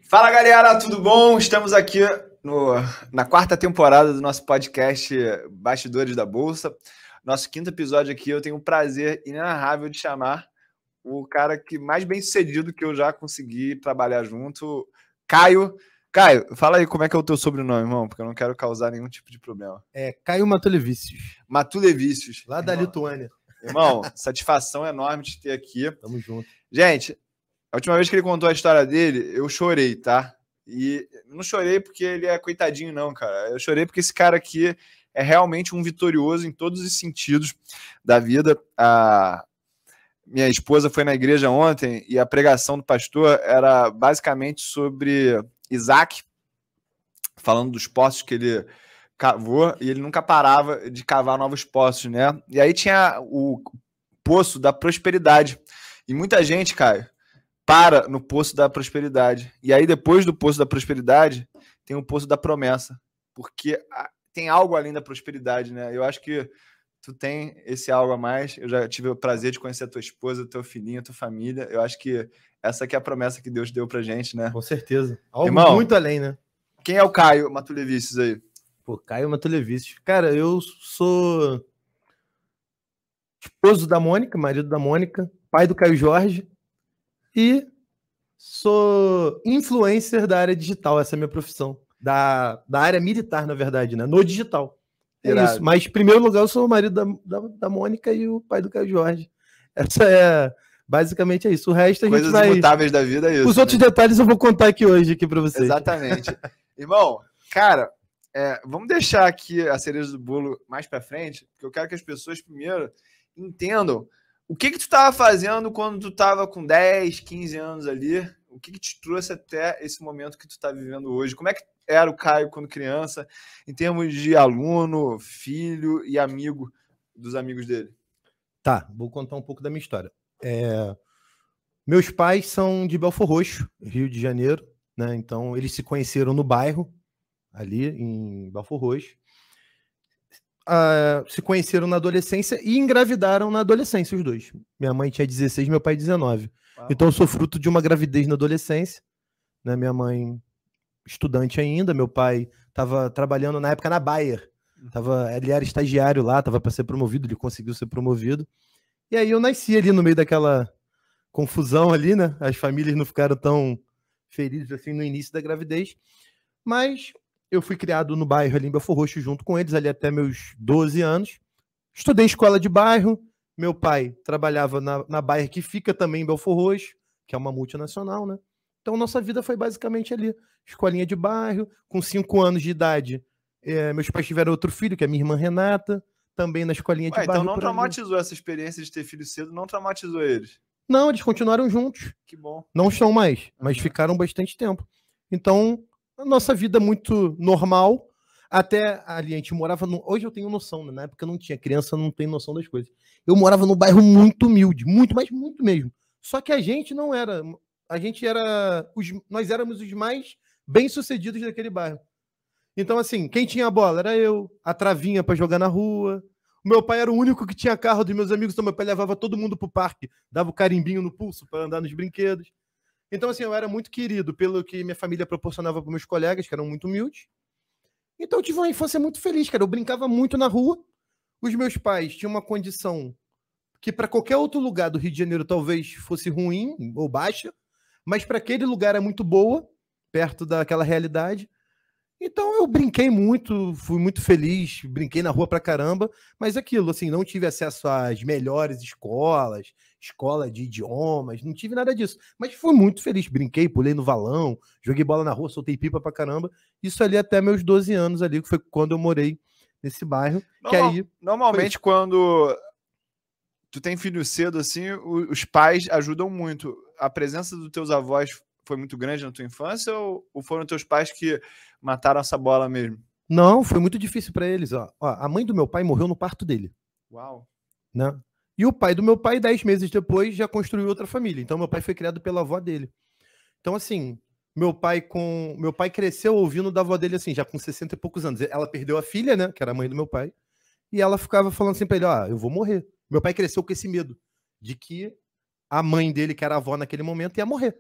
Fala galera, tudo bom? Estamos aqui na quarta temporada do nosso podcast Bastidores da Bolsa. Nosso quinto episódio aqui, eu tenho o prazer inenarrável de chamar o cara que mais bem sucedido que eu já consegui trabalhar junto, Caio. Caio, fala aí como é que é o teu sobrenome, irmão, porque eu não quero causar nenhum tipo de problema. É Caio Matulevicius. Matulevicius. Lá da Lituânia. Irmão, satisfação enorme de ter aqui. Tamo junto. Gente, a última vez que ele contou a história dele, eu chorei, tá? E não chorei porque ele é coitadinho, não, cara. Eu chorei porque esse cara aqui é realmente um vitorioso em todos os sentidos da vida. A minha esposa foi na igreja ontem e a pregação do pastor era basicamente sobre Isaac, falando dos poços que ele cavou, e ele nunca parava de cavar novos poços, né? E aí tinha o poço da prosperidade. E muita gente, Caio, para no poço da prosperidade. E aí, depois do poço da prosperidade, tem o poço da promessa. Porque tem algo além da prosperidade, né? Eu acho que tu tem esse algo a mais. Eu já tive o prazer de conhecer a tua esposa, teu filhinho, a tua família. Eu acho que essa aqui é a promessa que Deus deu pra gente, né? Com certeza. Algo Irmão, muito além, né? Quem é o Caio Matulevicius aí? Pô, Caio Matulevicius. Cara, eu sou esposo da Mônica, marido da Mônica, pai do Caio Jorge e sou influencer da área digital. Essa é a minha profissão. Da área militar, na verdade, né? No digital. É Irado. isso. Mas, em primeiro lugar, eu sou o marido da Mônica e o pai do Caio Jorge. Essa é... Basicamente é isso. O resto a gente vai... Coisas imutáveis da vida é isso. Os outros detalhes eu vou contar aqui hoje aqui para vocês. Exatamente. Irmão, cara, vamos deixar aqui a cereja do bolo mais para frente, porque eu quero que as pessoas primeiro entendam o que tu estava fazendo quando tu estava com 10, 15 anos ali, o que te trouxe até esse momento que tu está vivendo hoje. Como é que era o Caio quando criança, em termos de aluno, filho e amigo dos amigos dele? Tá, vou contar um pouco da minha história. Meus pais são de Belford Roxo, Rio de Janeiro, né? Então eles se conheceram no bairro, ali em Belford Roxo. Se conheceram na adolescência e engravidaram na adolescência, os dois. Minha mãe tinha 16, meu pai 19. Uau. Então eu sou fruto de uma gravidez na adolescência, né? Minha mãe estudante ainda, meu pai estava trabalhando na época na Bayer. Ele era estagiário lá, estava para ser promovido, ele conseguiu ser promovido. E aí eu nasci ali no meio daquela confusão ali, né? As famílias não ficaram tão felizes assim no início da gravidez. Mas eu fui criado no bairro ali em Belford Roxo junto com eles, ali até meus 12 anos. Estudei em escola de bairro. Meu pai trabalhava na Bayer, que fica também em Belford Roxo, que é uma multinacional, né? Então nossa vida foi basicamente ali. Escolinha de bairro. Com 5 anos de idade, meus pais tiveram outro filho, que é minha irmã Renata, também na escolinha de bairro. Então não traumatizou essa experiência de ter filho cedo, não traumatizou eles? Não, eles continuaram juntos. Que bom. Não estão mais, mas ficaram bastante tempo. Então, a nossa vida é muito normal. Até ali, a gente morava... Hoje eu tenho noção, né? Na época eu não tinha. Criança não tem noção das coisas. Eu morava num bairro muito humilde. Muito, mas muito mesmo. Só que a gente não era... Nós éramos os mais bem-sucedidos daquele bairro. Então, assim, quem tinha a bola era eu. A travinha para jogar na rua. O meu pai era o único que tinha carro dos meus amigos, então meu pai levava todo mundo pro parque, dava o carimbinho no pulso para andar nos brinquedos. Então, assim, eu era muito querido pelo que minha família proporcionava para meus colegas, que eram muito humildes. Então, eu tive uma infância muito feliz, cara. Eu brincava muito na rua. Os meus pais tinham uma condição que para qualquer outro lugar do Rio de Janeiro talvez fosse ruim ou baixa, mas para aquele lugar é muito boa, perto daquela realidade. Então eu brinquei muito, fui muito feliz, brinquei na rua pra caramba, mas aquilo, assim, não tive acesso às melhores escolas, escola de idiomas, não tive nada disso. Mas fui muito feliz, brinquei, pulei no valão, joguei bola na rua, soltei pipa pra caramba. Isso ali até meus 12 anos ali, que foi quando eu morei nesse bairro. Normalmente quando tu tem filho cedo, assim, os pais ajudam muito. A presença dos teus avós foi muito grande na tua infância ou foram teus pais que mataram essa bola mesmo? Não, foi muito difícil para eles. A mãe do meu pai morreu no parto dele. Uau! Né? E o pai do meu pai, 10 meses depois, já construiu outra família. Então, meu pai foi criado pela avó dele. Então, assim, meu pai cresceu ouvindo da avó dele, assim, já com 60 e poucos anos. Ela perdeu a filha, né, que era a mãe do meu pai, e ela ficava falando assim pra ele, eu vou morrer. Meu pai cresceu com esse medo de que a mãe dele, que era a avó naquele momento, ia morrer.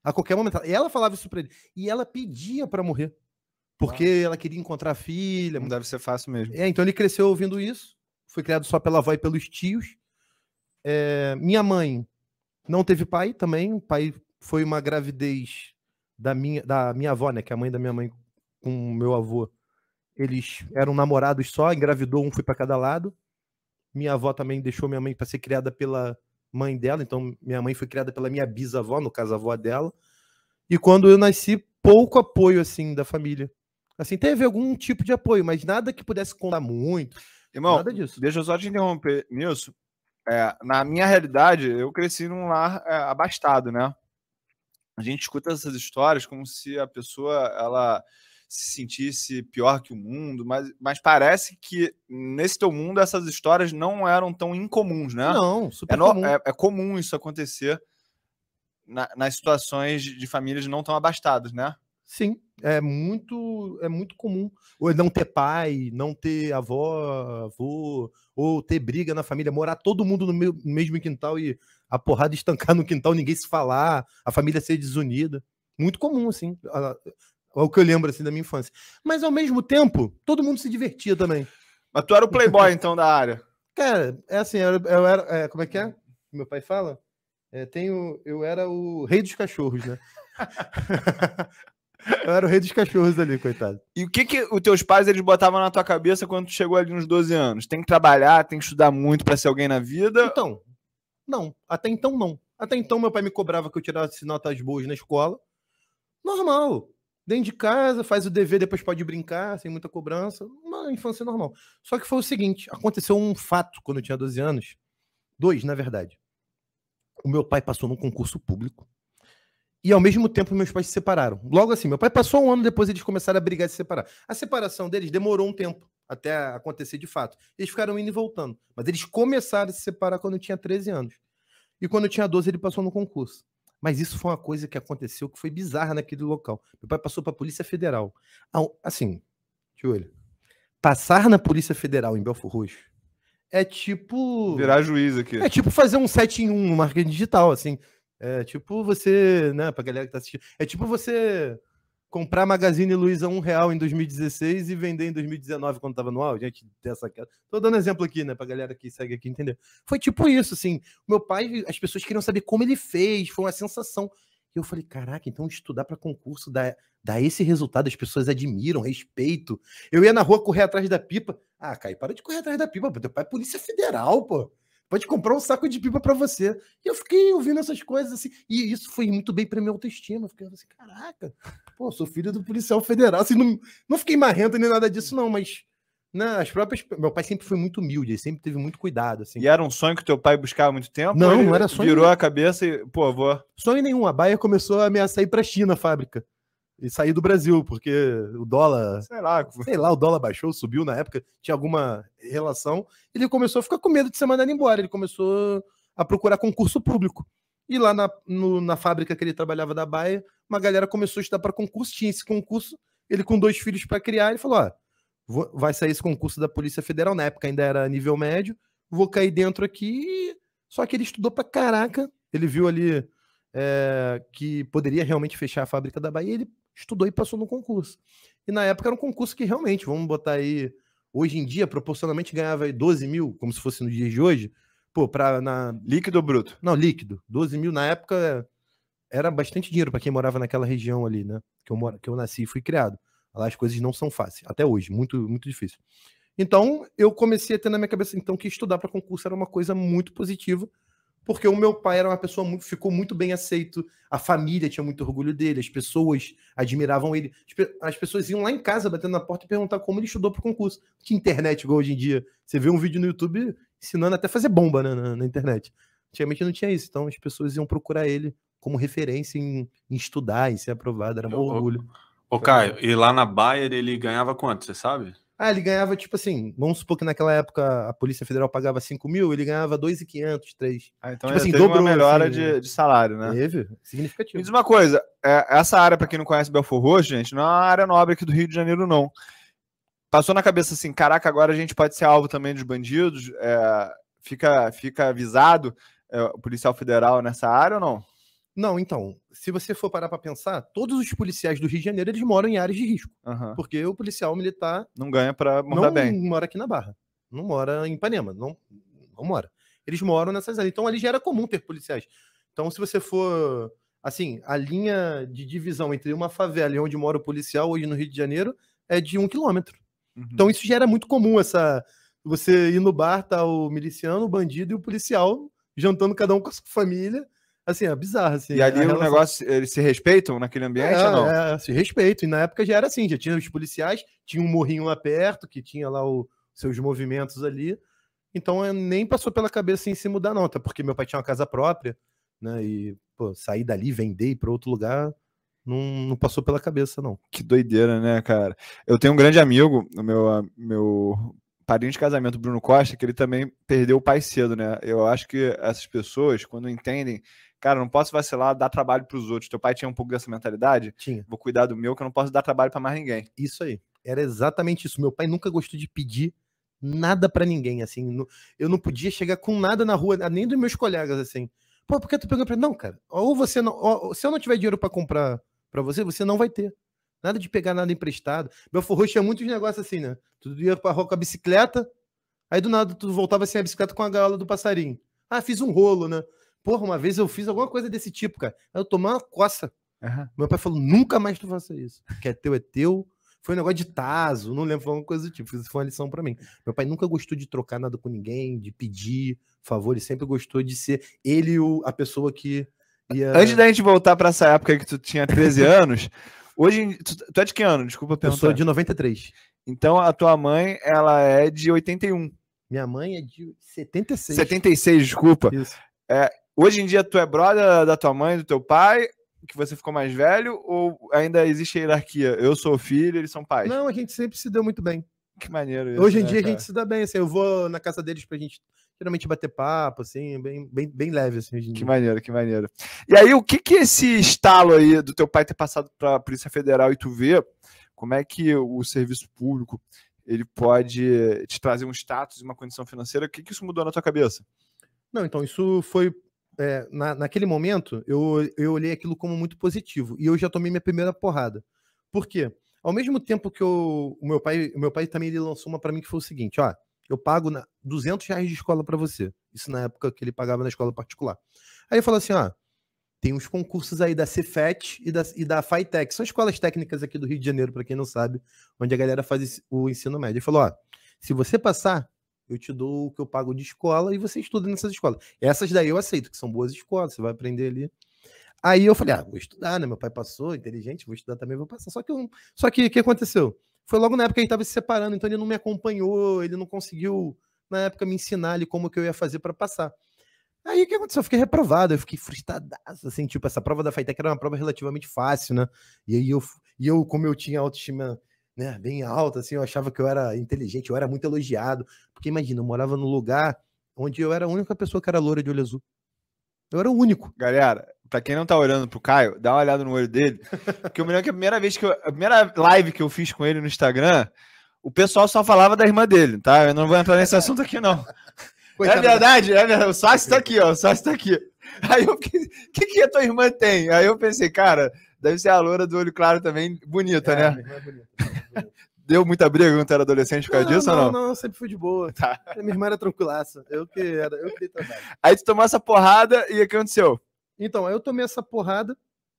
A qualquer momento. E ela falava isso pra ele. E ela pedia pra morrer. Porque ela queria encontrar a filha. Não deve ser fácil mesmo. Então ele cresceu ouvindo isso. Foi criado só pela avó e pelos tios. Minha mãe não teve pai também. O pai foi uma gravidez da minha avó, né? Que é a mãe da minha mãe com o meu avô. Eles eram namorados só, engravidou um, foi para cada lado. Minha avó também deixou minha mãe para ser criada pela mãe dela. Então minha mãe foi criada pela minha bisavó, no caso a avó dela. E quando eu nasci, pouco apoio assim da família. Assim, teve algum tipo de apoio, mas nada que pudesse contar muito. Irmão, nada disso. Deixa eu só te interromper nisso. Na minha realidade, eu cresci num lar abastado, né? A gente escuta essas histórias como se a pessoa ela se sentisse pior que o mundo, mas parece que nesse teu mundo essas histórias não eram tão incomuns, né? Não, super comum. É comum isso acontecer nas situações de famílias não tão abastadas, né? Sim, é muito comum. Ou não ter pai, não ter avô, ou ter briga na família, morar todo mundo no mesmo quintal e a porrada estancar no quintal, ninguém se falar, a família ser desunida. Muito comum, assim. É o que eu lembro, assim, da minha infância. Mas, ao mesmo tempo, todo mundo se divertia também. Mas tu era o playboy, então, da área? Cara, é assim, eu era... como é que é? Meu pai fala? Eu era o rei dos cachorros, né? Eu era o rei dos cachorros ali, coitado. E o que os teus pais eles botavam na tua cabeça quando tu chegou ali nos 12 anos? Tem que trabalhar, tem que estudar muito para ser alguém na vida? Então, não. Até então, não. Até então, meu pai me cobrava que eu tirasse notas boas na escola. Normal. Dentro de casa, faz o dever, depois pode brincar, sem muita cobrança. Uma infância normal. Só que foi o seguinte, aconteceu um fato quando eu tinha 12 anos. 2, na verdade. O meu pai passou num concurso público. E, ao mesmo tempo, meus pais se separaram. Logo assim, meu pai passou um ano, depois eles começaram a brigar e se separar. A separação deles demorou um tempo até acontecer de fato. Eles ficaram indo e voltando. Mas eles começaram a se separar quando eu tinha 13 anos. E quando eu tinha 12, ele passou no concurso. Mas isso foi uma coisa que aconteceu que foi bizarra naquele local. Meu pai passou para a Polícia Federal. Assim, de olho. Passar na Polícia Federal em Belford Roxo é tipo... Virar juiz aqui. É tipo fazer um 7 em 1 no marketing digital, assim. É tipo você, né, pra galera que tá assistindo, é tipo você comprar Magazine Luiza R$1 em 2016 e vender em 2019 quando tava no auge, gente, dessa queda. Tô dando exemplo aqui, né, pra galera que segue aqui entender. Foi tipo isso, assim, meu pai, as pessoas queriam saber como ele fez, foi uma sensação. E eu falei, caraca, então estudar para concurso dá esse resultado, as pessoas admiram, respeito. Eu ia na rua correr atrás da pipa. Ah, Caio, para de correr atrás da pipa, pô, teu pai é Polícia Federal, pô. Pode comprar um saco de pipa para você. E eu fiquei ouvindo essas coisas assim, e isso foi muito bem para minha autoestima. Eu fiquei assim, caraca, pô, sou filho do policial federal. Assim, não fiquei marrento nem nada disso, não, mas né, as próprias. Meu pai sempre foi muito humilde, ele sempre teve muito cuidado. Assim. E era um sonho que teu pai buscava há muito tempo? Não, não era sonho. Virou a cabeça e, pô, vou. Sonho nenhum. A Bayer começou a ameaçar ir para a China, a fábrica. E sair do Brasil, porque o dólar... Sei lá, o dólar baixou, subiu na época, tinha alguma relação. Ele começou a ficar com medo de ser mandado embora. Ele começou a procurar concurso público. E lá na fábrica que ele trabalhava da Bayer, uma galera começou a estudar para concurso. Tinha esse concurso, ele com 2 filhos para criar, ele falou, ó, vai sair esse concurso da Polícia Federal, na época ainda era nível médio, vou cair dentro aqui. Só que ele estudou pra caraca, ele viu ali que poderia realmente fechar a fábrica da Bayer, ele estudou e passou no concurso. E na época era um concurso que realmente, vamos botar aí, hoje em dia, proporcionalmente ganhava aí 12 mil, como se fosse no dia de hoje. Pô, líquido ou bruto? Não, líquido. 12 mil na época era bastante dinheiro para quem morava naquela região ali, né? Que eu nasci e fui criado. Lá as coisas não são fáceis, até hoje, muito, muito difícil. Então, eu comecei a ter na minha cabeça então que estudar para concurso era uma coisa muito positiva, porque o meu pai era uma pessoa ficou muito bem aceito, a família tinha muito orgulho dele, as pessoas admiravam ele, as pessoas iam lá em casa batendo na porta e perguntar como ele estudou para o concurso. Não tinha internet igual hoje em dia, você vê um vídeo no YouTube ensinando até a fazer bomba, né, na internet. Antigamente não tinha isso, então as pessoas iam procurar ele como referência em estudar, em ser aprovado, era um orgulho. Ô Caio, e lá na Bayer ele ganhava quanto, você sabe? Ele ganhava, tipo assim, vamos supor que naquela época a Polícia Federal pagava 5 mil, ele ganhava 2.500, 3. Então tipo assim, dobrou uma melhora assim, de salário, né? Teve, significativo. Me diz uma coisa, essa área, para quem não conhece Belford Roxo, gente, não é uma área nobre aqui do Rio de Janeiro, não. Passou na cabeça assim, caraca, agora a gente pode ser alvo também dos bandidos, fica avisado o policial federal nessa área ou não? Não, então, se você for parar pra pensar, todos os policiais do Rio de Janeiro, eles moram em áreas de risco. Aham. Porque o policial militar Não ganha pra mandar não bem. mora aqui na Barra. Não mora em Ipanema. Não mora. Eles moram nessas áreas. Então, ali já era comum ter policiais. Então, se você for... Assim, a linha de divisão entre uma favela e onde mora o policial hoje no Rio de Janeiro é de 1 quilômetro. Uhum. Então, isso já era muito comum, você ir no bar, tá o miliciano, o bandido e o policial jantando cada um com a sua família. Assim, é bizarro. Assim, E ali a o relação... negócio, eles se respeitam naquele ambiente ou não? se respeito. E na época já era assim, já tinha os policiais, tinha um morrinho lá perto, que tinha lá os seus movimentos ali. Então nem passou pela cabeça em se mudar, não. Até porque meu pai tinha uma casa própria, né? E, pô, sair dali, vender e ir para outro lugar, não passou pela cabeça, não. Que doideira, né, cara? Eu tenho um grande amigo, o meu padrinho de casamento, Bruno Costa, que ele também perdeu o pai cedo, né? Eu acho que essas pessoas, quando entendem, cara, não posso vacilar, dar trabalho para os outros. Teu pai tinha um pouco dessa mentalidade? Tinha. Vou cuidar do meu, que eu não posso dar trabalho para mais ninguém. Isso aí. Era exatamente isso. Meu pai nunca gostou de pedir nada para ninguém, assim. Eu não podia chegar com nada na rua, nem dos meus colegas, assim. Pô, por que tu pegou pra... Não, cara. Ou você não... Ou, se eu não tiver dinheiro para comprar para você não vai ter. Nada de pegar nada emprestado. Meu forró tinha muitos negócios assim, né? Tu ia pra rua com a bicicleta, aí do nada tu voltava sem a bicicleta com a gaiola do passarinho. Ah, fiz um rolo, né? Porra, uma vez eu fiz alguma coisa desse tipo, cara. Aí eu tomei uma coça. Uhum. Meu pai falou, nunca mais tu faça isso. O que é teu é teu. Foi um negócio de taso, não lembro, foi uma coisa do tipo. Isso foi uma lição pra mim. Meu pai nunca gostou de trocar nada com ninguém, de pedir favor. Ele sempre gostou de ser ele a pessoa que ia... Antes da gente voltar pra essa época que tu tinha 13 anos, hoje... Tu é de que ano? Desculpa perguntar. Eu sou de 93. Então a tua mãe, ela é de 81. Minha mãe é de 76. 76, desculpa. Isso. Hoje em dia tu é brother da tua mãe, do teu pai, que você ficou mais velho, ou ainda existe a hierarquia? Eu sou o filho, eles são pais. Não, a gente sempre se deu muito bem. Que maneiro isso, Hoje em né, dia cara? a gente se dá bem, assim, eu vou na casa deles pra gente geralmente bater papo, assim, bem leve, assim, hoje em Que dia. maneiro, que maneiro. E aí, o que esse estalo aí do teu pai ter passado pra Polícia Federal e tu ver como é que o serviço público ele pode te trazer um status e uma condição financeira, o que isso mudou na tua cabeça? Não, então, isso foi... naquele momento, eu olhei aquilo como muito positivo, e eu já tomei minha primeira porrada. Por quê? Ao mesmo tempo que o meu pai também ele lançou uma pra mim que foi o seguinte, ó, eu pago R$200 de escola pra você. Isso na época que ele pagava na escola particular. Aí ele falou assim, ó, tem uns concursos aí da Cefet e da FATEC, são escolas técnicas aqui do Rio de Janeiro, pra quem não sabe, onde a galera faz o ensino médio. Ele falou, ó, se você passar, eu te dou o que eu pago de escola e você estuda nessas escolas. Essas daí eu aceito, que são boas escolas, você vai aprender ali. Aí eu falei, vou estudar, né? Meu pai passou, inteligente, vou estudar também, vou passar. Só que o que aconteceu? Foi logo na época que ele estava se separando, então ele não me acompanhou, ele não conseguiu, na época, me ensinar ali como que eu ia fazer para passar. Aí o que aconteceu? Eu fiquei reprovado, eu fiquei frustradaço, assim, tipo, essa prova da FATEC era uma prova relativamente fácil, né? E aí eu como eu tinha autoestima, né, bem alta, assim, eu achava que eu era inteligente, eu era muito elogiado, porque imagina, eu morava num lugar onde eu era a única pessoa que era loura de olho azul. Eu era o único. Galera, pra quem não tá olhando pro Caio, dá uma olhada no olho dele, porque eu me lembro que a primeira live que eu fiz com ele no Instagram, o pessoal só falava da irmã dele, tá? Eu não vou entrar nesse assunto aqui, não. Coitado, é verdade, o sócio tá aqui, ó, o sócio tá aqui. Aí eu fiquei, o que a tua irmã tem? Aí eu pensei, cara, deve ser a loura do olho claro também, bonita, né? Minha irmã é bonita. Deu muita briga quando tu era adolescente por causa disso ou não? Não, sempre fui de boa. Tá. Minha irmã era tranquilaça. Eu que dei trabalho. Aí tu tomou essa porrada e o que aconteceu? Então, aí eu tomei essa porrada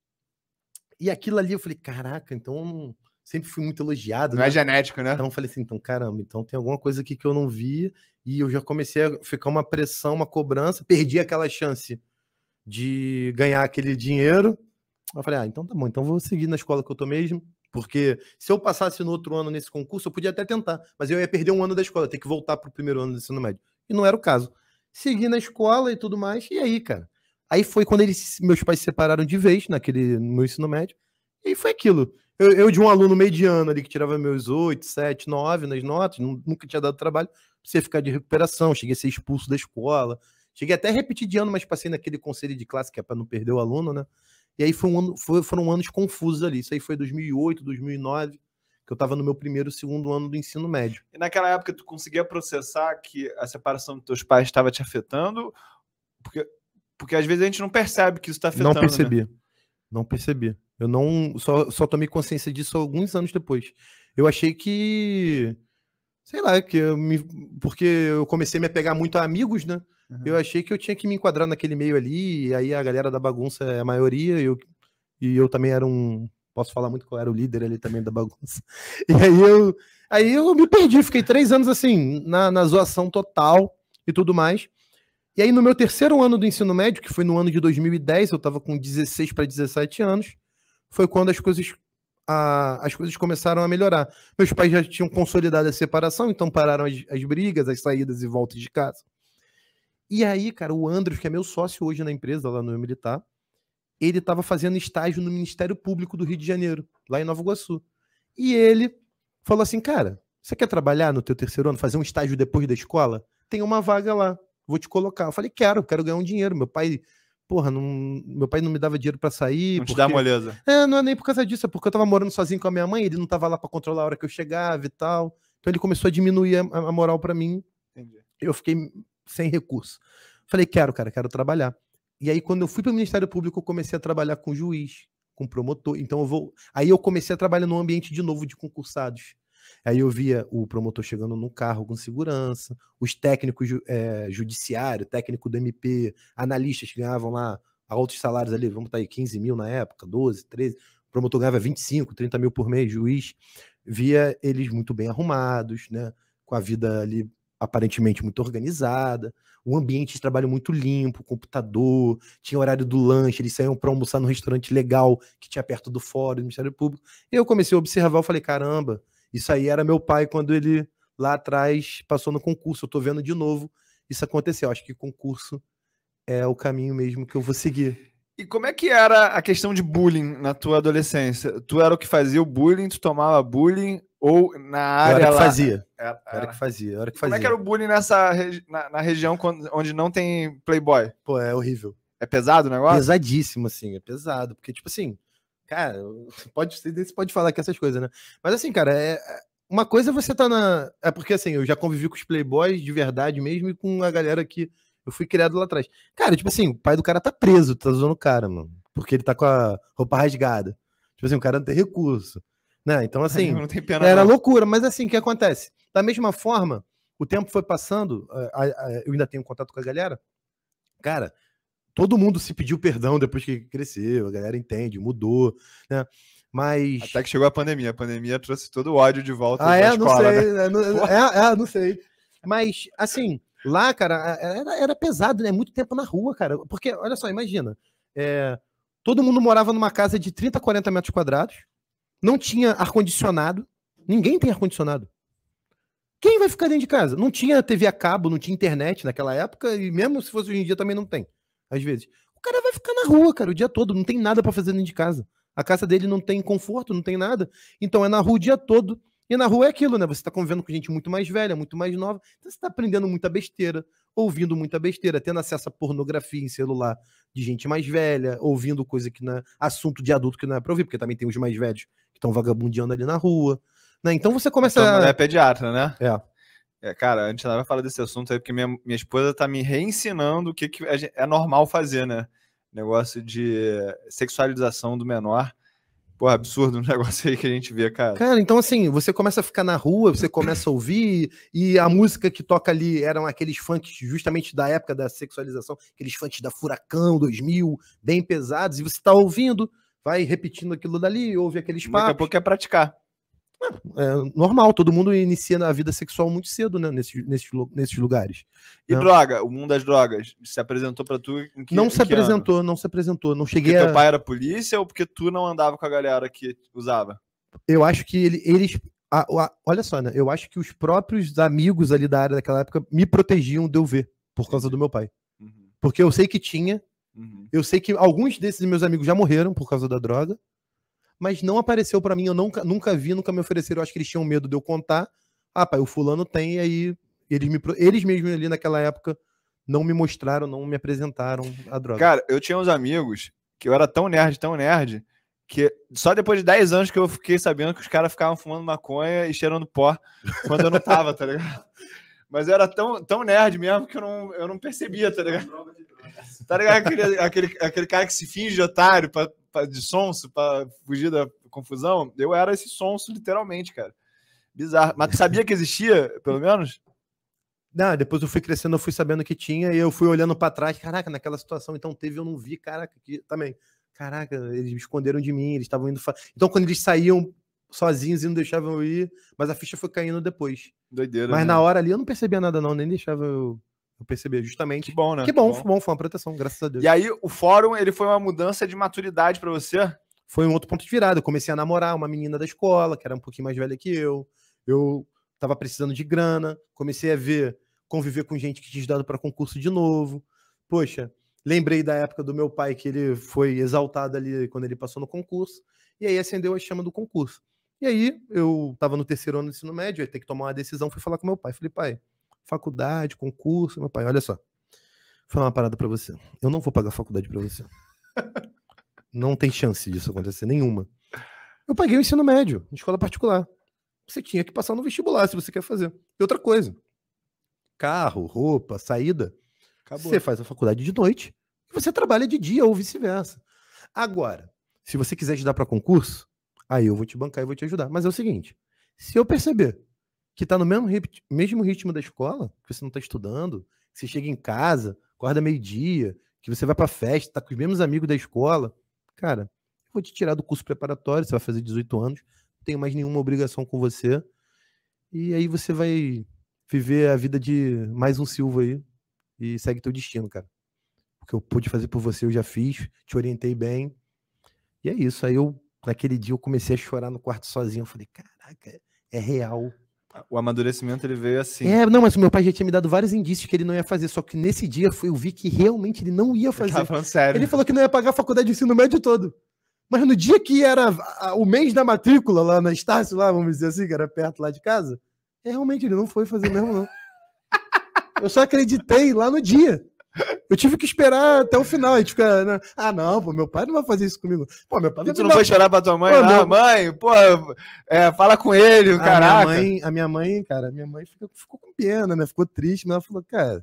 e aquilo ali eu falei, caraca, então sempre fui muito elogiado. Não é genético, né? Então eu falei assim, então caramba, então tem alguma coisa aqui que eu não vi e eu já comecei a ficar uma pressão, uma cobrança, perdi aquela chance de ganhar aquele dinheiro. Eu falei, então tá bom, então vou seguir na escola que eu tô mesmo, porque se eu passasse no outro ano nesse concurso, eu podia até tentar, mas eu ia perder um ano da escola, ter que voltar pro primeiro ano do ensino médio. E não era o caso. Segui na escola e tudo mais, e aí, cara? Aí foi quando meus pais se separaram de vez no meu ensino médio, e aí foi aquilo. Eu de um aluno mediano ali que tirava meus 8, 7, 9 nas notas, nunca tinha dado trabalho, precisei ficar de recuperação, cheguei a ser expulso da escola, cheguei até a repetir de ano, mas passei naquele conselho de classe que é para não perder o aluno, né? E aí foram anos confusos ali. Isso aí foi 2008, 2009, que eu estava no meu segundo ano do ensino médio. E naquela época tu conseguia processar que a separação dos teus pais estava te afetando? Porque Porque às vezes a gente não percebe que isso tá afetando, Não né? percebi. Não percebi. Eu não só tomei consciência disso alguns anos depois. Eu achei que, sei lá, porque eu comecei a me apegar muito a amigos, né? Uhum. Eu achei que eu tinha que me enquadrar naquele meio ali, e aí a galera da bagunça é a maioria, e eu também era posso falar muito que eu era o líder ali também da bagunça. E aí eu me perdi, fiquei 3 anos assim, na zoação total e tudo mais. E aí no meu terceiro ano do ensino médio, que foi no ano de 2010, eu tava com 16 para 17 anos, foi quando as coisas começaram a melhorar. Meus pais já tinham consolidado a separação, então pararam as brigas, as saídas e voltas de casa. E aí, cara, o Andros, que é meu sócio hoje na empresa, lá no Militar, ele estava fazendo estágio no Ministério Público do Rio de Janeiro, lá em Nova Iguaçu. E ele falou assim, cara, você quer trabalhar no teu terceiro ano, fazer um estágio depois da escola? Tem uma vaga lá, vou te colocar. Eu falei, quero ganhar um dinheiro. Meu pai não me dava dinheiro para sair. Não te dá moleza. Não é nem por causa disso, é porque eu tava morando sozinho com a minha mãe, ele não tava lá para controlar a hora que eu chegava e tal. Então ele começou a diminuir a moral para mim. Entendi. Eu fiquei sem recurso. Falei, quero trabalhar. E aí, quando eu fui para o Ministério Público, eu comecei a trabalhar com juiz, com promotor. Então, aí eu comecei a trabalhar num ambiente de novo de concursados. Aí eu via o promotor chegando no carro com segurança, os técnicos judiciário, técnico do MP, analistas que ganhavam lá altos salários ali, vamos botar aí 15 mil na época, 12, 13. O promotor ganhava 25, 30 mil por mês, juiz. Via eles muito bem arrumados, né? Com a vida ali aparentemente muito organizada, um ambiente de trabalho muito limpo, computador, tinha horário do lanche, eles saíam para almoçar num restaurante legal que tinha perto do fórum do Ministério Público. E eu comecei a observar, eu falei, caramba, isso aí era meu pai quando ele lá atrás passou no concurso, eu tô vendo de novo isso aconteceu, acho que concurso é o caminho mesmo que eu vou seguir. E como é que era a questão de bullying na tua adolescência? Tu era o que fazia o bullying, tu tomava bullying ou na área Eu era que lá? fazia. Era que fazia. Como é que era o bullying na região onde não tem Playboy? Pô, é horrível. É pesado o negócio? Pesadíssimo, assim, é pesado. Porque, tipo assim, cara, você pode falar que essas coisas, né? Mas assim, cara, uma coisa é você tá na... É porque, assim, eu já convivi com os playboys de verdade mesmo e com a galera que eu fui criado lá atrás. Cara, tipo assim, o pai do cara tá preso, tá zoando o cara, mano. Porque ele tá com a roupa rasgada. Tipo assim, o cara não tem recurso. Né? Então, assim, não tem pena, era não. loucura. Mas assim, o que acontece? Da mesma forma, o tempo foi passando, eu ainda tenho contato com a galera. Cara, todo mundo se pediu perdão depois que cresceu, a galera entende, mudou, né? Mas... Até que chegou a pandemia trouxe todo o ódio de volta da escola, não sei, né? Não sei. Mas, assim, lá, cara, era pesado, né? Muito tempo na rua, cara. Porque, olha só, imagina, todo mundo morava numa casa de 30, 40 metros quadrados, não tinha ar-condicionado, ninguém tem ar-condicionado. Quem vai ficar dentro de casa? Não tinha TV a cabo, não tinha internet naquela época, e mesmo se fosse hoje em dia também não tem, às vezes. O cara vai ficar na rua, cara, o dia todo, não tem nada pra fazer dentro de casa. A casa dele não tem conforto, não tem nada. Então é na rua o dia todo. E na rua é aquilo, né? Você tá convivendo com gente muito mais velha, muito mais nova. Então você tá aprendendo muita besteira, ouvindo muita besteira, tendo acesso a pornografia em celular de gente mais velha, ouvindo coisa que não é assunto de adulto que não é pra ouvir, porque também tem os mais velhos que estão vagabundeando ali na rua. Né? Então você começa a... é pediatra, né? Cara, a gente vai falar desse assunto aí, porque minha esposa tá me reensinando o que é normal fazer, né? Negócio de sexualização do menor. Pô, absurdo um negócio aí que a gente vê, cara. Cara, então assim, você começa a ficar na rua, você começa a ouvir, e a música que toca ali eram aqueles funks justamente da época da sexualização, aqueles funks da Furacão 2000, bem pesados, e você tá ouvindo, vai repetindo aquilo dali, ouve aqueles papos. Daqui a pouco é praticar. É normal, todo mundo inicia na vida sexual muito cedo, né? Nesses lugares. E droga, o mundo das drogas, se apresentou pra tu em que Não se apresentou, não cheguei porque teu pai era polícia ou porque tu não andava com a galera que usava? Eu acho que eles... olha só, né? Eu acho que os próprios amigos ali da área daquela época me protegiam de eu ver, por causa do meu pai. Uhum. Porque eu sei que tinha, eu sei que alguns desses meus amigos já morreram por causa da droga, mas não apareceu pra mim, eu nunca vi, nunca me ofereceram, eu acho que eles tinham medo de eu contar. Ah, pai, o fulano tem, e aí eles mesmos ali naquela época não me mostraram, não me apresentaram a droga. Cara, eu tinha uns amigos que eu era tão nerd, que só depois de 10 anos que eu fiquei sabendo que os caras ficavam fumando maconha e cheirando pó quando eu não tava, tá ligado? Mas eu era tão nerd mesmo que eu não percebia, tá ligado? Tá ligado? Aquele cara que se finge de otário de sonso pra fugir da confusão. Eu era esse sonso, literalmente, cara. Bizarro. Mas tu sabia que existia, pelo menos? Não, depois eu fui crescendo, eu fui sabendo que tinha, e eu fui olhando pra trás, caraca, naquela situação, então teve, eu não vi, caraca, que também. Caraca, eles me esconderam de mim, eles estavam indo... Então quando eles saíam sozinhos e não deixavam eu ir, mas a ficha foi caindo depois. Doideira, mas né? na hora ali eu não percebia nada não, nem deixava eu perceber, justamente. Que bom, né? Que bom, foi uma proteção, graças a Deus. E aí o fórum, ele foi uma mudança de maturidade pra você? Foi um outro ponto de virada, eu comecei a namorar uma menina da escola, que era um pouquinho mais velha que eu tava precisando de grana, comecei a conviver com gente que tinha estudado para concurso de novo. Poxa, lembrei da época do meu pai, que ele foi exaltado ali quando ele passou no concurso, e aí acendeu a chama do concurso. E aí, eu estava no terceiro ano do ensino médio, eu ia ter que tomar uma decisão, fui falar com meu pai. Falei, pai, faculdade, concurso, meu pai, olha só, vou falar uma parada para você. Eu não vou pagar faculdade para você. Não tem chance disso acontecer, nenhuma. Eu paguei o ensino médio, em escola particular. Você tinha que passar no vestibular, se você quer fazer. E outra coisa, carro, roupa, saída, acabou. Você faz a faculdade de noite e você trabalha de dia ou vice-versa. Agora, se você quiser estudar para concurso, aí eu vou te bancar e vou te ajudar. Mas é o seguinte, se eu perceber que tá no mesmo ritmo da escola, que você não tá estudando, que você chega em casa, acorda meio-dia, que você vai pra festa, tá com os mesmos amigos da escola, cara, eu vou te tirar do curso preparatório, você vai fazer 18 anos, não tenho mais nenhuma obrigação com você, e aí você vai viver a vida de mais um Silva aí, e segue teu destino, cara. O que eu pude fazer por você, eu já fiz, te orientei bem, e é isso. Aí naquele dia, eu comecei a chorar no quarto sozinho, eu falei, caraca, é real. O amadurecimento, ele veio assim. Não, mas o meu pai já tinha me dado vários indícios que ele não ia fazer, só que nesse dia eu vi que realmente ele não ia fazer. Ele tava falando sério. Ele falou que não ia pagar a faculdade de ensino médio todo. Mas no dia que era o mês da matrícula, lá na Estácio, lá, vamos dizer assim, que era perto lá de casa, realmente ele não foi fazer mesmo, não. Eu só acreditei lá no dia. Eu tive que esperar até o final. A gente fica, né? Não, pô, meu pai não vai fazer isso comigo. Pô, meu pai vai... Tu não foi chorar pra tua mãe? Pô, mãe, pô, fala com ele, caraca. A minha mãe, cara, ficou com pena, né? Ficou triste, mas ela falou, cara,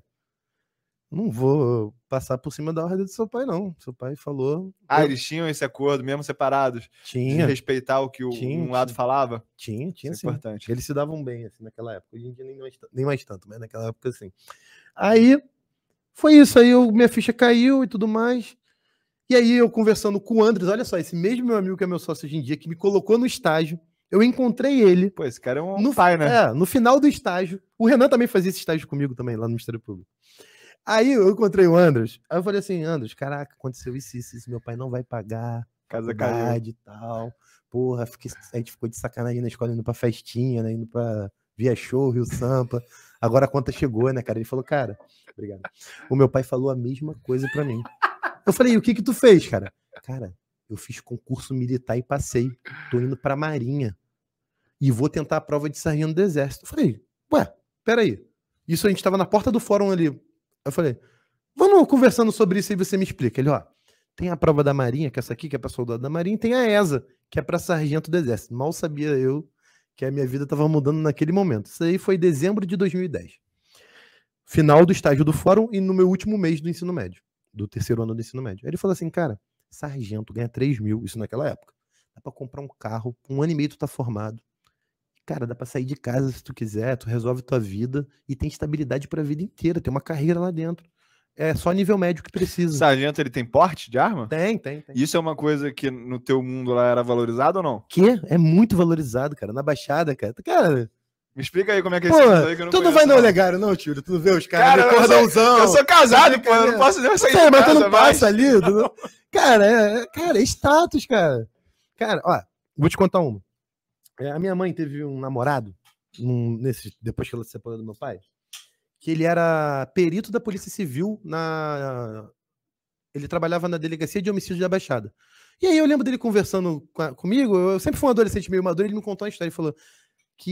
não vou passar por cima da ordem do seu pai, não. Seu pai falou... Eles tinham esse acordo, mesmo separados? Tinha. De respeitar o que um lado falava? Tinha sim. Importante. Eles se davam bem, assim, naquela época. Hoje em dia nem mais tanto, mas naquela época, assim. Aí... foi isso, aí minha ficha caiu e tudo mais. E aí eu conversando com o Andres, olha só, esse mesmo meu amigo que é meu sócio hoje em dia, que me colocou no estágio, eu encontrei ele. Pô, esse cara é um pai, né? No final do estágio. O Renan também fazia esse estágio comigo também, lá no Ministério Público. Aí eu encontrei o Andres, aí eu falei assim, Andres, caraca, aconteceu isso, meu pai não vai pagar casa caiu e tal. Porra, a gente ficou de sacanagem na escola, indo pra festinha, né, indo pra Via Show, Rio Sampa. Agora a conta chegou, né, cara? Ele falou, cara, obrigado. O meu pai falou a mesma coisa pra mim. Eu falei, e o que tu fez, cara? Cara, eu fiz concurso militar e passei. Tô indo pra Marinha. E vou tentar a prova de sargento do Exército. Eu falei, ué, peraí. Isso a gente tava na porta do fórum ali. Eu falei, vamos conversando sobre isso e você me explica. Ele, tem a prova da Marinha, que é essa aqui, que é pra soldado da Marinha, e tem a ESA, que é pra sargento do Exército. Mal sabia eu que a minha vida estava mudando naquele momento. Isso aí foi em dezembro de 2010. Final do estágio do fórum e no meu último mês do ensino médio, do terceiro ano do ensino médio. Aí ele falou assim, cara, sargento ganha 3 mil, isso naquela época. Dá pra comprar um carro, 1 ano e meio tu tá formado. Cara, dá pra sair de casa se tu quiser, tu resolve tua vida e tem estabilidade pra vida inteira, tem uma carreira lá dentro. É só nível médio que precisa. Sargento, ele tem porte de arma? Tem. Isso é uma coisa que no teu mundo lá era valorizado ou não? É muito valorizado, cara. Na Baixada, cara. Cara, me explica aí como é que é isso aí que eu não tu não vai no Olegário, não, tio? Tu não vê os caras no cordãozão. Eu sou casado, pô. Eu não posso nem sair de casa, mas tu não passa ali. Cara, é status, cara. Cara, vou te contar uma. A minha mãe teve um namorado, depois que ela se separou do meu pai, que ele era perito da Polícia Civil ele trabalhava na Delegacia de Homicídio da Baixada. E aí eu lembro dele conversando comigo, eu sempre fui um adolescente meio maduro, ele me contou uma história, ele falou que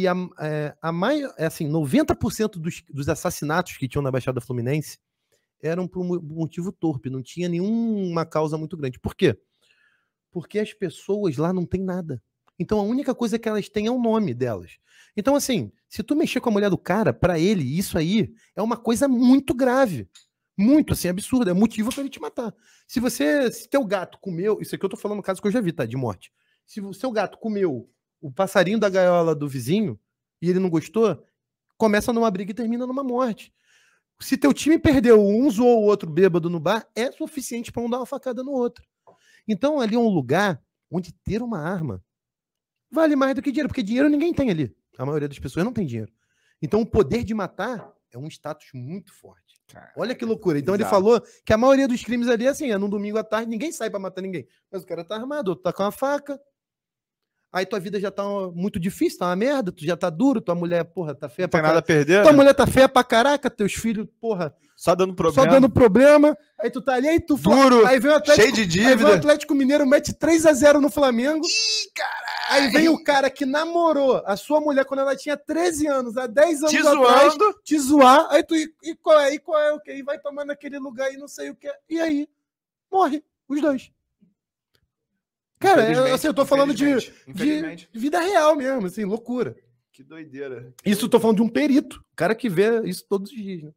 90% dos assassinatos que tinham na Baixada Fluminense eram por um motivo torpe, não tinha nenhuma causa muito grande. Por quê? Porque as pessoas lá não têm nada. Então a única coisa que elas têm é o nome delas. Então assim, se tu mexer com a mulher do cara, pra ele, isso aí é uma coisa muito grave. Muito, assim, absurdo. É motivo pra ele te matar. Se teu gato comeu... Isso aqui eu tô falando no caso que eu já vi, tá? De morte. Se o seu gato comeu o passarinho da gaiola do vizinho e ele não gostou, começa numa briga e termina numa morte. Se teu time perdeu, um zoou o outro bêbado no bar, é suficiente pra um dar uma facada no outro. Então, ali é um lugar onde ter uma arma vale mais do que dinheiro, porque dinheiro ninguém tem ali. A maioria das pessoas não tem dinheiro. Então, o poder de matar é um status muito forte. Olha que loucura. Então, ele falou que a maioria dos crimes ali, assim, é num domingo à tarde, ninguém sai pra matar ninguém. Mas o cara tá armado, outro tá com uma faca. Aí tua vida já tá muito difícil, tá uma merda, tu já tá duro, tua mulher, porra, tá feia Não tem pra nada a caralho. perder. Tua né? mulher tá feia pra caraca, teus filhos, porra, Só dando problema. só dando problema. Aí tu tá ali, aí tu Duro, aí vem o Atlético, cheio de aí vem o dívida. Atlético Mineiro, mete 3-0 no Flamengo. Ih, caralho. Aí vem o cara que namorou a sua mulher quando ela tinha 13 anos, há 10 anos Te atrás, zoando. te zoar. Aí tu, e qual é? E qual é o quê? E vai tomar naquele lugar e não sei o que. E aí, morre, os dois. Cara, assim, eu tô falando de Infelizmente. vida real mesmo, assim, loucura. Que doideira. Isso eu tô falando de um perito, cara que vê isso todos os dias, né?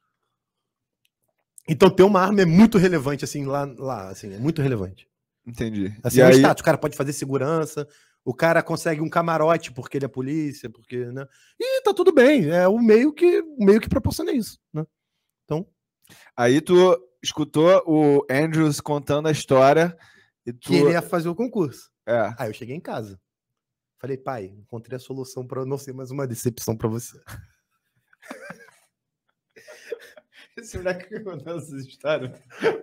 Então ter uma arma é muito relevante, assim, lá assim, é muito relevante. Entendi. Assim, é um status, o cara pode fazer segurança, o cara consegue um camarote porque ele é polícia, porque, né? E tá tudo bem, é o meio que proporciona isso, né? Então... Aí tu escutou o Andrews contando a história e tu... que ele ia fazer o concurso. É. Aí eu cheguei em casa. Falei, pai, encontrei a solução para não ser mais uma decepção para você. Esse moleque que contou essa história.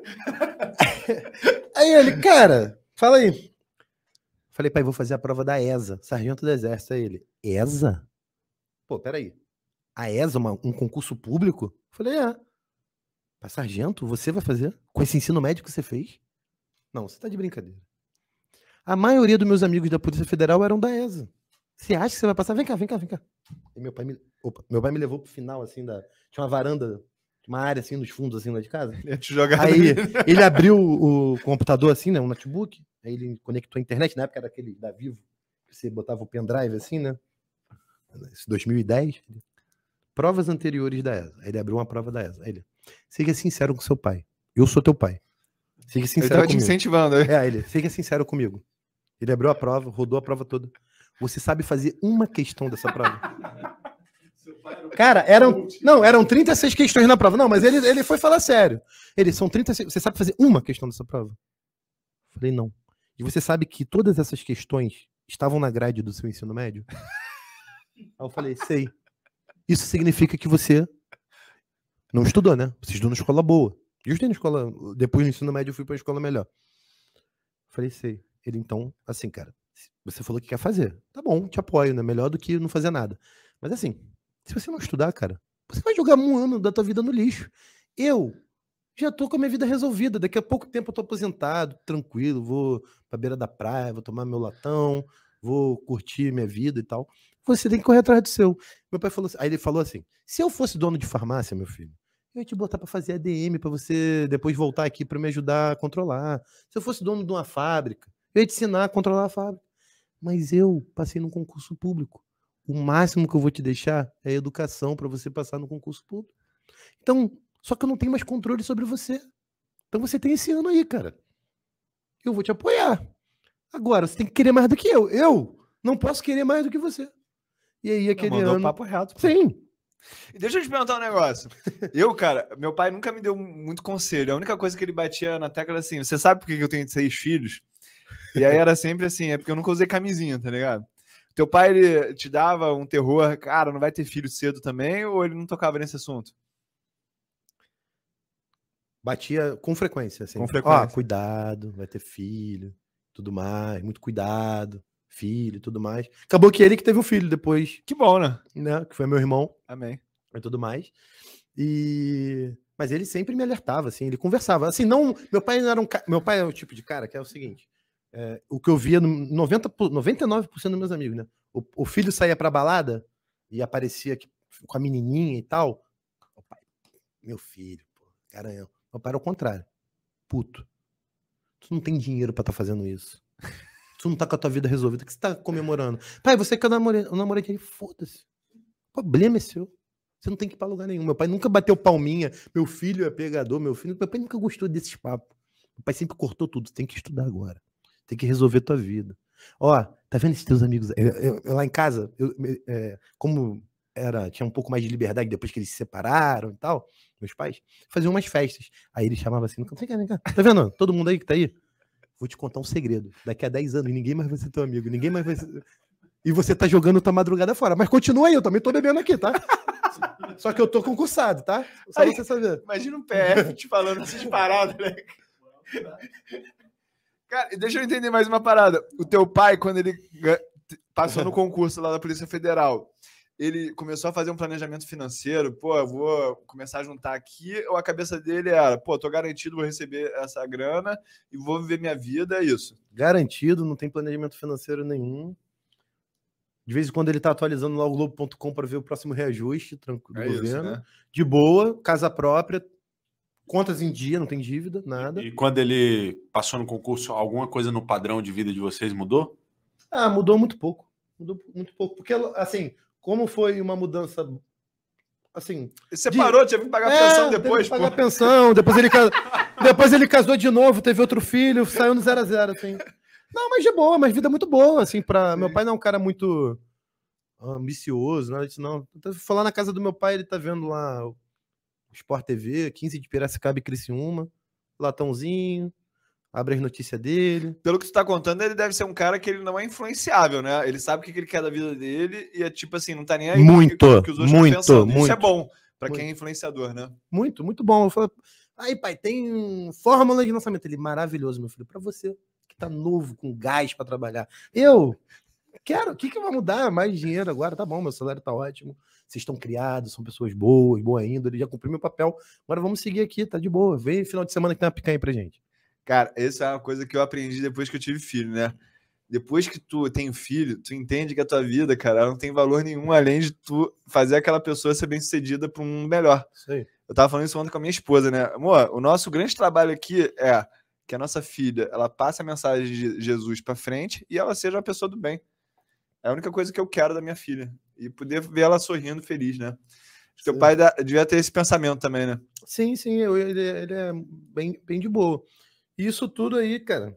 Aí ele, cara, fala aí. Falei, pai, vou fazer a prova da ESA, Sargento do Exército. Aí ele, ESA? Pô, peraí. A ESA, um concurso público? Falei, é. Pra sargento, você vai fazer? Com esse ensino médio que você fez? Não, você tá de brincadeira. A maioria dos meus amigos da Polícia Federal eram da ESA. Você acha que você vai passar? Vem cá, vem cá, vem cá. E meu pai me levou pro final, assim, tinha uma varanda, uma área, assim, nos fundos, assim, lá de casa. Ia te jogar. Aí ele abriu o computador, assim, né, um notebook, aí ele conectou a internet, na época era aquele da Vivo, que você botava o pendrive, assim, né, 2010. Provas anteriores da ESA. Aí ele abriu uma prova da ESA. Aí ele, seja sincero com seu pai. Eu sou teu pai. Seja sincero Ele tava comigo. te incentivando. Ele, seja sincero comigo. Ele abriu a prova, rodou a prova toda. Você sabe fazer uma questão dessa prova? Cara, eram 36 questões na prova. Não, mas ele foi falar sério. São 36. Você sabe fazer uma questão dessa prova? Falei, não. E você sabe que todas essas questões estavam na grade do seu ensino médio? Aí eu falei, sei. Isso significa que você não estudou, né? Você estudou na escola boa. Eu estudei na escola, depois do ensino médio eu fui pra escola melhor. Falei, sei. Ele, então, assim, cara, você falou que quer fazer. Tá bom, te apoio, né? Melhor do que não fazer nada. Mas assim, se você não estudar, cara, você vai jogar um ano da tua vida no lixo. Eu já tô com a minha vida resolvida. Daqui a pouco tempo eu tô aposentado, tranquilo, vou pra beira da praia, vou tomar meu latão, vou curtir minha vida e tal. Você tem que correr atrás do seu. Meu pai falou assim, aí ele falou assim, se eu fosse dono de farmácia, meu filho, eu ia te botar pra fazer ADM, pra você depois voltar aqui pra me ajudar a controlar. Se eu fosse dono de uma fábrica, eu ia te ensinar a controlar a fábrica. Mas eu passei num concurso público. O máximo que eu vou te deixar é educação pra você passar no concurso público. Então, só que eu não tenho mais controle sobre você. Então você tem esse ano aí, cara. Eu vou te apoiar. Agora, você tem que querer mais do que eu. Eu não posso querer mais do que você. E aí, aquele Mandou ano... papo reto. Pô. Sim. E deixa eu te perguntar um negócio. Eu, cara, meu pai nunca me deu muito conselho. A única coisa que ele batia na tecla era assim, você sabe por que eu tenho 6 filhos? E aí era sempre assim, é porque eu nunca usei camisinha, tá ligado? Teu pai, ele te dava um terror, cara, não vai ter filho cedo também, ou ele não tocava nesse assunto? Batia com frequência, assim. Com frequência. Ó, cuidado, vai ter filho, tudo mais, muito cuidado, filho, tudo mais. Acabou que ele que teve um filho depois, Que bom, né? que foi meu irmão. Amém. E tudo mais. Mas ele sempre me alertava, assim, ele conversava. Assim, não, meu pai não era meu pai é o tipo de cara que é o seguinte, o que eu via 99% dos meus amigos, né? O filho saía pra balada e aparecia com a menininha e tal. O pai, meu filho, pô, caramba. Meu pai era o contrário. Puto. Tu não tem dinheiro pra estar fazendo isso. Tu não tá com a tua vida resolvida. O que você tá comemorando? Pai, você que eu namorei. Eu namorei ele. Foda-se. O problema é seu. Você não tem que ir pra lugar nenhum. Meu pai nunca bateu palminha. Meu filho é pegador, meu pai nunca gostou desses papos. Meu pai sempre cortou tudo. Você tem que estudar agora. Tem que resolver tua vida. Ó, tá vendo esses teus amigos? Eu lá em casa, como tinha um pouco mais de liberdade depois que eles se separaram e tal, meus pais, faziam umas festas. Aí eles chamavam assim, vem cá. Tá vendo? Todo mundo aí que tá aí? Vou te contar um segredo. Daqui a 10 anos, ninguém mais vai ser teu amigo. Ninguém mais vai ser... E você tá jogando tua madrugada fora. Mas continua aí, eu também tô bebendo aqui, tá? Só que eu tô concursado, tá? Só aí, você saber. Imagina um PF te falando essas paradas, né? Cara, deixa eu entender mais uma parada. O teu pai, quando ele passou no concurso lá da Polícia Federal, ele começou a fazer um planejamento financeiro, pô, eu vou começar a juntar aqui, ou a cabeça dele era, pô, tô garantido, vou receber essa grana e vou viver minha vida, é isso. Garantido, não tem planejamento financeiro nenhum. De vez em quando ele tá atualizando lá o Globo.com para ver o próximo reajuste do governo. Isso, né? De boa, casa própria, contas em dia, não tem dívida, nada. E quando ele passou no concurso, alguma coisa no padrão de vida de vocês mudou? Mudou muito pouco. Mudou muito pouco. Porque, assim, como foi uma mudança... Assim, você parou, tinha que pagar pensão depois, pô. Pagar pensão, depois ele casou de novo, teve outro filho, saiu no 0-0, assim. Não, mas de boa, mas vida muito boa, assim, pra... Meu pai não é um cara muito ambicioso, nada disso, não. Então, falar na casa do meu pai, ele tá vendo lá o Sport TV, 15 de Piracicaba e Criciúma, latãozinho, abre as notícias dele. Pelo que tu tá contando, ele deve ser um cara que ele não é influenciável, né? Ele sabe o que ele quer da vida dele e é tipo assim, não tá nem aí muito, que os outros estão pensando. Muito. Isso é bom pra quem é influenciador, né? Muito, muito bom. Eu falo, aí, pai, tem fórmula de lançamento. Ele, maravilhoso, meu filho, pra você que tá novo, com gás pra trabalhar. Eu quero, o que vai mudar? Mais dinheiro agora, tá bom, meu salário tá ótimo. Vocês estão criados, são pessoas boas, boa índole, já cumpri meu papel. Agora vamos seguir aqui, tá de boa. Vem final de semana que tem uma picanha pra gente. Cara, essa é uma coisa que eu aprendi depois que eu tive filho, né? Depois que tu tem filho, tu entende que a tua vida, cara, não tem valor nenhum além de tu fazer aquela pessoa ser bem-sucedida para um mundo melhor. Sei. Eu tava falando isso ontem com a minha esposa, né? Amor, o nosso grande trabalho aqui é que a nossa filha, ela passe a mensagem de Jesus para frente e ela seja uma pessoa do bem. É a única coisa que eu quero da minha filha. E poder ver ela sorrindo, feliz, né? Teu pai devia ter esse pensamento também, né? Sim, ele é bem de boa. Isso tudo aí, cara,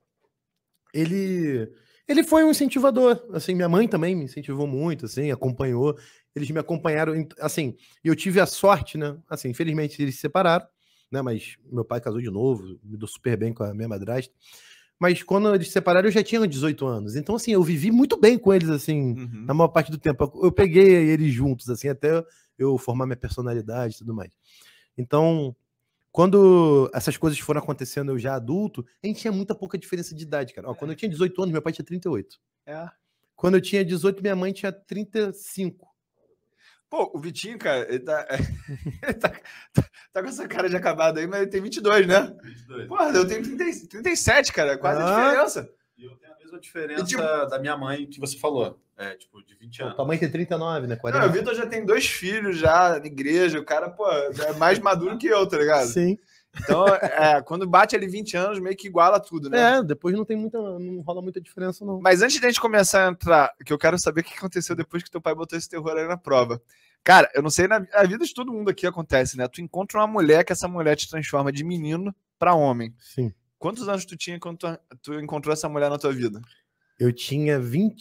ele foi um incentivador, assim, minha mãe também me incentivou muito, assim, acompanhou, eles me acompanharam, assim, e eu tive a sorte, né, assim, infelizmente eles se separaram, né, mas meu pai casou de novo, me deu super bem com a minha madrasta, mas quando eles se separaram eu já tinha 18 anos, então, assim, eu vivi muito bem com eles, assim, na maior parte do tempo, eu peguei eles juntos, assim, até eu formar minha personalidade e tudo mais. Então, quando essas coisas foram acontecendo eu já adulto, a gente tinha muita pouca diferença de idade, cara. Ó, quando eu tinha 18 anos, meu pai tinha 38. Quando eu tinha 18, minha mãe tinha 35. Pô, o Vitinho, cara, ele tá com essa cara de acabado aí, mas ele tem 22, né? 22. Porra, eu tenho 37, cara, quase a diferença. E eu tenho a mesma diferença da minha mãe que você falou. Tipo, de 20 anos. Tua mãe tem 39, né? 40. Não, o Vitor já tem 2 filhos já na igreja. O cara, pô, é mais maduro que eu, tá ligado? Sim. Então, quando bate ali 20 anos, meio que iguala tudo, né? Depois não rola muita diferença, não. Mas antes de a gente começar a entrar, que eu quero saber o que aconteceu depois que teu pai botou esse terror aí na prova. Cara, eu não sei, na vida de todo mundo aqui acontece, né? Tu encontra uma mulher que essa mulher te transforma de menino pra homem. Sim. Quantos anos tu tinha quando tu encontrou essa mulher na tua vida? Eu tinha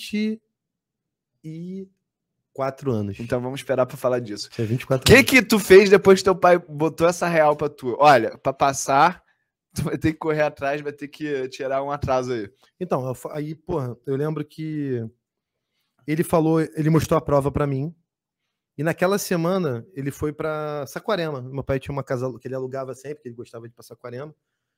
24 anos. Então vamos esperar pra falar disso. Tinha 24 anos. O que tu fez depois que teu pai botou essa real pra tu? Olha, pra passar, tu vai ter que correr atrás, vai ter que tirar um atraso aí. Então, aí, porra, eu lembro que ele mostrou a prova pra mim. E naquela semana, ele foi pra Saquarema. Meu pai tinha uma casa que ele alugava sempre, que ele gostava de ir pra Saquarema.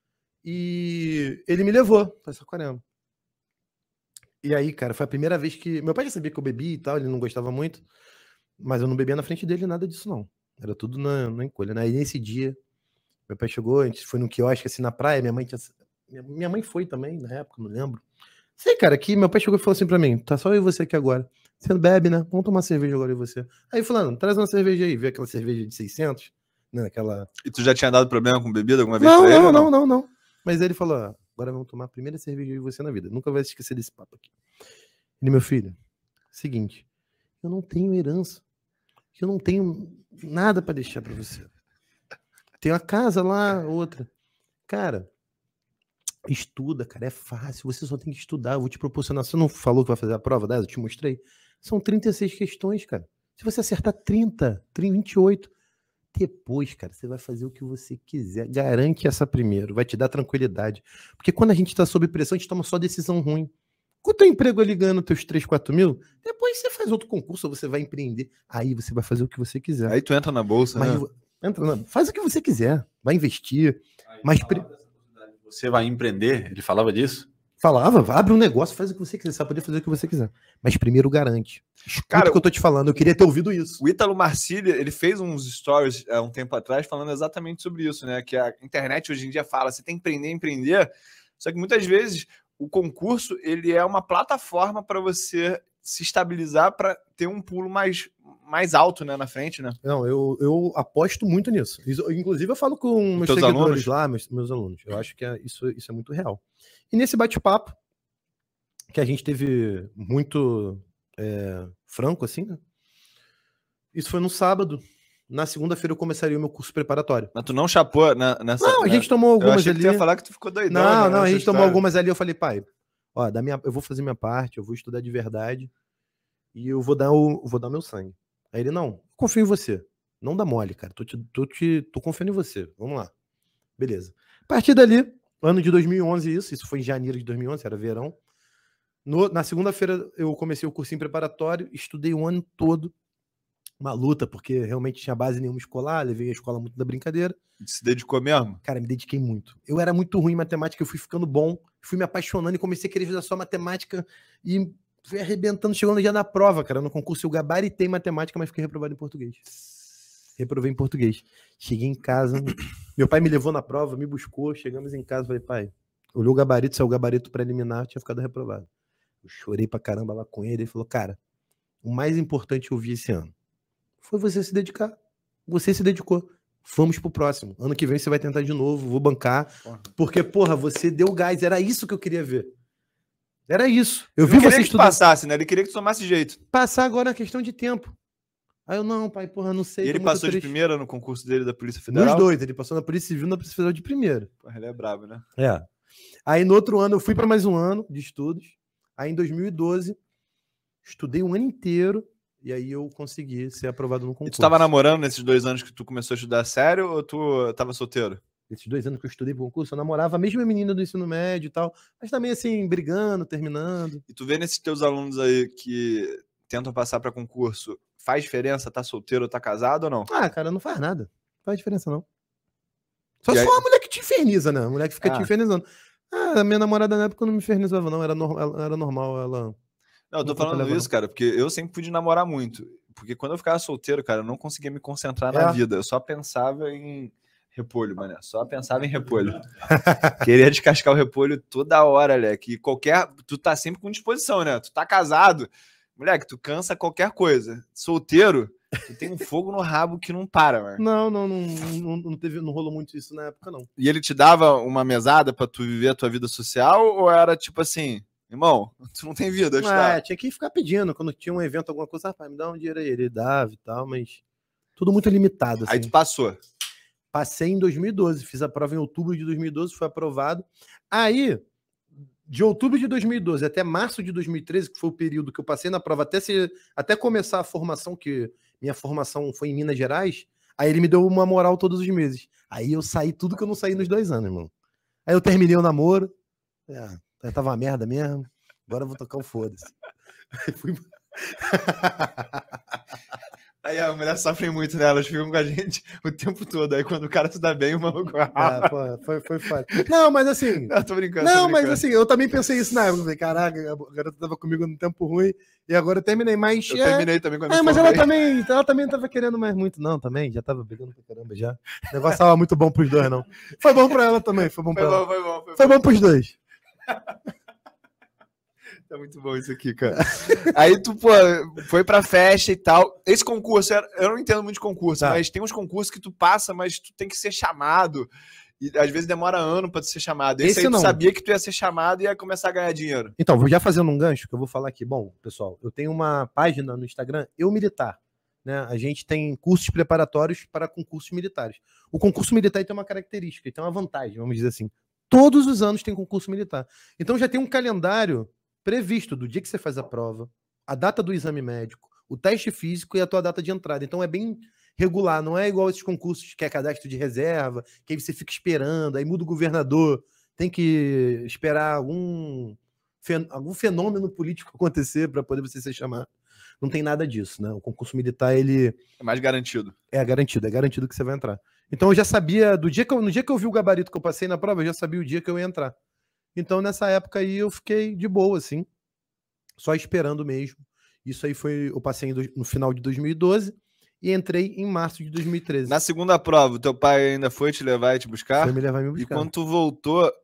E ele me levou pra Saquarema. E aí, cara, foi a primeira vez que... Meu pai já sabia que eu bebia e tal, ele não gostava muito. Mas eu não bebia na frente dele nada disso, não. Era tudo na encolha, né? E nesse dia, meu pai chegou, a gente foi num quiosque, assim, na praia. Minha mãe foi também, na época, não lembro. Sei, cara, que meu pai chegou e falou assim pra mim, tá só eu e você aqui agora. Você não bebe, né? Vamos tomar cerveja agora, eu e você. Aí, fulano, traz uma cerveja aí. Vê aquela cerveja de 600, né? Aquela... E tu já tinha dado problema com bebida alguma vez? Não. Mas aí ele falou, agora vamos tomar a primeira cerveja eu e você na vida. Nunca vai se esquecer desse papo aqui. Ele, meu filho, seguinte, eu não tenho herança. que eu não tenho nada para deixar para você. Tem uma casa lá, outra. Cara, estuda, cara, é fácil. Você só tem que estudar. Eu vou te proporcionar. Você não falou que vai fazer a prova dessa? Eu te mostrei. São 36 questões, cara. Se você acertar 30, 28, depois, cara, você vai fazer o que você quiser. Garante essa primeiro. Vai te dar tranquilidade. Porque quando a gente tá sob pressão, a gente toma só decisão ruim. Com o teu emprego ali ganhando teus 3, 4 mil, depois você faz outro concurso, você vai empreender. Aí você vai fazer o que você quiser. Aí tu entra na bolsa, Mas né? faz o que você quiser. Vai investir. Mas você vai empreender? Ele falava disso? falava, abre um negócio, faz o que você quiser. Você vai poder fazer o que você quiser. Mas primeiro garante. Cara, o que eu tô te falando, eu queria ter ouvido isso. O Ítalo Marcília, ele fez uns stories há um tempo atrás falando exatamente sobre isso, né? Que a internet hoje em dia fala, você tem que empreender. Só que muitas vezes o concurso, ele é uma plataforma para você se estabilizar para ter um pulo mais alto, né, na frente, né? Não, eu aposto muito nisso. Inclusive, eu falo com meus seguidores alunos? Lá, meus alunos. Eu acho que isso é muito real. E nesse bate-papo, que a gente teve muito franco, assim, né? Isso foi no sábado. Na segunda-feira eu começaria o meu curso preparatório. Mas tu não chapou nessa... Não, a gente tomou algumas ali. Eu achei que tu ia falar que tu ficou doidão. Não, a gente tomou algumas ali. Eu falei, pai, ó, eu vou fazer minha parte, eu vou estudar de verdade e eu vou dar o meu sangue. Aí ele, não, confio em você. Não dá mole, cara. Tô confiando em você. Vamos lá. Beleza. A partir dali, ano de 2011, isso foi em janeiro de 2011, era verão. Na segunda-feira eu comecei o cursinho preparatório, estudei o ano todo. Uma luta, porque realmente tinha base nenhuma escolar, levei a escola muito da brincadeira. Se dedicou mesmo? Cara, me dediquei muito. Eu era muito ruim em matemática, eu fui ficando bom, fui me apaixonando e comecei a querer estudar só matemática e fui arrebentando, chegando no dia da prova, cara. No concurso eu gabaritei matemática, mas fiquei reprovado em português. Reprovei em português. Cheguei em casa, meu pai me levou na prova, me buscou, chegamos em casa, falei, pai, olhou o gabarito, saiu o gabarito preliminar, tinha ficado reprovado. Eu chorei pra caramba lá com ele, ele falou, cara, o mais importante eu vi esse ano foi você se dedicar. Você se dedicou. Vamos pro próximo. Ano que vem você vai tentar de novo, vou bancar. Porque, porra, você deu gás. Era isso que eu queria ver. Era isso. Eu vi você estudar. Que passasse, né? Ele queria que tu tomasse jeito. Passar agora é questão de tempo. Aí eu, não, pai, porra, não sei. E ele passou de primeira no concurso dele da Polícia Federal? Nos dois. Ele passou na Polícia Civil e na Polícia Federal de primeira. Porra, ele é brabo, né? É. Aí no outro ano eu fui para mais um ano de estudos. Aí em 2012 estudei um ano inteiro. E aí eu consegui ser aprovado no concurso. E tu tava namorando nesses 2 anos que tu começou a estudar sério ou tu tava solteiro? Esses 2 anos que eu estudei pro concurso, eu namorava a mesma menina do ensino médio e tal, mas também assim, brigando, terminando. E tu vê nesses teus alunos aí que tentam passar para concurso, faz diferença tá solteiro ou tá casado ou não? Ah, cara, não faz nada. Não faz diferença não. Só a mulher que te inferniza, né? A mulher que fica te infernizando. Ah, a minha namorada na época não me infernizava não, era normal, ela... Não, eu tô falando isso, cara, porque eu sempre pude namorar muito. Porque quando eu ficava solteiro, cara, eu não conseguia me concentrar na vida. Eu só pensava em repolho, mané. Só pensava em repolho. Queria descascar o repolho toda hora, moleque. Tu tá sempre com disposição, né? Tu tá casado, moleque, tu cansa qualquer coisa. Solteiro, tu tem um fogo no rabo que não para, mano. Não rolou muito isso na época, não. E ele te dava uma mesada pra tu viver a tua vida social ou era tipo assim... Irmão, tu não tem vida. Tinha que ficar pedindo. Quando tinha um evento, alguma coisa, rapaz, me dá um dinheiro aí. Ele dava e tal, mas tudo muito limitado. Assim. Aí tu passou. Passei em 2012. Fiz a prova em outubro de 2012, foi aprovado. Aí, de outubro de 2012 até março de 2013, que foi o período que eu passei na prova, até começar a formação, que minha formação foi em Minas Gerais, aí ele me deu uma moral todos os meses. Aí eu saí tudo que eu não saí nos 2 anos, irmão. Aí eu terminei o namoro. Tava uma merda mesmo. Agora eu vou tocar o foda-se. Aí a mulher sofre muito, né? Elas ficam com a gente o tempo todo. Aí quando o cara se dá bem, o maluco... Foi fácil. Não, mas assim... Não, tô brincando. Mas assim, eu também pensei isso na época. Falei, caraca, a garota tava comigo no tempo ruim e agora eu terminei. Mas eu terminei também quando eu mas ela também tava querendo mais muito. Não, também. Já tava brigando pra caramba já. O negócio tava muito bom pros dois, não. Foi bom pra ela também. Foi bom pros dois. Tá muito bom isso aqui, cara. Aí tu, foi pra festa e tal. Esse concurso, eu não entendo muito de concurso, mas tem uns concursos que tu passa, mas tu tem que ser chamado. E às vezes demora ano pra tu ser chamado. Esse aí tu sabia que tu ia ser chamado e ia começar a ganhar dinheiro. Então, vou já fazendo um gancho que eu vou falar aqui. Bom, pessoal, eu tenho uma página no Instagram, Eu Militar. né, a gente tem cursos preparatórios para concursos militares. O concurso militar tem uma característica, tem uma vantagem, vamos dizer assim. Todos os anos tem concurso militar. Então já tem um calendário previsto do dia que você faz a prova, a data do exame médico, o teste físico e a tua data de entrada. Então é bem regular, não é igual esses concursos que é cadastro de reserva, que aí você fica esperando, aí muda o governador, tem que esperar algum fenômeno político acontecer para poder você ser chamado. Não tem nada disso, né? O concurso militar, ele... É mais garantido. É garantido que você vai entrar. Então eu já sabia, no dia que eu vi o gabarito que eu passei na prova, eu já sabia o dia que eu ia entrar. Então nessa época aí eu fiquei de boa, assim, só esperando mesmo. Isso aí eu passei no final de 2012 e entrei em março de 2013. Na segunda prova, o teu pai ainda foi te levar e te buscar? Foi me levar e me buscar. E quando tu voltou,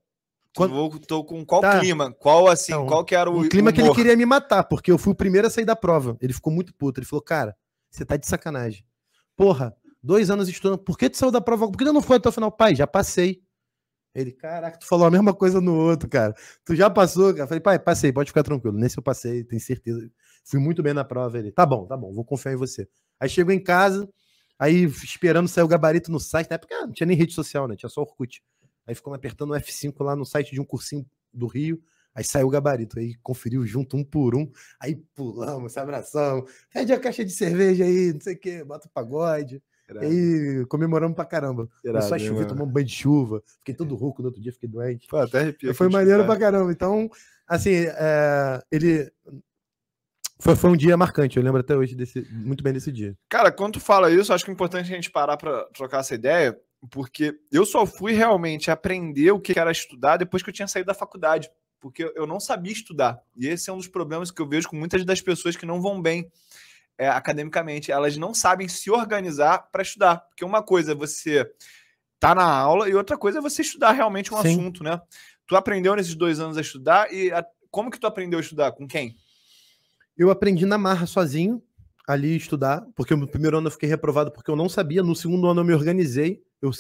voltou com qual clima? Qual que era o clima humor? Que ele queria me matar, porque eu fui o primeiro a sair da prova. Ele ficou muito puto. Ele falou, cara, você tá de sacanagem. Porra, 2 anos estudando, por que tu saiu da prova? Por que tu não foi até o final? Pai, já passei. Ele, caraca, tu falou a mesma coisa no outro, cara. Tu já passou, cara. Eu falei, pai, passei, pode ficar tranquilo. Nesse eu passei, tenho certeza. Fui muito bem na prova. Ele, tá bom, vou confiar em você. Aí chegou em casa, aí esperando sair o gabarito no site. Na época não tinha nem rede social, né? Tinha só Orkut. Aí ficou apertando o F5 lá no site de um cursinho do Rio. Aí saiu o gabarito. Aí conferiu junto, um por um. Aí pulamos, se abraçamos. Pede a caixa de cerveja aí, não sei o quê, bota o pagode. E aí comemoramos pra caramba. Começou a chover, tomamos um banho de chuva. Fiquei todo rouco no outro dia, fiquei doente. Pô, até arrepio. Foi maneiro pra caramba. Então, assim, ele... Foi um dia marcante, eu lembro até hoje muito bem desse dia. Cara, quando tu fala isso, acho que é importante a gente parar pra trocar essa ideia, porque eu só fui realmente aprender o que era estudar depois que eu tinha saído da faculdade, porque eu não sabia estudar. E esse é um dos problemas que eu vejo com muitas das pessoas que não vão bem academicamente. Elas não sabem se organizar para estudar, porque uma coisa é você tá na aula e outra coisa é você estudar realmente um assunto, né? Tu aprendeu nesses 2 anos a estudar e como que tu aprendeu a estudar? Com quem? Eu aprendi na marra sozinho, ali estudar, porque no primeiro ano eu fiquei reprovado porque eu não sabia, no segundo ano eu me organizei, eu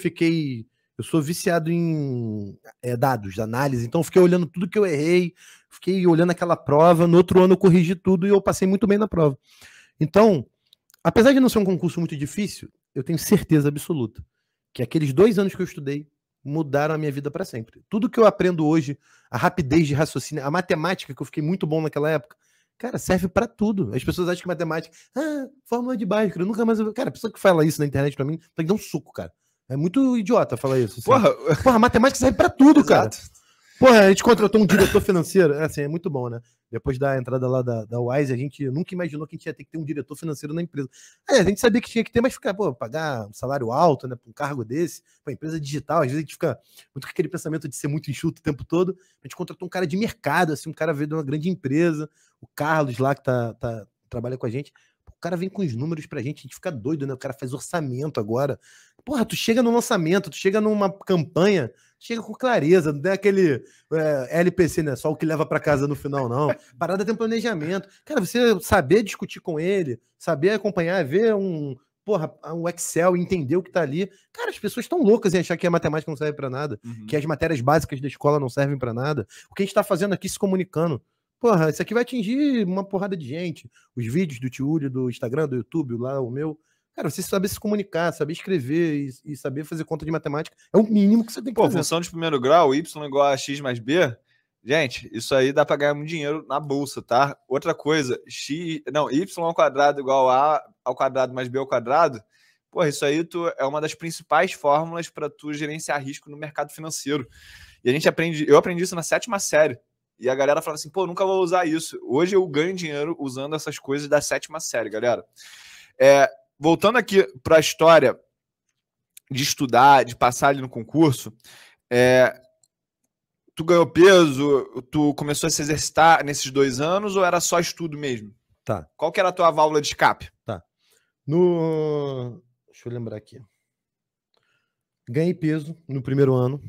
sou viciado em dados, análise, então eu fiquei olhando tudo que eu errei, fiquei olhando aquela prova, no outro ano eu corrigi tudo e eu passei muito bem na prova. Então, apesar de não ser um concurso muito difícil, eu tenho certeza absoluta que aqueles 2 anos que eu estudei mudaram a minha vida para sempre. Tudo que eu aprendo hoje, a rapidez de raciocínio, a matemática, que eu fiquei muito bom naquela época, cara, serve pra tudo. As pessoas acham que matemática... fórmula de Bhaskara, eu nunca mais... Cara, a pessoa que fala isso na internet pra mim, tem que dar um suco, cara. É muito idiota falar isso. Assim. Porra, matemática serve pra tudo, cara. Porra, a gente contratou um diretor financeiro. É muito bom, né? Depois da entrada lá da Wise, a gente nunca imaginou que a gente ia ter que ter um diretor financeiro na empresa. A gente sabia que tinha que ter, mas pagar um salário alto, né? Pra um cargo desse, pra empresa digital, às vezes a gente fica muito com aquele pensamento de ser muito enxuto o tempo todo. A gente contratou um cara de mercado, assim, um cara veio de uma grande empresa, o Carlos lá, que trabalha com a gente. O cara vem com os números pra gente, a gente fica doido, né? O cara faz orçamento agora. Porra, tu chega no lançamento, tu chega numa campanha, chega com clareza, não é aquele LPC, né? Só o que leva pra casa no final, não. Parada tem planejamento. Cara, você saber discutir com ele, saber acompanhar, ver um Excel, entender o que tá ali. Cara, as pessoas estão loucas em achar que a matemática não serve pra nada, que as matérias básicas da escola não servem pra nada. O que a gente tá fazendo aqui se comunicando. Porra, isso aqui vai atingir uma porrada de gente. Os vídeos do Tiúlio, do Instagram, do YouTube, lá, o meu. Cara, você saber se comunicar, saber escrever e saber fazer conta de matemática é o mínimo que você tem que fazer. Função de primeiro grau, y igual a x mais b, gente, isso aí dá para ganhar muito dinheiro na bolsa, tá? Outra coisa, y ao quadrado igual a ao quadrado mais b ao quadrado, porra, isso aí é uma das principais fórmulas para tu gerenciar risco no mercado financeiro. E eu aprendi isso na 7ª série. E a galera fala assim, nunca vou usar isso. Hoje eu ganho dinheiro usando essas coisas da 7ª série, galera. Voltando aqui para a história de estudar, de passar ali no concurso, tu ganhou peso, tu começou a se exercitar nesses 2 anos ou era só estudo mesmo? Tá. Qual que era a tua válvula de escape? Tá. Deixa eu lembrar aqui. Ganhei peso no primeiro ano.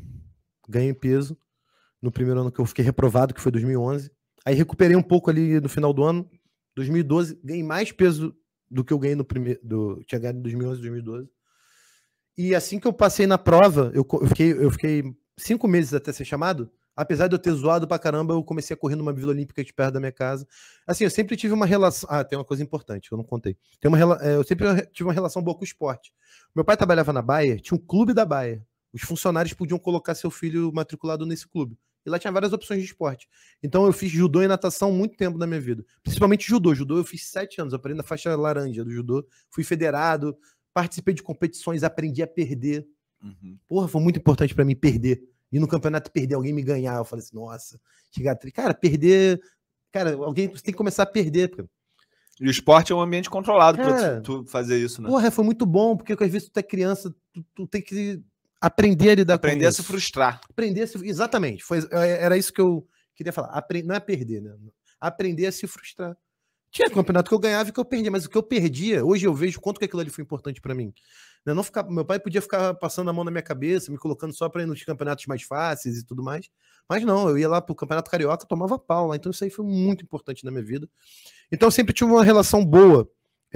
No primeiro ano que eu fiquei reprovado, que foi 2011. Aí recuperei um pouco ali no final do ano. 2012, ganhei mais peso do que eu ganhei tinha ganhado em 2011, 2012. E assim que eu passei na prova, eu fiquei 5 meses até ser chamado. Apesar de eu ter zoado pra caramba, eu comecei a correr numa Vila Olímpica aqui perto da minha casa. Assim, eu sempre tive uma relação... tem uma coisa importante que eu não contei. Eu sempre tive uma relação boa com o esporte. Meu pai trabalhava na Bayer, tinha um clube da Bayer. Os funcionários podiam colocar seu filho matriculado nesse clube. E lá tinha várias opções de esporte. Então eu fiz judô e natação muito tempo na minha vida. Principalmente judô. Judô eu fiz 7 anos. Eu aprendi na faixa laranja do judô. Fui federado, participei de competições, aprendi a perder. Porra, foi muito importante pra mim perder. Ir no campeonato perder, alguém me ganhar. Eu falei assim, nossa, chegar... Cara, perder... Cara, alguém tem que começar a perder, cara. E o esporte é um ambiente controlado Cara, pra tu fazer isso, né? Porra, foi muito bom, porque às vezes tu é criança, tu tem que aprender a lidar com isso. Aprender a se frustrar. Exatamente. Era isso que eu queria falar. Não é perder, né? Aprender a se frustrar. Tinha campeonato que eu ganhava e que eu perdia, mas o que eu perdia, hoje eu vejo quanto que aquilo ali foi importante pra mim. Não ficar, meu pai podia ficar passando a mão na minha cabeça, me colocando só pra ir nos campeonatos mais fáceis e tudo mais. Mas não, eu ia lá pro Campeonato Carioca, tomava pau lá. Então isso aí foi muito importante na minha vida. Então eu sempre tive uma relação boa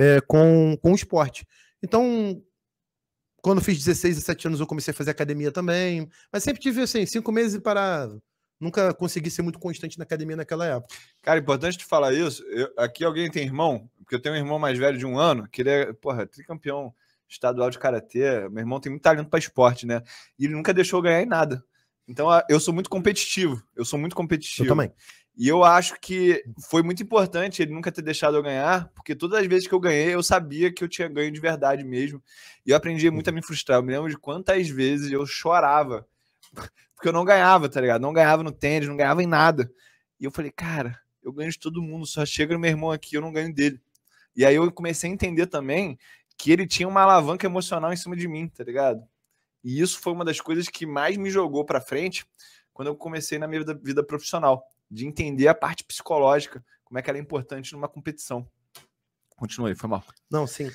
com o esporte. Então, quando eu fiz 16, 17 anos, eu comecei a fazer academia também. Mas sempre tive, assim, 5 meses e parava. Nunca consegui ser muito constante na academia naquela época. Cara, importante tu falar isso. Aqui alguém tem irmão? Porque eu tenho um irmão mais velho de 1 ano, que ele é, tricampeão estadual de karatê. Meu irmão tem muito talento para esporte, né? E ele nunca deixou eu ganhar em nada. Então, eu sou muito competitivo. Eu também. E eu acho que foi muito importante ele nunca ter deixado eu ganhar, porque todas as vezes que eu ganhei, eu sabia que eu tinha ganho de verdade mesmo. E eu aprendi muito a me frustrar. Eu me lembro de quantas vezes eu chorava, porque eu não ganhava, tá ligado? Não ganhava no tênis, não ganhava em nada. E eu falei, cara, eu ganho de todo mundo, só chega no meu irmão aqui, eu não ganho dele. E aí eu comecei a entender também que ele tinha uma alavanca emocional em cima de mim, tá ligado? E isso foi uma das coisas que mais me jogou pra frente quando eu comecei na minha vida profissional, de entender a parte psicológica, como é que ela é importante numa competição. Continua aí, foi mal. Não, sim.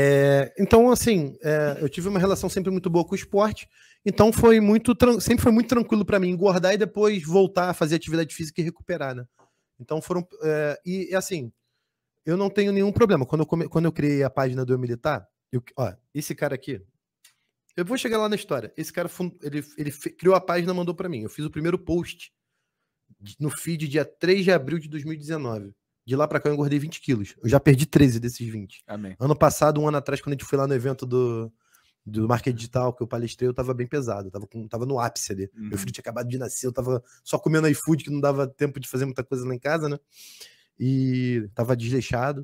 Então, assim, eu tive uma relação sempre muito boa com o esporte, então sempre foi muito tranquilo para mim engordar e depois voltar a fazer atividade física e recuperar, né? Então assim, eu não tenho nenhum problema. Quando eu criei a página do Eu Militar, esse cara aqui, eu vou chegar lá na história. Esse cara, ele criou a página e mandou para mim. Eu fiz o primeiro post no feed dia 3 de abril de 2019. De lá pra cá eu engordei 20 quilos. Eu já perdi 13 desses 20. Amém. Ano passado, 1 ano atrás, quando a gente foi lá no evento do Marketing Digital, que eu palestrei, eu tava bem pesado. Eu tava no ápice ali. Meu filho tinha acabado de nascer, eu tava só comendo iFood, que não dava tempo de fazer muita coisa lá em casa, né? E tava desleixado.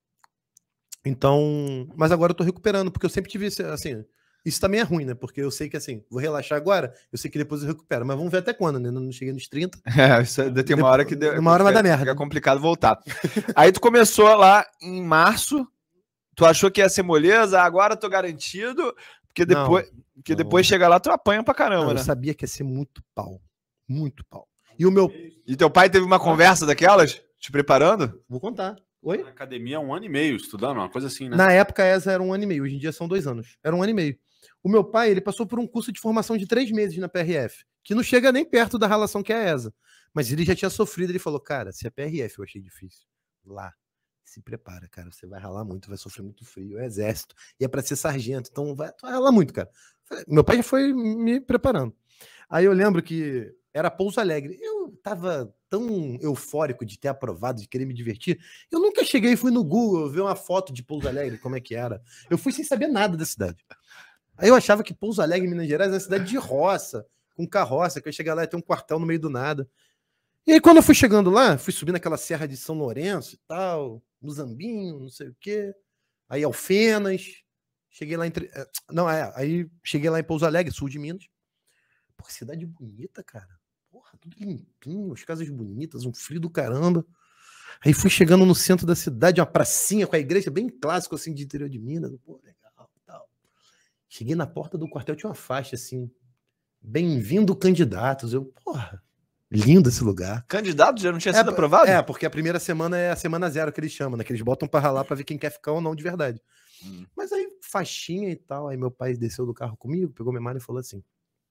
Então... Mas agora eu tô recuperando, porque eu sempre tive esse, assim... Isso também é ruim, né? Porque eu sei que, assim, vou relaxar agora, eu sei que depois eu recupero. Mas vamos ver até quando, né? Não cheguei nos 30. Tem uma hora que uma hora vai dar merda. Fica complicado voltar. Aí tu começou lá em março, tu achou que ia ser moleza, agora tô garantido, porque depois chega lá, tu apanha pra caramba, né? Eu sabia que ia ser muito pau. Muito pau. E teu pai teve uma conversa daquelas, te preparando? Vou contar. Oi? Na academia 1 ano e meio estudando, uma coisa assim, né? Na época essa era 1 ano e meio, hoje em dia são 2 anos. Era 1 ano e meio. O meu pai, ele passou por um curso de formação de 3 meses na PRF, que não chega nem perto da relação que é a ESA. Mas ele já tinha sofrido, ele falou, cara, se a PRF eu achei difícil, lá, se prepara, cara, você vai ralar muito, vai sofrer muito frio, é o exército, e é pra ser sargento, então vai ralar muito, cara. Meu pai já foi me preparando. Aí eu lembro que era Pouso Alegre. Eu tava tão eufórico de ter aprovado, de querer me divertir. Eu nunca cheguei e fui no Google ver uma foto de Pouso Alegre, como é que era. Eu fui sem saber nada da cidade. Aí eu achava que Pouso Alegre, Minas Gerais, era uma cidade de roça, com carroça, que eu ia chegar lá e ter um quartel no meio do nada. E aí quando eu fui chegando lá, fui subindo aquela serra de São Lourenço e tal, Muzambinho, não sei o quê. Aí Alfenas. Cheguei lá aí cheguei lá em Pouso Alegre, sul de Minas. Pô, cidade bonita, cara. Porra, tudo limpinho, as casas bonitas, um frio do caramba. Aí fui chegando no centro da cidade, uma pracinha com a igreja, bem clássico, assim, de interior de Minas. Pô, legal, tal. Cheguei na porta do quartel, tinha uma faixa, assim, bem-vindo candidatos. Eu, porra, lindo esse lugar. Candidato já não tinha sido aprovado? Porque a primeira semana é a semana 0 que eles chamam, né? Que eles botam pra ralar pra ver quem quer ficar ou não de verdade. Mas aí, faixinha e tal, aí meu pai desceu do carro comigo, pegou minha mala e falou assim,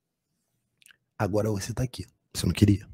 agora você tá aqui, você não queria.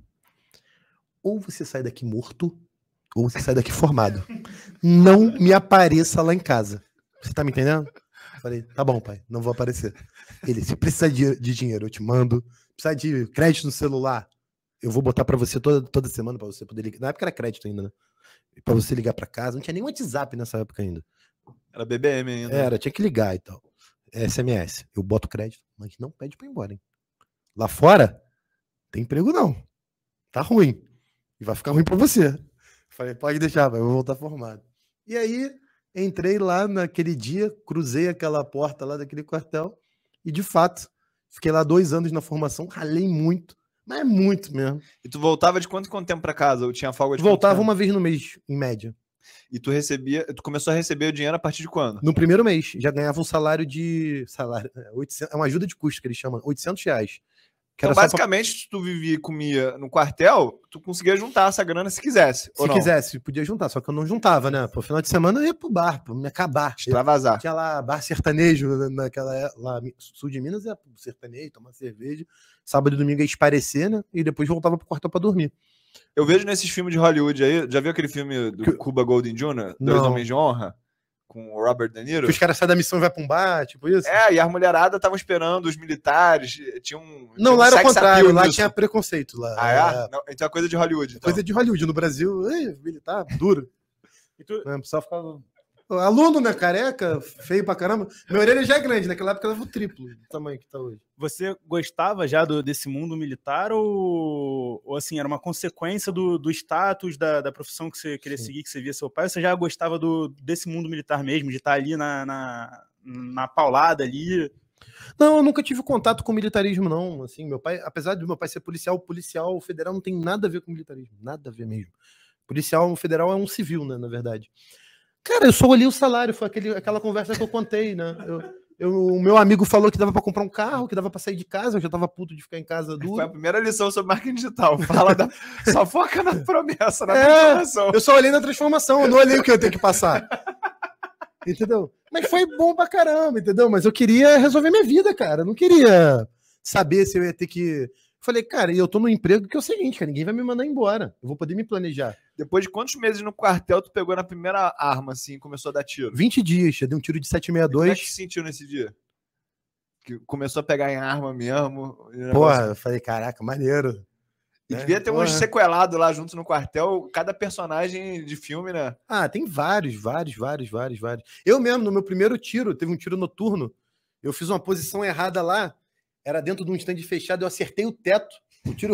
Ou você sai daqui morto, ou você sai daqui formado. Não me apareça lá em casa. Você tá me entendendo? Eu falei, tá bom, pai, não vou aparecer. Ele, se precisar de dinheiro, eu te mando. Precisa de crédito no celular, eu vou botar pra você toda semana pra você poder ligar. Na época era crédito ainda, né? Pra você ligar pra casa. Não tinha nem WhatsApp nessa época ainda. Era BBM ainda. Era, tinha que ligar e tal. SMS. Eu boto crédito, mas não pede pra ir embora, hein? Lá fora, tem emprego não. Tá ruim. E vai ficar ruim pra você. Falei, pode deixar, eu vou voltar formado. E aí, entrei lá naquele dia, cruzei aquela porta lá daquele quartel e, de fato, fiquei lá 2 anos na formação, ralei muito, mas muito mesmo. E tu voltava de quanto em quanto tempo pra casa? Ou tinha folga de Voltava quanto tempo? uma vez no mês, em média. E tu começou a receber o dinheiro a partir de quando? No primeiro mês, já ganhava um salário, 800, é uma ajuda de custo que eles chamam, R$800. Que Então, era só basicamente, se tu vivia e comia no quartel, tu conseguia juntar essa grana se quisesse. Se quisesse, podia juntar, só que eu não juntava, né? Pô, final de semana eu ia pro bar, pra me acabar. Extravasar. Tinha lá bar sertanejo, lá sul de Minas, ia pro sertanejo, tomar cerveja. Sábado e domingo ia esparecer, né? E depois voltava pro quartel pra dormir. Eu vejo nesses filmes de Hollywood aí, já viu aquele filme do Cuba Gooding Jr., Dois Homens de Honra? Com o Robert De Niro? Que os caras saem da missão e vai pra um bar, tipo isso? É, e a mulherada estavam esperando os militares, Não, lá era o contrário, lá tinha preconceito. Lá. Ah, é? Não, então é coisa de Hollywood. Então. Coisa de Hollywood, no Brasil, militar, duro. E tu... O pessoal ficava... Aluno, né, careca, feio pra caramba. Minha orelha já é grande, naquela época ela era o triplo do tamanho que tá hoje. Você gostava já desse mundo militar ou assim, era uma consequência do status, da profissão que você queria seguir, que você via seu pai? Ou você já gostava desse mundo militar mesmo, de estar ali na paulada ali? Não, eu nunca tive contato com militarismo, não. Assim, meu pai, apesar de meu pai ser policial federal não tem nada a ver com militarismo. Nada a ver mesmo. Policial federal é um civil, né, na verdade. Cara, eu só olhei o salário, foi aquela conversa que eu contei, né? O meu amigo falou que dava pra comprar um carro, que dava pra sair de casa, eu já tava puto de ficar em casa duro. Foi a primeira lição sobre marketing digital. Só foca na promessa, na transformação. Eu só olhei na transformação, eu não olhei o que eu tenho que passar. Entendeu? Mas foi bom pra caramba, entendeu? Mas eu queria resolver minha vida, cara. Eu não queria saber se eu ia ter que... Falei, cara, e eu tô no emprego que é o seguinte, cara, ninguém vai me mandar embora. Eu vou poder me planejar. Depois de quantos meses no quartel tu pegou na primeira arma, assim, e começou a dar tiro? 20 dias, já dei um tiro de 7,62. Como é que se sentiu nesse dia? Que começou a pegar em arma mesmo? Porra, eu falei, caraca, maneiro. E devia ter uns sequelados lá juntos no quartel, cada personagem de filme, né? Ah, tem vários. Eu mesmo, no meu primeiro tiro, teve um tiro noturno, eu fiz uma posição errada lá, era dentro de um stand fechado, eu acertei o teto, o tiro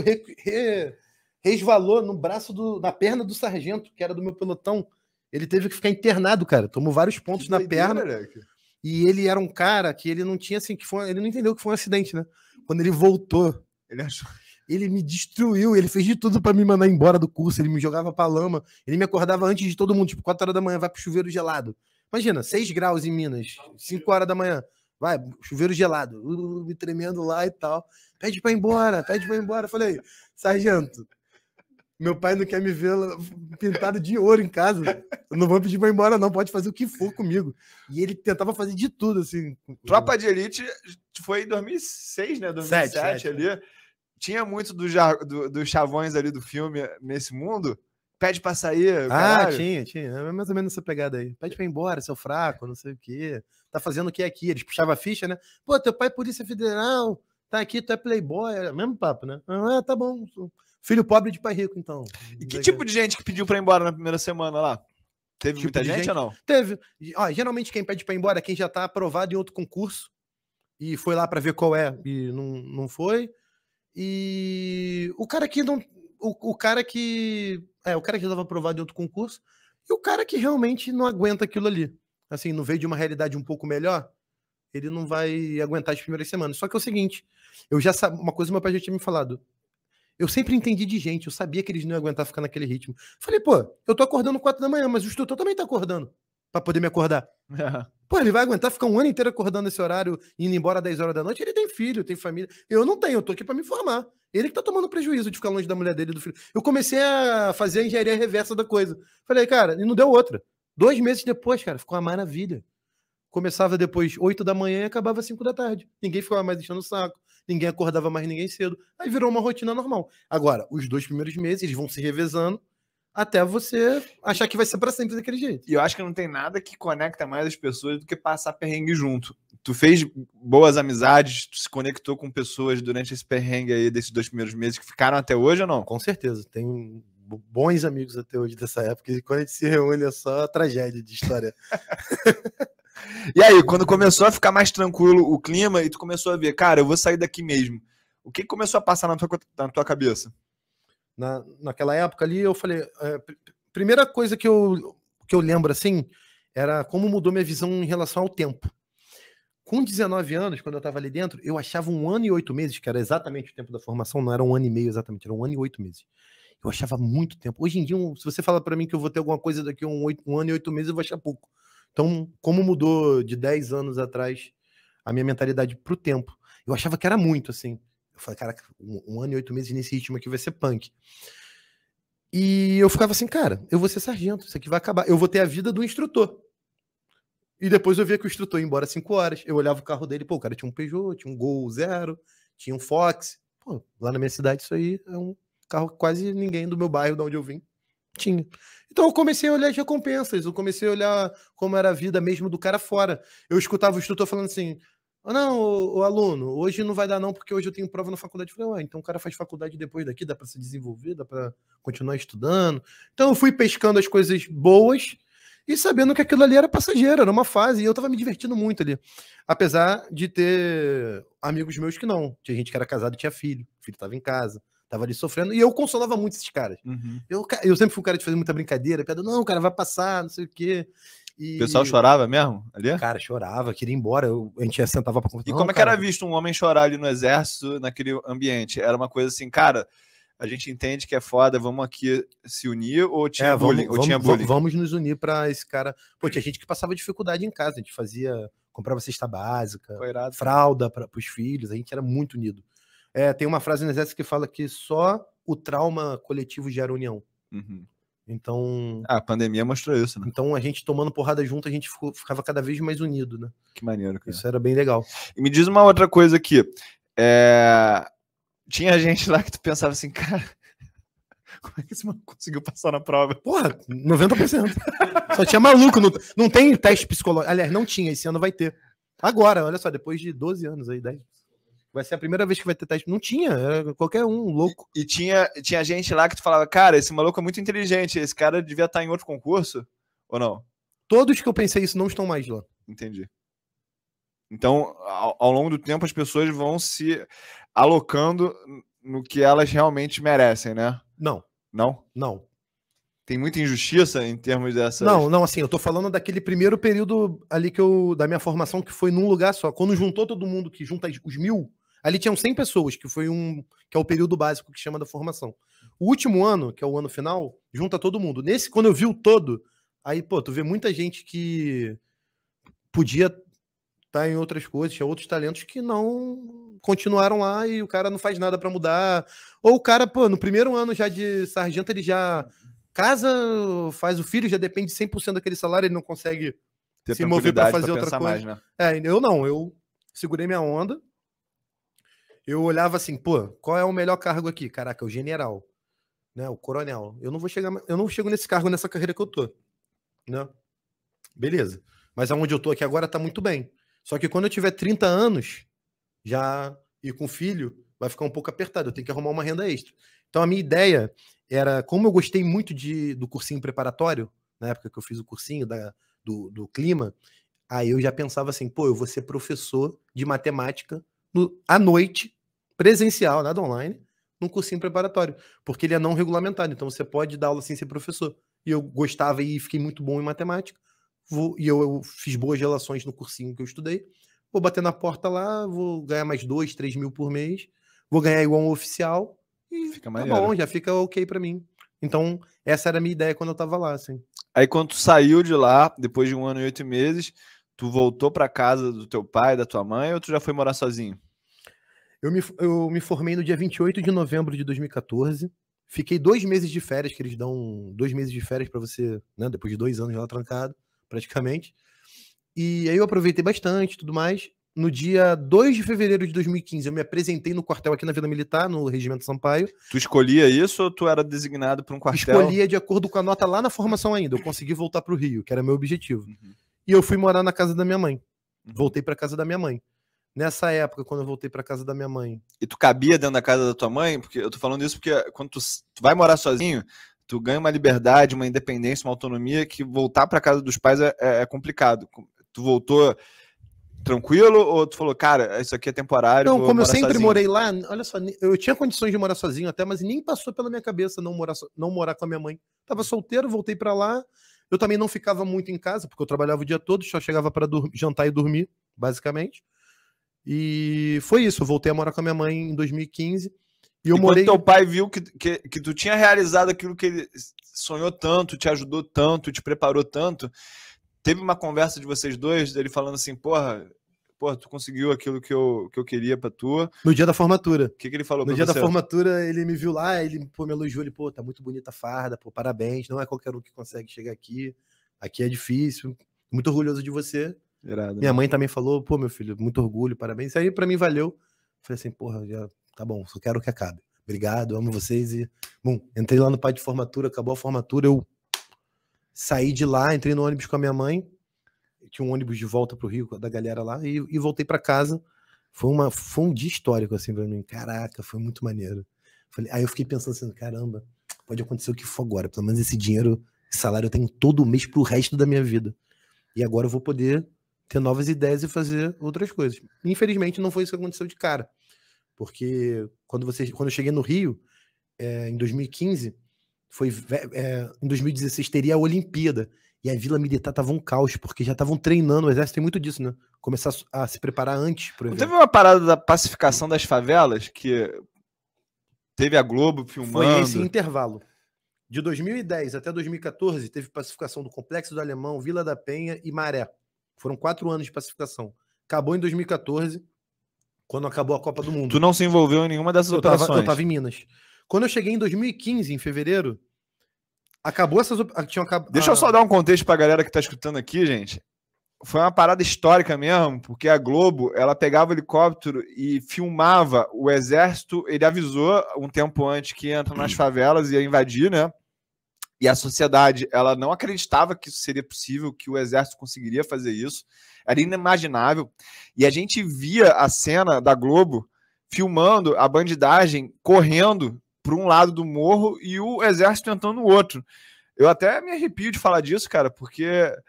resvalou no braço na perna do sargento, que era do meu pelotão. Ele teve que ficar internado, cara. Tomou vários pontos na perna. Moleque. E ele era um cara que ele não tinha assim, ele não entendeu que foi um acidente, né? Quando ele voltou, ele me destruiu, ele fez de tudo pra me mandar embora do curso, ele me jogava pra lama, ele me acordava antes de todo mundo, tipo, 4 horas da manhã, vai pro chuveiro gelado. Imagina, 6 graus em Minas, 5 horas da manhã. Vai, chuveiro gelado, me tremendo lá e tal. Pede pra ir embora. Eu falei, sargento, meu pai não quer me ver pintado de ouro em casa. Eu não vou pedir pra ir embora, não. Pode fazer o que for comigo. E ele tentava fazer de tudo, assim. Tropa de Elite foi em 2006, né? 2007 ali. Né? Tinha muito dos chavões ali do filme nesse mundo. Pede pra sair. Caralho. Tinha. É mais ou menos essa pegada aí. Pede pra ir embora, seu fraco, não sei o quê. Tá fazendo o que aqui? Eles puxavam a ficha, né? Pô, teu pai é Polícia Federal, tá aqui, tu é playboy. Era mesmo papo, né? Ah, tá bom. Filho pobre de pai rico, então. E que tipo de gente que pediu pra ir embora na primeira semana lá? Teve muita gente ou não? Teve. Ó, geralmente quem pede pra ir embora é quem já tá aprovado em outro concurso e foi lá pra ver qual é e não foi. E o cara que não... O cara que estava aprovado em outro concurso e o cara que realmente não aguenta aquilo ali. Assim, não veio de uma realidade um pouco melhor, ele não vai aguentar as primeiras semanas. Só que é o seguinte, eu já sabia, uma coisa que meu pai já tinha me falado, eu sempre entendi de gente, eu sabia que eles não iam aguentar ficar naquele ritmo. Falei, pô, eu tô acordando 4 da manhã, mas o instrutor também tá acordando pra poder me acordar. Pô, ele vai aguentar ficar um ano inteiro acordando nesse horário, indo embora às 10 horas da noite, ele tem filho, tem família. Eu não tenho, eu tô aqui pra me formar. Ele que tá tomando prejuízo de ficar longe da mulher dele e do filho. Eu comecei a fazer a engenharia reversa da coisa. Falei, cara, e não deu outra. 2 meses depois, cara, ficou uma maravilha. Começava depois 8 da manhã e acabava 5 da tarde. Ninguém ficava mais enchendo o saco. Ninguém acordava mais ninguém cedo. Aí virou uma rotina normal. Agora, os 2 primeiros meses, eles vão se revezando até você achar que vai ser pra sempre daquele jeito. E eu acho que não tem nada que conecta mais as pessoas do que passar perrengue junto. Tu fez boas amizades, tu se conectou com pessoas durante esse perrengue aí desses 2 primeiros meses que ficaram até hoje ou não? Com certeza, tenho bons amigos até hoje dessa época, e quando a gente se reúne é só tragédia de história. E aí, quando começou a ficar mais tranquilo o clima e tu começou a ver, cara, eu vou sair daqui mesmo, o que começou a passar na tua cabeça? Naquela época ali, eu falei, primeira coisa que eu lembro, assim, era como mudou minha visão em relação ao tempo. Com 19 anos, quando eu estava ali dentro, eu achava 1 ano e 8 meses, que era exatamente o tempo da formação, não era 1 ano e meio exatamente, era 1 ano e 8 meses. Eu achava muito tempo. Hoje em dia, se você fala para mim que eu vou ter alguma coisa daqui a 1 ano e 8 meses, eu vou achar pouco. Então, como mudou de 10 anos atrás a minha mentalidade pro tempo? Eu achava que era muito, assim. Eu falei, cara, 1 ano e 8 meses nesse ritmo aqui vai ser punk. E eu ficava assim, cara, eu vou ser sargento, isso aqui vai acabar. Eu vou ter a vida do instrutor. E depois eu via que o instrutor ia embora às 5 horas. Eu olhava o carro dele, pô, o cara tinha um Peugeot, tinha um Gol 0, tinha um Fox. Pô, lá na minha cidade isso aí é um carro que quase ninguém do meu bairro, de onde eu vim, tinha. Então eu comecei a olhar as recompensas, eu comecei a olhar como era a vida mesmo do cara fora. Eu escutava o instrutor falando assim, não, o aluno, hoje não vai dar não, porque hoje eu tenho prova na faculdade. Eu falei, então o cara faz faculdade depois daqui, dá para se desenvolver, dá para continuar estudando. Então eu fui pescando as coisas boas e sabendo que aquilo ali era passageiro, era uma fase, e eu tava me divertindo muito ali. Apesar de ter amigos meus que não. Tinha gente que era casado e tinha filho, o filho tava em casa, tava ali sofrendo, e eu consolava muito esses caras. Uhum. Eu sempre fui um cara de fazer muita brincadeira, piada, não, cara, vai passar, não sei o quê. E... O pessoal chorava mesmo ali? Cara, chorava, queria ir embora, a gente sentava pra conversar. E como é que era visto um homem chorar ali no exército, naquele ambiente? Era uma coisa assim, cara, a gente entende que é foda, vamos aqui se unir, ou tinha bullying? Vamos nos unir pra esse cara. Pô, tinha gente que passava dificuldade em casa, a gente comprava cesta básica, fralda pros filhos, a gente era muito unido. Tem uma frase no exército que fala que só o trauma coletivo gera união. Uhum. Então... a pandemia mostrou isso, né? Então a gente tomando porrada junto, a gente ficava cada vez mais unido, né? Que maneiro, cara. Isso era bem legal. E me diz uma outra coisa aqui. Tinha gente lá que tu pensava assim, cara, como é que esse maluco conseguiu passar na prova? Porra, 90%. Só tinha maluco, não tem teste psicológico. Aliás, não tinha, esse ano vai ter. Agora, olha só, depois de 12 anos aí, 10. Vai ser a primeira vez que vai ter teste. Não tinha, era qualquer um, louco. E tinha gente lá que tu falava, cara, esse maluco é muito inteligente, esse cara devia estar em outro concurso, ou não? Todos que eu pensei isso não estão mais lá. Entendi. Então, ao longo do tempo, as pessoas vão se alocando no que elas realmente merecem, né? Não. Não? Não. Tem muita injustiça em termos dessas... Não, assim, eu tô falando daquele primeiro período ali da minha formação, que foi num lugar só. Quando juntou todo mundo, que junta os 1000, ali tinham 100 pessoas, que é o período básico que chama da formação. O último ano, que é o ano final, junta todo mundo. Nesse, quando eu vi o todo, aí, pô, tu vê muita gente que podia estar em outras coisas, tinha outros talentos que não continuaram lá e o cara não faz nada pra mudar. Ou o cara, pô, no primeiro ano já de sargento, ele já casa, faz o filho, já depende 100% daquele salário, ele não consegue se mover pra fazer outra coisa. Mais, né? Eu segurei minha onda. Eu olhava assim, pô, qual é o melhor cargo aqui? Caraca, o general, né? O coronel. Eu não chego nesse cargo nessa carreira que eu tô, né? Beleza. Mas aonde eu tô aqui agora tá muito bem. Só que quando eu tiver 30 anos, já e com filho, vai ficar um pouco apertado. Eu tenho que arrumar uma renda extra. Então a minha ideia era, como eu gostei muito do cursinho preparatório, na época que eu fiz o cursinho do clima, aí eu já pensava assim, pô, eu vou ser professor de matemática à noite, presencial, nada online, num cursinho preparatório, porque ele é não regulamentado, então você pode dar aula sem ser professor. E eu gostava e fiquei muito bom em matemática, e eu fiz boas relações no cursinho que eu estudei, vou bater na porta lá, vou ganhar mais 2, 3 mil por mês, vou ganhar igual um oficial, e fica tá bom, já fica ok pra mim. Então, essa era a minha ideia quando eu tava lá, assim. Aí quando tu saiu de lá, depois de 1 ano e 8 meses, tu voltou pra casa do teu pai, da tua mãe, ou tu já foi morar sozinho? Eu me formei no dia 28 de novembro de 2014. Fiquei 2 meses de férias, que eles dão 2 meses de férias pra você, né? Depois de 2 anos lá trancado, praticamente. E aí eu aproveitei bastante, tudo mais. No dia 2 de fevereiro de 2015, eu me apresentei no quartel aqui na Vila Militar, no Regimento Sampaio. Tu escolhia isso ou tu era designado para um quartel? Escolhia de acordo com a nota lá na formação ainda. Eu consegui voltar pro Rio, que era meu objetivo. Uhum. E eu fui morar na casa da minha mãe. Voltei pra casa da minha mãe. Nessa época, quando eu voltei pra casa da minha mãe... E tu cabia dentro da casa da tua mãe? Porque eu tô falando isso porque quando tu vai morar sozinho, tu ganha uma liberdade, uma independência, uma autonomia, que voltar pra casa dos pais é complicado. Tu voltou tranquilo ou tu falou, cara, isso aqui é temporário? Não, como eu sempre sozinho? morei lá, olha só, eu tinha condições de morar sozinho até, mas nem passou pela minha cabeça não morar com a minha mãe. Tava solteiro, voltei pra lá. Eu também não ficava muito em casa, porque eu trabalhava o dia todo, só chegava pra jantar e dormir, basicamente. E foi isso, eu voltei a morar com a minha mãe em 2015. E eu morei. Quando teu pai viu que tu tinha realizado aquilo que ele sonhou tanto, te ajudou tanto, te preparou tanto, teve uma conversa de vocês dois, dele falando assim, porra, tu conseguiu aquilo que eu queria pra tu. No dia da formatura. O que ele falou No pra dia você? da formatura, ele me viu lá, ele me elogiou, ele, tá muito bonita a farda, parabéns, não é qualquer um que consegue chegar aqui. Aqui é difícil. Muito orgulhoso de você. Irado, Minha mãe também falou, meu filho, muito orgulho, parabéns. Isso aí pra mim valeu. Falei assim, porra, já tá bom, só quero que acabe. Obrigado, amo vocês e... Bom, entrei lá no pai de formatura, acabou a formatura, eu saí de lá, entrei no ônibus com a minha mãe, tinha um ônibus de volta pro Rio, da galera lá, e voltei pra casa. Foi um dia histórico, assim, pra mim. Caraca, foi muito maneiro. Aí eu fiquei pensando assim, caramba, pode acontecer o que for agora, pelo menos esse dinheiro, esse salário eu tenho todo mês pro resto da minha vida. E agora eu vou poder ter novas ideias e fazer outras coisas. Infelizmente não foi isso que aconteceu de cara, porque quando eu cheguei no Rio, em 2015, em 2016 teria a Olimpíada, e a Vila Militar tava um caos, porque já estavam treinando, o exército tem muito disso, né? Começar a se preparar antes pro evento. Não teve uma parada da pacificação das favelas, que teve a Globo filmando? Foi esse intervalo. De 2010 até 2014, teve pacificação do Complexo do Alemão, Vila da Penha e Maré. Foram 4 anos de pacificação. Acabou em 2014, quando acabou a Copa do Mundo. Tu não se envolveu em nenhuma dessas operações? Eu tava em Minas. Quando eu cheguei em 2015, em fevereiro, acabou essas operações. Deixa eu só dar um contexto pra galera que tá escutando aqui, gente. Foi uma parada histórica mesmo, porque a Globo, ela pegava o helicóptero e filmava o exército. Ele avisou um tempo antes que ia entrar nas favelas e ia invadir, né? E a sociedade, ela não acreditava que isso seria possível, que o exército conseguiria fazer isso. Era inimaginável. E a gente via a cena da Globo filmando a bandidagem correndo para um lado do morro e o exército entrando no outro. Eu até me arrepio de falar disso, cara, porque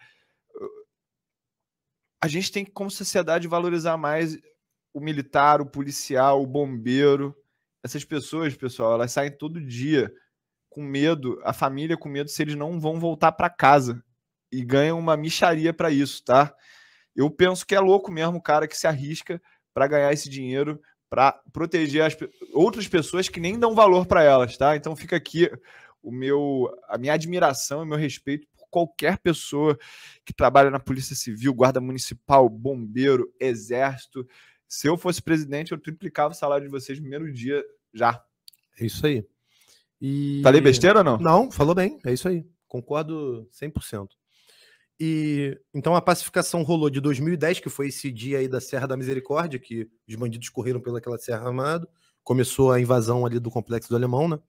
a gente tem que, como sociedade, valorizar mais o militar, o policial, o bombeiro. Essas pessoas, pessoal, elas saem todo dia com medo, a família com medo se eles não vão voltar para casa e ganham uma mixaria para isso, tá? Eu penso que é louco mesmo o cara que se arrisca para ganhar esse dinheiro, para proteger outras pessoas que nem dão valor para elas, tá? Então fica aqui a minha admiração e meu respeito por qualquer pessoa que trabalha na Polícia Civil, Guarda Municipal, Bombeiro, Exército. Se eu fosse presidente, eu triplicava o salário de vocês no primeiro dia já. É isso aí. Falei besteira ou não? Não, falou bem, é isso aí. Concordo 100%. E então a pacificação rolou de 2010, que foi esse dia aí da Serra da Misericórdia, que os bandidos correram pelaquela Serra Armada. Começou a invasão ali do Complexo do Alemão, né?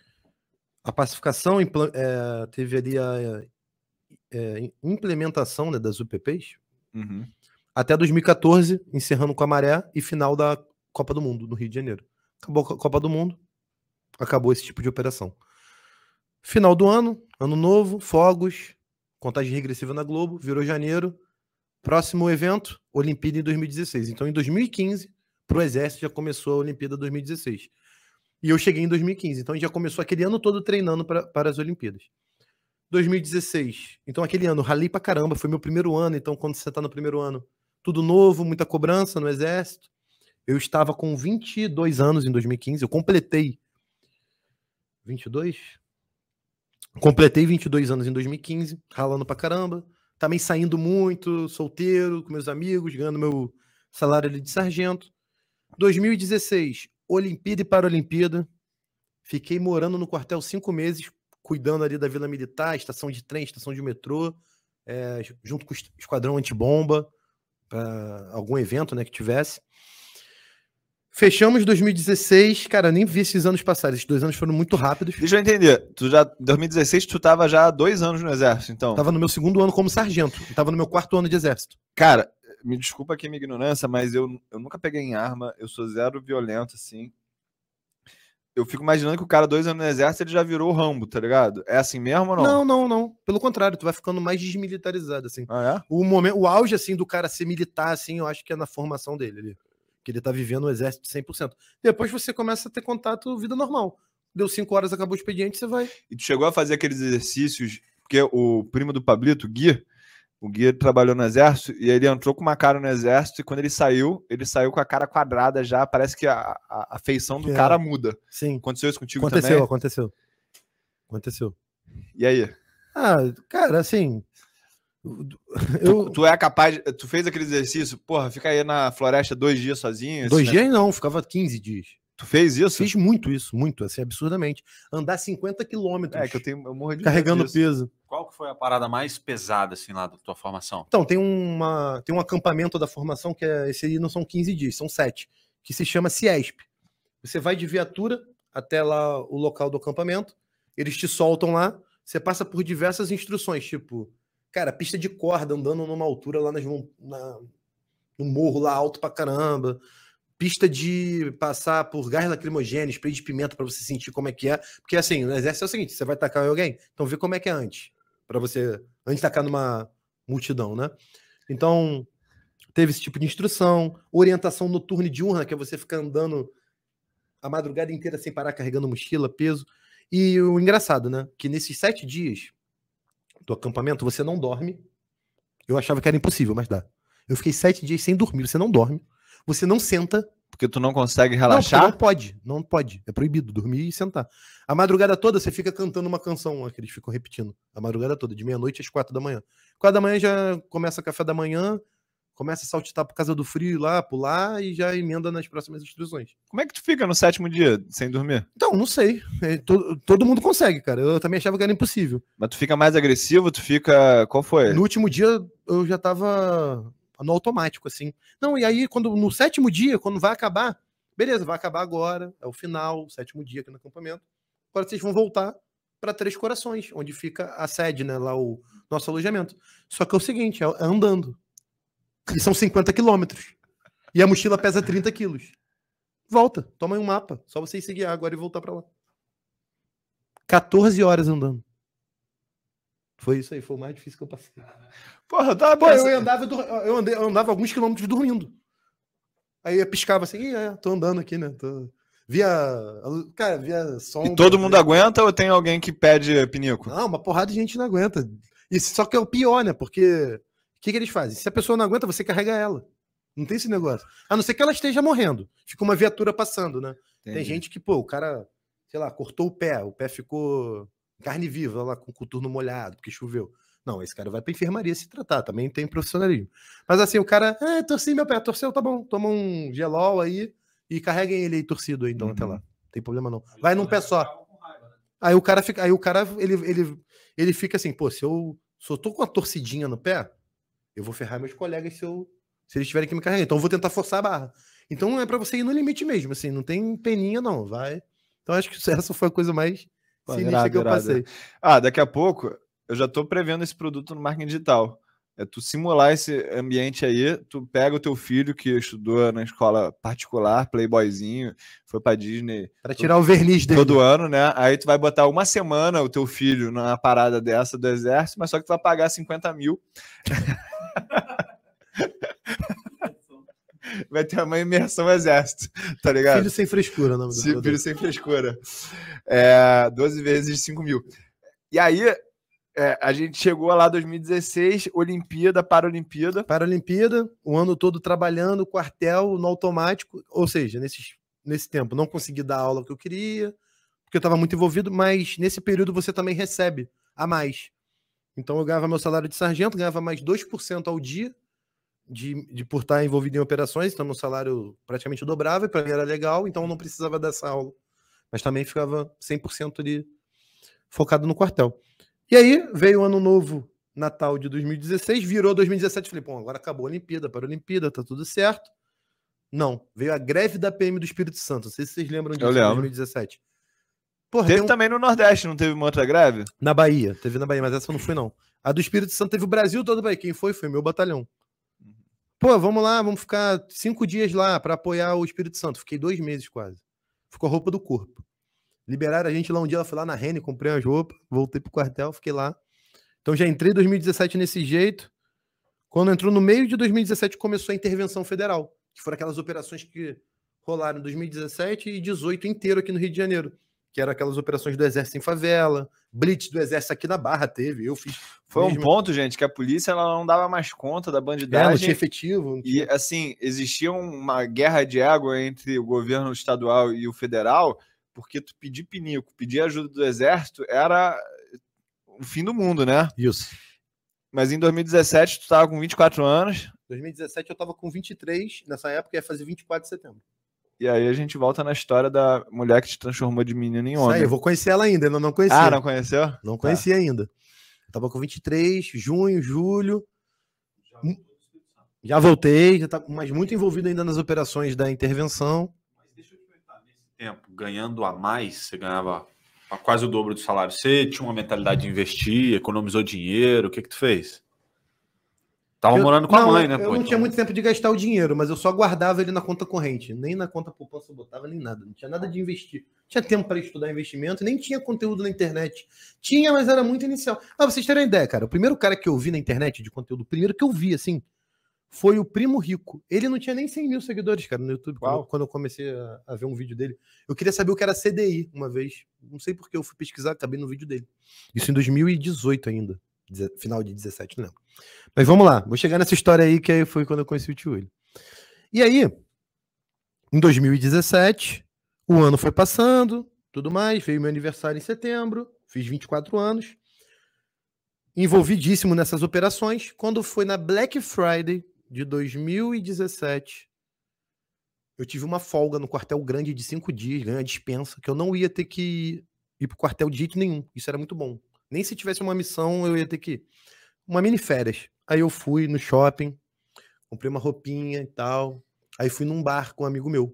A pacificação teve ali a implementação, né, das UPPs, até 2014, encerrando com a Maré e final da Copa do Mundo, no Rio de Janeiro. Acabou a Copa do Mundo, acabou esse tipo de operação. Final do ano, ano novo, fogos, contagem regressiva na Globo, virou janeiro. Próximo evento, Olimpíada em 2016. Então, em 2015, pro Exército já começou a Olimpíada 2016. E eu cheguei em 2015. Então, a gente já começou aquele ano todo treinando para as Olimpíadas. 2016. Então, aquele ano, ralei pra caramba. Foi meu primeiro ano. Então, quando você tá no primeiro ano, tudo novo, muita cobrança no Exército. Eu estava com 22 anos em 2015. Eu completei 22? Completei 22 anos em 2015, ralando pra caramba. Também saindo muito, solteiro, com meus amigos, ganhando meu salário ali de sargento. 2016, Olimpíada e Paralimpíada. Fiquei morando no quartel 5 meses, cuidando ali da Vila Militar, estação de trem, estação de metrô, junto com o esquadrão antibomba, para algum evento, né, que tivesse. Fechamos 2016, cara, nem vi esses anos passarem, esses 2 anos foram muito rápidos. Deixa eu entender, em 2016 tu tava já há 2 anos no Exército, então? Tava no meu 2º ano como sargento, tava no meu 4º ano de Exército. Cara, me desculpa aqui a minha ignorância, mas eu nunca peguei em arma, eu sou zero violento, assim. Eu fico imaginando que o cara, 2 anos no exército, ele já virou o Rambo, tá ligado? É assim mesmo ou não? Não. Pelo contrário, tu vai ficando mais desmilitarizado, assim. Ah, é? O auge, assim, do cara ser militar, assim, eu acho que é na formação dele ali. Que ele tá vivendo o exército 100%. Depois você começa a ter contato, vida normal. Deu 5 horas, acabou o expediente, você vai. E tu chegou a fazer aqueles exercícios, porque o primo do Pablito, o Gui trabalhou no exército e ele entrou com uma cara no exército e quando ele saiu com a cara quadrada já, parece que a feição do cara muda. Sim. Aconteceu isso contigo também? Aconteceu. E aí? Cara, assim... Tu é capaz... Tu fez aquele exercício? Porra, fica aí na floresta 2 dias sozinho? 2 dias não, ficava 15 dias. Tu fez isso? Fiz muito, assim, absurdamente. Andar 50 quilômetros. Que eu morro de carregando disso. peso. Qual que foi a parada mais pesada, assim, lá da tua formação? Então, tem um acampamento da formação, que esse aí não são 15 dias, são 7, que se chama CIESP. Você vai de viatura até lá o local do acampamento, eles te soltam lá, você passa por diversas instruções, tipo, cara, pista de corda, andando numa altura lá no morro lá alto pra caramba, pista de passar por gás lacrimogêneo, spray de pimenta pra você sentir como é que é, porque assim, no exército é o seguinte, você vai tacar em alguém, então vê como é que é antes, pra você, antes de tacar numa multidão, né? Então, teve esse tipo de instrução, orientação noturna e diurna, que é você ficar andando a madrugada inteira sem parar, carregando mochila, peso. E o engraçado, né? Que nesses 7 dias do acampamento, você não dorme. Eu achava que era impossível, mas dá. Eu fiquei 7 dias sem dormir. Você não dorme. Você não senta. Porque tu não consegue relaxar? Não pode. É proibido dormir e sentar. A madrugada toda você fica cantando uma canção que eles ficam repetindo. A madrugada toda, de meia-noite às 4 da manhã. 4 da manhã já começa café da manhã, começa a saltitar por causa do frio lá, pular e já emenda nas próximas instruções. Como é que tu fica no 7º dia sem dormir? Então, não sei. Todo mundo consegue, cara. Eu também achava que era impossível. Mas tu fica mais agressivo? Tu fica... Qual foi? No último dia, eu já tava no automático, assim. Não, e aí, no 7º dia, quando vai acabar, beleza, vai acabar agora, é o final, o 7º dia aqui no acampamento. Agora vocês vão voltar para Três Corações, onde fica a sede, né, lá o nosso alojamento. Só que é o seguinte, é andando. E são 50 quilômetros. E a mochila pesa 30 quilos. Volta, toma aí um mapa. Só vocês seguir agora e voltar pra lá. 14 horas andando. Foi isso aí, foi o mais difícil que eu passei. Porra, tá bom. Eu andava alguns quilômetros dormindo. Aí eu piscava assim, tô andando aqui, né? Via som. E todo mundo aguenta ou tem alguém que pede pinico? Não, uma porrada de gente não aguenta. Só que é o pior, né? Porque o que eles fazem? Se a pessoa não aguenta, você carrega ela. Não tem esse negócio. A não ser que ela esteja morrendo. Fica uma viatura passando, né? Entendi. Tem gente que, o cara, sei lá, cortou o pé ficou carne viva lá com o coturno molhado, porque choveu. Não, esse cara vai pra enfermaria se tratar, também tem profissionalismo. Mas assim, o cara, torci meu pé, torceu, tá bom, toma um gelol aí e carreguem ele aí torcido aí, então, até lá. Não tem problema não. Vai num pé só. Aí o cara fica, ele fica assim, se eu tô com uma torcidinha no pé, eu vou ferrar meus colegas se eles tiverem que me carregar. Então eu vou tentar forçar a barra. Então é pra você ir no limite mesmo, assim, não tem peninha não, vai. Então acho que essa foi a coisa mais sinistra que eu passei. Daqui a pouco eu já tô prevendo esse produto no marketing digital. É tu simular esse ambiente aí, tu pega o teu filho que estudou na escola particular, playboyzinho, foi pra Disney. Pra tirar o verniz dele. Todo ano, né? Aí tu vai botar uma semana o teu filho numa parada dessa do exército, mas só que tu vai pagar 50 mil. Vai ter uma imersão exército, tá ligado? Filho sem frescura, não. Filho sem frescura. 12 vezes 5 mil. E aí, a gente chegou lá 2016, Olimpíada, Paralimpíada. Paralimpíada, o ano todo trabalhando, quartel no automático, ou seja, nesse tempo não consegui dar a aula que eu queria, porque eu estava muito envolvido, mas nesse período você também recebe a mais. Então eu ganhava meu salário de sargento, ganhava mais 2% ao dia, de por estar envolvido em operações, então meu salário praticamente dobrava, e para mim era legal, então eu não precisava dessa aula. Mas também ficava 100% ali focado no quartel. E aí veio o ano novo, Natal de 2016, virou 2017, falei, agora acabou a Olimpíada, Paralimpíada, tá tudo certo. Não, veio a greve da PM do Espírito Santo, não sei se vocês lembram disso, em 2017. Teve também no Nordeste, não teve uma outra greve? Na Bahia, teve na Bahia, mas essa não foi não. A do Espírito Santo teve o Brasil todo, Bahia. Quem foi? Foi meu batalhão. Pô, vamos lá, vamos ficar 5 dias lá para apoiar o Espírito Santo. Fiquei 2 meses quase. Ficou a roupa do corpo. Liberaram a gente lá um dia, ela foi lá na Rene, comprei as roupas, voltei pro quartel, fiquei lá. Então já entrei em 2017 nesse jeito. Quando entrou no meio de 2017, começou a intervenção federal, que foram aquelas operações que rolaram em 2017 e 2018 inteiro aqui no Rio de Janeiro, que eram aquelas operações do Exército em favela, blitz do Exército aqui na Barra teve, eu fiz. Foi um mesmo. ponto, gente, que a polícia ela não dava mais conta da Não bandidagem. tinha efetivo. Não E, tinha... assim, existia uma guerra de ego entre o governo estadual e o federal, porque tu pedir pinico, pedir ajuda do Exército era o fim do mundo, né? Isso. Mas em 2017 tu tava com 24 anos, 2017 eu tava com 23, nessa época ia fazer 24 de setembro. e aí a gente volta na história da mulher que te transformou de menino em Isso homem. aí, eu vou conhecer ela ainda não conhecia. Ah, não conheceu? Não conhecia ainda. Eu tava com 23, junho, julho. Já voltei, já tá, mas muito envolvido ainda nas operações da intervenção. Mas deixa eu te perguntar, nesse tempo, ganhando a mais, você ganhava quase o dobro do salário. Você tinha uma mentalidade de investir, economizou dinheiro, o que tu fez? Tava morando com a mãe, né? Eu não tinha muito tempo de gastar o dinheiro, mas eu só guardava ele na conta corrente. Nem na conta poupança eu botava, nem nada. Não tinha nada de investir. Não tinha tempo para estudar investimento, nem tinha conteúdo na internet. Tinha, mas era muito inicial. Ah, pra vocês terem uma ideia, cara, o primeiro cara que eu vi na internet de conteúdo, o primeiro que eu vi, assim, foi o Primo Rico. Ele não tinha nem 100 mil seguidores, cara, no YouTube, quando eu comecei a ver um vídeo dele. Eu queria saber o que era CDI uma vez. Não sei porque eu fui pesquisar, acabei no vídeo dele. Isso em 2018 ainda. Final de 17, não lembro. Mas vamos lá, vou chegar nessa história aí, que aí foi quando eu conheci o tio William. E aí, em 2017, o ano foi passando, tudo mais, veio meu aniversário em setembro, fiz 24 anos, envolvidíssimo nessas operações. Quando foi na Black Friday de 2017, eu tive uma folga no quartel grande de 5 dias, ganhei uma dispensa, que eu não ia ter que ir pro quartel de jeito nenhum. Isso era muito bom. Nem se tivesse uma missão, eu ia ter que ir. Uma mini férias. Aí eu fui no shopping, comprei uma roupinha e tal. Aí fui num bar com um amigo meu.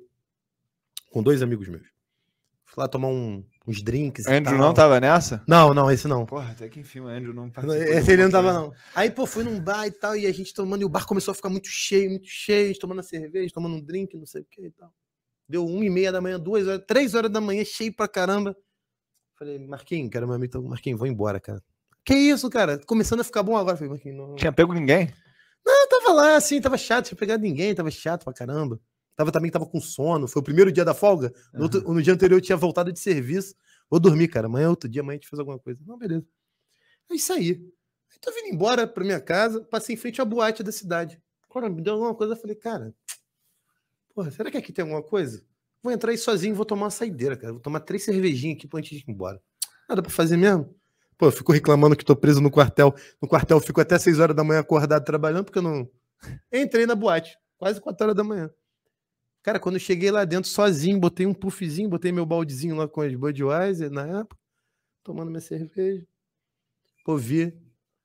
Com 2 amigos meus. Fui lá tomar uns drinks e Andrew tal. não tava nessa? Não, esse não. Porra, até que enfim o Andrew não participou. Esse ele não tava, não. Aí, pô, fui num bar e tal, e a gente tomando, e o bar começou a ficar muito cheio, tomando a cerveja, tomando um drink, não sei o que e tal. Deu 1h30 da manhã, 2 horas, 3 horas da manhã, cheio pra caramba. Falei, Marquinhos, cara, meu amigo, então, Marquinhos, vou embora, cara. Que isso, cara? Começando a ficar bom agora. Falei, Marquinhos, não... Tinha pego ninguém? Não, tava lá, assim, tava chato, tinha pegado ninguém, tava chato pra caramba. Tava com sono, foi o primeiro dia da folga. No dia anterior eu tinha voltado de serviço. Vou dormir, cara. Amanhã é outro dia, amanhã a gente faz alguma coisa. Não, beleza. É isso aí. Aí tô vindo embora pra minha casa, passei em frente à boate da cidade. Quando me deu alguma coisa, eu falei, cara, porra, será que aqui tem alguma coisa? Vou entrar aí sozinho, vou tomar uma saideira, cara. Vou tomar 3 cervejinhas aqui antes de ir embora. Nada pra fazer mesmo? Pô, eu fico reclamando que tô preso no quartel. No quartel eu fico até 6 horas da manhã acordado trabalhando, porque eu não... Entrei na boate, quase 4 horas da manhã. Cara, quando eu cheguei lá dentro sozinho, botei um puffzinho, botei meu baldezinho lá com as Budweiser na época, tomando minha cerveja. Pô, vi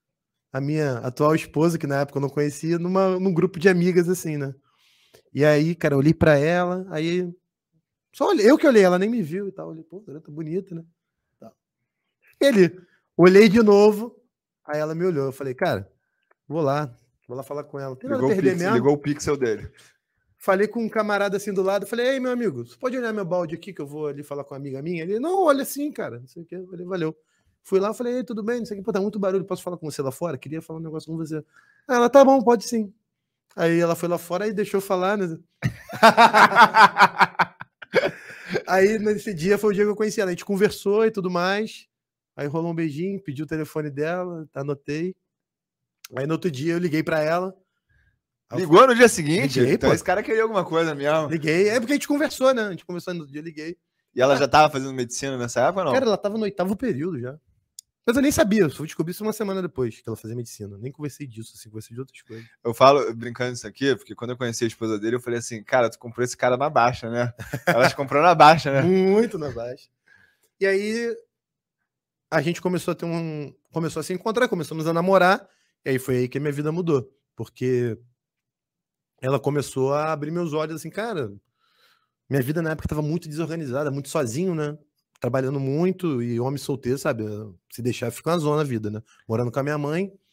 a minha atual esposa, que na época eu não conhecia, num grupo de amigas assim, né? E aí, cara, eu olhei pra ela, aí... Só olhei, eu que olhei, ela nem me viu e tal. Olhei, pô, garota bonita, né? Ele, olhei de novo, aí ela me olhou. Eu falei, cara, vou lá falar com ela. Tem nada a perder mesmo. Ligou o pixel dele. Falei com um camarada assim do lado, falei, ei, meu amigo, você pode olhar meu balde aqui, que eu vou ali falar com uma amiga minha? Ele, não, olha assim, cara, não sei o que. Eu falei, valeu. Fui lá, falei, ei, tudo bem, não sei o que, pô, tá muito barulho, posso falar com você lá fora? Queria falar um negócio com você. Ela, tá bom, pode sim. Aí ela foi lá fora e deixou falar, né? Aí nesse dia foi o dia que eu conheci ela, a gente conversou e tudo mais. Aí rolou um beijinho, pedi o telefone dela, anotei. Aí no outro dia eu liguei pra ela. Ligou no dia seguinte? Liguei, então pô. esse cara queria alguma coisa mesmo. Liguei, é porque a gente conversou, né? A gente conversou no dia, liguei. E ela já tava fazendo medicina nessa época ou não? Cara, ela tava no 8º período já. Mas eu nem sabia, eu só descobri isso uma semana depois que ela fazia medicina. Nem conversei disso, assim, conversei de outras coisas. Eu falo, brincando isso aqui, porque quando eu conheci a esposa dele, eu falei assim, cara, tu comprou esse cara na baixa, né? Ela te comprou na baixa, né? Muito na baixa. E aí, a gente começou a se encontrar, começamos a namorar, e aí foi aí que a minha vida mudou. Porque ela começou a abrir meus olhos, assim, cara, minha vida na época estava muito desorganizada, muito sozinho, né? Trabalhando muito e homem solteiro, sabe? Se deixar, fica uma zona a vida, né? Morando com a minha mãe.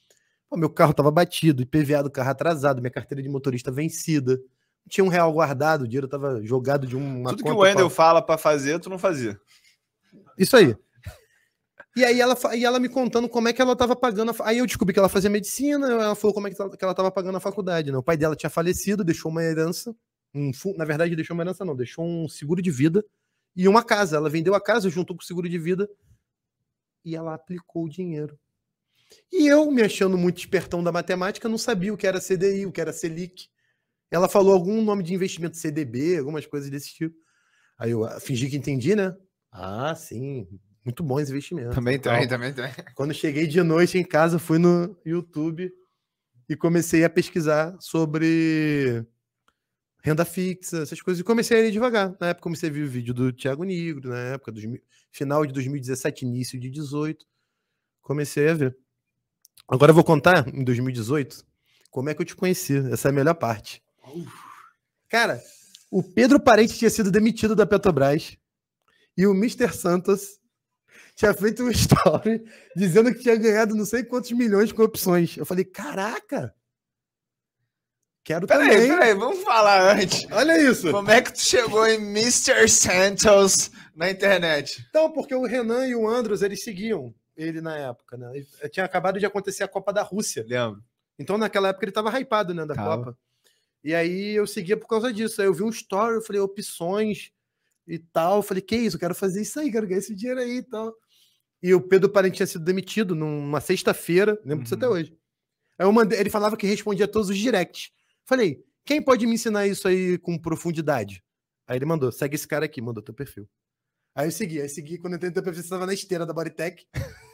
Pô, meu carro tava batido, IPVA do carro atrasado, minha carteira de motorista vencida. Não tinha R$1 guardado, o dinheiro tava jogado de uma Tudo conta que o Wendel fala pra fazer, tu não fazia. Isso aí. E aí ela me contando como é que ela tava pagando. Aí eu descobri que ela fazia medicina, ela falou como é que ela tava pagando a faculdade, né? O pai dela tinha falecido, deixou uma herança. Na verdade, deixou uma herança, não, deixou um seguro de vida e uma casa. Ela vendeu a casa, juntou com o seguro de vida e ela aplicou o dinheiro. E eu, me achando muito espertão da matemática, não sabia o que era CDI, o que era Selic. Ela falou algum nome de investimento, CDB, algumas coisas desse tipo. Aí eu fingi que entendi, né? Ah, sim. Muito bom esse investimento. Também tem. Quando cheguei de noite em casa, fui no YouTube e comecei a pesquisar sobre renda fixa, essas coisas. E comecei a ir devagar. Na época comecei a ver o vídeo do Thiago Nigro, na época, final de 2017, início de 2018. Comecei a ver. Agora eu vou contar, em 2018, como é que eu te conheci. Essa é a melhor parte. Cara, o Pedro Parente tinha sido demitido da Petrobras e o Mr. Santos tinha feito um story dizendo que tinha ganhado não sei quantos milhões com opções. Eu falei, caraca! Quero também. Peraí, vamos falar antes. Olha isso. Como é que tu chegou em Mr. Santos na internet? Então, porque o Renan e o Andros, eles seguiam ele na época, né? Tinha acabado de acontecer a Copa da Rússia. Lembro. Então, naquela época, ele tava hypado, né, da Copa. E aí, eu seguia por causa disso. Aí eu vi um story, eu falei, opções e tal. Eu falei, que isso? Eu quero fazer isso aí, quero ganhar esse dinheiro aí e tal. E o Pedro Parente tinha sido demitido numa sexta-feira, lembro disso até hoje. Aí eu mandei, ele falava que respondia todos os directs. Falei, quem pode me ensinar isso aí com profundidade? Aí ele mandou, segue esse cara aqui, mandou teu perfil. Aí eu segui, quando eu entrei no teu perfil, você estava na esteira da Bodytech.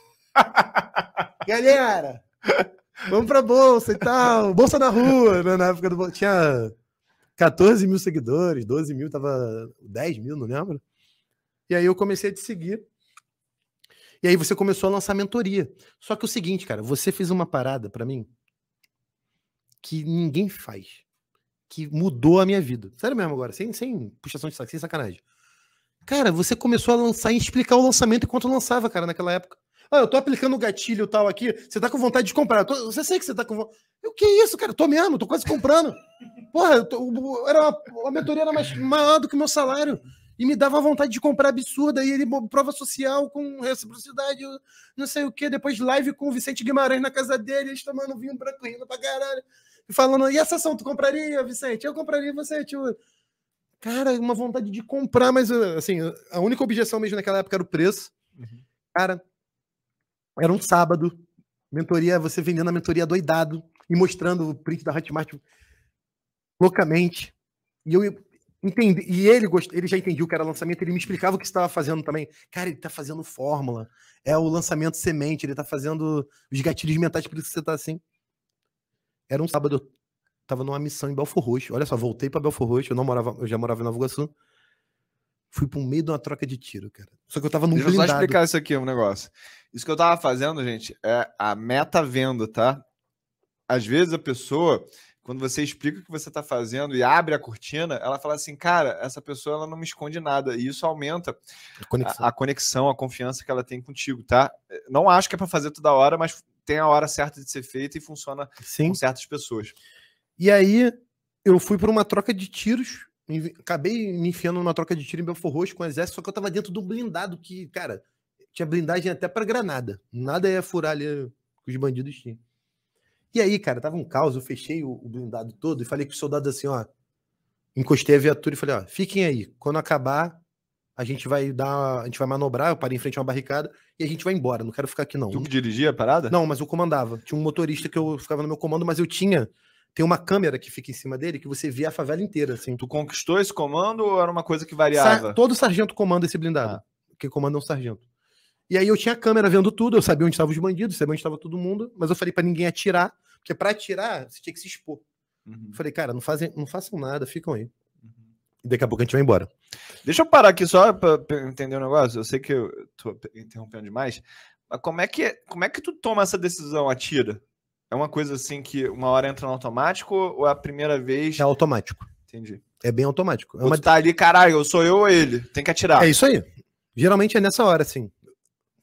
Galera, vamos pra bolsa e tal, bolsa na rua, né? Na época do bolsa, tinha 14 mil seguidores, 12 mil, tava 10 mil, não lembro. E aí eu comecei a te seguir. E aí você começou a lançar mentoria. Só que o seguinte, cara, você fez uma parada pra mim que ninguém faz. Que mudou a minha vida. Sério mesmo agora, sem puxação de saco, sem sacanagem. Cara, você começou a lançar e explicar o lançamento enquanto lançava, cara, naquela época. Ah, eu tô aplicando o gatilho tal aqui, você tá com vontade de comprar. Você sei que você tá com vontade. O que é isso, cara? Tô mesmo, tô quase comprando. Porra, a mentoria era maior do que o meu salário. E me dava vontade de comprar absurda. E ele, prova social com reciprocidade, não sei o quê. Depois live com o Vicente Guimarães na casa dele, eles tomando vinho branco, rindo pra caralho. E falando, e essa ação tu compraria, Vicente? Eu compraria, Vicente. Cara, uma vontade de comprar, mas assim, a única objeção mesmo naquela época era o preço. Cara, era um sábado, mentoria, você vendendo a mentoria doidado e mostrando o print da Hotmart loucamente. E eu entendi, e ele já entendia o que era lançamento, ele me explicava o que estava fazendo também. Cara, ele tá fazendo fórmula, é o lançamento semente, ele tá fazendo os gatilhos mentais, por isso que você tá assim. Era um sábado, eu tava numa missão em Belfor Roxo. Olha só, voltei pra Belfor Roxo, eu já morava em Nova Iguaçu. Fui pro meio de uma troca de tiro, cara. Só que eu tava num blindado. Deixa eu só explicar isso aqui, um negócio. Isso que eu tava fazendo, gente, é a meta-venda, tá? Às vezes a pessoa, quando você explica o que você tá fazendo e abre a cortina, ela fala assim, cara, essa pessoa ela não me esconde nada. E isso aumenta a conexão, a confiança que ela tem contigo, tá? Não acho que é pra fazer toda hora, mas tem a hora certa de ser feita e funciona com certas pessoas. E aí, eu fui para uma troca de tiros, acabei me enfiando numa troca de tiro em Belfor Roxo com o exército, só que eu tava dentro do blindado que, cara, tinha blindagem até para granada. Nada ia furar ali que os bandidos tinham. E aí, cara, tava um caos, eu fechei o blindado todo e falei com os soldados assim, ó, encostei a viatura e falei, ó, fiquem aí, quando acabar, a gente vai manobrar, eu parei em frente a uma barricada e a gente vai embora, não quero ficar aqui não. Tu que dirigia a parada? Não, mas eu comandava. Tinha um motorista que eu ficava no meu comando, mas tem uma câmera que fica em cima dele que você vê a favela inteira, assim. Tu conquistou esse comando ou era uma coisa que variava? Todo sargento comanda esse blindado. Quem comanda é um sargento. E aí eu tinha a câmera vendo tudo, eu sabia onde estavam os bandidos, sabia onde estava todo mundo, mas eu falei pra ninguém atirar, porque pra atirar, você tinha que se expor. Eu falei, cara, não façam nada, ficam aí. E daqui a pouco a gente vai embora. Deixa eu parar aqui só pra entender um negócio. Eu sei que eu tô interrompendo demais, mas como é que tu toma essa decisão, atira? É uma coisa assim que uma hora entra no automático ou é a primeira vez? É automático. Entendi. É bem automático. Ou tu tá ali, caralho, sou eu ou ele? Tem que atirar. É isso aí. Geralmente é nessa hora, assim.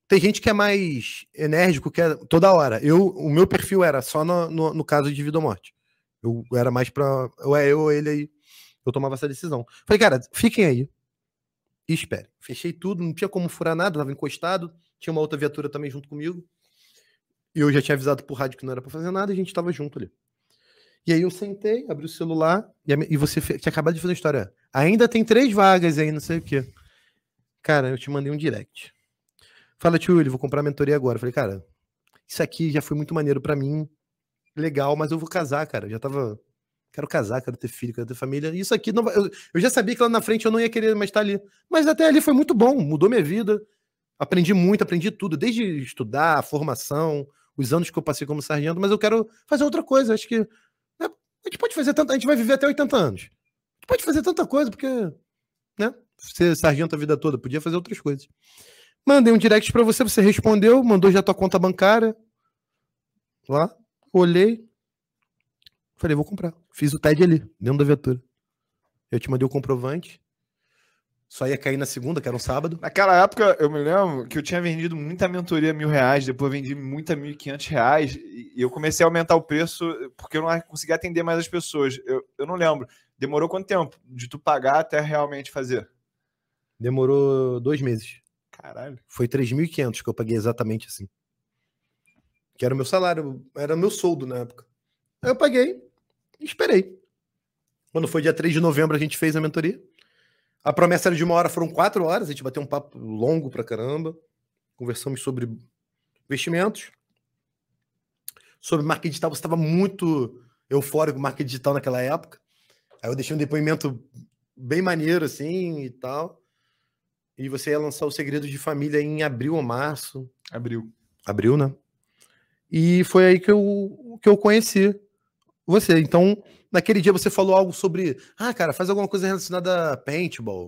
Tem gente que é mais enérgico, que é toda hora. O meu perfil era só no caso de vida ou morte. Eu era mais pra... eu ou ele aí. Eu tomava essa decisão. Falei, cara, fiquem aí. E espere. Fechei tudo, não tinha como furar nada, tava encostado. Tinha uma outra viatura também junto comigo. E eu já tinha avisado por rádio que não era pra fazer nada, e a gente tava junto ali. E aí eu sentei, abri o celular, e você tinha acabado de fazer uma história. Ainda tem 3 vagas aí, não sei o quê. Cara, eu te mandei um direct. Fala, tio, eu vou comprar a mentoria agora. Eu falei, cara, isso aqui já foi muito maneiro pra mim. Legal, mas eu vou casar, cara. Eu já tava... Quero casar, quero ter filho, quero ter família. Isso aqui, não... eu já sabia que lá na frente eu não ia querer mais estar ali. Mas até ali foi muito bom, mudou minha vida. Aprendi muito, aprendi tudo. Desde estudar, formação, os anos que eu passei como sargento. Mas eu quero fazer outra coisa. Acho que... A gente pode fazer tanto... A gente vai viver até 80 anos. A gente pode fazer tanta coisa, porque... né? Ser sargento a vida toda, podia fazer outras coisas. Mandei um direct pra você, você respondeu, mandou já tua conta bancária. Lá, olhei. Falei, vou comprar. Fiz o TED ali, dentro da viatura. Eu te mandei o comprovante. Só ia cair na segunda, que era um sábado. Naquela época, eu me lembro que eu tinha vendido muita mentoria R$1.000, depois vendi muita R$1.500, e eu comecei a aumentar o preço porque eu não conseguia atender mais as pessoas. Eu não lembro. Demorou quanto tempo de tu pagar até realmente fazer? Demorou 2 meses. Caralho. Foi 3.500 que eu paguei exatamente assim. Que era o meu salário, era o meu soldo na época. Aí eu paguei e esperei. Quando foi dia 3 de novembro, a gente fez a mentoria. A promessa era de 1 hora, foram 4 horas. A gente bateu um papo longo pra caramba. Conversamos sobre investimentos. Sobre marketing digital. Você estava muito eufórico com marketing digital naquela época. Aí eu deixei um depoimento bem maneiro, assim, e tal. E você ia lançar o Segredos de Família em abril ou março. Abril, né? E foi aí que eu conheci você. Então, naquele dia você falou algo sobre... Ah, cara, faz alguma coisa relacionada a paintball.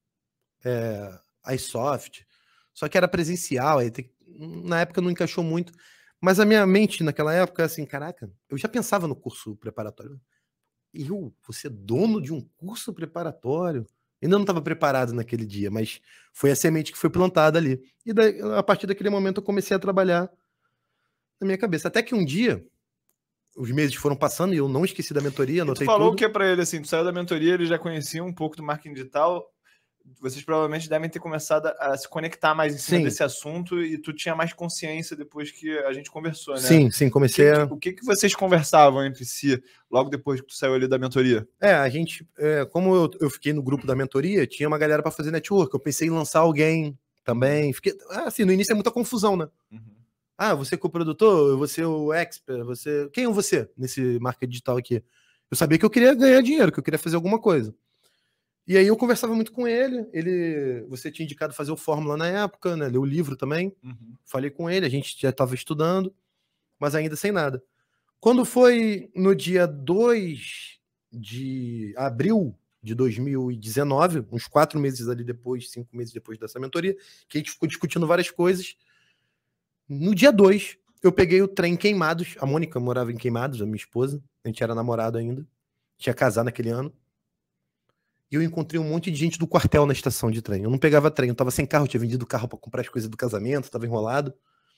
iSoft. Só que era presencial. Na época não encaixou muito. Mas a minha mente naquela época, assim, caraca, eu já pensava no curso preparatório. Você é dono de um curso preparatório? Ainda não estava preparado naquele dia, mas foi a semente que foi plantada ali. E daí, a partir daquele momento eu comecei a trabalhar na minha cabeça. Até que um dia, os meses foram passando e eu não esqueci da mentoria, anotei tudo. Tu falou o que pra ele, assim, tu saiu da mentoria, ele já conhecia um pouco do marketing digital, vocês provavelmente devem ter começado a se conectar mais em cima desse assunto e tu tinha mais consciência depois que a gente conversou, né? Sim, comecei a... O que vocês conversavam entre si logo depois que tu saiu ali da mentoria? A gente, como eu fiquei no grupo da mentoria, tinha uma galera para fazer network, eu pensei em lançar alguém também, assim, no início é muita confusão, né? Ah, você é coprodutor, você é o expert, quem é você nesse marketing digital aqui? Eu sabia que eu queria ganhar dinheiro, que eu queria fazer alguma coisa. E aí eu conversava muito com você tinha indicado fazer o Fórmula na época, né? Ler o livro também. Falei com ele, a gente já estava estudando, mas ainda sem nada. Quando foi no dia 2 de abril de 2019, uns 4 meses ali depois, 5 meses depois dessa mentoria, que a gente ficou discutindo várias coisas, no dia 2, eu peguei o trem Queimados, a Mônica morava em Queimados, a minha esposa, a gente era namorado ainda, tinha casado naquele ano, e eu encontrei um monte de gente do quartel na estação de trem. Eu não pegava trem, eu tava sem carro, eu tinha vendido o carro para comprar as coisas do casamento, tava enrolado.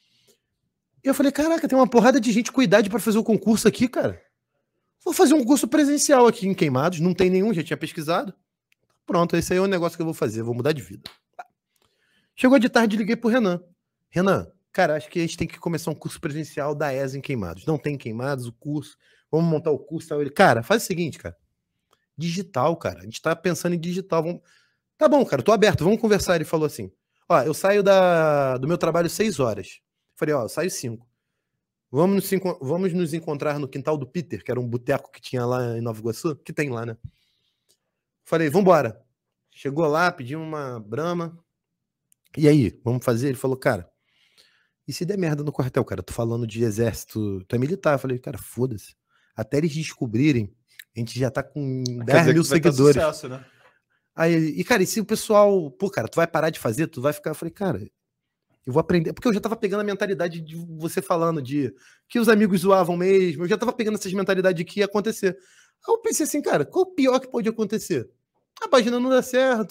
E eu falei, caraca, tem uma porrada de gente com idade para fazer o concurso aqui, cara. Vou fazer um curso presencial aqui em Queimados, não tem nenhum, já tinha pesquisado. Pronto, esse aí é o negócio que eu vou fazer, vou mudar de vida. Chegou de tarde, liguei pro Renan. Renan, cara, acho que a gente tem que começar um curso presencial da ESA em Queimados. Não tem em Queimados o curso, vamos montar o curso. Ele, cara, faz o seguinte, cara. Digital, cara. A gente tá pensando em digital. Tá bom, cara, tô aberto, vamos conversar. Ele falou assim, ó, eu saio do meu trabalho 6 horas. Falei, ó, eu saio 5. Vamos nos encontrar no quintal do Peter, que era um boteco que tinha lá em Nova Iguaçu, que tem lá, né? Falei, vambora. Chegou lá, pedimos uma brama. E aí, vamos fazer? Ele falou, cara, e se der merda no quartel, cara? Tô falando de exército, tu é militar. Eu falei, cara, foda-se. Até eles descobrirem, a gente já tá com 10 mil seguidores. Sucesso, né? Aí, e cara, e se o pessoal, pô, cara, tu vai parar de fazer, tu vai ficar. Eu falei, cara, eu vou aprender, porque eu já tava pegando a mentalidade de você falando de que os amigos zoavam mesmo, eu já tava pegando essas mentalidades de que ia acontecer. Aí eu pensei assim, cara, qual o pior que pode acontecer? A página não dá certo,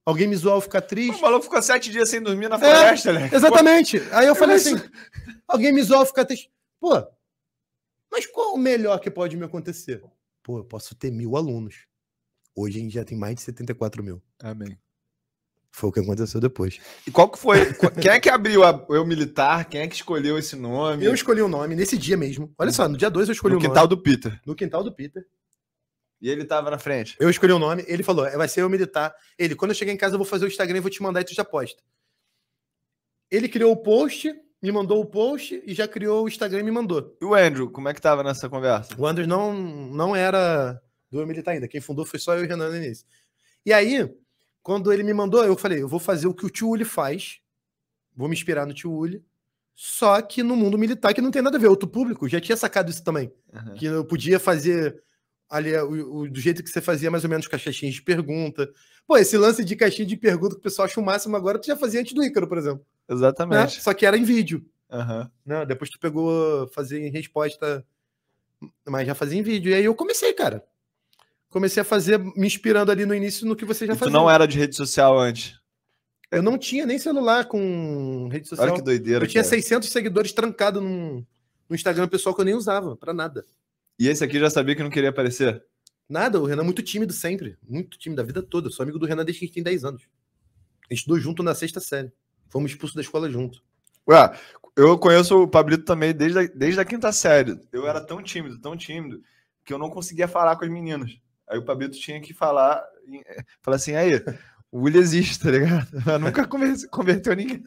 Alguém me zoar, eu ficar triste. O maluco ficou 7 dias sem dormir na floresta, né? Exatamente. Aí eu falei isso. assim, alguém me zoar, eu ficar triste. Pô, mas qual o melhor que pode me acontecer? Pô, eu posso ter 1.000 alunos. Hoje a gente já tem mais de 74 mil. Amém. Foi o que aconteceu depois. E qual que foi? Quem é que abriu o Eu Militar? Quem é que escolheu esse nome? Eu escolhi o nome nesse dia mesmo. Olha só, no dia 2 eu escolhi No o nome. quintal do Peter. No quintal do Peter. E ele tava na frente. Eu escolhi o nome, ele falou, vai ser Eu Militar. Ele, quando eu chegar em casa, eu vou fazer o Instagram e vou te mandar e tu já posta. Ele criou o post, me mandou o post e já criou o Instagram e me mandou. E o Andrew, como é que tava nessa conversa? O Anders não era do Eu Militar ainda. Quem fundou foi só eu e o Renan no início. E aí, quando ele me mandou, eu falei, eu vou fazer o que o Tio Uli faz. Vou me inspirar no Tio Uli. Só que no mundo militar, que não tem nada a ver. Outro público já tinha sacado isso também. Uhum. Que eu podia fazer ali do jeito que você fazia, mais ou menos com as caixinhas de pergunta. Pô, esse lance de caixinha de pergunta que o pessoal acha o máximo agora, tu já fazia antes do Ícaro, por exemplo. Né? Exatamente. Só que era em vídeo. Uhum. Né? Depois tu pegou fazer em resposta, mas já fazia em vídeo. E aí eu comecei, cara. Comecei a fazer, me inspirando ali no início no que você já E tu fazia. não era de rede social antes? Eu não tinha nem celular com rede social. Olha que doideira, Eu tinha cara. 600 seguidores trancados no Instagram pessoal que eu nem usava, pra nada. E esse aqui já sabia que não queria aparecer? Nada, o Renan é muito tímido sempre. Muito tímido a vida toda. Eu sou amigo do Renan desde que a gente tem 10 anos. A gente estudou junto na 6ª série. Fomos expulsos da escola junto. Ué, eu conheço o Pablito também desde a 5ª série. Eu era tão tímido, que eu não conseguia falar com as meninas. Aí o Pablito tinha que falar assim, aí, o Willi existe, tá ligado? Mas nunca converteu ninguém.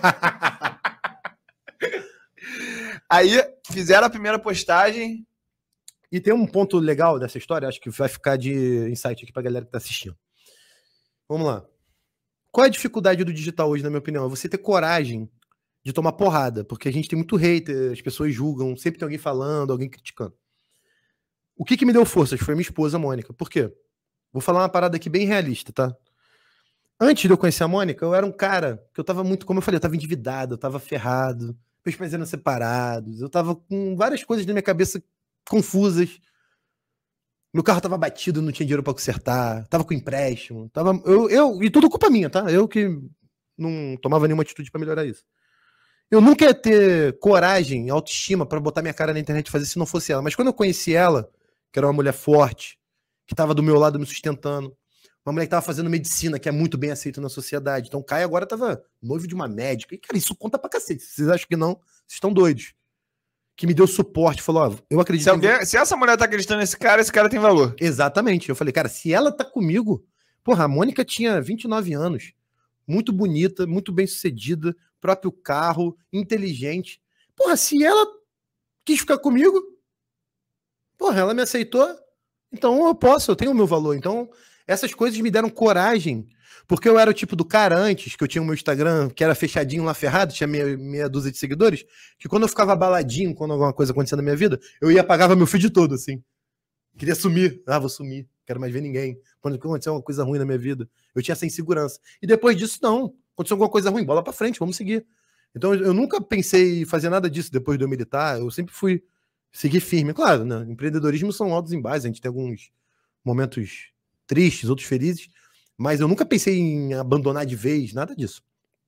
Aí fizeram a primeira postagem. E tem um ponto legal dessa história, acho que vai ficar de insight aqui pra galera que tá assistindo. Vamos lá. Qual é a dificuldade do digital hoje, na minha opinião? É você ter coragem de tomar porrada, porque a gente tem muito hater, as pessoas julgam, sempre tem alguém falando, alguém criticando. O que me deu forças foi minha esposa, Mônica. Por quê? Vou falar uma parada aqui bem realista, tá? Antes de eu conhecer a Mônica, eu era um cara que eu tava muito, como eu falei, eu tava endividado, eu tava ferrado, meus pais eram separados, eu tava com várias coisas na minha cabeça confusas. Meu carro tava batido, não tinha dinheiro pra consertar, tava com empréstimo, e tudo culpa minha, tá? Eu que não tomava nenhuma atitude pra melhorar isso. Eu nunca ia ter coragem, autoestima pra botar minha cara na internet e fazer se não fosse ela. Mas quando eu conheci ela, que era uma mulher forte, que tava do meu lado me sustentando, uma mulher que tava fazendo medicina, que é muito bem aceita na sociedade. Então o Caio agora tava noivo de uma médica. E, cara, isso conta pra cacete. Vocês acham que não? Vocês estão doidos. Que me deu suporte, falou, ó, eu acredito... Se essa mulher tá acreditando nesse cara tem valor. Exatamente. Eu falei, cara, se ela tá comigo... Porra, a Mônica tinha 29 anos, muito bonita, muito bem sucedida, próprio carro, inteligente. Porra, se ela quis ficar comigo, porra, ela me aceitou, então eu tenho o meu valor. Então, essas coisas me deram coragem, porque eu era o tipo do cara antes, que eu tinha o meu Instagram, que era fechadinho lá ferrado, tinha meia dúzia de seguidores, que quando eu ficava abaladinho, quando alguma coisa acontecia na minha vida, eu ia apagava meu feed todo, assim. Queria sumir. Ah, vou sumir. Quero mais ver ninguém. Quando aconteceu uma coisa ruim na minha vida, eu tinha essa insegurança. E depois disso, não. Aconteceu alguma coisa ruim, bola pra frente, vamos seguir. Então, eu nunca pensei em fazer nada disso depois de eu militar. Eu sempre fui seguir firme. Claro, né? Empreendedorismo são altos e baixos. A gente tem alguns momentos tristes, outros felizes. Mas eu nunca pensei em abandonar de vez, nada disso.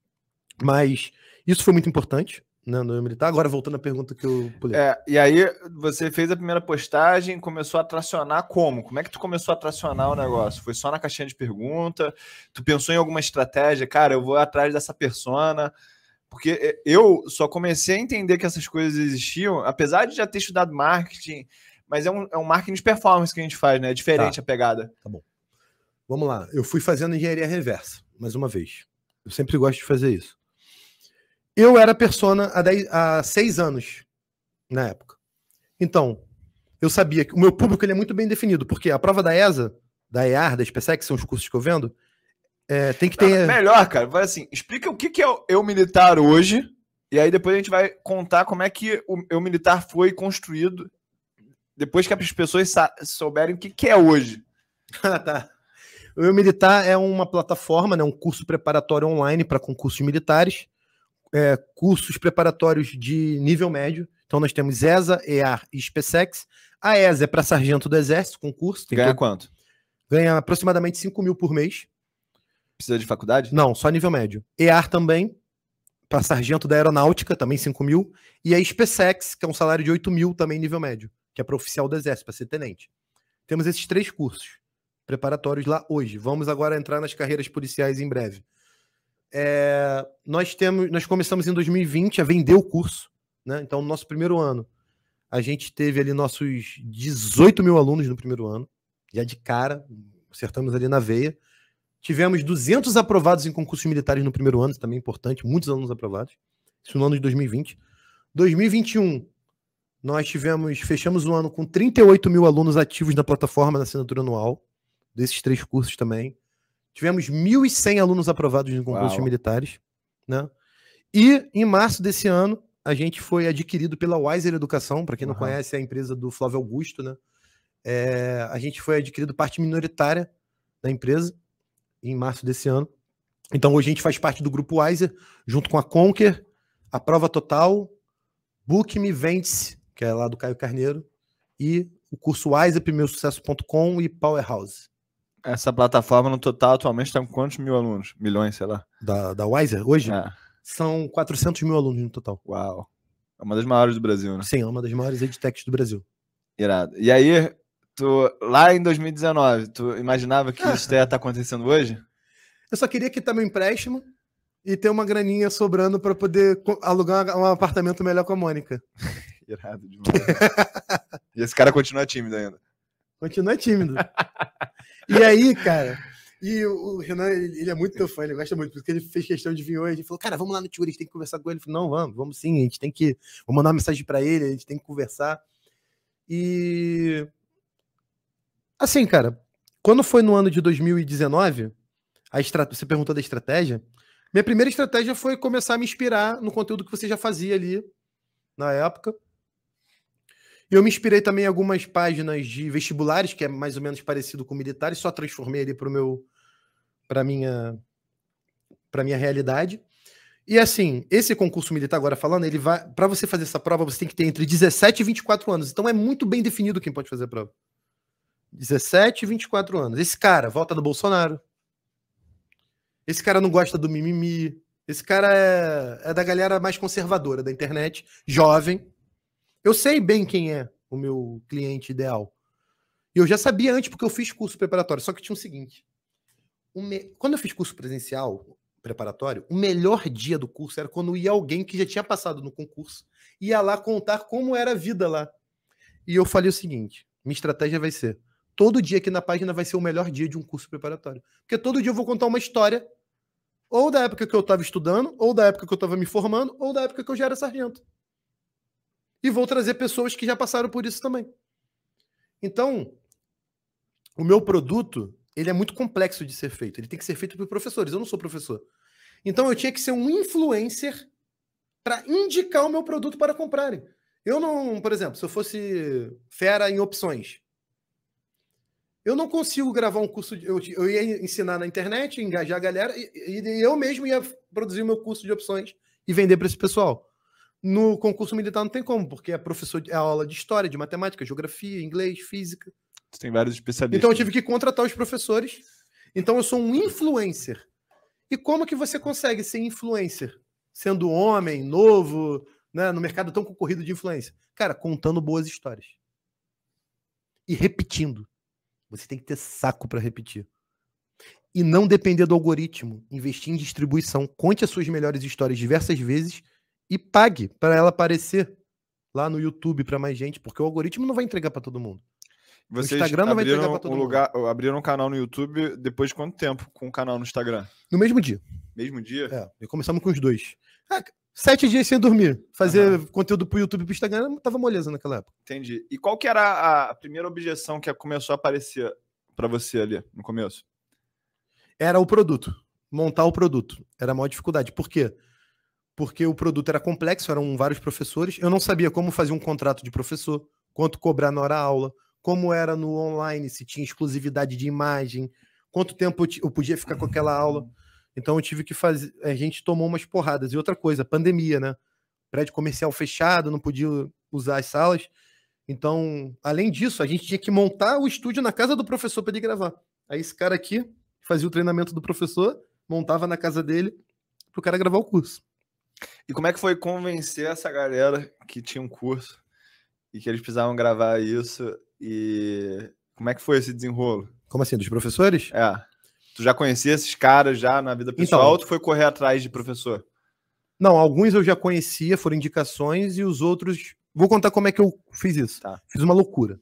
Mas isso foi muito importante, né, no militar. Agora, voltando à pergunta que eu pulei. E aí, você fez a primeira postagem, começou a tracionar como? Como é que tu começou a tracionar o negócio? Foi só na caixinha de pergunta? Tu pensou em alguma estratégia? Cara, eu vou atrás dessa persona. Porque eu só comecei a entender que essas coisas existiam, apesar de já ter estudado marketing, mas é um marketing de performance que a gente faz, né? É diferente a pegada. Tá bom. Vamos lá. Eu fui fazendo engenharia reversa, mais uma vez. Eu sempre gosto de fazer isso. Eu era persona há 6 anos, na época. Então, eu sabia que o meu público ele é muito bem definido, porque a prova da ESA, da EAR, da SpaceX, que são os cursos que eu vendo, tem que ter... Melhor, cara, vai assim, explica o que é o Eu Militar hoje, e aí depois a gente vai contar como é que o Eu Militar foi construído, depois que as pessoas souberem o que é hoje. Tá. O Eu Militar é uma plataforma, né, um curso preparatório online para concursos militares, cursos preparatórios de nível médio. Então nós temos ESA, EAR e SpaceX. A ESA é para sargento do Exército, concurso. Ganha quanto? Ganha aproximadamente 5 mil por mês. Precisa de faculdade? Não, só nível médio. EAR também, para sargento da aeronáutica, também 5 mil. E a SpaceX, que é um salário de 8 mil, também nível médio, que é para oficial do Exército, para ser tenente. Temos esses 3 cursos preparatórios lá hoje. Vamos agora entrar nas carreiras policiais em breve. Nós começamos em 2020 a vender o curso, né? Então, no nosso primeiro ano, a gente teve ali nossos 18 mil alunos no primeiro ano, já de cara, acertamos ali na veia. Tivemos 200 aprovados em concursos militares no primeiro ano, também importante, muitos alunos aprovados. Isso no ano de 2020. 2021, nós fechamos o ano com 38 mil alunos ativos na plataforma na assinatura anual, desses 3 cursos também. Tivemos 1.100 alunos aprovados em concursos militares, né? E em março desse ano, a gente foi adquirido pela Wiser Educação, para quem não conhece, é a empresa do Flávio Augusto, né? A gente foi adquirido parte minoritária da empresa em março desse ano. Então hoje a gente faz parte do grupo Wiser, junto com a Conquer, a Prova Total, Bookme, Vence, que é lá do Caio Carneiro, e o curso Wiser, primeirosucesso.com e Powerhouse. Essa plataforma no total atualmente está com quantos mil alunos? Milhões, sei lá. Da Wiser hoje? São 400 mil alunos no total. Uau. É uma das maiores do Brasil, né? Sim, é uma das maiores edtechs do Brasil. Irado. E aí, lá em 2019, tu imaginava que isso ia estar acontecendo hoje? Eu só queria quitar meu empréstimo e ter uma graninha sobrando para poder alugar um apartamento melhor com a Mônica. Irado demais. E esse cara continua tímido ainda. Continua tímido. E aí, cara, e o Renan, ele é muito teu fã, ele gosta muito, porque ele fez questão de vir hoje, ele falou, cara, vamos lá no Tio, a gente tem que conversar com ele. Eu falei, não, vamos sim, a gente tem que, vou mandar uma mensagem para ele, a gente tem que conversar. E assim, cara, quando foi no ano de 2019, você perguntou da estratégia, minha primeira estratégia foi começar a me inspirar no conteúdo que você já fazia ali na época. E eu me inspirei também em algumas páginas de vestibulares, que é mais ou menos parecido com militares, só transformei ali para minha realidade. E assim, esse concurso militar, agora falando, ele vai, para você fazer essa prova, você tem que ter entre 17 e 24 anos. Então é muito bem definido quem pode fazer a prova. 17 e 24 anos. Esse cara volta do Bolsonaro. Esse cara não gosta do mimimi. Esse cara é da galera mais conservadora da internet, jovem. Eu sei bem quem é o meu cliente ideal. E eu já sabia antes, porque eu fiz curso preparatório. Só que tinha o seguinte. Quando eu fiz curso presencial preparatório, o melhor dia do curso era quando ia alguém que já tinha passado no concurso, ia lá contar como era a vida lá. E eu falei o seguinte, minha estratégia vai ser, todo dia aqui na página vai ser o melhor dia de um curso preparatório. Porque todo dia eu vou contar uma história, ou da época que eu estava estudando, ou da época que eu estava me formando, ou da época que eu já era sargento. E vou trazer pessoas que já passaram por isso também. Então, o meu produto, ele é muito complexo de ser feito. Ele tem que ser feito por professores. Eu não sou professor. Então, eu tinha que ser um influencer para indicar o meu produto para comprarem. Eu não, por exemplo, se eu fosse fera em opções, eu não consigo gravar um curso. Eu ia ensinar na internet, engajar a galera, e eu mesmo ia produzir o meu curso de opções e vender para esse pessoal. No concurso militar não tem como, porque é aula de história, de matemática, geografia, inglês, física. Tem vários especialistas. Então eu tive que contratar os professores. Então eu sou um influencer. E como que você consegue ser influencer? Sendo homem, novo, né, no mercado tão concorrido de influência? Cara, contando boas histórias. E repetindo. Você tem que ter saco para repetir. E não depender do algoritmo. Investir em distribuição. Conte as suas melhores histórias diversas vezes e pague para ela aparecer lá no YouTube para mais gente, porque o algoritmo não vai entregar para todo mundo. Vocês o Instagram não vai entregar para todo mundo. Abriram um canal no YouTube depois de quanto tempo com o canal no Instagram? No mesmo dia. Mesmo dia? E começamos com os 2. 7 dias sem dormir. Fazer conteúdo pro YouTube e pro Instagram tava moleza naquela época. Entendi. E qual que era a primeira objeção que começou a aparecer para você ali no começo? Era o produto. Montar o produto. Era a maior dificuldade. Por quê? Porque o produto era complexo, eram vários professores. Eu não sabia como fazer um contrato de professor, quanto cobrar na hora-aula, como era no online, se tinha exclusividade de imagem, quanto tempo eu podia ficar com aquela aula. Então eu tive que fazer... A gente tomou umas porradas. E outra coisa, pandemia, né? Prédio comercial fechado, não podia usar as salas. Então, além disso, a gente tinha que montar o estúdio na casa do professor para ele gravar. Aí esse cara aqui fazia o treinamento do professor montava na casa dele pro cara gravar o curso. E como é que foi convencer essa galera que tinha um curso e que eles precisavam gravar isso? E como é que foi esse desenrolo? Como assim, dos professores? Tu já conhecia esses caras já na vida pessoal Então, ou tu foi correr atrás de professor? Não, alguns eu já conhecia, foram indicações, e os outros... Vou contar como é que eu fiz isso. Tá. Fiz uma loucura.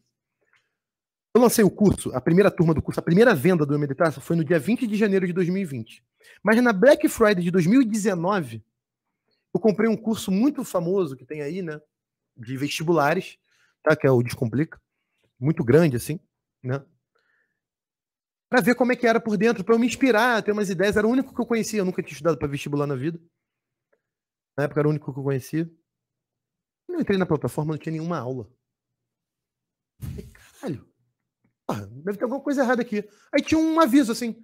Eu lancei o curso, a primeira turma do curso, a primeira venda do MD Taça foi no dia 20 de janeiro de 2020. Mas na Black Friday de 2019, eu comprei um curso muito famoso que tem aí, né? De vestibulares, tá? Que é o Descomplica. Muito grande, assim, né? Pra ver como é que era por dentro, pra eu me inspirar, ter umas ideias. Era o único que eu conhecia, eu nunca tinha estudado pra vestibular na vida. Na época era o único que eu conhecia. Eu entrei na plataforma, não tinha nenhuma aula. Falei, caralho, porra, deve ter alguma coisa errada aqui. Aí tinha um aviso assim: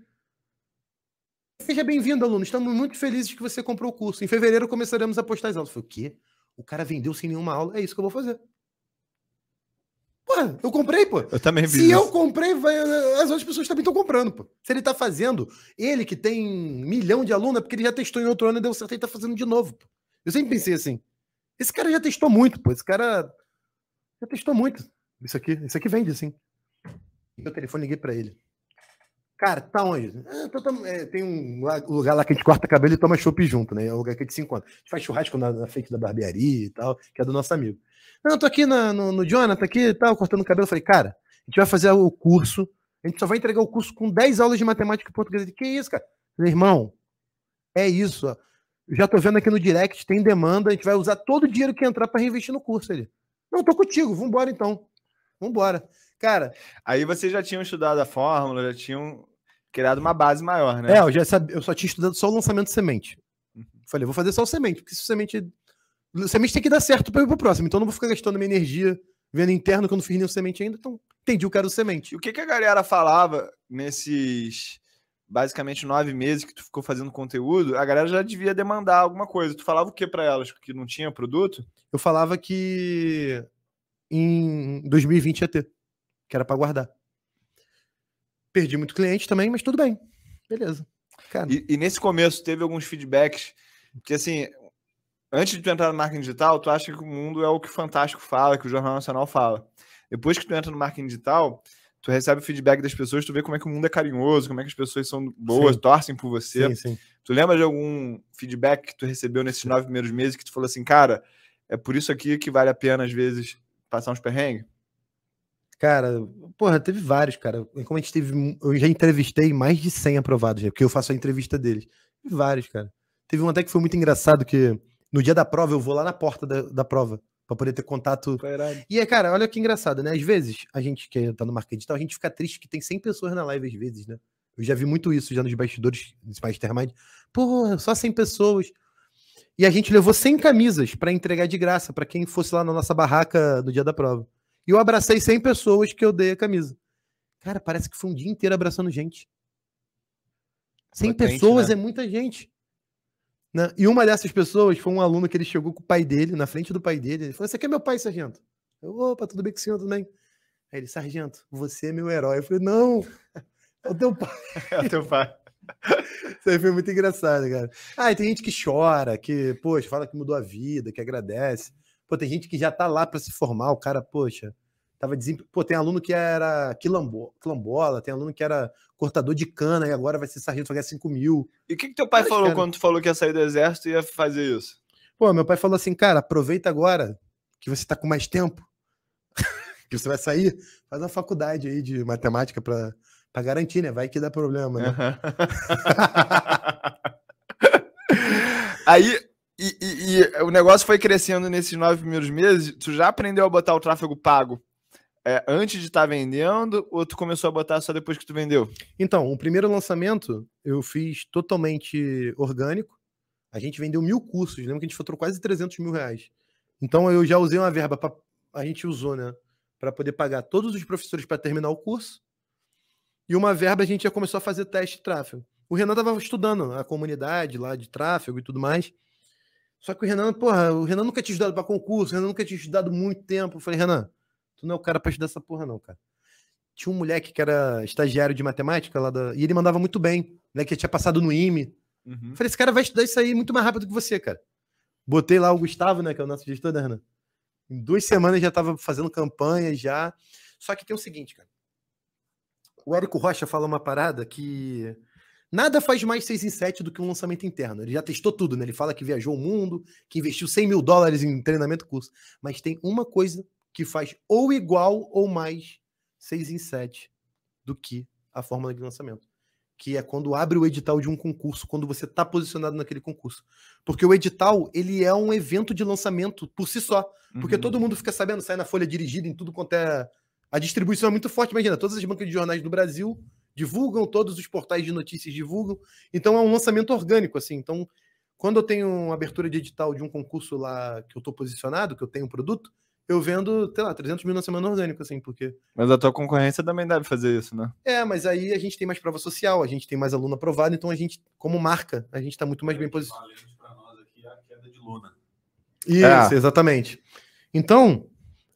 seja bem-vindo, aluno, estamos muito felizes que você comprou o curso. Em fevereiro começaremos a postar as aulas. Eu falei, o quê? O cara vendeu sem nenhuma aula? É isso que eu vou fazer. Porra, eu comprei, pô. Eu também vi Se isso. eu comprei, as outras pessoas também estão comprando, pô. Se ele tá fazendo, ele que tem 1 milhão de alunos, é porque ele já testou em outro ano e deu certo, ele tá fazendo de novo, pô. Eu sempre pensei assim, esse cara já testou muito, pô. Esse cara já testou muito. Isso aqui vende, assim. Meu telefone, liguei pra ele. Cara, tá onde? Tem um lugar lá que a gente corta cabelo e toma chopp junto, né? É o lugar que a gente se encontra. A gente faz churrasco na frente da barbearia e tal, que é do nosso amigo. Não, eu tô aqui no Jonathan, aqui e tal, cortando o cabelo. Eu falei, cara, a gente vai fazer o curso, a gente só vai entregar o curso com 10 aulas de matemática e português. Que isso, cara? Eu falei, irmão, é isso, ó. Eu já tô vendo aqui no direct, tem demanda, a gente vai usar todo o dinheiro que entrar pra reinvestir no curso ali. Não, tô contigo, vambora então. Vambora. Cara... Aí vocês já tinham estudado a fórmula, já tinham criado uma base maior, né? Eu só tinha estudado só o lançamento de semente. Falei, vou fazer só o semente, porque se o semente tem que dar certo para ir pro próximo, então eu não vou ficar gastando minha energia vendo interno, que eu não fiz nenhum semente ainda, então entendi o que era o semente. E o que a galera falava nesses basicamente 9 meses que tu ficou fazendo conteúdo? A galera já devia demandar alguma coisa. Tu falava o que para elas? Que não tinha produto? Eu falava que em 2020 ia ter, que era para guardar. Perdi muito cliente também, mas tudo bem. Beleza. Cara. E nesse começo teve alguns feedbacks, porque assim, antes de tu entrar no marketing digital, tu acha que o mundo é o que o Fantástico fala, que o Jornal Nacional fala. Depois que tu entra no marketing digital, tu recebe o feedback das pessoas, tu vê como é que o mundo é carinhoso, como é que as pessoas são boas, torcem por você. Sim. Tu lembra de algum feedback que tu recebeu nesses 9 primeiros meses que tu falou assim, cara, é por isso aqui que vale a pena, às vezes, passar uns perrengues? Cara, porra, teve vários, cara. Como a gente teve, eu já entrevistei mais de 100 aprovados, porque eu faço a entrevista deles. Teve vários, cara. Teve um até que foi muito engraçado, que no dia da prova eu vou lá na porta da prova, pra poder ter contato. E aí, cara, olha que engraçado, né? Às vezes, a gente que tá no marketing digital, a gente fica triste que tem 100 pessoas na live às vezes, né? Eu já vi muito isso já nos bastidores dos Mastermind. Pô, só 100 pessoas. E a gente levou 100 camisas pra entregar de graça pra quem fosse lá na nossa barraca no dia da prova. E eu abracei 100 pessoas que eu dei a camisa. Cara, parece que foi um dia inteiro abraçando gente. 100 pessoas, né? É muita gente. Né? E uma dessas pessoas foi um aluno que ele chegou com o pai dele, na frente do pai dele. Ele falou, você aqui é meu pai, sargento? Eu, opa, tudo bem com o senhor também? Aí ele, sargento, você é meu herói. Eu falei, não, é o teu pai. É o teu pai. Isso aí foi muito engraçado, cara. Ah, e tem gente que chora, que, poxa, fala que mudou a vida, que agradece. Pô, tem gente que já tá lá para se formar, o cara, poxa, tava Pô, tem aluno que era quilombola, tem aluno que era cortador de cana e agora vai ser sargento, vai ganhar 5 mil. E o que teu pai falou quando tu falou que ia sair do exército e ia fazer isso? Pô, meu pai falou assim, cara, aproveita agora que você tá com mais tempo, que você vai sair, faz uma faculdade aí de matemática pra garantir, né? Vai que dá problema, né? Aí... E o negócio foi crescendo nesses 9 primeiros meses. Tu já aprendeu a botar o tráfego pago antes de estar vendendo, ou tu começou a botar só depois que tu vendeu? Então, o primeiro lançamento eu fiz totalmente orgânico. A gente vendeu 1000 cursos. Lembra que a gente faturou quase 300 mil reais. Então eu já usei uma verba, a gente usou, né? Para poder pagar todos os professores para terminar o curso. E uma verba a gente já começou a fazer teste de tráfego. O Renan estava estudando a comunidade lá de tráfego e tudo mais. Só que o Renan nunca tinha estudado para concurso, o Renan nunca tinha estudado muito tempo. Eu falei, Renan, tu não é o cara para estudar essa porra não, cara. tinha um moleque que era estagiário de matemática lá e ele mandava muito bem, né? Que tinha passado no IME. Uhum. Falei, esse cara vai estudar isso aí muito mais rápido que você, cara. Botei lá o Gustavo, né? Que é o nosso gestor, né, Renan? Em 2 semanas já tava fazendo campanha já. Só que tem o seguinte, cara. O Érico Rocha fala uma parada que nada faz mais 6 em 7 do que um lançamento interno. Ele já testou tudo, né? Ele fala que viajou o mundo, que investiu $100 mil em treinamento curso. Mas tem uma coisa que faz ou igual ou mais 6 em 7 do que a fórmula de lançamento. Que é quando abre o edital de um concurso, quando você está posicionado naquele concurso. Porque o edital, ele é um evento de lançamento por si só. Porque todo mundo fica sabendo, sai na folha dirigida, em tudo quanto é... A distribuição é muito forte, imagina, todas as bancas de jornais do Brasil divulgam, todos os portais de notícias divulgam. Então é um lançamento orgânico, assim. Então, quando eu tenho uma abertura de edital de um concurso lá que eu estou posicionado, que eu tenho um produto, eu vendo, sei lá, 300 mil na semana orgânico, assim, porque... Mas a tua concorrência também deve fazer isso, né? Mas aí a gente tem mais prova social, a gente tem mais aluno aprovado, então a gente, como marca, a gente está muito mais bem posicionado. Para nós aqui a queda de Luna. Isso, exatamente. Então,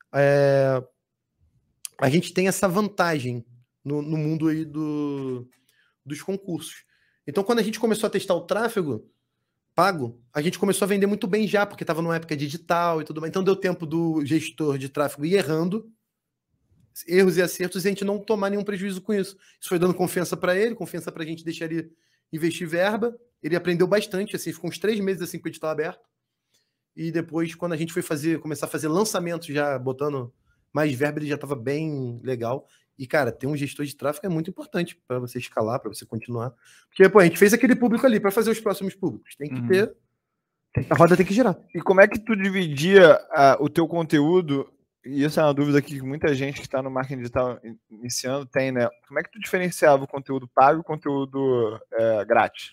a gente tem essa vantagem no mundo aí dos concursos. Então, quando a gente começou a testar o tráfego pago, a gente começou a vender muito bem já, porque estava numa época digital e tudo mais. Então, deu tempo do gestor de tráfego ir errando, erros e acertos, e a gente não tomar nenhum prejuízo com isso. Isso foi dando confiança para ele, confiança para a gente deixar ele investir verba. Ele aprendeu bastante, assim, ficou uns 3 meses assim com o edital aberto. E depois, quando a gente foi começar a fazer lançamentos, já botando mais verba, ele já estava bem legal. E, cara, ter um gestor de tráfego é muito importante para você escalar, para você continuar. Porque, pô, a gente fez aquele público ali para fazer os próximos públicos. Tem que ter... A roda tem que girar. E como é que tu dividia o teu conteúdo? E essa é uma dúvida que muita gente que está no marketing digital iniciando tem, né? Como é que tu diferenciava o conteúdo pago e o conteúdo grátis?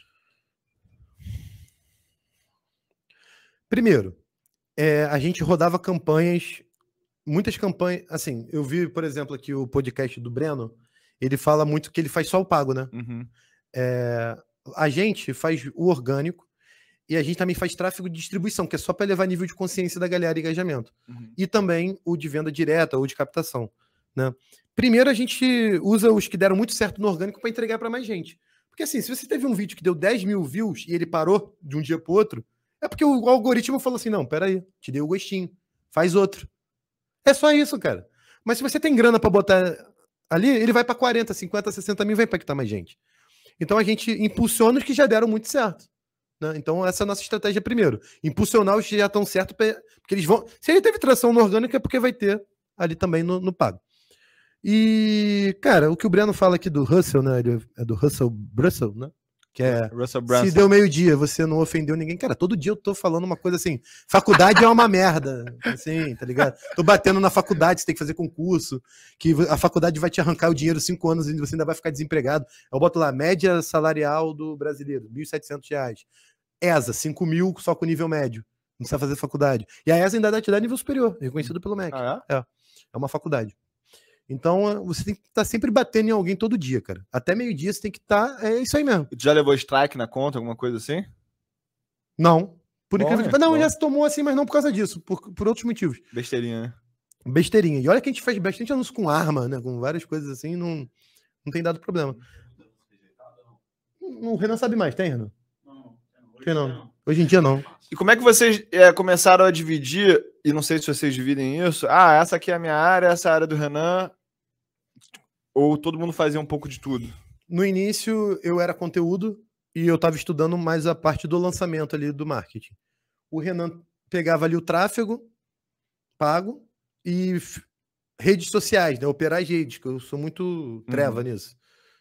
Primeiro, a gente rodava campanhas, muitas campanhas, assim, eu vi, por exemplo, aqui o podcast do Breno, ele fala muito que ele faz só o pago, né? Uhum. A gente faz o orgânico e a gente também faz tráfego de distribuição, que é só para elevar nível de consciência da galera e engajamento. Uhum. E também o de venda direta ou de captação, né? Primeiro a gente usa os que deram muito certo no orgânico para entregar para mais gente. Porque assim, se você teve um vídeo que deu 10 mil views e ele parou de um dia para o outro, é porque o algoritmo falou assim, não, peraí, te dei o gostinho, faz outro. É só isso, cara. Mas se você tem grana para botar ali, ele vai para 40, 50, 60 mil, vai impactar mais gente. Então a gente impulsiona os que já deram muito certo, né? Então essa é a nossa estratégia primeiro. Impulsionar os que já estão certos, porque eles vão... Se ele teve tração no orgânico, é porque vai ter ali também no pago. E, cara, o que o Breno fala aqui do Russell, né? Ele é do Russell Brunson, né? Que é, se deu meio-dia, você não ofendeu ninguém. Cara, todo dia eu tô falando uma coisa assim, faculdade é uma merda, assim, tá ligado? Tô batendo na faculdade, você tem que fazer concurso, que a faculdade vai te arrancar o dinheiro 5 anos e você ainda vai ficar desempregado. Eu boto lá, média salarial do brasileiro, R$ 1.700. ESA, 5 mil só com nível médio. Não precisa fazer faculdade. E a ESA ainda te dá nível superior, reconhecido pelo MEC. É uma faculdade. Então, você tem que estar sempre batendo em alguém todo dia, cara. Até meio-dia você tem que estar... É isso aí mesmo. E tu já levou strike na conta, alguma coisa assim? Não. Por incrível que pareça. Não, já se tomou assim, mas não por causa disso. Por outros motivos. Besteirinha, né? Besteirinha. E olha que a gente faz bastante anúncio com arma, né? Com várias coisas assim, não tem dado problema. O Renan sabe mais, tem, Renan? Não. Hoje em dia, não. E como é que vocês começaram a dividir, e não sei se vocês dividem isso, essa aqui é a minha área, essa é a área do Renan, ou todo mundo fazia um pouco de tudo? No início, eu era conteúdo e eu estava estudando mais a parte do lançamento ali do marketing. O Renan pegava ali o tráfego pago e redes sociais, né? Operar as redes, que eu sou muito treva nisso.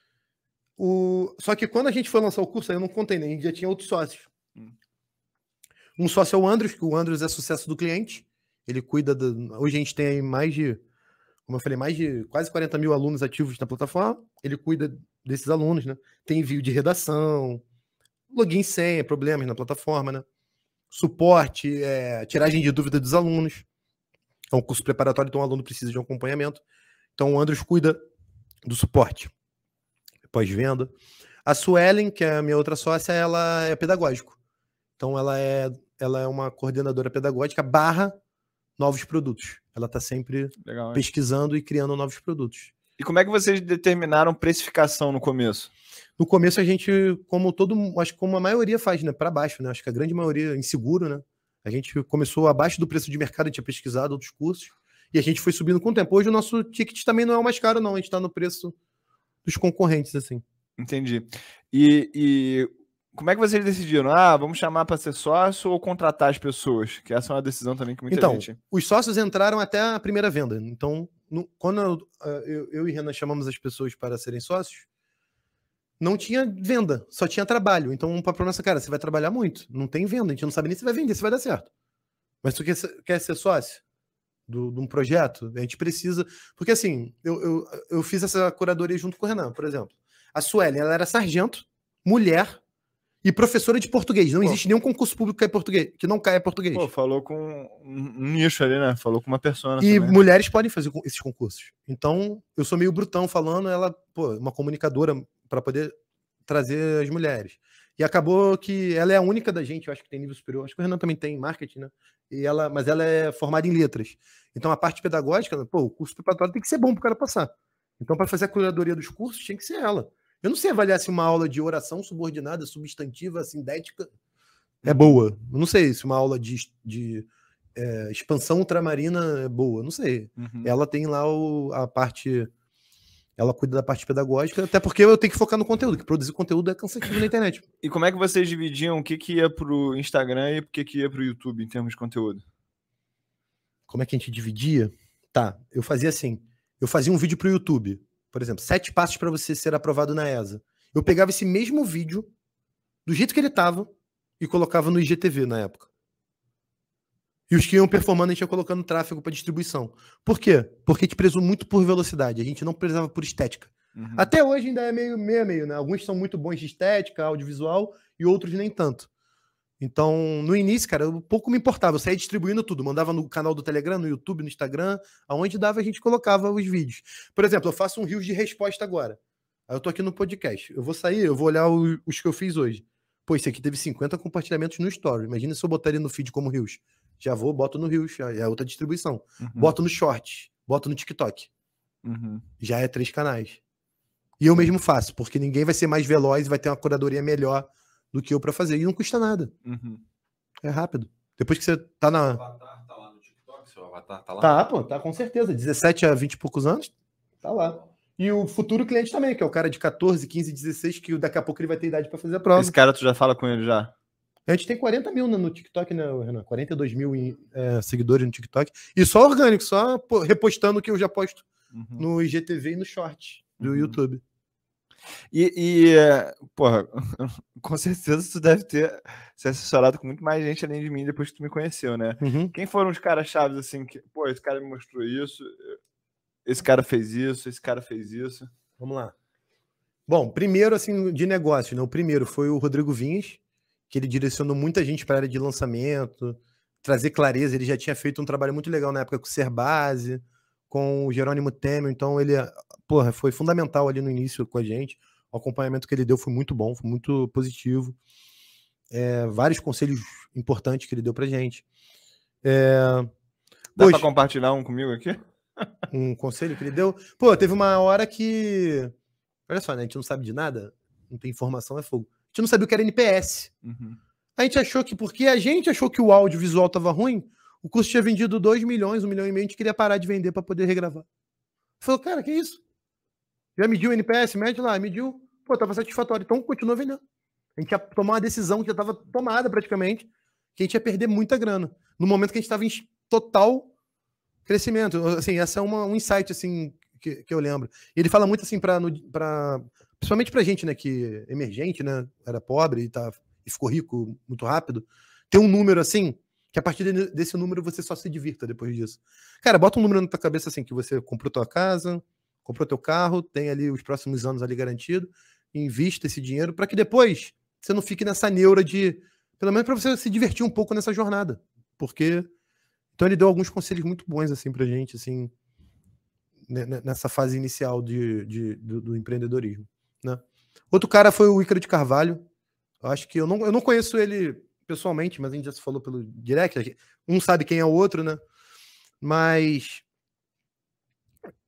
Só que quando a gente foi lançar o curso, aí eu não contei, né? A gente já tinha outros sócios. Um sócio é o Andros, que o Andros é sucesso do cliente. Ele cuida hoje a gente tem aí mais de, como eu falei, mais de quase 40 mil alunos ativos na plataforma. Ele cuida desses alunos, né? Tem envio de redação, login e senha, problemas na plataforma, né? Suporte, tiragem de dúvida dos alunos. É um curso preparatório, então o aluno precisa de um acompanhamento. Então o Andros cuida do suporte pós-venda. A Suelen, que é a minha outra sócia, ela é pedagógico. Então ela é uma coordenadora pedagógica / novos produtos. Ela está sempre pesquisando e criando novos produtos. E como é que vocês determinaram precificação no começo? No começo a gente, acho que como a maioria faz, né, para baixo, né? Acho que a grande maioria inseguro, né? A gente começou abaixo do preço de mercado, a gente tinha pesquisado outros cursos e a gente foi subindo com o tempo. Hoje o nosso ticket também não é o mais caro, não. A gente está no preço dos concorrentes, assim. Entendi. E como é que vocês decidiram? Vamos chamar para ser sócio ou contratar as pessoas? Que essa é uma decisão também que muita gente... Os sócios entraram até a primeira venda. Então, quando eu e Renan chamamos as pessoas para serem sócios, não tinha venda, só tinha trabalho. Então, para a promessa, cara, você vai trabalhar muito. Não tem venda, a gente não sabe nem se vai vender, se vai dar certo. Mas tu quer ser sócio de um projeto? A gente precisa... Porque, assim, eu fiz essa curadoria junto com o Renan, por exemplo. A Suelen, ela era sargento, mulher e professora de português. Não existe nenhum concurso público que não caia português. Pô, falou com um nicho ali, né? Falou com uma persona E também. mulheres podem fazer esses concursos. Então, eu sou meio brutão falando, ela, uma comunicadora para poder trazer as mulheres. E acabou que ela é a única da gente, eu acho que tem nível superior. Acho que o Renan também tem marketing, né? Mas ela é formada em letras. Então, a parte pedagógica, o curso preparatório tem que ser bom para o cara passar. Então, para fazer a curadoria dos cursos, tinha que ser ela. Eu não sei avaliar se uma aula de oração subordinada, substantiva, sindética é boa. Eu não sei se uma aula de expansão ultramarina é boa. Não sei. Ela tem lá a parte... Ela cuida da parte pedagógica, até porque eu tenho que focar no conteúdo, que produzir conteúdo é cansativo na internet. E como é que vocês dividiam o que ia pro Instagram e o que ia pro YouTube em termos de conteúdo? Como é que a gente dividia? Tá, eu fazia assim. Eu fazia um vídeo pro YouTube. Por exemplo, 7 passos para você ser aprovado na ESA. Eu pegava esse mesmo vídeo, do jeito que ele tava, e colocava no IGTV na época. E os que iam performando, a gente ia colocando tráfego para distribuição. Por quê? Porque a gente prezou muito por velocidade. A gente não prezava por estética. Até hoje ainda é meio, né? Alguns são muito bons de estética, audiovisual, e outros nem tanto. Então, no início, cara, eu pouco me importava. Eu saía distribuindo tudo. Mandava no canal do Telegram, no YouTube, no Instagram. Aonde dava, a gente colocava os vídeos. Por exemplo, eu faço um Reels de resposta agora. Aí eu tô aqui no podcast. Eu vou sair, eu vou olhar os que eu fiz hoje. Pô, esse aqui teve 50 compartilhamentos no Story. Imagina se eu botar ele no feed como Reels. Já vou, boto no Reels, já é outra distribuição. Boto no Short, boto no TikTok. Já é 3 canais. E eu mesmo faço, porque ninguém vai ser mais veloz e vai ter uma curadoria melhor do que eu pra fazer. E não custa nada. É rápido. Depois que você tá na... O avatar tá lá no TikTok? Seu avatar tá lá? Tá, pô, tá com certeza. 17 a 20 e poucos anos, tá lá. E o futuro cliente também, que é o cara de 14, 15, 16, que daqui a pouco ele vai ter idade pra fazer a prova. Esse cara, tu já fala com ele já? A gente tem 40 mil no TikTok, né, Renan? 42 mil seguidores no TikTok. E só orgânico, só repostando o que eu já posto no IGTV e no Short do YouTube. Porra, com certeza tu deve ter se assessorado com muito mais gente além de mim depois que tu me conheceu, né? Quem foram os caras chaves assim que, pô, esse cara me mostrou isso, esse cara fez isso, esse cara fez isso? Vamos lá. Bom, primeiro, assim, de negócio, né? O primeiro foi o Rodrigo Vinhas, que ele direcionou muita gente para a área de lançamento, trazer clareza. Ele já tinha feito um trabalho muito legal na época com o Serbase, com o Jerônimo Temer, então ele, porra, foi fundamental ali no início com a gente. O acompanhamento que ele deu foi muito bom, foi muito positivo. Vários conselhos importantes que ele deu pra gente. Dá pra compartilhar um comigo aqui? Um conselho que ele deu? Pô, teve uma hora que... Olha só, né? A gente não sabe de nada, não tem informação, é fogo. A gente não sabia o que era NPS. A gente achou que, porque a gente achou que o audiovisual tava ruim, o curso tinha vendido 2 milhões, 1 milhão e meio, a gente queria parar de vender para poder regravar. Falou, cara, que isso? Já mediu o NPS? Mede lá, mediu. Pô, tava satisfatório. Então, continua vendendo. A gente ia tomar uma decisão que já estava tomada praticamente, que a gente ia perder muita grana. No momento que a gente estava em total crescimento. Assim, essa é um insight, assim, que eu lembro. E ele fala muito, assim, principalmente pra gente, né, que emergente, né, era pobre e ficou rico muito rápido. Tem um número, assim, que a partir desse número você só se divirta depois disso. Cara, bota um número na tua cabeça, assim, que você comprou tua casa, comprou teu carro, tem ali os próximos anos ali garantido, invista esse dinheiro para que depois você não fique nessa neura de... Pelo menos para você se divertir um pouco nessa jornada. Porque... Então ele deu alguns conselhos muito bons, assim, pra gente, assim, nessa fase inicial do empreendedorismo, né? Outro cara foi o Ícaro de Carvalho. Eu acho que eu não conheço ele pessoalmente, mas a gente já se falou pelo direct. Um sabe quem é o outro, né? Mas,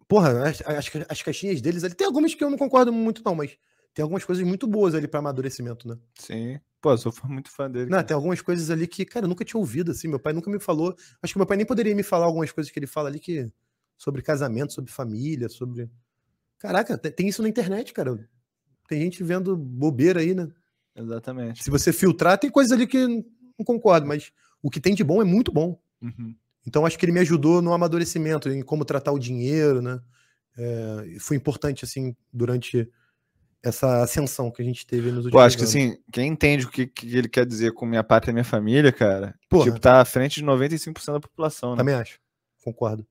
Porra, as caixinhas deles ali, tem algumas que eu não concordo muito não, mas tem algumas coisas muito boas ali pra amadurecimento, né? Sim. Pô, eu sou muito fã dele. Não, tem algumas coisas ali que, cara, eu nunca tinha ouvido, assim, meu pai nunca me falou. Acho que meu pai nem poderia me falar algumas coisas que ele fala ali que sobre casamento, sobre família, sobre... Caraca, tem isso na internet, cara. Tem gente vendo bobeira aí, né? Exatamente. Se você filtrar, tem coisas ali que não concordo, mas o que tem de bom é muito bom. Uhum. Então, acho que ele me ajudou no amadurecimento, em como tratar o dinheiro, né? Foi importante, assim, durante essa ascensão que a gente teve nos últimos Pô, acho que anos. assim, quem entende o que ele quer dizer com minha pátria e minha família, cara, Porra. tipo, tá à frente de 95% da população, né? Também acho. Concordo.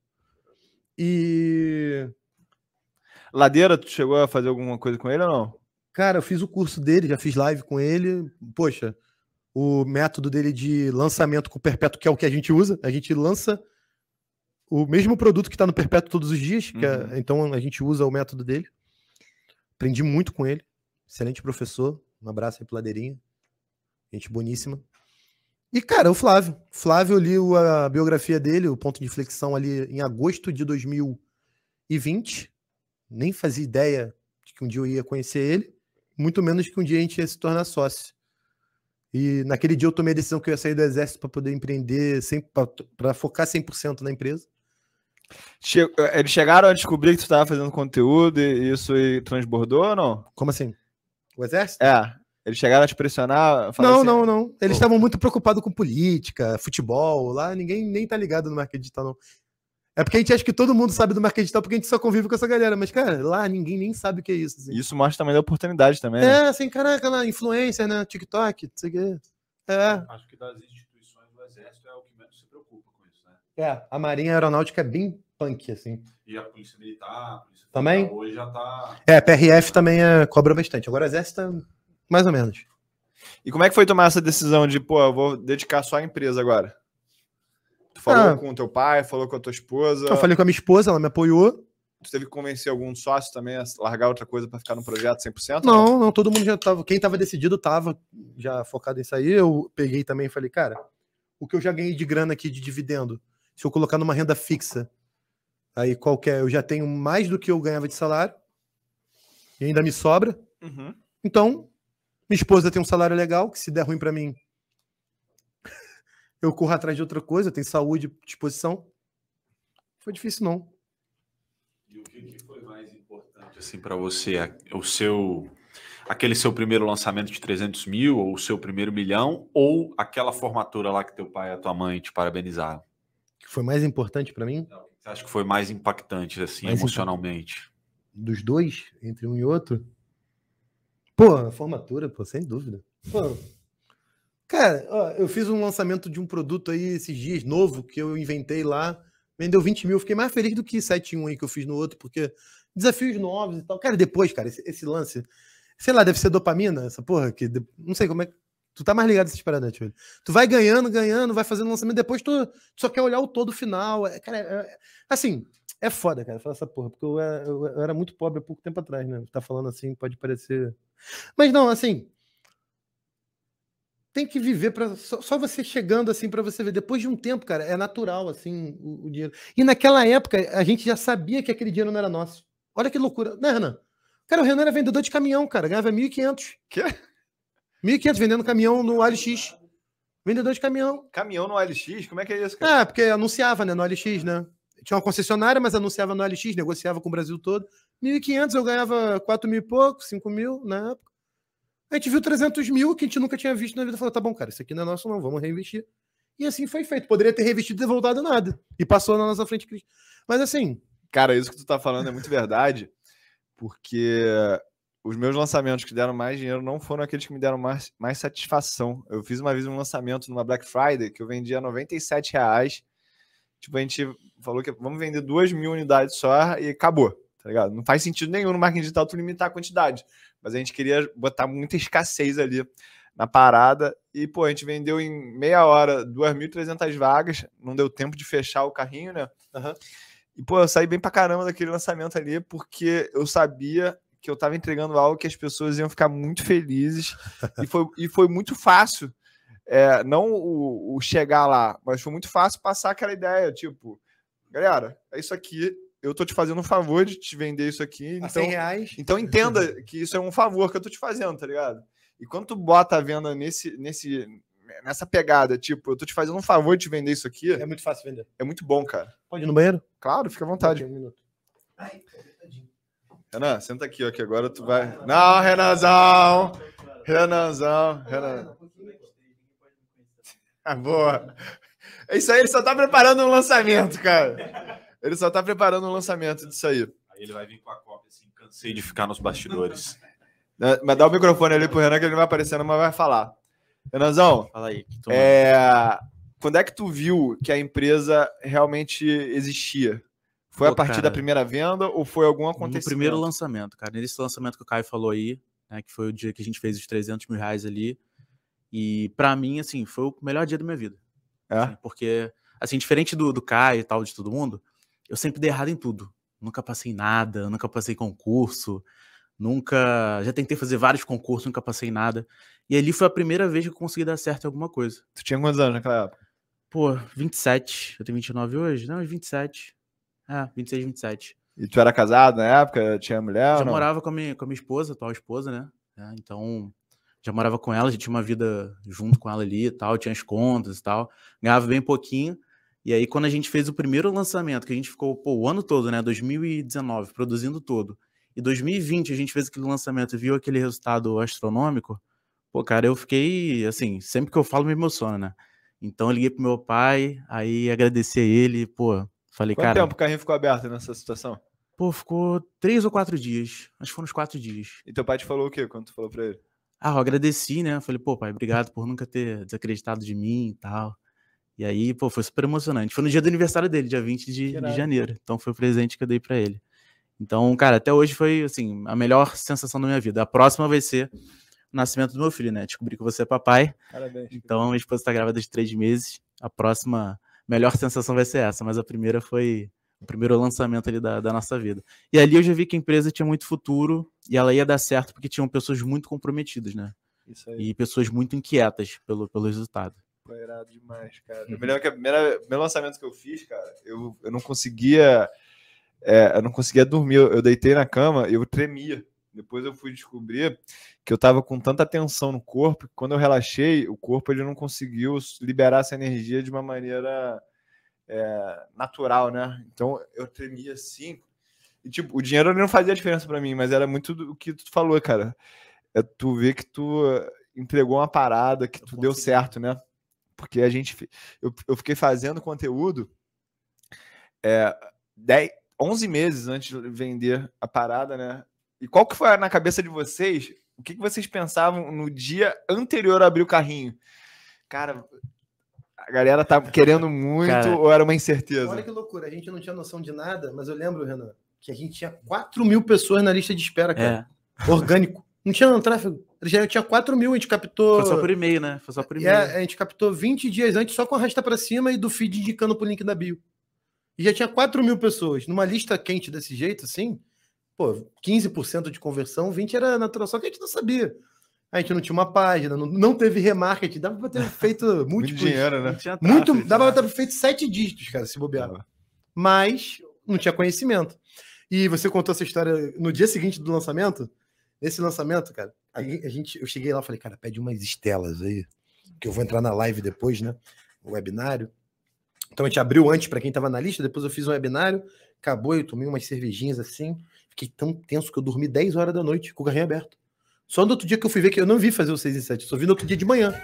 E... Ladeira, tu chegou a fazer alguma coisa com ele ou não? Cara, eu fiz o curso dele, já fiz live com ele. Poxa, o método dele de lançamento com o Perpétuo, que é o que a gente usa, a gente lança o mesmo produto que está no Perpétuo todos os dias, então a gente usa o método dele. Aprendi muito com ele. Excelente professor. Um abraço aí pro Ladeirinha. Gente boníssima. E, cara, o Flávio. Flávio, eu li a biografia dele, o ponto de inflexão ali em agosto de 2020. Nem fazia ideia de que um dia eu ia conhecer ele, muito menos que um dia a gente ia se tornar sócio. E naquele dia eu tomei a decisão que eu ia sair do exército para poder empreender, para focar 100% na empresa. Eles chegaram a descobrir que tu estava fazendo conteúdo e isso aí transbordou ou não? Como assim? O exército? Eles chegaram a te pressionar? Não. Eles estavam muito preocupados com política, futebol, lá ninguém nem tá ligado no marketing digital, não. É porque a gente acha que todo mundo sabe do marketing digital porque a gente só convive com essa galera, mas, cara, lá ninguém nem sabe o que é isso. Assim. Isso mostra também da oportunidade também, né? Assim, caraca, lá, influencer, né, TikTok, não sei o quê. Acho que das instituições do exército é o que menos se preocupa com isso, né? A Marinha Aeronáutica é bem punk, assim. E a Polícia Militar, também? Hoje já tá... A PRF também cobra bastante. Agora o exército é mais ou menos. E como é que foi tomar essa decisão de, pô, eu vou dedicar só à empresa agora? Tu falou com o teu pai, falou com a tua esposa? Eu falei com a minha esposa, ela me apoiou. Tu teve que convencer algum sócio também a largar outra coisa para ficar no projeto 100%? Não, todo mundo já tava. Quem tava decidido tava já focado em sair. Eu peguei também e falei, cara, o que eu já ganhei de grana aqui de dividendo, se eu colocar numa renda fixa, aí qualquer, eu já tenho mais do que eu ganhava de salário e ainda me sobra. Então, minha esposa tem um salário legal, que se der ruim para mim, eu corro atrás de outra coisa, tem saúde, disposição. Foi difícil, não. E o que foi mais importante assim para você? Aquele seu primeiro lançamento de 300 mil, ou o seu primeiro milhão, ou aquela formatura lá que teu pai e a tua mãe te parabenizaram? O que foi mais importante para mim? O que você acha que foi mais impactante, assim, mais emocionalmente? Dos dois, entre um e outro? Pô, a formatura, pô, sem dúvida. Pô, cara, ó, eu fiz um lançamento de um produto aí esses dias, novo, que eu inventei lá, vendeu 20 mil, fiquei mais feliz do que 7.1 aí que eu fiz no outro, porque desafios novos e tal. Cara, depois, cara, esse lance, sei lá, deve ser dopamina, essa porra, que não sei como é que... Tu tá mais ligado nessas paradas, velho. Tu vai ganhando, vai fazendo lançamento, depois tu só quer olhar o todo final. Cara, assim, é foda, cara, falar essa porra, porque eu era muito pobre há pouco tempo atrás, né? Tá falando assim, pode parecer... Mas não, assim... Tem que viver para só você chegando assim para você ver. Depois de um tempo, cara, é natural assim o dinheiro. E naquela época a gente já sabia que aquele dinheiro não era nosso. Olha que loucura, né, Renan? Cara, o Renan era vendedor de caminhão, cara, ganhava 1.500. Que? 1.500 vendendo caminhão no OLX. Vendedor de caminhão. Caminhão no OLX? Como é que é isso, cara? Porque anunciava, né, no OLX, né? Tinha uma concessionária, mas anunciava no OLX, negociava com o Brasil todo. 1.500 eu ganhava 4.000 e pouco, 5.000 na época. A gente viu 300 mil que a gente nunca tinha visto na vida e falou, tá bom, cara, isso aqui não é nosso não, vamos reinvestir. E assim foi feito. Poderia ter reinvestido e ter voltado nada. E passou na nossa frente. Mas assim... Cara, isso que tu tá falando é muito verdade, porque os meus lançamentos que deram mais dinheiro não foram aqueles que me deram mais satisfação. Eu fiz uma vez um lançamento numa Black Friday que eu vendia R$97. Tipo, a gente falou que vamos vender 2.000 unidades só e acabou, tá ligado? Não faz sentido nenhum no marketing digital tu limitar a quantidade. Mas a gente queria botar muita escassez ali na parada. E, pô, a gente vendeu em meia hora 2.300 vagas. Não deu tempo de fechar o carrinho, né? E, pô, eu saí bem pra caramba daquele lançamento ali, porque eu sabia que eu tava entregando algo que as pessoas iam ficar muito felizes. E foi muito fácil. Não o chegar lá, mas foi muito fácil passar aquela ideia. Tipo, galera, é isso aqui. eu tô te fazendo um favor de te vender isso aqui. A Então, R$100. então entenda que isso é um favor que eu tô te fazendo, tá ligado? E quando tu bota a venda nessa pegada, tipo, eu tô te fazendo um favor de te vender isso aqui, É muito fácil vender. é muito bom, cara. Pode ir no banheiro? Claro, fica à vontade. Aqui, um minuto. Ai, tadinho. Renan, senta aqui, ó, que agora tu vai... Não, Renanzão! Renanzão! Ah, boa! É isso aí, ele só tá preparando um lançamento, cara. Ele só tá preparando um lançamento disso aí. Aí ele vai vir com a cópia assim, cansei de ficar nos bastidores. Mas dá o microfone ali pro Renan, que ele não vai aparecendo, mas vai falar. Renanzão, Fala aí. quando é que tu viu que a empresa realmente existia? Foi Pô, a partir cara, da primeira venda ou foi algum No acontecimento? primeiro lançamento, cara. Nesse lançamento que o Caio falou aí, né, que foi o dia que a gente fez os 300 mil reais ali. E pra mim, assim, foi o melhor dia da minha vida. É? Assim, porque, assim, diferente do Caio e tal, de todo mundo, eu sempre dei errado em tudo. Nunca passei em nada, nunca passei em concurso, já tentei fazer vários concursos, nunca passei em nada. E ali foi a primeira vez que eu consegui dar certo em alguma coisa. Tu tinha quantos anos naquela época? Pô, 27. Eu tenho 29 hoje? Não, 27. 26, 27. E tu era casado na época? Tinha mulher Já ou não? morava com a minha esposa, atual esposa, né? Então, já morava com ela, já tinha uma vida junto com ela ali e tal, tinha as contas e tal. Ganhava bem pouquinho. E aí, quando a gente fez o primeiro lançamento, que a gente ficou, o ano todo, né? 2019, produzindo todo. E 2020 a gente fez aquele lançamento e viu aquele resultado astronômico. Pô, cara, eu fiquei, assim, sempre que eu falo me emociono, né? Então eu liguei pro meu pai, aí agradeci a ele, pô, falei, Quanto cara... tempo o carrinho ficou aberto nessa situação? Pô, ficou 3 ou 4 dias. Acho que foram uns 4 dias. E teu pai te falou o quê quando tu falou pra ele? Eu agradeci, né? Falei, pô, pai, obrigado por nunca ter desacreditado de mim e tal. E aí, pô, foi super emocionante. Foi no dia do aniversário dele, dia 20 de janeiro. Então foi o presente que eu dei pra ele. Então, cara, até hoje foi, assim, a melhor sensação da minha vida. A próxima vai ser o nascimento do meu filho, né? Descobri que você é papai. Parabéns. Então, minha esposa tá grávida de 3 meses. A próxima melhor sensação vai ser essa. Mas a primeira foi o primeiro lançamento ali da nossa vida. E ali eu já vi que a empresa tinha muito futuro e ela ia dar certo porque tinham pessoas muito comprometidas, né? Isso aí. E pessoas muito inquietas pelo resultado. Foi irado demais, cara. Eu me lembro que o primeiro lançamento que eu fiz, cara, eu não conseguia... eu não conseguia dormir. Eu deitei na cama e eu tremia. Depois eu fui descobrir que eu tava com tanta tensão no corpo que quando eu relaxei, o corpo ele não conseguiu liberar essa energia de uma maneira natural, né? Então eu tremia assim. E tipo, o dinheiro não fazia diferença para mim, mas era muito o que tu falou, cara. Tu vê que tu entregou uma parada, que tu deu certo, né? Porque eu fiquei fazendo conteúdo 11 meses antes de vender a parada, né? E qual que foi na cabeça de vocês? O que vocês pensavam no dia anterior a abrir o carrinho? Cara, a galera tá querendo muito, cara, ou era uma incerteza? Olha que loucura, a gente não tinha noção de nada, mas eu lembro, Renan, que a gente tinha 4.000 pessoas na lista de espera, cara. Orgânico. Não tinha tráfego. Já tinha 4.000, a gente captou... Foi só por e-mail, né? Foi só por e-mail. A gente captou 20 dias antes só com arrasta pra cima e do feed indicando pro link da bio. E já tinha 4.000 pessoas. Numa lista quente desse jeito, assim, pô, 15% de conversão, 20% era natural. Só que a gente não sabia. A gente não tinha uma página, não teve remarketing. Dava pra ter feito múltiplos... Muito dinheiro, né? Dava pra ter feito 7 dígitos, cara, se bobear. Mas não tinha conhecimento. E você contou essa história no dia seguinte do lançamento. Nesse lançamento, cara, eu cheguei lá e falei, cara, pede umas estelas aí, que eu vou entrar na live depois, né? O webinário. Então a gente abriu antes para quem tava na lista, depois eu fiz um webinário, acabou, eu tomei umas cervejinhas assim, fiquei tão tenso que eu dormi 10 horas da noite com o carrinho aberto. Só no outro dia que eu fui ver que eu não vi fazer o 6 em 7, só vi no outro dia de manhã.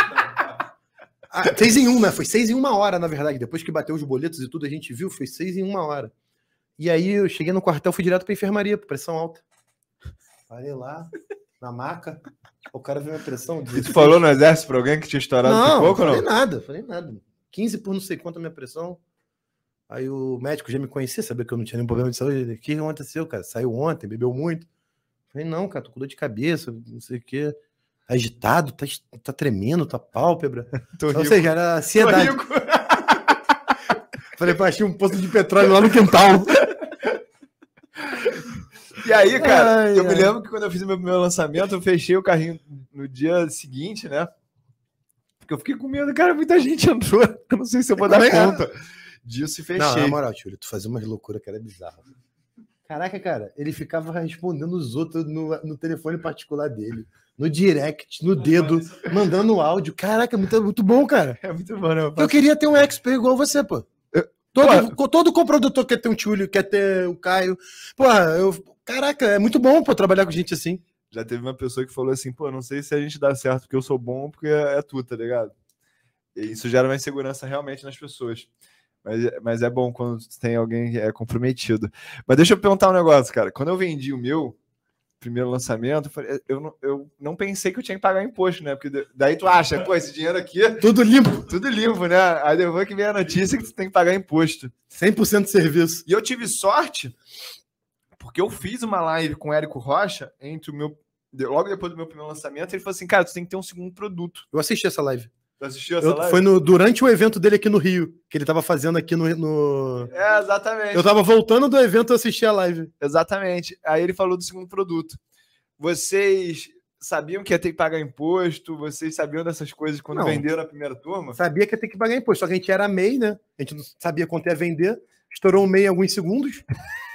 6 em 1, né? Foi 6 em 1 hora, na verdade. Depois que bateu os boletos e tudo, a gente viu, foi 6 em 1 hora. E aí eu cheguei no quartel, fui direto pra enfermaria, por pressão alta. Parei lá, na maca, o cara viu minha pressão. E tu falou no exército pra alguém que tinha estourado pouco ou não? Falei nada. 15 por não sei quanto a minha pressão. Aí o médico já me conhecia, sabia que eu não tinha nenhum problema de saúde. O que aconteceu, cara? Saiu ontem, bebeu muito. Falei, não, cara, tô com dor de cabeça, não sei o quê. Tá agitado, tá tremendo, tá pálpebra. Ou seja, era ansiedade. Falei, achei um poço de petróleo lá no quintal. E aí, cara, eu me lembro que quando eu fiz o meu primeiro lançamento, eu fechei o carrinho no dia seguinte, né? Porque eu fiquei com medo, cara, muita gente entrou. Eu não sei se eu vou dar conta. disso e Não, fechei. na moral, Túlio, tu fazia umas loucuras que era bizarro. Caraca, cara, ele ficava respondendo os outros no telefone particular dele, no direct, no dedo, mandando áudio. Caraca, muito bom, cara. É muito bom, né? Eu queria ter um expert igual você, pô. Todo coprodutor quer ter um Túlio, quer ter o Caio. Porra, caraca, é muito bom, pô, trabalhar com gente assim. Já teve uma pessoa que falou assim, pô, não sei se a gente dá certo porque eu sou bom ou porque é tu, tá ligado? E isso gera uma insegurança realmente nas pessoas. Mas é bom quando tem alguém que é comprometido. Mas deixa eu perguntar um negócio, cara. Quando eu vendi o meu primeiro lançamento, eu não pensei que eu tinha que pagar imposto, né? Porque daí tu acha, pô, esse dinheiro aqui... Tudo limpo. Tudo limpo, né? Aí depois que vem a notícia que tu tem que pagar imposto. 100% de serviço. E eu tive sorte, porque eu fiz uma live com o Érico Rocha, logo depois do meu primeiro lançamento, ele falou assim, cara, tu tem que ter um segundo produto. Eu assisti essa live. Tu assistiu essa live? Foi durante o evento dele aqui no Rio, que ele tava fazendo aqui no... É, exatamente. Eu tava voltando do evento e assisti a live. Exatamente. Aí ele falou do segundo produto. Vocês sabiam que ia ter que pagar imposto? Vocês sabiam dessas coisas quando venderam a primeira turma? Sabia que ia ter que pagar imposto, só que a gente era MEI, né? A gente não sabia quanto ia vender. Estourou o MEI em alguns segundos.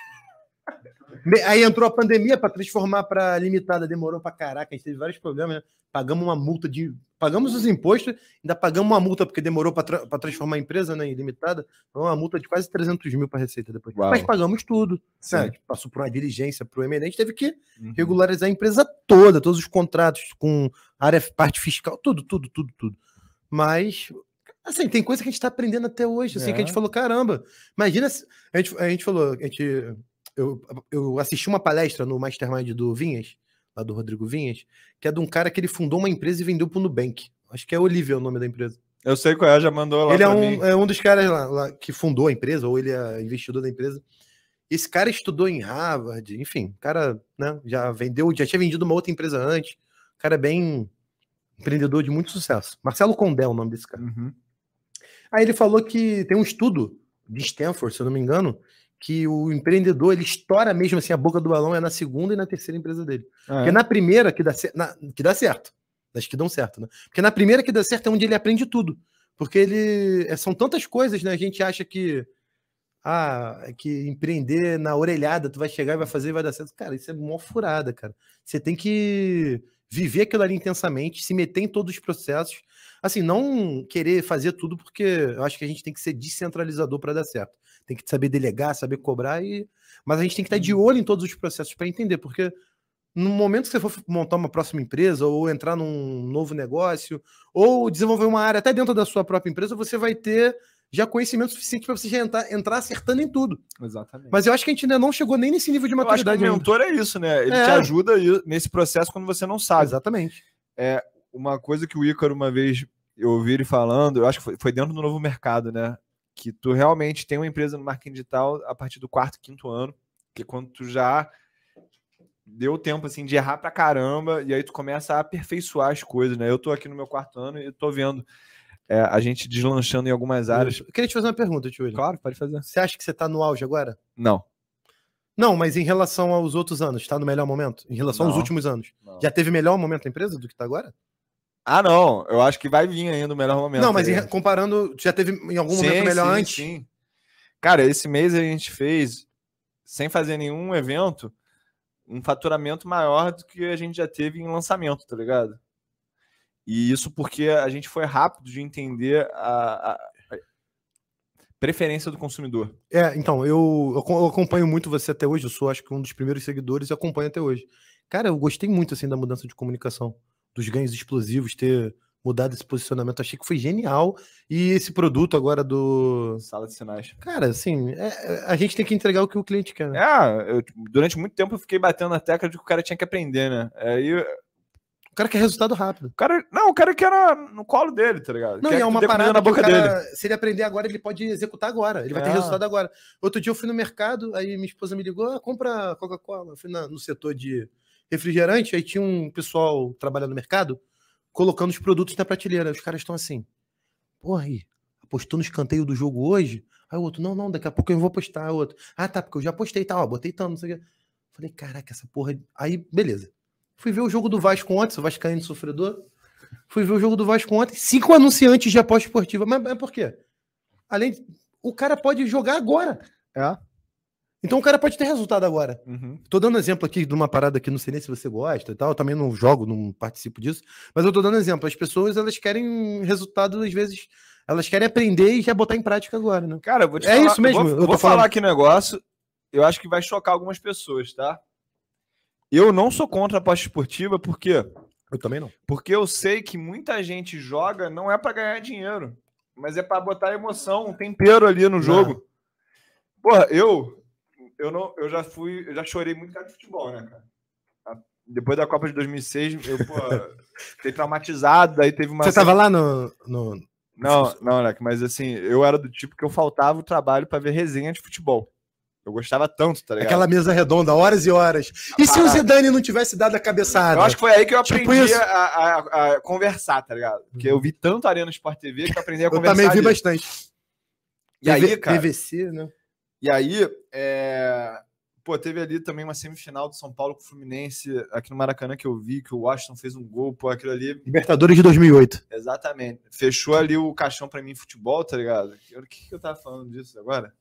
Aí entrou a pandemia para transformar para limitada, demorou para caraca, a gente teve vários problemas, né? Pagamos uma multa pagamos os impostos, ainda pagamos uma multa porque demorou para transformar a empresa, né, em limitada, então uma multa de quase 300 mil para Receita depois. Uau. Mas pagamos tudo, Sim. né? Passou por uma diligência para o M&A, a gente teve que regularizar a empresa toda, todos os contratos com área, parte fiscal, tudo. Mas, assim, tem coisa que a gente está aprendendo até hoje, assim, que a gente falou, caramba, imagina se a gente falou, eu assisti uma palestra no Mastermind do Vinhas, lá do Rodrigo Vinhas, que é de um cara que ele fundou uma empresa e vendeu para o Nubank. Acho que é Olivia o nome da empresa. Eu sei qual é, já mandou lá ele pra mim. É um dos caras lá que fundou a empresa, ou ele é investidor da empresa. Esse cara estudou em Harvard, enfim, o cara, né, já tinha vendido uma outra empresa antes. O cara é bem empreendedor de muito sucesso. Marcelo Condé é o nome desse cara. Aí ele falou que tem um estudo de Stanford, se eu não me engano, que o empreendedor, ele estoura mesmo assim a boca do balão é na segunda e na terceira empresa dele. Porque na primeira que dá certo, das que dão certo, né? Porque na primeira que dá certo é onde ele aprende tudo. Porque são tantas coisas, né? A gente acha que empreender na orelhada, tu vai chegar e vai fazer e vai dar certo. Cara, isso é mó furada, cara. Você tem que viver aquilo ali intensamente, se meter em todos os processos. Assim, não querer fazer tudo, porque eu acho que a gente tem que ser descentralizador para dar certo. Tem que saber delegar, saber cobrar, mas a gente tem que estar de olho em todos os processos para entender, porque no momento que você for montar uma próxima empresa, ou entrar num novo negócio, ou desenvolver uma área até dentro da sua própria empresa, você vai ter já conhecimento suficiente para você já entrar acertando em tudo. Exatamente. Mas eu acho que a gente ainda não chegou nem nesse nível de maturidade. Eu acho que o mentor é isso, né? Ele te ajuda nesse processo quando você não sabe. Exatamente. Uma coisa que o Ícaro uma vez eu ouvi ele falando, eu acho que foi dentro do novo mercado, né? Que tu realmente tem uma empresa no marketing digital a partir do 4º, 5º ano, que é quando tu já deu tempo assim de errar pra caramba e aí tu começa a aperfeiçoar as coisas, né? Eu tô aqui no meu 4º ano e tô vendo a gente deslanchando em algumas áreas. Eu queria te fazer uma pergunta, Tio William. Claro, pode fazer. Você acha que você tá no auge agora? Não. Não, mas em relação aos outros anos, tá no melhor momento? Em relação aos últimos anos? Não. Já teve melhor momento da empresa do que tá agora? Não. Eu acho que vai vir ainda o melhor momento. Não, mas comparando, já teve em algum momento melhor antes? Sim. Cara, esse mês a gente fez, sem fazer nenhum evento, um faturamento maior do que a gente já teve em lançamento, tá ligado? E isso porque a gente foi rápido de entender a preferência do consumidor. Então, eu acompanho muito você até hoje, eu sou acho que um dos primeiros seguidores e acompanho até hoje. Cara, eu gostei muito assim da mudança de comunicação, dos ganhos explosivos, ter mudado esse posicionamento, achei que foi genial. E esse produto agora do Sala de Sinais. Cara, assim, a gente tem que entregar o que o cliente quer. Né? Durante muito tempo eu fiquei batendo na tecla de que o cara tinha que aprender, né? O cara quer resultado rápido. O cara quer no colo dele, tá ligado? Não, quer é uma parada na boca dele. Se ele aprender agora, ele pode executar agora. Ele vai ter resultado agora. Outro dia eu fui no mercado, aí minha esposa me ligou, compra Coca-Cola. Eu fui no setor de refrigerante, aí tinha um pessoal trabalhando no mercado, colocando os produtos na prateleira. Os caras estão assim, porra, aí, apostou no escanteio do jogo hoje? Aí o outro, não, daqui a pouco eu vou postar. O outro, tá, porque eu já postei, tá, botei tanto, não sei o quê. Falei, caraca, essa porra... Aí, beleza. Fui ver o jogo do Vasco ontem, o Vascaíno sofredor. Fui ver o jogo do Vasco ontem, 5 anunciantes de aposta esportiva. Mas por quê? Além o cara pode jogar agora. É. Então o cara pode ter resultado agora. Uhum. Tô dando exemplo aqui de uma parada que não sei nem se você gosta e tal. Eu também não jogo, não participo disso. Mas eu tô dando exemplo. As pessoas, elas querem resultado, às vezes, elas querem aprender e já botar em prática agora, né? Cara, eu vou te É falar, isso mesmo, eu eu tô vou falando. falar aqui um negócio, eu acho que vai chocar algumas pessoas, tá? Eu não sou contra a aposta esportiva, por quê? Eu também não. Porque eu sei que muita gente joga não é pra ganhar dinheiro, mas é pra botar emoção, um tempero ali no jogo. Porra, eu já chorei muito cara de futebol, né, cara? Depois da Copa de 2006, eu, fiquei traumatizado, aí teve uma... Você tava lá no... Não, Leque, mas assim, eu era do tipo que eu faltava o trabalho pra ver resenha de futebol. Eu gostava tanto, tá ligado? Aquela mesa redonda, horas e horas. E se o Zidane não tivesse dado a cabeçada? Eu acho que foi aí que eu Tipo aprendi isso. a conversar, tá ligado? Porque eu vi tanto Arena Sport TV que eu aprendi a Eu conversar. também vi ali. bastante. E aí, cara... PVC, né? E aí, teve ali também uma semifinal do São Paulo com o Fluminense, aqui no Maracanã, que eu vi, que o Washington fez um gol, aquilo ali... Libertadores de 2008. Exatamente. Fechou ali o caixão pra mim em futebol, tá ligado? O que eu tava falando disso agora?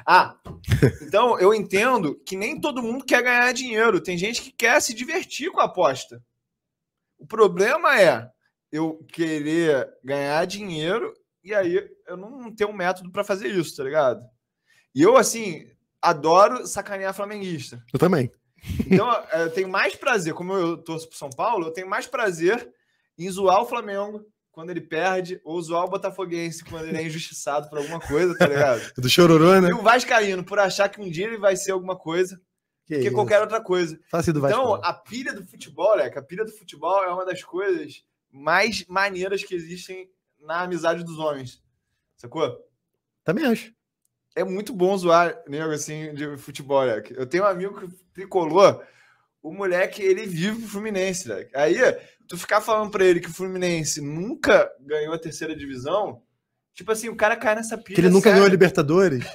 Então eu entendo que nem todo mundo quer ganhar dinheiro. Tem gente que quer se divertir com a aposta. O problema é eu querer ganhar dinheiro e aí eu não tenho um método pra fazer isso, tá ligado? E eu, assim, adoro sacanear flamenguista. Eu também. Então, eu tenho mais prazer, como eu torço pro São Paulo, eu tenho mais prazer em zoar o Flamengo quando ele perde, ou zoar o Botafoguense quando ele é injustiçado por alguma coisa, tá ligado? Do Chororô, né? E o Vascaíno, por achar que um dia ele vai ser alguma coisa, que qualquer outra coisa. Fácil do Vasco. Então, a pilha do futebol, a pilha do futebol é uma das coisas mais maneiras que existem na amizade dos homens. Sacou? Também acho. É muito bom zoar nego assim de futebol, né? Eu tenho um amigo que tricolor, o moleque, ele vive pro Fluminense, né? Aí, tu ficar falando pra ele que o Fluminense nunca ganhou a terceira divisão, tipo assim, o cara cai nessa pilha. Que ele nunca ganhou a Libertadores.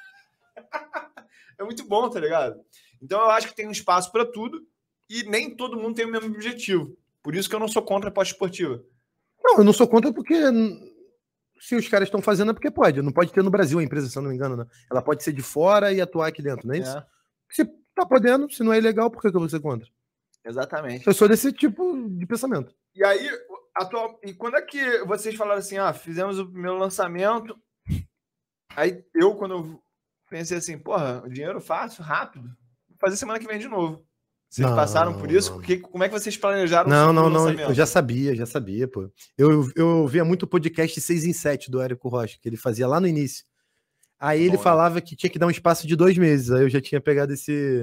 É muito bom, tá ligado? Então eu acho que tem um espaço pra tudo e nem todo mundo tem o mesmo objetivo. Por isso que eu não sou contra a aposta esportiva. Não, eu não sou contra porque... Se os caras estão fazendo é porque pode. Não pode ter no Brasil a empresa, se eu não me engano, né? Ela pode ser de fora e atuar aqui dentro, não é isso? Se tá podendo, se não é ilegal, por que eu vou ser contra? Exatamente. Eu sou desse tipo de pensamento. E aí, e quando é que vocês falaram assim, fizemos o primeiro lançamento, aí quando eu pensei assim, porra, o dinheiro fácil, rápido, vou fazer semana que vem de novo. Vocês passaram por isso? Como é que vocês planejaram o lançamento? Não, eu já sabia, pô. Eu via muito podcast 6 em 7 do Érico Rocha, que ele fazia lá no início. Aí ele falava que tinha que dar um espaço de 2 meses, aí eu já tinha pegado esse...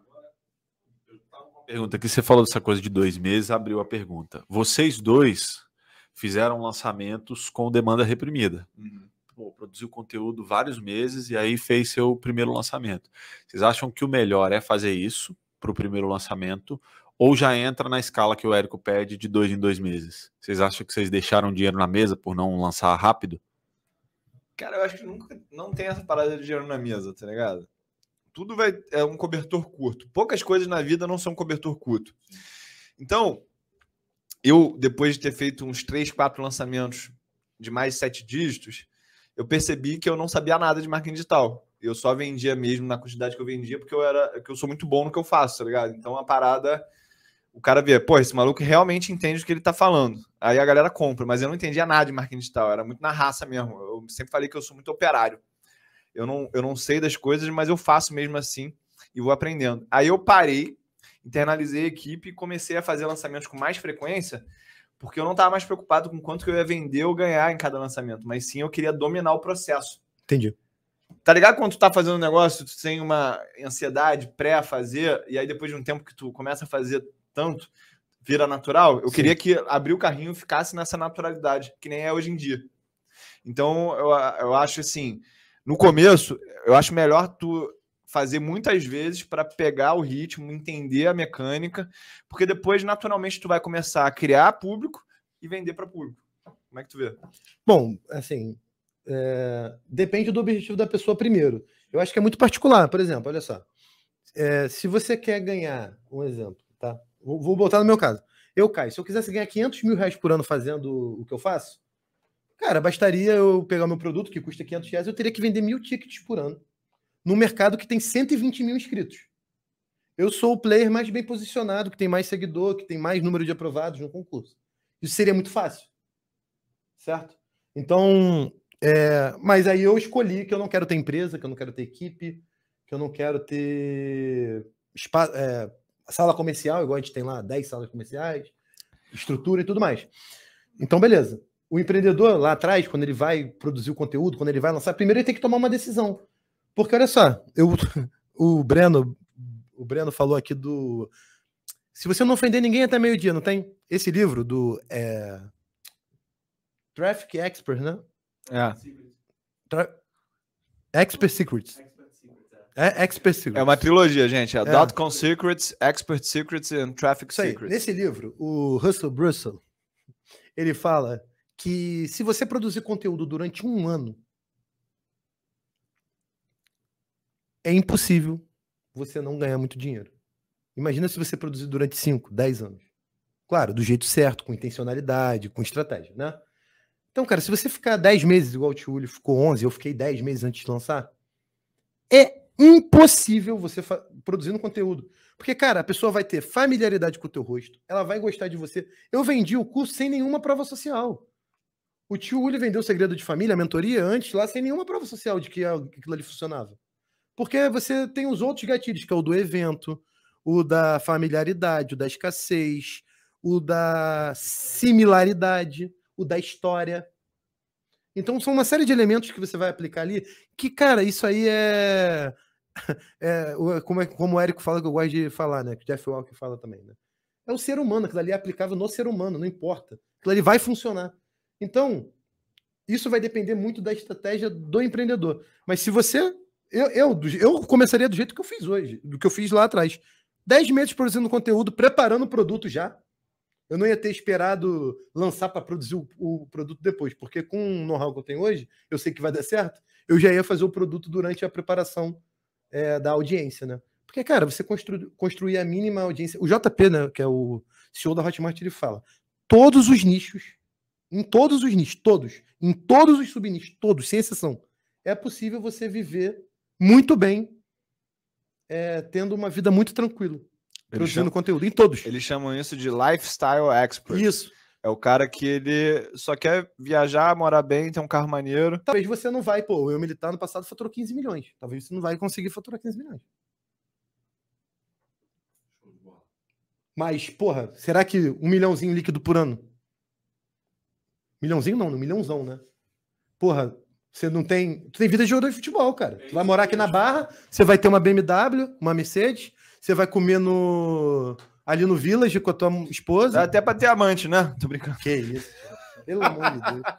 Pergunta que você falou dessa coisa de 2 meses, abriu a pergunta. Vocês dois fizeram lançamentos com demanda reprimida. Produziu conteúdo vários meses e aí fez seu primeiro lançamento. Vocês acham que o melhor é fazer isso para o primeiro lançamento, ou já entra na escala que o Érico pede de 2 em 2 meses? Vocês acham que vocês deixaram dinheiro na mesa por não lançar rápido? Cara, eu acho que não tem essa parada de dinheiro na mesa, tá ligado? Tudo é um cobertor curto. Poucas coisas na vida não são cobertor curto. Então, eu, depois de ter feito uns 3, 4 lançamentos de mais de 7 dígitos, eu percebi que eu não sabia nada de marketing digital. Eu só vendia mesmo na quantidade que eu vendia porque eu sou muito bom no que eu faço, tá ligado? Então a parada, o cara vê, pô, esse maluco realmente entende o que ele tá falando. Aí a galera compra, mas eu não entendia nada de marketing digital, era muito na raça mesmo. Eu sempre falei que eu sou muito operário. Eu não sei das coisas, mas eu faço mesmo assim e vou aprendendo. Aí eu parei, internalizei a equipe e comecei a fazer lançamentos com mais frequência, porque eu não estava mais preocupado com quanto que eu ia vender ou ganhar em cada lançamento, mas sim eu queria dominar o processo. Entendi. Tá ligado quando tu tá fazendo um negócio, tu tem uma ansiedade pré-fazer, e aí depois de um tempo que tu começa a fazer tanto, vira natural? Eu queria que abrir o carrinho ficasse nessa naturalidade, que nem é hoje em dia. Então, eu acho assim, no começo, eu acho melhor tu fazer muitas vezes para pegar o ritmo, entender a mecânica, porque depois, naturalmente, tu vai começar a criar público e vender para público. Como é que tu vê? Bom, assim, depende do objetivo da pessoa primeiro. Eu acho que é muito particular. Por exemplo, olha só. Se você quer ganhar, um exemplo, tá? Vou botar no meu caso. Caio, se eu quisesse ganhar 500 mil reais por ano fazendo o que eu faço, Cara, bastaria eu pegar meu produto, que custa R$500, eu teria que vender 1.000 tickets por ano, num mercado que tem 120 mil inscritos. Eu sou o player mais bem posicionado, que tem mais seguidor, que tem mais número de aprovados no concurso. Isso seria muito fácil. Certo? Então, mas aí eu escolhi que eu não quero ter empresa, que eu não quero ter equipe, que eu não quero ter sala comercial, igual a gente tem lá 10 salas comerciais, estrutura e tudo mais. Então, beleza. O empreendedor lá atrás, quando ele vai produzir o conteúdo, quando ele vai lançar, primeiro ele tem que tomar uma decisão. Porque, olha só, o Breno falou aqui do... Se você não ofender ninguém até meio-dia, não tem? Esse livro do... Traffic Expert, né? Expert Secrets. Expert Secrets. É uma trilogia, gente. .com Secrets, Expert Secrets e Traffic Secrets. Nesse livro, o Russell Brunson, ele fala que se você produzir conteúdo durante 1 ano, é impossível você não ganhar muito dinheiro. Imagina se você produzir durante 5, 10 anos. Claro, do jeito certo, com intencionalidade, com estratégia, né? Então, cara, se você ficar 10 meses, igual o Tio Uli ficou 11, eu fiquei 10 meses antes de lançar, é impossível você produzindo conteúdo. Porque, cara, a pessoa vai ter familiaridade com o teu rosto, ela vai gostar de você. Eu vendi o curso sem nenhuma prova social. O Tio Uli vendeu o Segredo de Família, a mentoria, antes lá, sem nenhuma prova social de que aquilo ali funcionava. Porque você tem os outros gatilhos, que é o do evento, o da familiaridade, o da escassez, o da similaridade, o da história. Então, são uma série de elementos que você vai aplicar ali, que, cara, isso aí como o Érico fala, que eu gosto de falar, né? Que o Jeff Walker fala também, né? É o ser humano, aquilo ali é aplicável no ser humano, não importa. Aquilo ali vai funcionar. Então, isso vai depender muito da estratégia do empreendedor. Mas se você... Eu começaria do jeito que eu fiz hoje, do que eu fiz lá atrás. 10 meses produzindo conteúdo, preparando o produto já. Eu não ia ter esperado lançar para produzir o produto depois, porque com o know-how que eu tenho hoje, eu sei que vai dar certo, eu já ia fazer o produto durante a preparação da audiência, né? Porque, cara, você construir a mínima audiência... O JP, né, que é o CEO da Hotmart, ele fala, todos os nichos, em todos os nichos, em todos os subnichos, todos, sem exceção, é possível você viver muito bem, tendo uma vida muito tranquila. Produzindo conteúdo em todos. Eles chamam isso de lifestyle expert. Isso. É o cara que ele só quer viajar, morar bem, ter um carro maneiro. Talvez você não vai, o Eu Militar no passado faturou 15 milhões. Talvez você não vai conseguir faturar 15 milhões. Mas, porra, será que 1 milhãozinho líquido por ano? Milhãozinho não, 1 milhãozão, né? Porra, você não tem... Tu tem vida de jogador de futebol, cara. Tu vai morar aqui na Barra, você vai ter uma BMW, uma Mercedes... Você vai comer ali no Village com a tua esposa. Dá até pra ter amante, né? Tô brincando. Que isso? Pelo amor de Deus.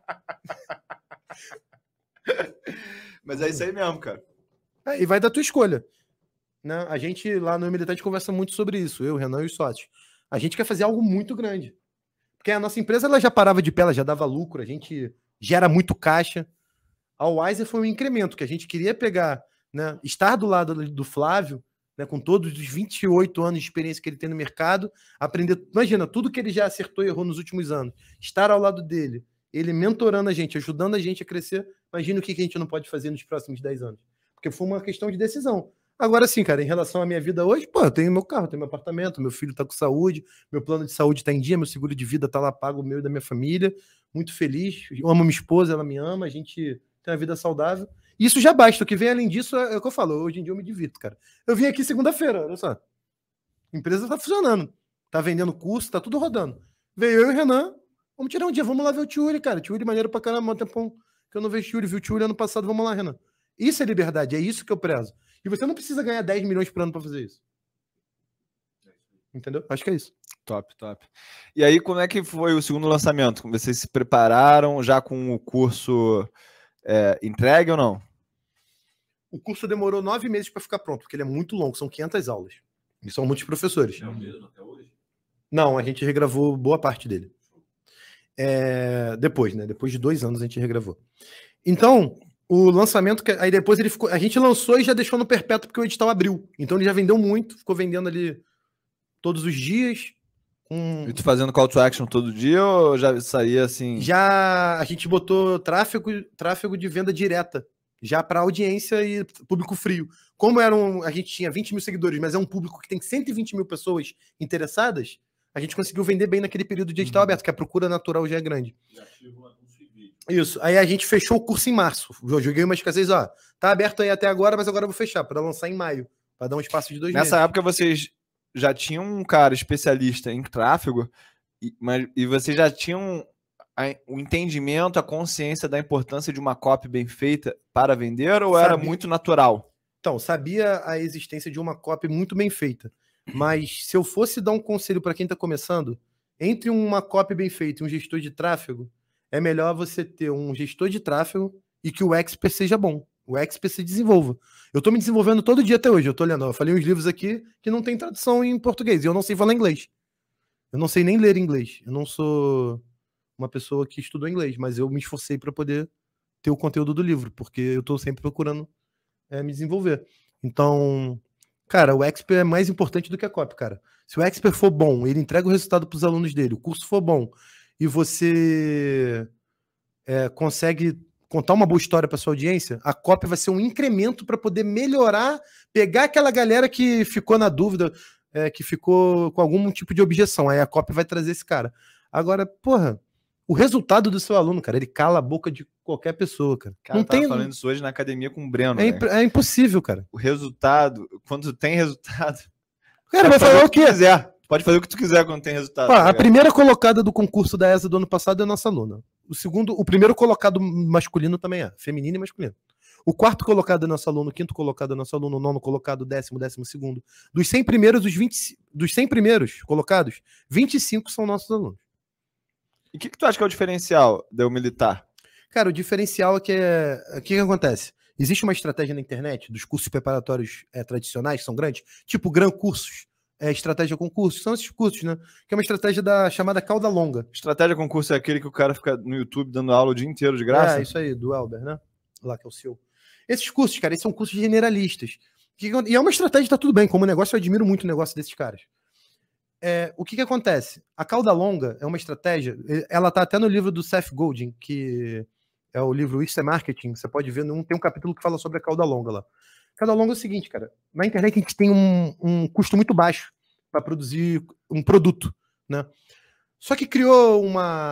Mas é isso aí mesmo, cara. E vai da tua escolha. Né? A gente lá no Militante conversa muito sobre isso. Eu, Renan e os sócios. A gente quer fazer algo muito grande. Porque a nossa empresa ela já parava de pé, ela já dava lucro, a gente gera muito caixa. A Wiser foi um incremento, que a gente queria pegar, né? Estar do lado do Flávio, né, com todos os 28 anos de experiência que ele tem no mercado, aprender, imagina, tudo que ele já acertou e errou nos últimos anos, estar ao lado dele, ele mentorando a gente, ajudando a gente a crescer, imagina o que a gente não pode fazer nos próximos 10 anos. Porque foi uma questão de decisão. Agora sim, cara, em relação à minha vida hoje, pô, eu tenho meu carro, tenho meu apartamento, meu filho tá com saúde, meu plano de saúde tá em dia, meu seguro de vida tá lá pago, o meu e da minha família, muito feliz, eu amo minha esposa, ela me ama, a gente tem uma vida saudável. Isso já basta. O que vem além disso é o que eu falo. Hoje em dia eu me divirto, cara. Eu vim aqui segunda-feira, olha só. A empresa tá funcionando. Tá vendendo curso, tá tudo rodando. Veio eu e o Renan. Vamos tirar um dia, vamos lá ver o Tio Uli, cara. Tio Uli maneiro pra caramba. Um tempão que eu não vejo o Tio Uli. Vi o Tio Uli ano passado, vamos lá, Renan. Isso é liberdade, é isso que eu prezo. E você não precisa ganhar 10 milhões por ano pra fazer isso. Entendeu? Acho que é isso. Top, top. E aí, como é que foi o segundo lançamento? Vocês se prepararam já com o curso entregue ou não? O curso demorou 9 meses para ficar pronto, porque ele é muito longo, são 500 aulas. E são muitos professores. É o mesmo até hoje? Não, a gente regravou boa parte dele. Depois, né? Depois de 2 anos a gente regravou. Então, o lançamento... Aí depois ele ficou... A gente lançou e já deixou no perpétuo porque o edital abriu. Então ele já vendeu muito, ficou vendendo ali todos os dias, E tu fazendo call to action todo dia ou já saía assim? Já a gente botou tráfego de venda direta, já para audiência e público frio. Como a gente tinha 20 mil seguidores, mas é um público que tem 120 mil pessoas interessadas, a gente conseguiu vender bem naquele período de edital aberto, que a procura natural já é grande. Isso. Aí a gente fechou o curso em março. Eu joguei uma escassez, ó, tá aberto aí até agora, mas agora eu vou fechar, para lançar em maio, para dar um espaço de 2 meses. Nessa época vocês já tinham um cara especialista em tráfego e vocês já tinham o entendimento, a consciência da importância de uma copy bem feita para vender ou era muito natural? Então, sabia a existência de uma copy muito bem feita. Mas se eu fosse dar um conselho para quem está começando, entre uma copy bem feita e um gestor de tráfego, é melhor você ter um gestor de tráfego e que o expert seja bom. O expert se desenvolva. Eu estou me desenvolvendo todo dia até hoje. Eu estou lendo. Eu falei uns livros aqui que não tem tradução em português. E eu não sei falar inglês. Eu não sei nem ler inglês. Eu não sou uma pessoa que estudou inglês, mas eu me esforcei para poder ter o conteúdo do livro, porque eu estou sempre procurando me desenvolver. Então, cara, o expert é mais importante do que a copy, cara. Se o expert for bom, ele entrega o resultado para os alunos dele, o curso for bom, e você consegue contar uma boa história para sua audiência, a copy vai ser um incremento para poder melhorar, pegar aquela galera que ficou na dúvida, que ficou com algum tipo de objeção. Aí a copy vai trazer esse cara. Agora, porra, o resultado do seu aluno, cara, ele cala a boca de qualquer pessoa, cara. Cara, não tem falando isso hoje na academia com o Breno. É impossível, cara. O resultado, quando tem resultado, cara, vai falar o que quiser. Pode fazer o que tu quiser quando tem resultado. Pá, a primeira colocada do concurso da ESA do ano passado é a nossa aluna. O primeiro colocado masculino também é, feminino e masculino. O quarto colocado é nosso aluno, o quinto colocado é nosso aluno, o nono colocado, 12º. Dos 100 primeiros colocados, 25 são nossos alunos. E o que tu acha que é o diferencial do militar? Cara, o diferencial é que o que acontece? Existe uma estratégia na internet dos cursos preparatórios tradicionais, que são grandes, tipo Gran Cursos, estratégia concurso, são esses cursos, né? Que é uma estratégia chamada cauda longa. Estratégia concurso é aquele que o cara fica no YouTube dando aula o dia inteiro de graça? É, isso aí, do Elber, né? Lá que é o seu. Esses cursos, cara, esses são cursos generalistas. E é uma estratégia, tá tudo bem. Como negócio, eu admiro muito o negócio desses caras. O que acontece? A cauda longa é uma estratégia, ela tá até no livro do Seth Godin, que é o livro Isso é Marketing. Você pode ver, tem um capítulo que fala sobre a cauda longa lá. Cauda longa é o seguinte, cara. Na internet a gente tem um custo muito baixo para produzir um produto, né? Só que criou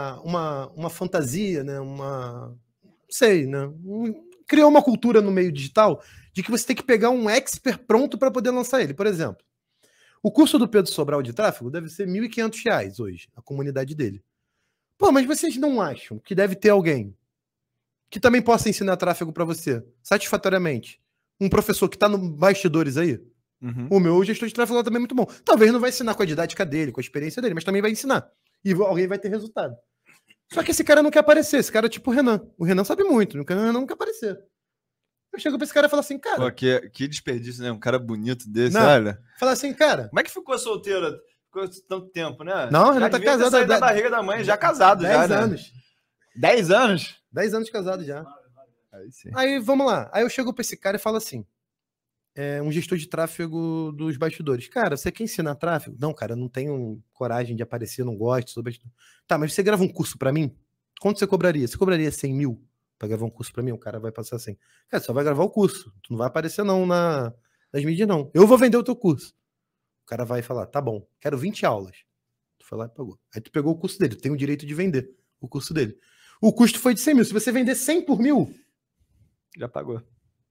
uma fantasia, né? Não sei, né? Criou uma cultura no meio digital de que você tem que pegar um expert pronto para poder lançar ele. Por exemplo, o curso do Pedro Sobral de tráfego deve ser R$ 1.500 hoje, a comunidade dele. Pô, mas vocês não acham que deve ter alguém que também possa ensinar tráfego para você, satisfatoriamente? Um professor que está no bastidores aí? Uhum. O meu gestor de tráfego lá também é muito bom. Talvez não vai ensinar com a didática dele, com a experiência dele, mas também vai ensinar. E alguém vai ter resultado. Só que esse cara não quer aparecer. Esse cara é tipo o Renan. O Renan sabe muito. O Renan não quer aparecer. Eu chego pra esse cara e falo assim, cara... Pô, que desperdício, né? Um cara bonito desse, não, olha. Fala assim, cara... Como é que ficou solteiro? Ficou tanto tempo, né? Não, Renan tá casado. Saído da barriga da mãe, já casado. 10 já, anos. Né? 10 anos? 10 anos casado já. Aí, sim. Aí, vamos lá. Aí eu chego pra esse cara e falo assim, um gestor de tráfego dos bastidores. Cara, você quer ensinar tráfego? Não, cara, eu não tenho coragem de aparecer, não gosto. Sou bastidor. Tá, mas você grava um curso pra mim? Quanto você cobraria? Você cobraria 100 mil pra gravar um curso pra mim? O cara vai passar assim. Cara, você só vai gravar o curso. Tu não vai aparecer não nas mídias, não. Eu vou vender o teu curso. O cara vai falar, tá bom, quero 20 aulas. Tu foi lá e pagou. Aí tu pegou o curso dele, tu tem o direito de vender o curso dele. O custo foi de 100 mil. Se você vender 100 por 1.000... Já pagou.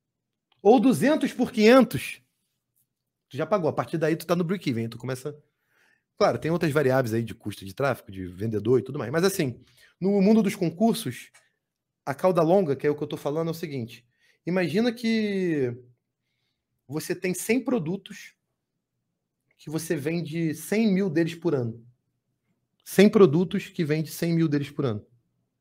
Ou 200 por 500, tu já pagou. A partir daí tu tá no break-even, tu começa... Claro, tem outras variáveis aí de custo de tráfego, de vendedor e tudo mais. Mas assim, no mundo dos concursos, a cauda longa, que é o que eu tô falando, é o seguinte. Imagina que você tem 100 produtos que você vende 100 mil deles por ano. 100 produtos que vende 100 mil deles por ano.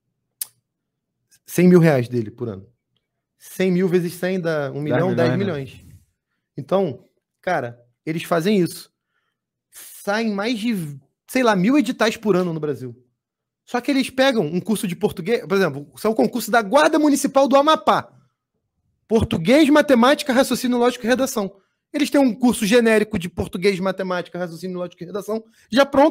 100 mil reais dele por ano. 100 mil vezes 100 dá 1 milhão, 10 milhões. Então, cara, eles fazem isso. Saem mais de, sei lá, 1.000 editais por ano no Brasil. Só que eles pegam um curso de português, por exemplo, são um concurso da Guarda Municipal do Amapá. Português, matemática, raciocínio lógico e redação. Eles têm um curso genérico de português, matemática, raciocínio lógico e redação, já pronto.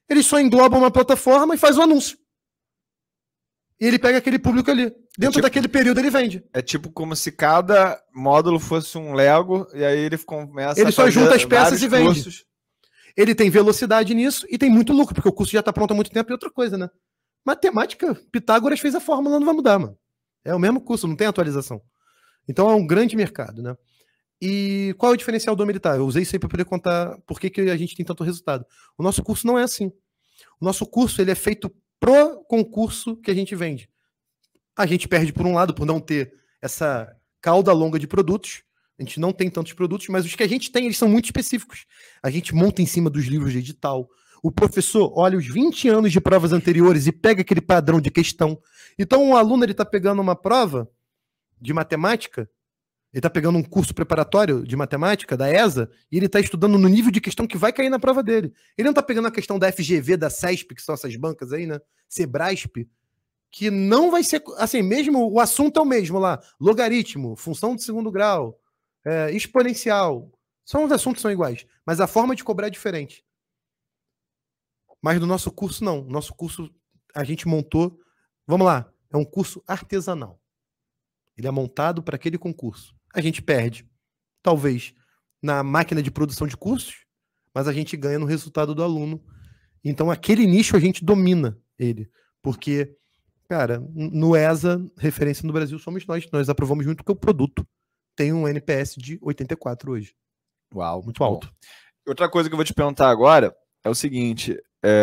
Eles só englobam uma plataforma e faz o anúncio. E ele pega aquele público ali. Dentro daquele período ele vende. É tipo como se cada módulo fosse um Lego, e aí ele começa Ele só junta as peças vários e vende. cursos. Ele tem velocidade nisso e tem muito lucro, porque o curso já tá pronto há muito tempo e outra coisa, né? Matemática, Pitágoras fez a fórmula, não vai mudar, mano. É o mesmo curso, não tem atualização. Então é um grande mercado, né? E qual é o diferencial do militar? Eu usei isso aí para poder contar por que a gente tem tanto resultado. O nosso curso não é assim. O nosso curso ele é feito pro concurso que a gente vende. A gente perde por um lado por não ter essa cauda longa de produtos. A gente não tem tantos produtos, mas os que a gente tem, eles são muito específicos. A gente monta em cima dos livros de edital. O professor olha os 20 anos de provas anteriores e pega aquele padrão de questão. Então, um aluno ele está pegando uma prova de matemática, ele está pegando um curso preparatório de matemática da ESA e ele está estudando no nível de questão que vai cair na prova dele. Ele não está pegando a questão da FGV, da CESP, que são essas bancas aí, né? Sebrasp, que não vai ser... Assim, mesmo o assunto é o mesmo lá. Logaritmo, função de segundo grau, exponencial. São os assuntos são iguais, mas a forma de cobrar é diferente. Mas no nosso curso, não. Nosso curso, a gente montou... Vamos lá, é um curso artesanal. Ele é montado para aquele concurso. A gente perde, talvez, na máquina de produção de cursos, mas a gente ganha no resultado do aluno. Então, aquele nicho a gente domina ele. Porque, cara, no ESA, referência no Brasil, somos nós. Nós aprovamos muito porque o produto tem um NPS de 84 hoje. Uau, muito alto. Bom. Outra coisa que eu vou te perguntar agora é o seguinte.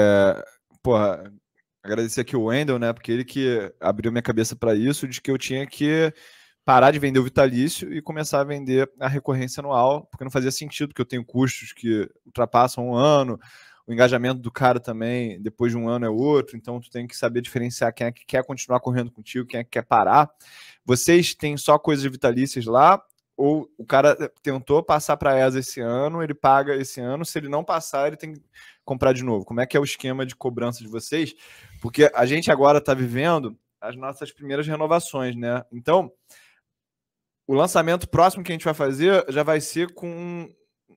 Agradecer aqui o Wendel, né? Porque ele que abriu minha cabeça para isso, de que eu tinha que parar de vender o vitalício e começar a vender a recorrência anual, porque não fazia sentido, porque eu tenho custos que ultrapassam um ano, o engajamento do cara também, depois de um ano é outro, então tu tem que saber diferenciar quem é que quer continuar correndo contigo, quem é que quer parar. Vocês têm só coisas vitalícias lá, ou o cara tentou passar para a ESA esse ano, ele paga esse ano, se ele não passar, ele tem que comprar de novo. Como é que é o esquema de cobrança de vocês? Porque a gente agora está vivendo as nossas primeiras renovações, né? Então, o lançamento próximo que a gente vai fazer já vai ser com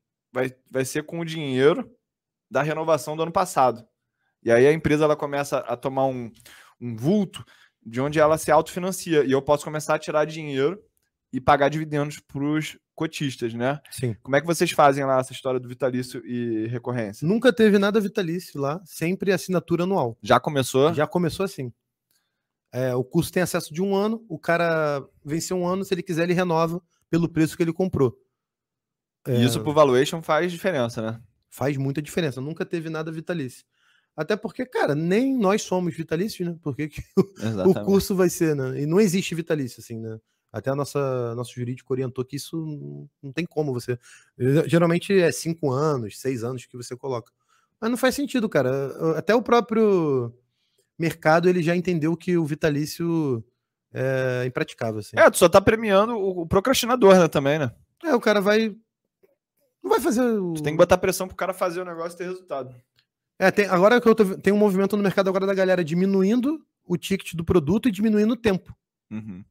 o dinheiro da renovação do ano passado. E aí a empresa ela começa a tomar um vulto de onde ela se autofinancia. E eu posso começar a tirar dinheiro e pagar dividendos para os cotistas, né? Sim. Como é que vocês fazem lá essa história do vitalício e recorrência? Nunca teve nada vitalício lá, sempre assinatura anual. Já começou? Já começou assim. O curso tem acesso de um ano, o cara venceu um ano, se ele quiser ele renova pelo preço que ele comprou. E isso pro valuation faz diferença, né? Faz muita diferença, nunca teve nada vitalício. Até porque, cara, nem nós somos vitalícios, né? Porque que o curso vai ser, né? E não existe vitalício, assim, né? Até nosso jurídico orientou que isso não tem como você... Geralmente é 5 anos, 6 anos que você coloca. Mas não faz sentido, cara. Até o próprio mercado, ele já entendeu que o vitalício é impraticável, assim. Tu só tá premiando o procrastinador, né, também, né? O cara vai... Não vai fazer... Tu tem que botar pressão pro cara fazer o negócio e ter resultado. Agora que tem um movimento no mercado agora da galera diminuindo o ticket do produto e diminuindo o tempo. Uhum.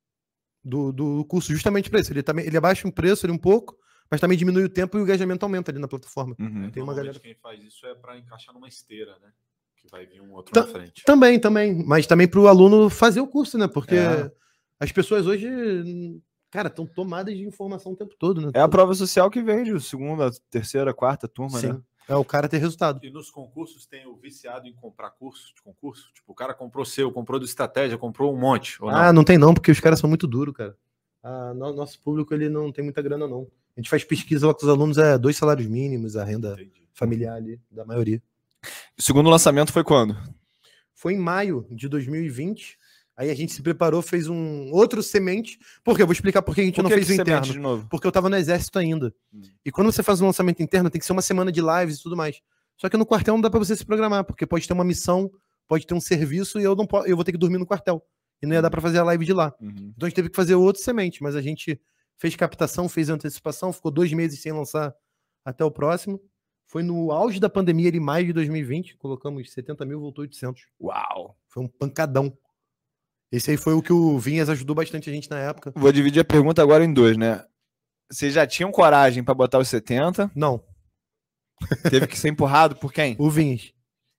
Do curso, justamente para isso. Ele abaixa o preço um pouco, mas também diminui o tempo e o engajamento aumenta ali na plataforma. Uhum. Tem uma galera... Quem faz isso é para encaixar numa esteira, né? Que vai vir um outro na frente. Também. Mas também para o aluno fazer o curso, né? Porque as pessoas hoje, cara, estão tomadas de informação o tempo todo, né? É a prova social que vende, segunda, terceira, quarta turma, Sim. né? É o cara ter resultado. E nos concursos tem o viciado em comprar curso de concurso? Tipo, o cara comprou do estratégia, comprou um monte. Ou não? Não tem não, porque os caras são muito duros, cara. Nosso público, ele não tem muita grana, não. A gente faz pesquisa lá com os alunos, 2 salários mínimos, a renda familiar ali, da maioria. O segundo lançamento foi quando? Foi em maio de 2020. Aí a gente se preparou, fez um outro semente. Por quê? Eu vou explicar por que a gente não fez o interno. De novo? Porque eu tava no exército ainda. E quando você faz um lançamento interno, tem que ser uma semana de lives e tudo mais. Só que no quartel não dá pra você se programar, porque pode ter uma missão, pode ter um serviço e eu vou ter que dormir no quartel. E não ia dar pra fazer a live de lá. Então a gente teve que fazer outro semente, mas a gente fez captação, fez antecipação, ficou 2 meses sem lançar até o próximo. Foi no auge da pandemia, em maio de 2020, colocamos 70 mil, voltou 800. Uau! Foi um pancadão. Esse aí foi o que o Vinhas ajudou bastante a gente na época. Vou dividir a pergunta agora em 2, né? Vocês já tinham coragem para botar os 70? Não. Teve que ser empurrado por quem? O Vinhas.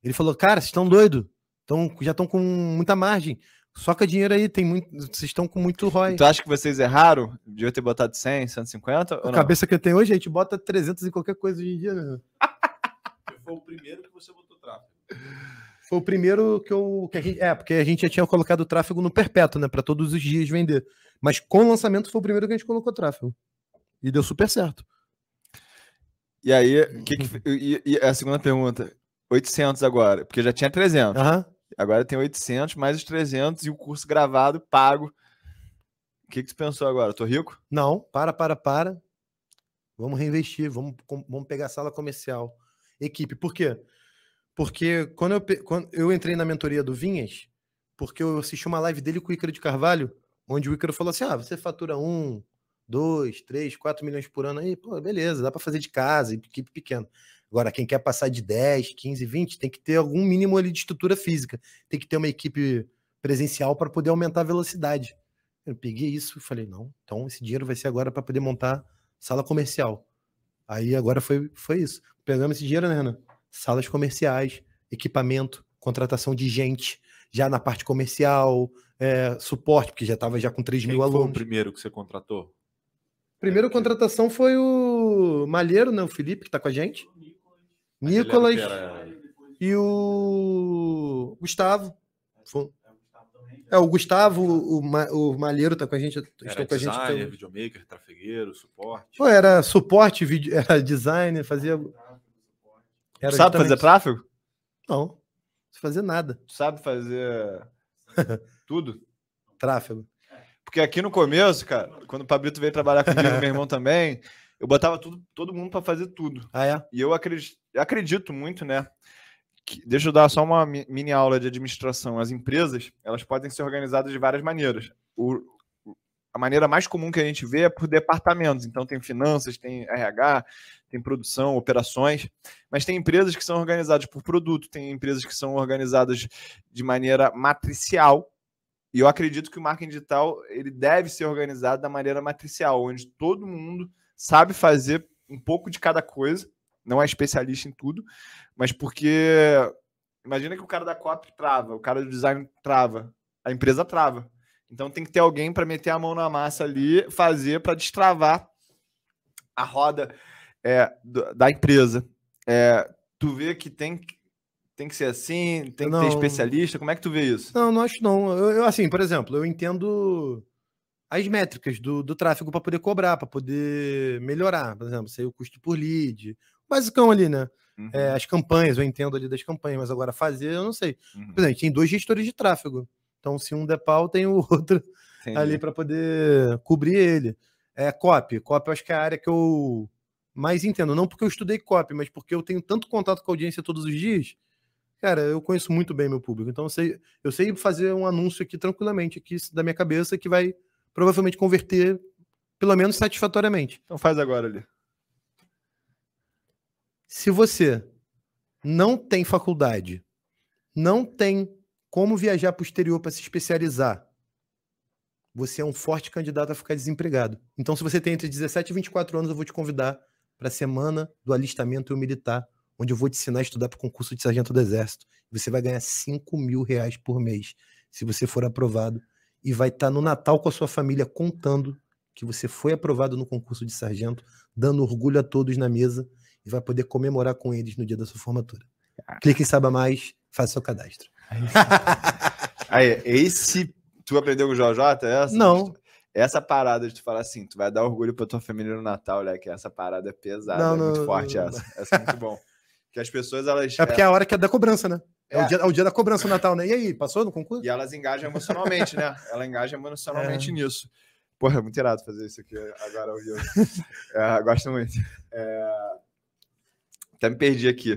Ele falou, cara, vocês estão doidos, já estão com muita margem, soca dinheiro aí, vocês estão com muito ROI. Tu acha que vocês erraram? Devia ter botado 100, 150 ou A não? cabeça que eu tenho hoje, a gente bota 300 em qualquer coisa hoje em dia, né? Foi o primeiro que você botou tráfego. Foi o primeiro porque a gente já tinha colocado o tráfego no perpétuo, né? Para todos os dias vender. Mas com o lançamento foi o primeiro que a gente colocou tráfego. E deu super certo. E aí, e a segunda pergunta, 800 agora, porque já tinha 300. Agora tem 800, mais os 300 e o curso gravado, pago. O que tu pensou agora? Tô rico? Não, para. Vamos reinvestir, vamos pegar a sala comercial. Equipe, por quê? Porque quando eu entrei na mentoria do Vinhas, porque eu assisti uma live dele com o Ícaro de Carvalho, onde o Ícaro falou assim, você fatura 1, 2, 3, 4 milhões por ano aí, pô, beleza, dá para fazer de casa, equipe pequena. Agora, quem quer passar de 10, 15, 20, tem que ter algum mínimo ali de estrutura física, tem que ter uma equipe presencial para poder aumentar a velocidade. Eu peguei isso e falei, não, então esse dinheiro vai ser agora para poder montar sala comercial. Aí agora foi isso. Pegamos esse dinheiro, né, Renan? Salas comerciais, equipamento, contratação de gente, já na parte comercial, suporte, porque já estava com 3 mil alunos. Quem foi o primeiro que você contratou? Primeira contratação foi o Malheiro, né? O Felipe, que está com a gente. Nicolas e o Gustavo. O Gustavo, o Malheiro tá com a gente. Era designer, videomaker, trafegueiro, suporte. Pô, era suporte, era designer, fazia... Tu sabe fazer tráfego? Não, não fazer nada. Tu sabe fazer tudo? Tráfego. Porque aqui no começo, cara, quando o Pablito veio trabalhar comigo, meu irmão também, eu botava todo mundo para fazer tudo. Ah, é? E eu acredito muito, né? Deixa eu dar só uma mini aula de administração. As empresas, elas podem ser organizadas de várias maneiras. A maneira mais comum que a gente vê é por departamentos. Então, tem finanças, tem RH, tem produção, operações. Mas tem empresas que são organizadas por produto, tem empresas que são organizadas de maneira matricial. E eu acredito que o marketing digital ele deve ser organizado da maneira matricial, onde todo mundo sabe fazer um pouco de cada coisa, não é especialista em tudo, mas porque imagina que o cara da copy trava, o cara do design trava, a empresa trava. Então tem que ter alguém para meter a mão na massa ali, fazer para destravar a roda da empresa. Tu vê que tem que ser assim, tem que ter especialista. Como é que tu vê isso? Não acho não. Eu assim, por exemplo, eu entendo as métricas do tráfego para poder cobrar, para poder melhorar. Por exemplo, sei o custo por lead, basicão ali, né? Uhum. As campanhas, eu entendo ali das campanhas, mas agora fazer, eu não sei. Por exemplo, tem 2 gestores de tráfego. Então, se um der pau, tem o outro ali para poder cobrir ele. Copy eu acho que é a área que eu mais entendo. Não porque eu estudei copy, mas porque eu tenho tanto contato com a audiência todos os dias. Cara, eu conheço muito bem meu público. Então, eu sei fazer um anúncio aqui tranquilamente, aqui da minha cabeça, que vai provavelmente converter, pelo menos satisfatoriamente. Então faz agora ali. Se você não tem faculdade, não tem como viajar para o exterior para se especializar, você é um forte candidato a ficar desempregado. Então, se você tem entre 17 e 24 anos, eu vou te convidar para a semana do alistamento e o militar, onde eu vou te ensinar a estudar para o concurso de sargento do Exército. Você vai ganhar R$5.000 por mês, se você for aprovado, e vai estar no Natal com a sua família contando que você foi aprovado no concurso de sargento, dando orgulho a todos na mesa, e vai poder comemorar com eles no dia da sua formatura. Clique em Saiba Mais, faça seu cadastro. Aí, tu aprendeu com o JJ? Não. Essa parada de tu falar assim, tu vai dar orgulho pra tua família no Natal, que essa parada é pesada, muito forte essa. Essa é muito bom. Porque as pessoas, elas... porque é a hora que é da cobrança, né? É o dia da cobrança no Natal, né? E aí, passou no concurso? E elas engajam emocionalmente, né? Ela engaja emocionalmente nisso. Porra, é muito irado fazer isso aqui agora ao vivo. Gosto muito. Até me perdi aqui.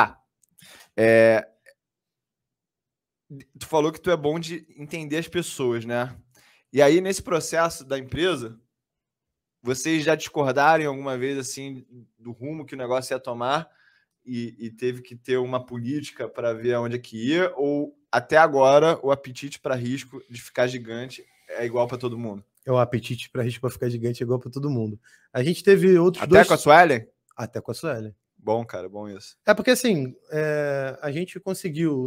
Tu falou que tu é bom de entender as pessoas, né? E aí, nesse processo da empresa, vocês já discordaram alguma vez, assim, do rumo que o negócio ia tomar e teve que ter uma política para ver aonde é que ia? Ou, até agora, o apetite para risco de ficar gigante é igual para todo mundo? O apetite para risco para ficar gigante é igual para todo mundo. A gente teve outros Até com a Suelen? Até com a Suelen. Bom, cara, bom isso. É porque, assim, a gente conseguiu,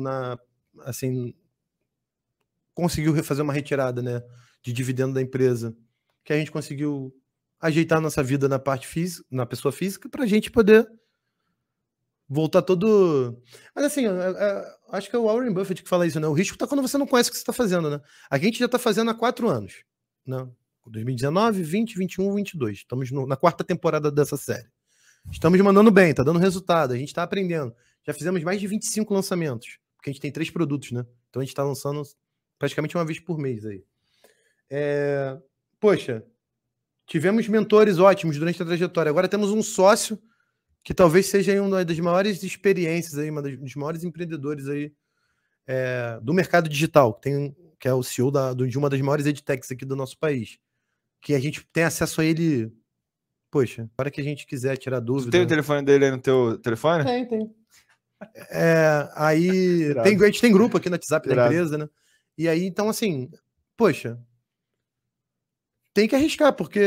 conseguiu fazer uma retirada, né, de dividendo da empresa, que a gente conseguiu ajeitar a nossa vida na parte física, na pessoa física, pra gente poder voltar todo... Mas, assim, acho que é o Warren Buffett que fala isso, né? O risco tá quando você não conhece o que você tá fazendo, né? A gente já tá fazendo há 4 anos, né? 2019, 20, 21, 22. Estamos na 4ª temporada dessa série. Estamos mandando bem, tá dando resultado, a gente tá aprendendo. Já fizemos mais de 25 lançamentos, porque a gente tem 3 produtos, né? Então a gente tá lançando praticamente uma vez por mês aí. Poxa, tivemos mentores ótimos durante a trajetória. Agora temos um sócio que talvez seja uma das maiores experiências aí, dos maiores empreendedores aí do mercado digital, que é o CEO de uma das maiores edtechs aqui do nosso país. Que a gente tem acesso a ele, poxa, na hora que a gente quiser tirar dúvida. Tu tem o telefone dele aí no teu telefone? Tem. Aí a gente tem grupo aqui no WhatsApp da empresa, né? E aí, então, assim, poxa, tem que arriscar, porque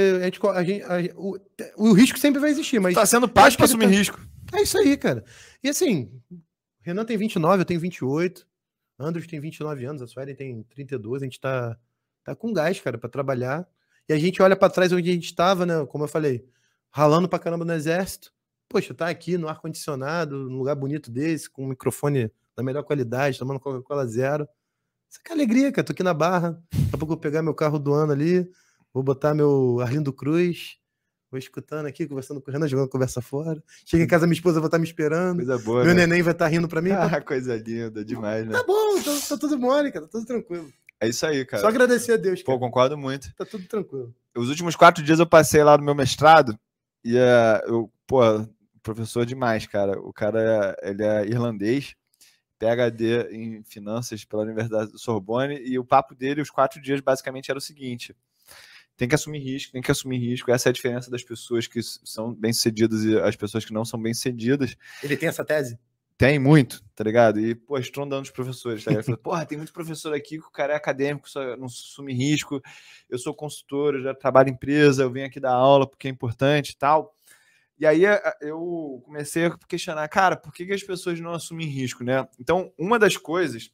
o risco sempre vai existir, mas... Tá sendo pago pra assumir risco. É isso aí, cara. E assim, Renan tem 29, eu tenho 28, Andros tem 29 anos, a Suelen tem 32, a gente tá com gás, cara, pra trabalhar. E a gente olha pra trás onde a gente tava, né, como eu falei, ralando pra caramba no exército. Poxa, tá aqui no ar-condicionado, num lugar bonito desse, com um microfone da melhor qualidade, tomando Coca-Cola zero. Isso que é alegria, cara. Tô aqui na Barra. Daqui a pouco eu vou pegar meu carro do ano ali, vou botar meu Arlindo Cruz, vou escutando aqui, conversando com o Renan, jogando conversa fora. Chega em casa, minha esposa vai estar me esperando. Coisa boa, meu né? neném vai estar rindo pra mim. Coisa linda, demais, né? Tá bom, tá tudo mole, cara. Tá tudo tranquilo. É isso aí, cara. Só agradecer a Deus, cara. Pô, concordo muito. Tá tudo tranquilo. Os últimos 4 dias eu passei lá no meu mestrado e professor demais, cara. O cara, ele é irlandês, PhD em finanças pela Universidade do Sorbonne, e o papo dele, os 4 dias, basicamente era o seguinte: tem que assumir risco. Essa é a diferença das pessoas que são bem-sucedidas e as pessoas que não são bem-sucedidas. Ele tem essa tese? Tem muito, tá ligado? E, pô, estrondando os professores, tá ligado? Falei, porra, tem muito professor aqui que o cara é acadêmico, só não assume risco, eu sou consultor, eu já trabalho em empresa, eu venho aqui dar aula porque é importante e tal. E aí eu comecei a questionar, cara, por que as pessoas não assumem risco, né? Então, uma das coisas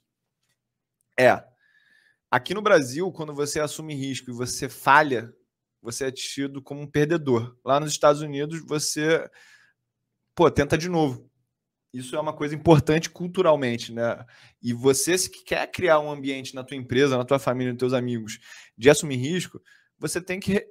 aqui no Brasil, quando você assume risco e você falha, você é tido como um perdedor. Lá nos Estados Unidos, você, tenta de novo. Isso é uma coisa importante culturalmente, né? E você, se quer criar um ambiente na tua empresa, na tua família, nos teus amigos, de assumir risco, você tem que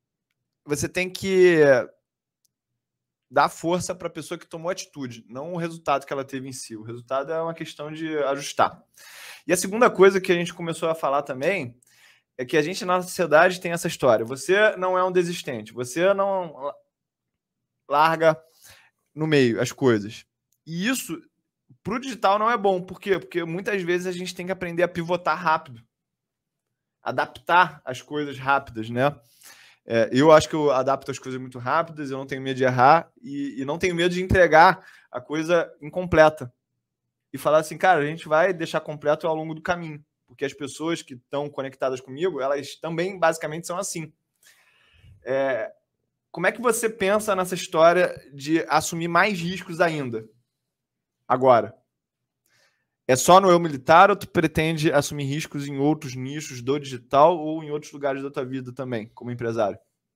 dar força para a pessoa que tomou atitude, não o resultado que ela teve em si. O resultado é uma questão de ajustar. E a segunda coisa que a gente começou a falar também é que a gente na sociedade tem essa história. Você não é um desistente, você não larga no meio as coisas. E isso, para o digital, não é bom. Por quê? Porque muitas vezes a gente tem que aprender a pivotar rápido, adaptar as coisas rápidas, né? Eu acho que eu adapto as coisas muito rápidas, eu não tenho medo de errar e não tenho medo de entregar a coisa incompleta. E falar assim, cara, a gente vai deixar completo ao longo do caminho. Porque as pessoas que estão conectadas comigo, elas também basicamente são assim. Como é que você pensa nessa história de assumir mais riscos ainda? Agora, é só no eu militar ou tu pretende assumir riscos em outros nichos do digital ou em outros lugares da tua vida também, como empresário?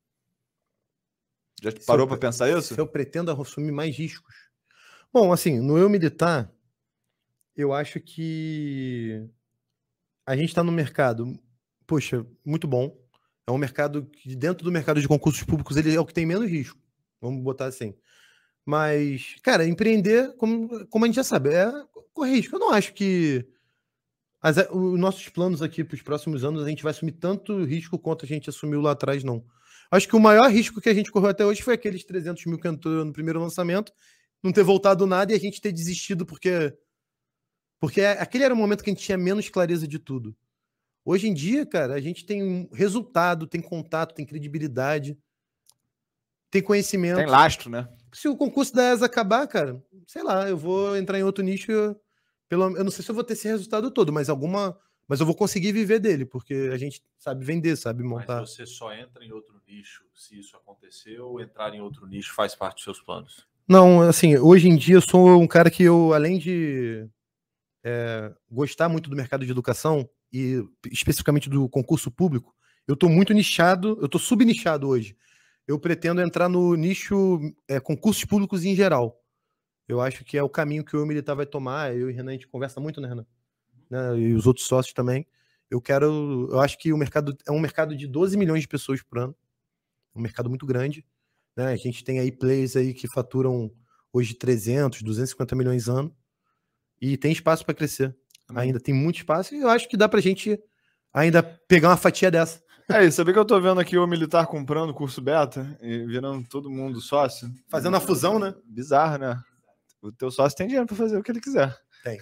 Já parou para pensar isso? Se eu pretendo assumir mais riscos? Bom, assim, no eu militar, eu acho que a gente está no mercado, poxa, muito bom. É um mercado que, dentro do mercado de concursos públicos, ele é o que tem menos risco. Vamos botar assim. Mas, cara, empreender, como a gente já sabe, é correr risco. Eu não acho que os nossos planos aqui para os próximos anos a gente vai assumir tanto risco quanto a gente assumiu lá atrás, não. Acho que o maior risco que a gente correu até hoje foi aqueles 300 mil que entrou no primeiro lançamento, não ter voltado nada e a gente ter desistido porque aquele era o momento que a gente tinha menos clareza de tudo. Hoje em dia, cara, a gente tem resultado, tem contato, tem credibilidade, tem conhecimento. Tem lastro, né? Se o concurso da ESA acabar, cara, sei lá, eu vou entrar em outro nicho. Eu não sei se eu vou ter esse resultado todo, mas eu vou conseguir viver dele, porque a gente sabe vender, sabe montar. Mas você só entra em outro nicho se isso acontecer, ou entrar em outro nicho faz parte dos seus planos? Não, assim, hoje em dia eu sou um cara que eu, além de gostar muito do mercado de educação e especificamente do concurso público, eu tô muito nichado, eu tô subnichado hoje. Eu pretendo entrar no nicho concursos públicos em geral. Eu acho que é o caminho que o Militar vai tomar. Eu e o Renan, a gente conversa muito, né, Renan? Né? E os outros sócios também. Eu acho que o mercado é um mercado de 12 milhões de pessoas por ano. Um mercado muito grande. Né? A gente tem aí players aí que faturam hoje 300, 250 milhões ano. E tem espaço para crescer. Ainda tem muito espaço e eu acho que dá pra gente ainda pegar uma fatia dessa. É isso, sabia que eu tô vendo aqui o Militar comprando o curso beta e virando todo mundo sócio? Fazendo a fusão, né? Bizarro, né? O teu sócio tem dinheiro pra fazer o que ele quiser. Tem.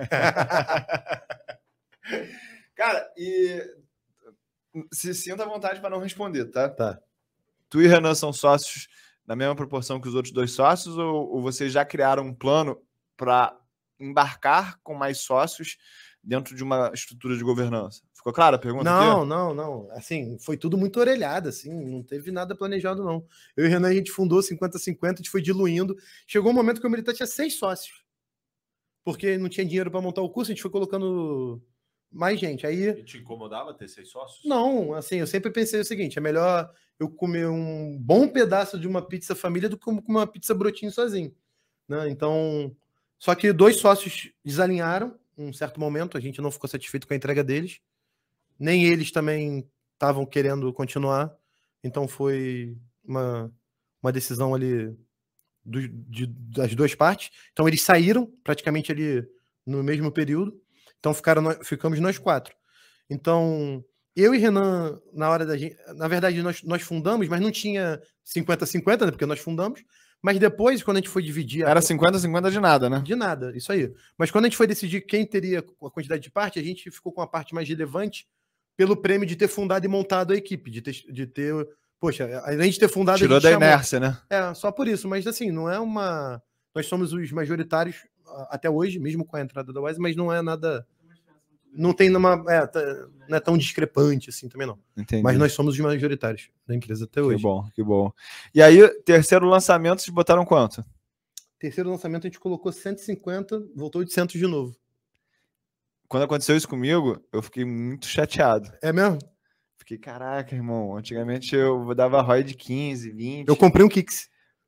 Cara, e se sinta à vontade para não responder, tá? Tá. Tu e Renan são sócios na mesma proporção que os outros 2 sócios ou vocês já criaram um plano para embarcar com mais sócios dentro de uma estrutura de governança? Ficou clara a pergunta? Não. Assim, foi tudo muito orelhado, assim, não teve nada planejado, não. Eu e o Renan, a gente fundou 50-50, a gente foi diluindo. Chegou um momento que o Militar tinha 6 sócios. Porque não tinha dinheiro para montar o curso, a gente foi colocando mais gente. Aí. E te incomodava ter 6 sócios? Não, assim, eu sempre pensei o seguinte: é melhor eu comer um bom pedaço de uma pizza família do que comer uma pizza brotinho sozinho. Né? Então. Só que 2 sócios desalinharam em um certo momento, a gente não ficou satisfeito com a entrega deles. Nem eles também estavam querendo continuar. Então foi uma decisão ali das 2 partes. Então eles saíram praticamente ali no mesmo período. Então ficamos nós 4. Então eu e Renan, na hora da gente... Na verdade, nós fundamos, mas não tinha 50-50, né, porque nós fundamos. Mas depois, quando a gente foi dividir... Era 50-50 de nada, né? De nada, isso aí. Mas quando a gente foi decidir quem teria a quantidade de parte, a gente ficou com a parte mais relevante pelo prêmio de ter fundado e montado a equipe, de ter poxa, além de ter fundado... Tirou da inércia, né? Só por isso, mas assim, não é uma... Nós somos os majoritários até hoje, mesmo com a entrada da Wise, mas não é nada... Não tem uma... não é tão discrepante assim também, não. Entendi. Mas nós somos os majoritários da empresa até hoje. Que bom, que bom. E aí, terceiro lançamento, vocês botaram quanto? Terceiro lançamento, a gente colocou 150, voltou 800 de novo. Quando aconteceu isso comigo, eu fiquei muito chateado. É mesmo? Fiquei, caraca, irmão, antigamente eu dava ROI de 15, 20. Eu comprei um Kicks.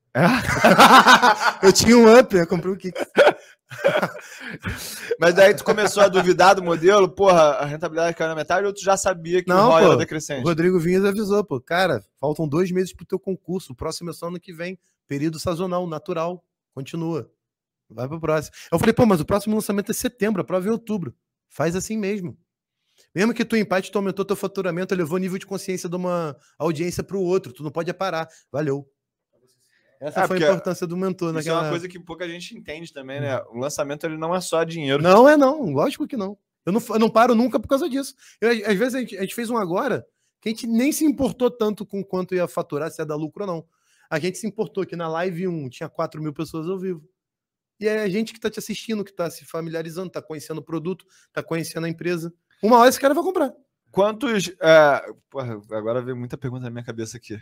Eu tinha um Up, eu comprei um Kicks. Mas daí tu começou a duvidar do modelo, porra, a rentabilidade caiu na metade, ou tu já sabia que o ROI era decrescente? O Rodrigo Vinhas avisou, pô, cara, faltam 2 meses pro teu concurso, o próximo é só ano que vem, período sazonal, natural, continua, vai pro próximo. Eu falei, pô, mas o próximo lançamento é setembro, a prova é em outubro, faz assim mesmo. Mesmo que tu empate, tu aumentou teu faturamento, elevou o nível de consciência de uma audiência pro outro, tu não pode parar, valeu. Essa foi a importância do mentor naquela... Isso é uma coisa que pouca gente entende também, né? O lançamento, ele não é só dinheiro. Não, lógico que não. Eu não paro nunca por causa disso. Às vezes a gente fez um agora que a gente nem se importou tanto com quanto ia faturar, se ia dar lucro ou não. A gente se importou que na live 1 tinha 4 mil pessoas ao vivo. E é a gente que tá te assistindo, que tá se familiarizando, tá conhecendo o produto, tá conhecendo a empresa. Uma hora esse cara vai comprar. Quantos... Porra, agora veio muita pergunta na minha cabeça aqui.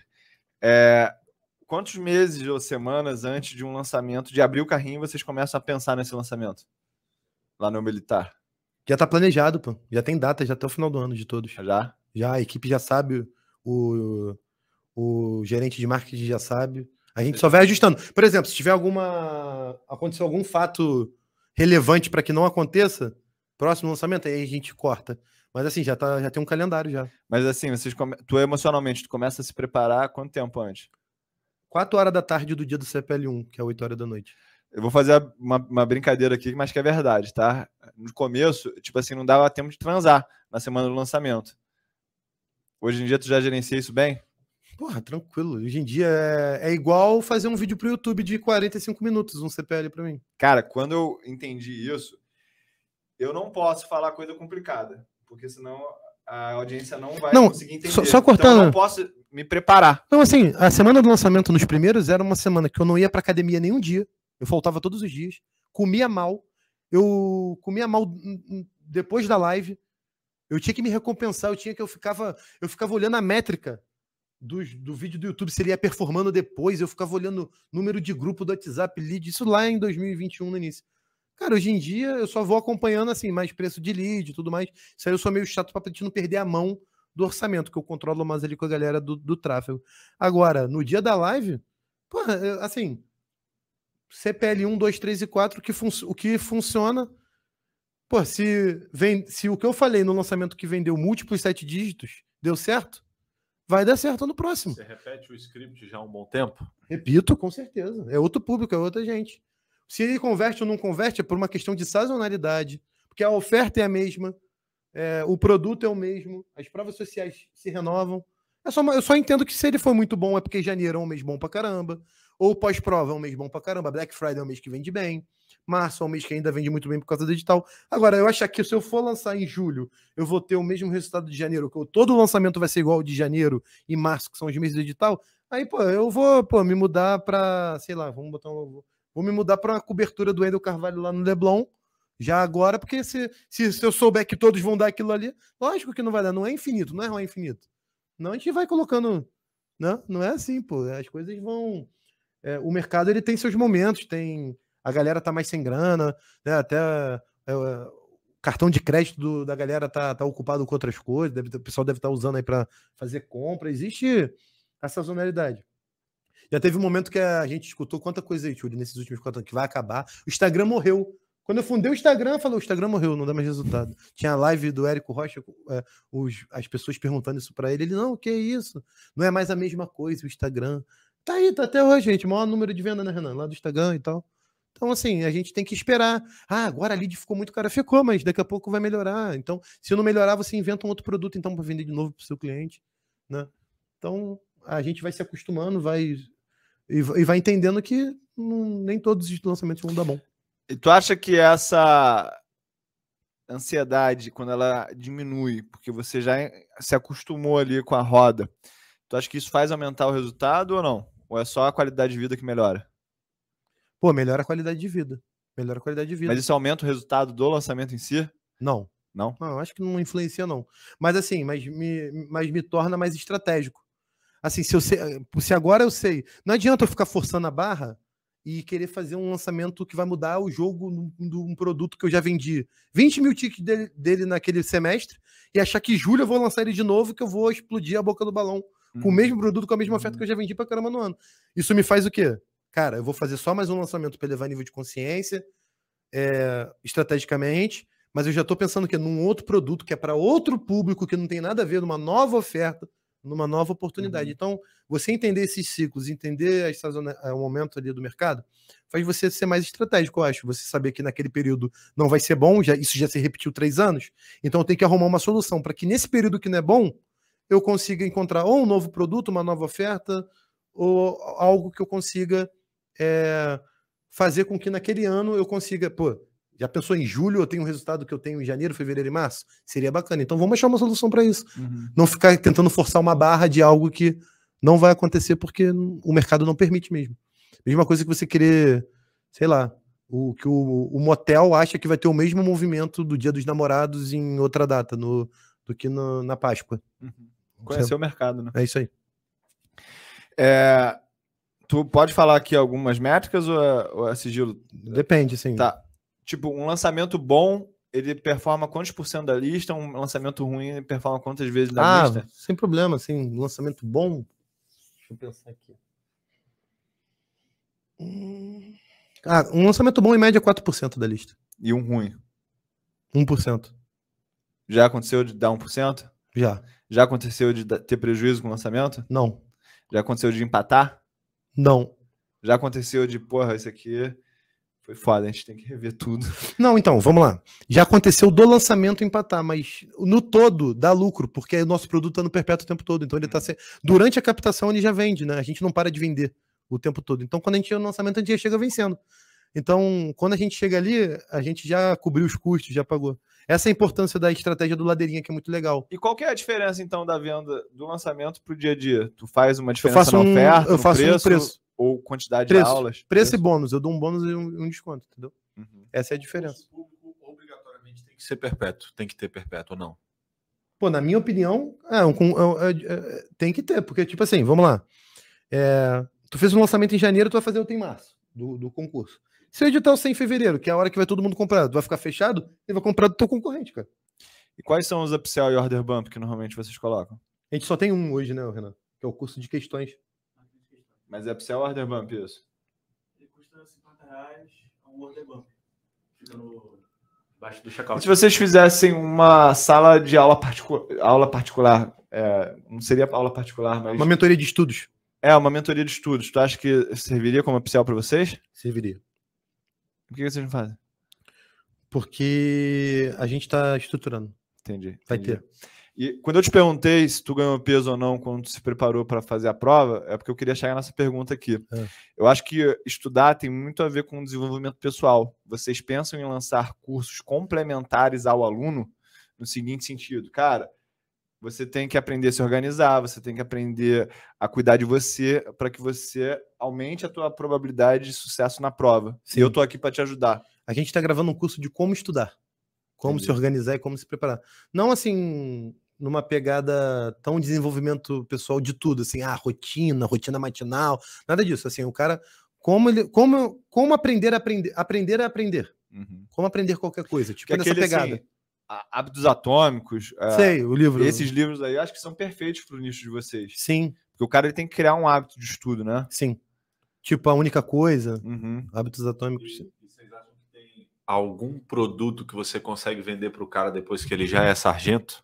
Quantos meses ou semanas antes de um lançamento, de abrir o carrinho, vocês começam a pensar nesse lançamento? Lá no Militar. Já tá planejado, pô. Já tem data, já até o final do ano de todos. Já? Já, a equipe já sabe, o gerente de marketing já sabe. A gente só vai ajustando. Por exemplo, se tiver aconteceu algum fato relevante para que não aconteça, próximo lançamento, aí a gente corta. Mas assim, já tem um calendário já. Mas assim, tu emocionalmente, tu começa a se preparar quanto tempo antes? 4 horas da tarde do dia do CPL1, que é 8 horas da noite. Eu vou fazer uma brincadeira aqui, mas que é verdade, tá? No começo, tipo assim, não dava tempo de transar na semana do lançamento. Hoje em dia, tu já gerencia isso bem? Porra, tranquilo. Hoje em dia é igual fazer um vídeo pro YouTube de 45 minutos, um CPL pra mim. Cara, quando eu entendi isso, eu não posso falar coisa complicada, porque senão a audiência não vai conseguir entender. Só cortando. Então eu não posso me preparar. Então, assim, a semana do lançamento nos primeiros era uma semana que eu não ia pra academia nenhum dia. Eu faltava todos os dias. Comia mal. Eu comia mal depois da live. Eu tinha que me recompensar. Eu ficava olhando a métrica do vídeo do YouTube, se ele ia performando depois, eu ficava olhando número de grupo do WhatsApp, lead, isso lá em 2021 no início. Cara, hoje em dia eu só vou acompanhando assim, mais preço de lead e tudo mais. Isso aí eu sou meio chato pra gente não perder a mão do orçamento, que eu controlo mais ali com a galera do tráfego. Agora, no dia da live, porra, assim, CPL 1, 2, 3 e 4, o que funciona. Pô, se o que eu falei no lançamento que vendeu múltiplos 7 dígitos deu certo, vai dar certo no próximo. Você repete o script já há um bom tempo? Repito, com certeza. É outro público, é outra gente. Se ele converte ou não converte, é por uma questão de sazonalidade, porque a oferta é a mesma, o produto é o mesmo, as provas sociais se renovam. Eu só entendo que se ele for muito bom é porque janeiro é um mês bom pra caramba, ou pós-prova é um mês bom pra caramba, Black Friday é um mês que vende bem, março é um mês que ainda vende muito bem por causa do digital. Agora, eu acho que se eu for lançar em julho, eu vou ter o mesmo resultado de janeiro, que todo lançamento vai ser igual ao de janeiro e março, que são os meses do digital, aí, pô, eu vou, me mudar pra, sei lá, vou me mudar pra uma cobertura do Wendel Carvalho lá no Leblon, já agora, porque se eu souber que todos vão dar aquilo ali, lógico que não vai dar, não é infinito, não é ROI infinito. Não, a gente vai colocando, né? Não é assim, pô, as coisas vão... o mercado, ele tem seus momentos, a galera tá mais sem grana, né? Até o cartão de crédito da galera tá ocupado com outras coisas, o pessoal deve estar usando aí para fazer compra, existe a sazonalidade. Já teve um momento que a gente escutou quanta coisa aí, Tchuri, nesses últimos 4 anos, que vai acabar. O Instagram morreu. Quando eu fundei o Instagram, falou, o Instagram morreu, não dá mais resultado. Tinha a live do Érico Rocha, as pessoas perguntando isso para ele. Ele, não, o que é isso? Não é mais a mesma coisa, o Instagram. Tá aí, tá até hoje, gente. O maior número de venda, né, Renan? Lá do Instagram e tal. Então, assim, a gente tem que esperar. Ah, agora a lead ficou muito cara. Ficou, mas daqui a pouco vai melhorar. Então, se não melhorar, você inventa um outro produto, então, para vender de novo para o seu cliente, né? Então, a gente vai se acostumando, e vai entendendo que nem todos os lançamentos vão dar bom. E tu acha que essa ansiedade, quando ela diminui, porque você já se acostumou ali com a roda, tu acha que isso faz aumentar o resultado ou não? Ou é só a qualidade de vida que melhora? Pô, melhora a qualidade de vida. Melhora a qualidade de vida. Mas isso aumenta o resultado do lançamento em si? Não. Não? Não, acho que não influencia, não. Mas assim, mas me torna mais estratégico. Assim, se agora eu sei, não adianta eu ficar forçando a barra e querer fazer um lançamento que vai mudar o jogo de um produto que eu já vendi 20 mil tickets dele naquele semestre e achar que em julho eu vou lançar ele de novo, que eu vou explodir a boca do balão com o mesmo produto, com a mesma oferta que eu já vendi pra caramba no ano. Isso me faz o quê? Cara, eu vou fazer só mais um lançamento para elevar nível de consciência, estrategicamente, mas eu já tô pensando que num outro produto que é para outro público, que não tem nada a ver, numa nova oferta, numa nova oportunidade. Então, você entender esses ciclos, entender o momento ali do mercado, faz você ser mais estratégico, eu acho. Você saber que naquele período não vai ser bom, isso já se repetiu 3 anos, então eu tenho que arrumar uma solução para que nesse período que não é bom, eu consiga encontrar ou um novo produto, uma nova oferta, ou algo que eu consiga fazer com que naquele ano eu consiga, pô, já pensou em julho, eu tenho o resultado que eu tenho em janeiro, fevereiro e março? Seria bacana. Então vamos achar uma solução para isso. Não ficar tentando forçar uma barra de algo que não vai acontecer porque o mercado não permite mesmo. Mesma coisa que você querer, sei lá, que o motel acha que vai ter o mesmo movimento do Dia dos Namorados em outra data, do que na Páscoa. Conhecer o mercado, né? É isso aí. Tu pode falar aqui algumas métricas ou é sigilo? Depende, sim. Tá. Tipo, um lançamento bom, ele performa quantos % da lista? Um lançamento ruim, ele performa quantas vezes da lista? Sem problema, assim, lançamento bom. Deixa eu pensar aqui. Um lançamento bom, em média, 4% da lista. E um ruim? 1%. Já aconteceu de dar 1%? Já. Já aconteceu de ter prejuízo com o lançamento? Não. Já aconteceu de empatar? Não. Já aconteceu de, porra, isso aqui foi foda, a gente tem que rever tudo. Não, então, vamos lá. Já aconteceu do lançamento empatar, mas no todo dá lucro, porque o nosso produto está no perpétuo o tempo todo. Então ele tá durante a captação ele já vende, né? A gente não para de vender o tempo todo. Então quando a gente chega no lançamento, a gente já chega vencendo. Então, quando a gente chega ali, a gente já cobriu os custos, já pagou. Essa é a importância da estratégia do ladeirinha, que é muito legal. E qual que é a diferença, então, da venda do lançamento para o dia a dia? Tu faz uma diferença na oferta, eu faço no um preço. Ou quantidade de aulas? Preço e bônus. Eu dou um bônus e um desconto, entendeu? Essa é a diferença. O público obrigatoriamente tem que ser perpétuo. Tem que ter perpétuo ou não? Pô, na minha opinião, tem que ter, porque, tipo assim, vamos lá. Tu fez um lançamento em janeiro, tu vai fazer outro em março do concurso. Se o edital sair em fevereiro, que é a hora que vai todo mundo comprar, tu vai ficar fechado, ele vai comprar do teu concorrente, cara. E quais são os upsell e order bump que normalmente vocês colocam? A gente só tem um hoje, né, Renan? Que é o curso de questões. Mas é upsell ou order bump isso? Ele custa R$50, um order bump. Fica embaixo do checkout. Se vocês fizessem uma sala de aula particular, não seria aula particular, mas... Uma mentoria de estudos. Uma mentoria de estudos. Tu acha que serviria como upsell para vocês? Serviria. Por que vocês não fazem? Porque a gente tá estruturando. Entendi. Vai ter. E quando eu te perguntei se tu ganhou peso ou não quando tu se preparou para fazer a prova, é porque eu queria chegar nessa pergunta aqui. Eu acho que estudar tem muito a ver com o desenvolvimento pessoal. Vocês pensam em lançar cursos complementares ao aluno no seguinte sentido. Cara, você tem que aprender a se organizar, você tem que aprender a cuidar de você para que você aumente a tua probabilidade de sucesso na prova. Sim. E eu tô aqui para te ajudar. A gente está gravando um curso de como estudar. Como Entendi. se organizar e como se preparar. Não assim, numa pegada tão desenvolvimento pessoal de tudo, assim, rotina matinal, nada disso. Assim, o cara, como aprender a aprender. Uhum. Como aprender qualquer coisa, tipo Que nessa aquele, pegada. assim, Hábitos Atômicos. Sei, o livro. Esses livros aí, eu acho que são perfeitos pro nicho de vocês. Sim, Porque o cara ele tem que criar um hábito de estudo, né? sim. Tipo, a única coisa, Uhum. hábitos atômicos. E vocês acham que tem algum produto que você consegue vender para o cara depois que ele já é sargento?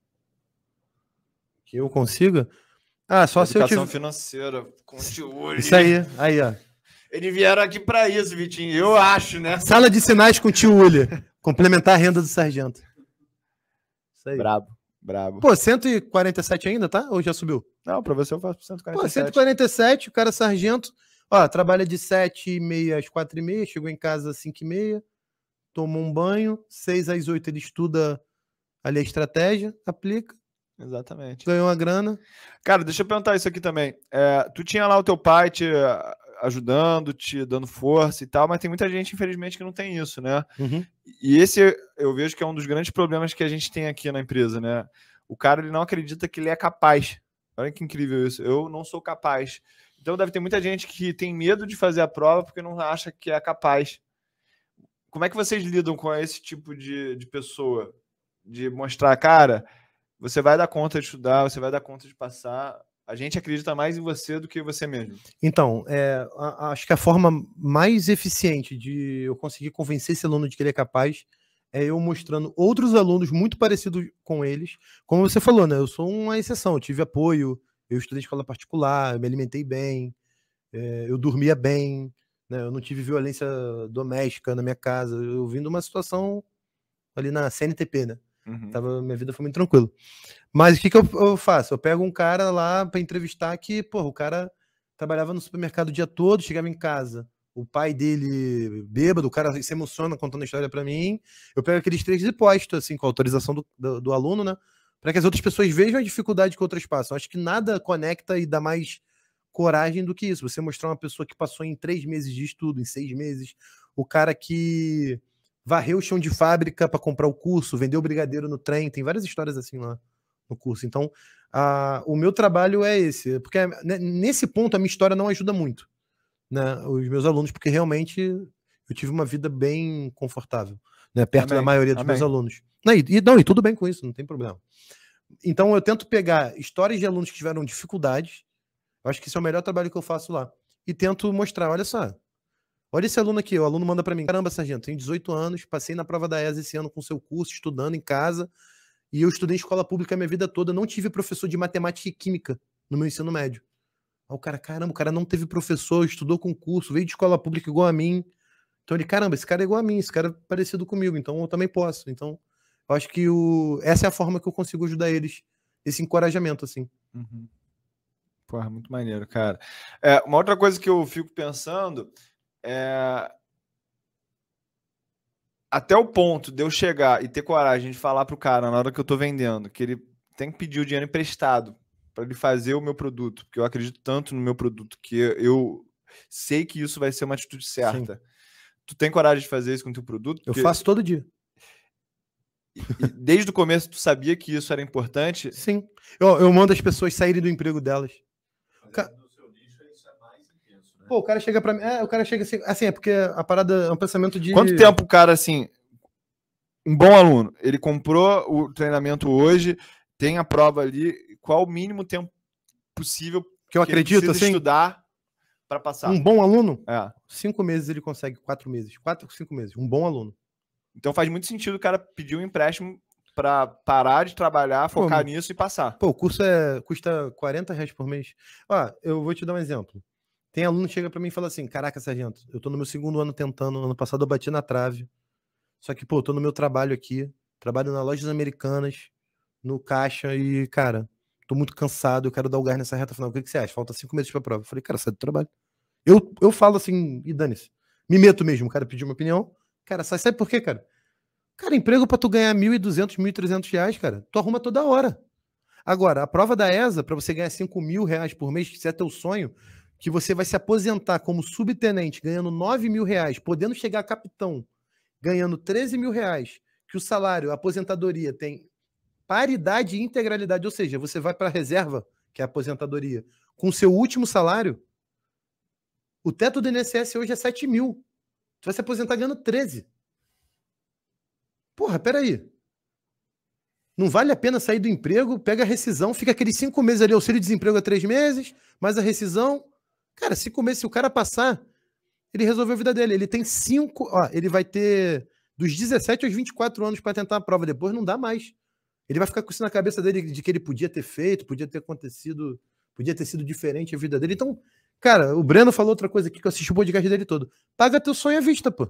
Que eu consiga? Só se eu Educação tiver... financeira, com Tiúlio. Isso aí, ó. Eles vieram aqui pra isso, Vitinho. Eu acho, né? Sala de sinais com tio Uli. Complementar a renda do sargento. Isso aí. Brabo. Pô, 147 ainda, tá? Ou já subiu? Não, pra você eu faço por 147. Pô, 147, o cara sargento. Ó, trabalha de 7h30 às 4h30, chegou em casa às 5h30, toma um banho, 6 às 8 ele estuda ali a estratégia, aplica, Exatamente. ganhou uma grana. Cara, deixa eu perguntar isso aqui também. Tu tinha lá o teu pai te ajudando, te dando força e tal, mas tem muita gente, infelizmente, que não tem isso, né? Uhum. E esse eu vejo que é um dos grandes problemas que a gente tem aqui na empresa, né? O cara ele não acredita que ele é capaz. Olha que incrível isso. Eu não sou capaz. Então deve ter muita gente que tem medo de fazer a prova porque não acha que é capaz. Como é que vocês lidam com esse tipo de pessoa? De mostrar, cara, você vai dar conta de estudar, você vai dar conta de passar. A gente acredita mais em você do que você mesmo. Então, acho que a forma mais eficiente de eu conseguir convencer esse aluno de que ele é capaz é eu mostrando outros alunos muito parecidos com eles. Como você falou, né? Eu sou uma exceção, eu tive apoio, eu estudei em escola particular, eu me alimentei bem, eu dormia bem, né? Eu não tive violência doméstica na minha casa, eu vim de uma situação ali na CNTP, né? Uhum. Minha vida foi muito tranquila. Mas o que eu faço? Eu pego um cara lá para entrevistar que, o cara trabalhava no supermercado o dia todo, chegava em casa, o pai dele bêbado, o cara se emociona contando a história para mim. Eu pego aqueles trechos e posto, assim, com a autorização do aluno, né? Para que as outras pessoas vejam a dificuldade que outras passam. Acho que nada conecta e dá mais coragem do que isso. Você mostrar uma pessoa que passou em 3 meses de estudo, em 6 meses, o cara que varreu o chão de fábrica para comprar o curso, vendeu brigadeiro no trem, tem várias histórias assim lá no curso. Então, o meu trabalho é esse, porque nesse ponto a minha história não ajuda muito, né, os meus alunos, porque realmente eu tive uma vida bem confortável, né, perto da maioria dos meus alunos. E tudo bem com isso, não tem problema. Então eu tento pegar histórias de alunos que tiveram dificuldades, eu acho que esse é o melhor trabalho que eu faço lá, e tento mostrar, olha só, olha esse aluno aqui, o aluno manda para mim, caramba, sargento, tenho 18 anos, passei na prova da ESA esse ano com seu curso, estudando em casa, e eu estudei em escola pública a minha vida toda, não tive professor de matemática e química no meu ensino médio. Aí o cara, caramba, o cara não teve professor, estudou com curso, veio de escola pública igual a mim. Então ele, caramba, esse cara é igual a mim, esse cara é parecido comigo, então eu também posso. Então eu acho que essa é a forma que eu consigo ajudar eles, esse encorajamento, assim. Uhum. Porra, muito maneiro, cara. Uma outra coisa que eu fico pensando é... Até o ponto de eu chegar e ter coragem de falar pro cara na hora que eu tô vendendo que ele tem que pedir o dinheiro emprestado para ele fazer o meu produto, porque eu acredito tanto no meu produto que eu sei que isso vai ser uma atitude certa. Sim. Tu tem coragem de fazer isso com o teu produto? Porque... Eu faço todo dia. E desde o começo tu sabia que isso era importante? Sim. Eu mando as pessoas saírem do emprego delas. No seu nicho, isso é mais intenso, né? Pô, o cara chega pra mim. O cara chega assim, é porque a parada é um pensamento de. Quanto tempo o cara, assim, um bom aluno, ele comprou o treinamento hoje, tem a prova ali, qual o mínimo tempo possível Que eu ele acredito, precisa assim. estudar para passar? Um bom aluno? É. 5 meses ele consegue, 4 meses. 4, 5 meses. Um bom aluno. Então faz muito sentido o cara pedir um empréstimo para parar de trabalhar, focar nisso e passar. Pô, o curso custa R$40 por mês. Ó, eu vou te dar um exemplo. Tem aluno que chega pra mim e fala assim, caraca, sargento, eu tô no meu 2º ano tentando, ano passado eu bati na trave, só que, pô, tô no meu trabalho aqui, trabalho nas lojas americanas, no caixa e, cara, tô muito cansado, eu quero dar o gás nessa reta final. O que você acha? Falta 5 meses pra prova. Eu falei, cara, sai do trabalho. Eu falo assim, e dane-se. Me meto mesmo, o cara pediu uma opinião. Cara, sabe por quê, cara? Cara, emprego pra tu ganhar R$1.200, R$1.300, cara, tu arruma toda hora. Agora, a prova da ESA, pra você ganhar R$5.000 por mês, que se é teu sonho, que você vai se aposentar como subtenente, ganhando R$9.000, podendo chegar a capitão, ganhando R$13.000, que o salário, a aposentadoria tem paridade e integralidade, ou seja, você vai pra reserva, que é a aposentadoria, com o seu último salário, o teto do INSS hoje é 7 mil. Tu vai se aposentar ganhando 13. Porra, peraí. Não vale a pena sair do emprego, pega a rescisão, fica aqueles 5 meses ali, auxílio-desemprego a 3 meses, mais a rescisão. Cara, 5 meses, se o cara passar, ele resolveu a vida dele. Ele tem 5, ele vai ter dos 17 aos 24 anos para tentar a prova, depois não dá mais. Ele vai ficar com isso na cabeça dele de que ele podia ter feito, podia ter acontecido, podia ter sido diferente a vida dele. Então, cara, o Breno falou outra coisa aqui que eu assisti o podcast dele todo. Paga teu sonho à vista, pô.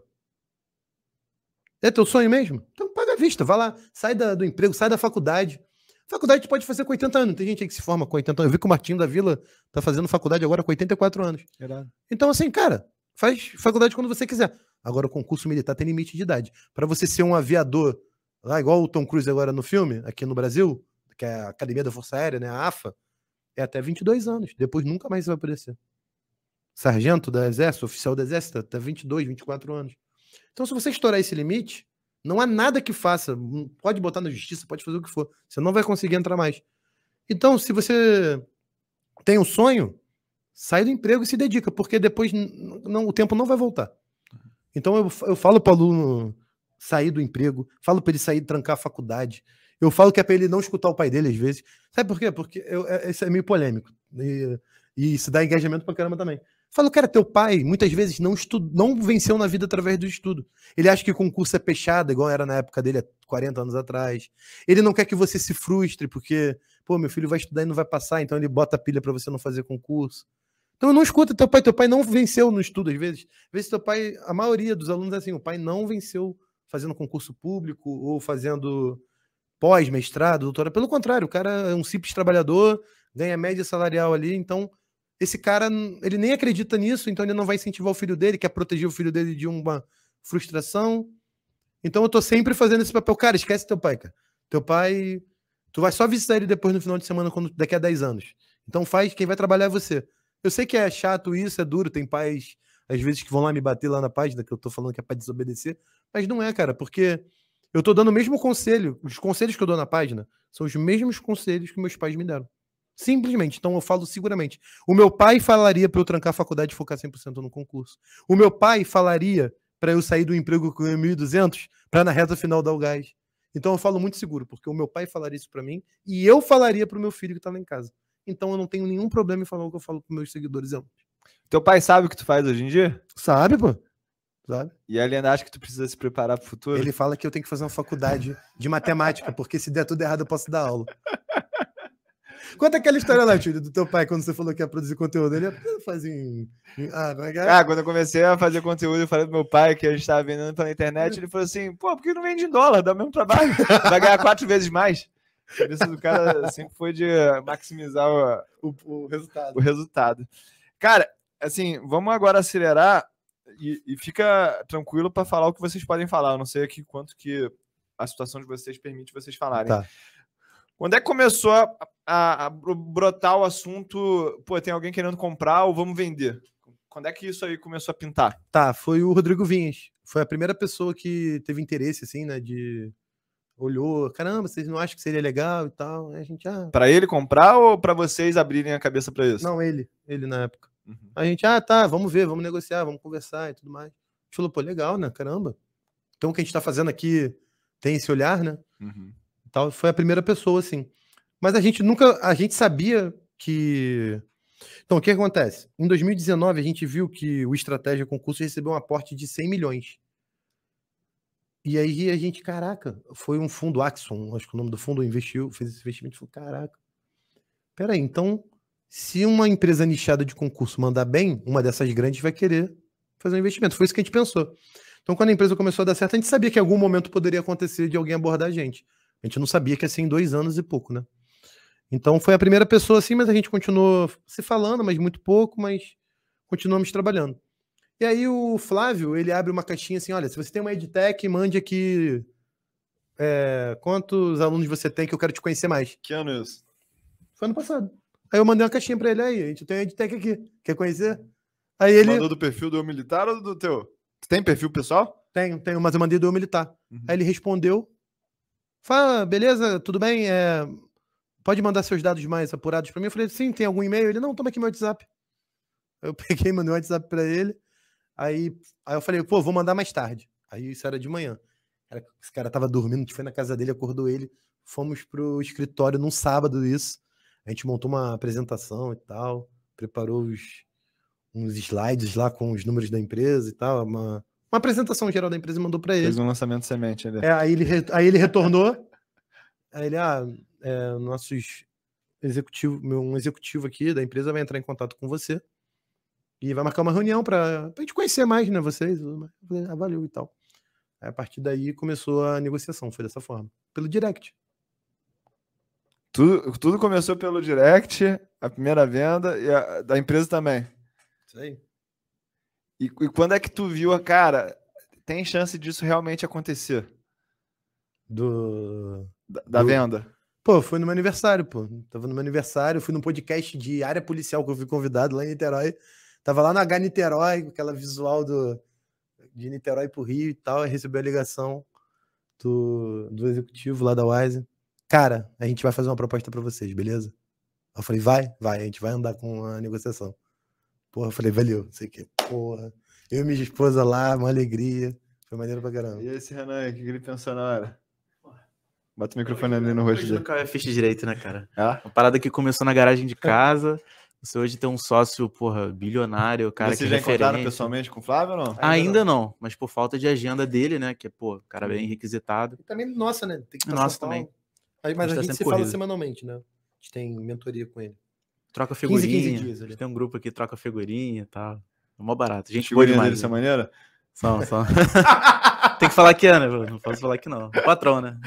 É teu sonho mesmo? Então paga à vista, vai lá, sai do emprego, sai da faculdade. Faculdade tu pode fazer com 80 anos, tem gente aí que se forma com 80 anos. Eu vi que o Martinho da Vila tá fazendo faculdade agora com 84 anos. Então assim, cara, faz faculdade quando você quiser. Agora o concurso militar tem limite de idade. Para você ser um aviador, lá igual o Tom Cruise agora no filme, aqui no Brasil, que é a Academia da Força Aérea, né, a AFA, é até 22 anos. Depois nunca mais você vai poder ser. Sargento do Exército, oficial do Exército, até 22, 24 anos. Então, se você estourar esse limite, não há nada que faça. Pode botar na justiça, pode fazer o que for. Você não vai conseguir entrar mais. Então, se você tem um sonho, sai do emprego e se dedica, porque depois o tempo não vai voltar. Então, eu falo para o aluno sair do emprego, falo para ele sair, trancar a faculdade. Eu falo que é para ele não escutar o pai dele, às vezes. Sabe por quê? Porque isso é meio polêmico. E isso dá engajamento pra caramba também. Falo, cara, teu pai muitas vezes não venceu na vida através do estudo. Ele acha que concurso é peixada, igual era na época dele há 40 anos atrás. Ele não quer que você se frustre, porque, pô, meu filho vai estudar e não vai passar, então ele bota a pilha pra você não fazer concurso. Então não escuta teu pai não venceu no estudo, às vezes. Às vezes teu pai, a maioria dos alunos é assim, o pai não venceu fazendo concurso público ou fazendo pós, mestrado, doutorado. Pelo contrário, o cara é um simples trabalhador, ganha média salarial ali, então esse cara, ele nem acredita nisso, então ele não vai incentivar o filho dele, quer proteger o filho dele de uma frustração. Então eu tô sempre fazendo esse papel. Cara, esquece teu pai, cara. Teu pai, tu vai só visitar ele depois no final de semana, daqui a 10 anos. Então quem vai trabalhar é você. Eu sei que é chato isso, é duro, tem pais, às vezes, que vão lá me bater lá na página, que eu tô falando que é pra desobedecer, mas não é, cara, porque eu tô dando o mesmo conselho, os conselhos que eu dou na página são os mesmos conselhos que meus pais me deram. Simplesmente, então eu falo seguramente. O meu pai falaria para eu trancar a faculdade e focar 100% no concurso. O meu pai falaria para eu sair do emprego com 1.200 para na reta final dar o gás. Então eu falo muito seguro, porque o meu pai falaria isso para mim e eu falaria para o meu filho que tá lá em casa. Então eu não tenho nenhum problema em falar o que eu falo para meus seguidores. Teu pai sabe o que tu faz hoje em dia? Sabe, pô. Sabe? E ele ainda acha que tu precisa se preparar pro futuro? Ele fala que eu tenho que fazer uma faculdade de matemática, porque se der tudo errado eu posso dar aula. Conta aquela história lá, tio, do teu pai, quando você falou que ia produzir conteúdo. Ele ia fazer quando eu comecei a fazer conteúdo, eu falei pro meu pai que a gente tava vendendo pela internet, ele falou assim, pô, por que não vende em dólar? Dá o mesmo trabalho. Vai ganhar 4 vezes mais. A cabeça do cara sempre foi de maximizar o resultado. Cara, assim, vamos agora acelerar e fica tranquilo para falar o que vocês podem falar. Eu não sei aqui quanto que a situação de vocês permite vocês falarem. Tá. Quando é que começou a brotar o assunto, pô, tem alguém querendo comprar ou vamos vender? Quando é que isso aí começou a pintar? Tá, foi o Rodrigo Vinhas. Foi a primeira pessoa que teve interesse, assim, né, de olhou, caramba, vocês não acham que seria legal e tal? Aí a gente, Pra ele comprar ou pra vocês abrirem a cabeça pra isso? não, ele na época. Uhum. A gente, tá, vamos ver, vamos negociar, vamos conversar e tudo mais. A gente falou, pô, legal, né, caramba. Então o que a gente tá fazendo aqui tem esse olhar, né? Uhum. E tal, foi a primeira pessoa, assim. Mas a gente sabia que... Então, o que acontece? Em 2019, a gente viu que o Estratégia Concurso recebeu um aporte de 100 milhões. E aí a gente, caraca, foi um fundo Axon, acho que o nome do fundo investiu, fez esse investimento e falou, caraca, peraí, então, se uma empresa nichada de concurso mandar bem, uma dessas grandes vai querer fazer um investimento. Foi isso que a gente pensou. Então, quando a empresa começou a dar certo, a gente sabia que em algum momento poderia acontecer de alguém abordar a gente. A gente não sabia que ia ser em 2 anos e pouco, né? Então, foi a primeira pessoa, assim, mas a gente continuou se falando, mas muito pouco, mas continuamos trabalhando. E aí o Flávio, ele abre uma caixinha assim, olha, se você tem uma EdTech, mande aqui quantos alunos você tem que eu quero te conhecer mais. Que ano é isso? Foi ano passado. Aí eu mandei uma caixinha pra ele, aí, a gente tem uma EdTech aqui, quer conhecer? Aí ele... Mandou do perfil do Eu Militar ou do teu? Tu tem perfil pessoal? Tenho, mas eu mandei do Eu Militar. Uhum. Aí ele respondeu, fala, beleza, tudo bem, pode mandar seus dados mais apurados pra mim? Eu falei, sim, tem algum e-mail? Ele, não, toma aqui meu WhatsApp. Eu peguei, mandei um WhatsApp pra ele. Aí eu falei, pô, vou mandar mais tarde. Aí isso era de manhã. Esse cara tava dormindo, a gente foi na casa dele, acordou ele, fomos pro escritório num sábado isso. A gente montou uma apresentação e tal, preparou uns slides lá com os números da empresa e tal, uma apresentação geral da empresa e mandou pra ele. Fez um lançamento de semente ali. Aí ele retornou, aí ele, nossos um executivo aqui da empresa vai entrar em contato com você e vai marcar uma reunião pra gente conhecer mais, né, vocês. Eu falei, valeu e tal. Aí, a partir daí começou a negociação, foi dessa forma, pelo direct. Tudo começou pelo direct, a primeira venda e a da empresa também. Isso aí. E quando é que tu viu, cara, tem chance disso realmente acontecer? Da venda? Pô, foi no meu aniversário, pô. Tava no meu aniversário, fui num podcast de área policial que eu fui convidado lá em Niterói. Tava lá no H Niterói, com aquela visual de Niterói pro Rio e tal, aí recebi a ligação do executivo lá da Wise. Cara, a gente vai fazer uma proposta pra vocês, beleza? Eu falei, vai, a gente vai andar com a negociação. Porra, eu falei, valeu, não sei o quê. Porra, eu e minha esposa lá, uma alegria. Foi maneiro pra caramba. E esse Renan, o que ele pensou na hora? Bota o microfone ali no rosto dele. Nunca fiz direito, né, cara? Ah? Uma parada que começou na garagem de casa. Você hoje tem um sócio, porra, bilionário, cara. Vocês que já encontraram referência. pessoalmente com o Flávio ou não? Ainda não, mas por falta de agenda dele, né? Que é, pô, cara bem requisitado. E também, nossa, né? Tem que Nossa também. Aí, mas a tá gente se sempre fala corrido. semanalmente, né? A gente tem mentoria com ele. Troca 15 figurinha. dias A ali. gente tem um grupo aqui, troca figurinha e tal. É mó barato. Gente boa Figurinha demais. dele dessa Né? maneira? São. Tem que falar que é, né? Não posso falar que não. O patrão, né?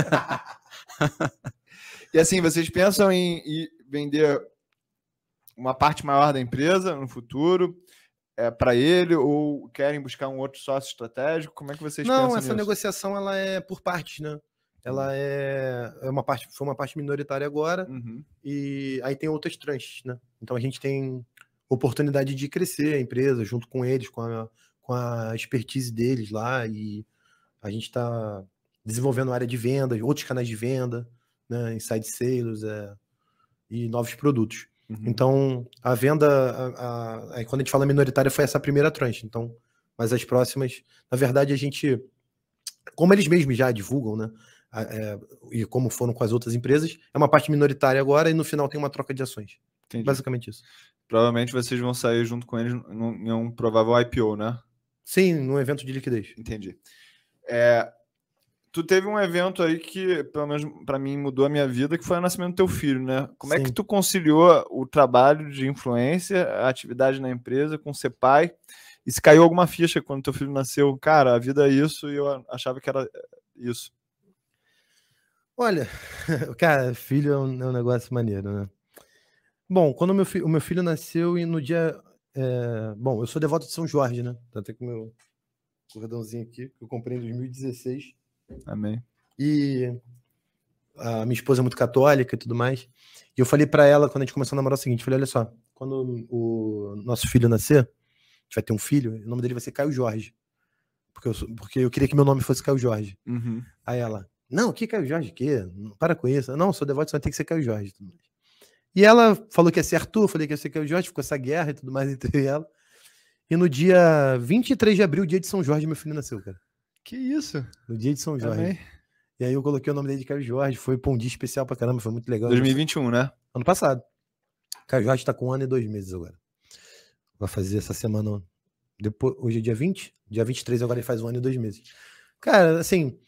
E assim, vocês pensam em vender uma parte maior da empresa no futuro para ele ou querem buscar um outro sócio estratégico? Como é que vocês pensam Não, nisso? essa negociação ela é por partes, né? Ela foi uma parte minoritária agora, Uhum. e aí tem outras tranches, né? Então a gente tem oportunidade de crescer a empresa junto com eles, com a expertise deles lá, e a gente está desenvolvendo área de venda, outros canais de venda, né? Inside sales e novos produtos. Uhum. Então, a venda, quando a gente fala minoritária, foi essa primeira tranche. Então, mas as próximas, na verdade, a gente, como eles mesmos já divulgam, né? E como foram com as outras empresas, é uma parte minoritária agora e no final tem uma troca de ações. Entendi. Basicamente isso. Provavelmente vocês vão sair junto com eles em um provável IPO, né? Sim, num evento de liquidez. Entendi. Tu teve um evento aí que, pelo menos para mim, mudou a minha vida, que foi o nascimento do teu filho, né? Como é que Sim. tu conciliou o trabalho de influência, a atividade na empresa, com ser pai? E se caiu alguma ficha quando teu filho nasceu? Cara, a vida é isso e eu achava que era isso. Olha, cara, filho é um negócio maneiro, né? Bom, quando o meu filho nasceu e no dia... bom, eu sou devoto de São Jorge, né? Tá até com o meu cordãozinho aqui, que eu comprei em 2016. Amém. E a minha esposa é muito católica e tudo mais. E eu falei pra ela, quando a gente começou a namorar, o seguinte, falei, olha só, quando o nosso filho nascer, a gente vai ter um filho, o nome dele vai ser Caio Jorge. Porque eu queria que meu nome fosse Caio Jorge. Uhum. Aí ela, Não, que Caio Jorge, que? Para com isso. Não, sou devoto, só tem que ser Caio Jorge. Tudo mais. E ela falou que ia ser Arthur, eu falei que ia ser Caio Jorge, ficou essa guerra e tudo mais entre ela. E no dia 23 de abril, dia de São Jorge, meu filho nasceu, cara. Que isso? No dia de São Jorge. Também. E aí eu coloquei o nome dele de Caio Jorge, foi um dia especial pra caramba, foi muito legal. 2021, né? Ano passado. Caio Jorge tá com 1 ano e 2 meses agora. Vai fazer essa semana, depois, hoje é dia 20? Dia 23 agora ele faz 1 ano e 2 meses. Cara, assim,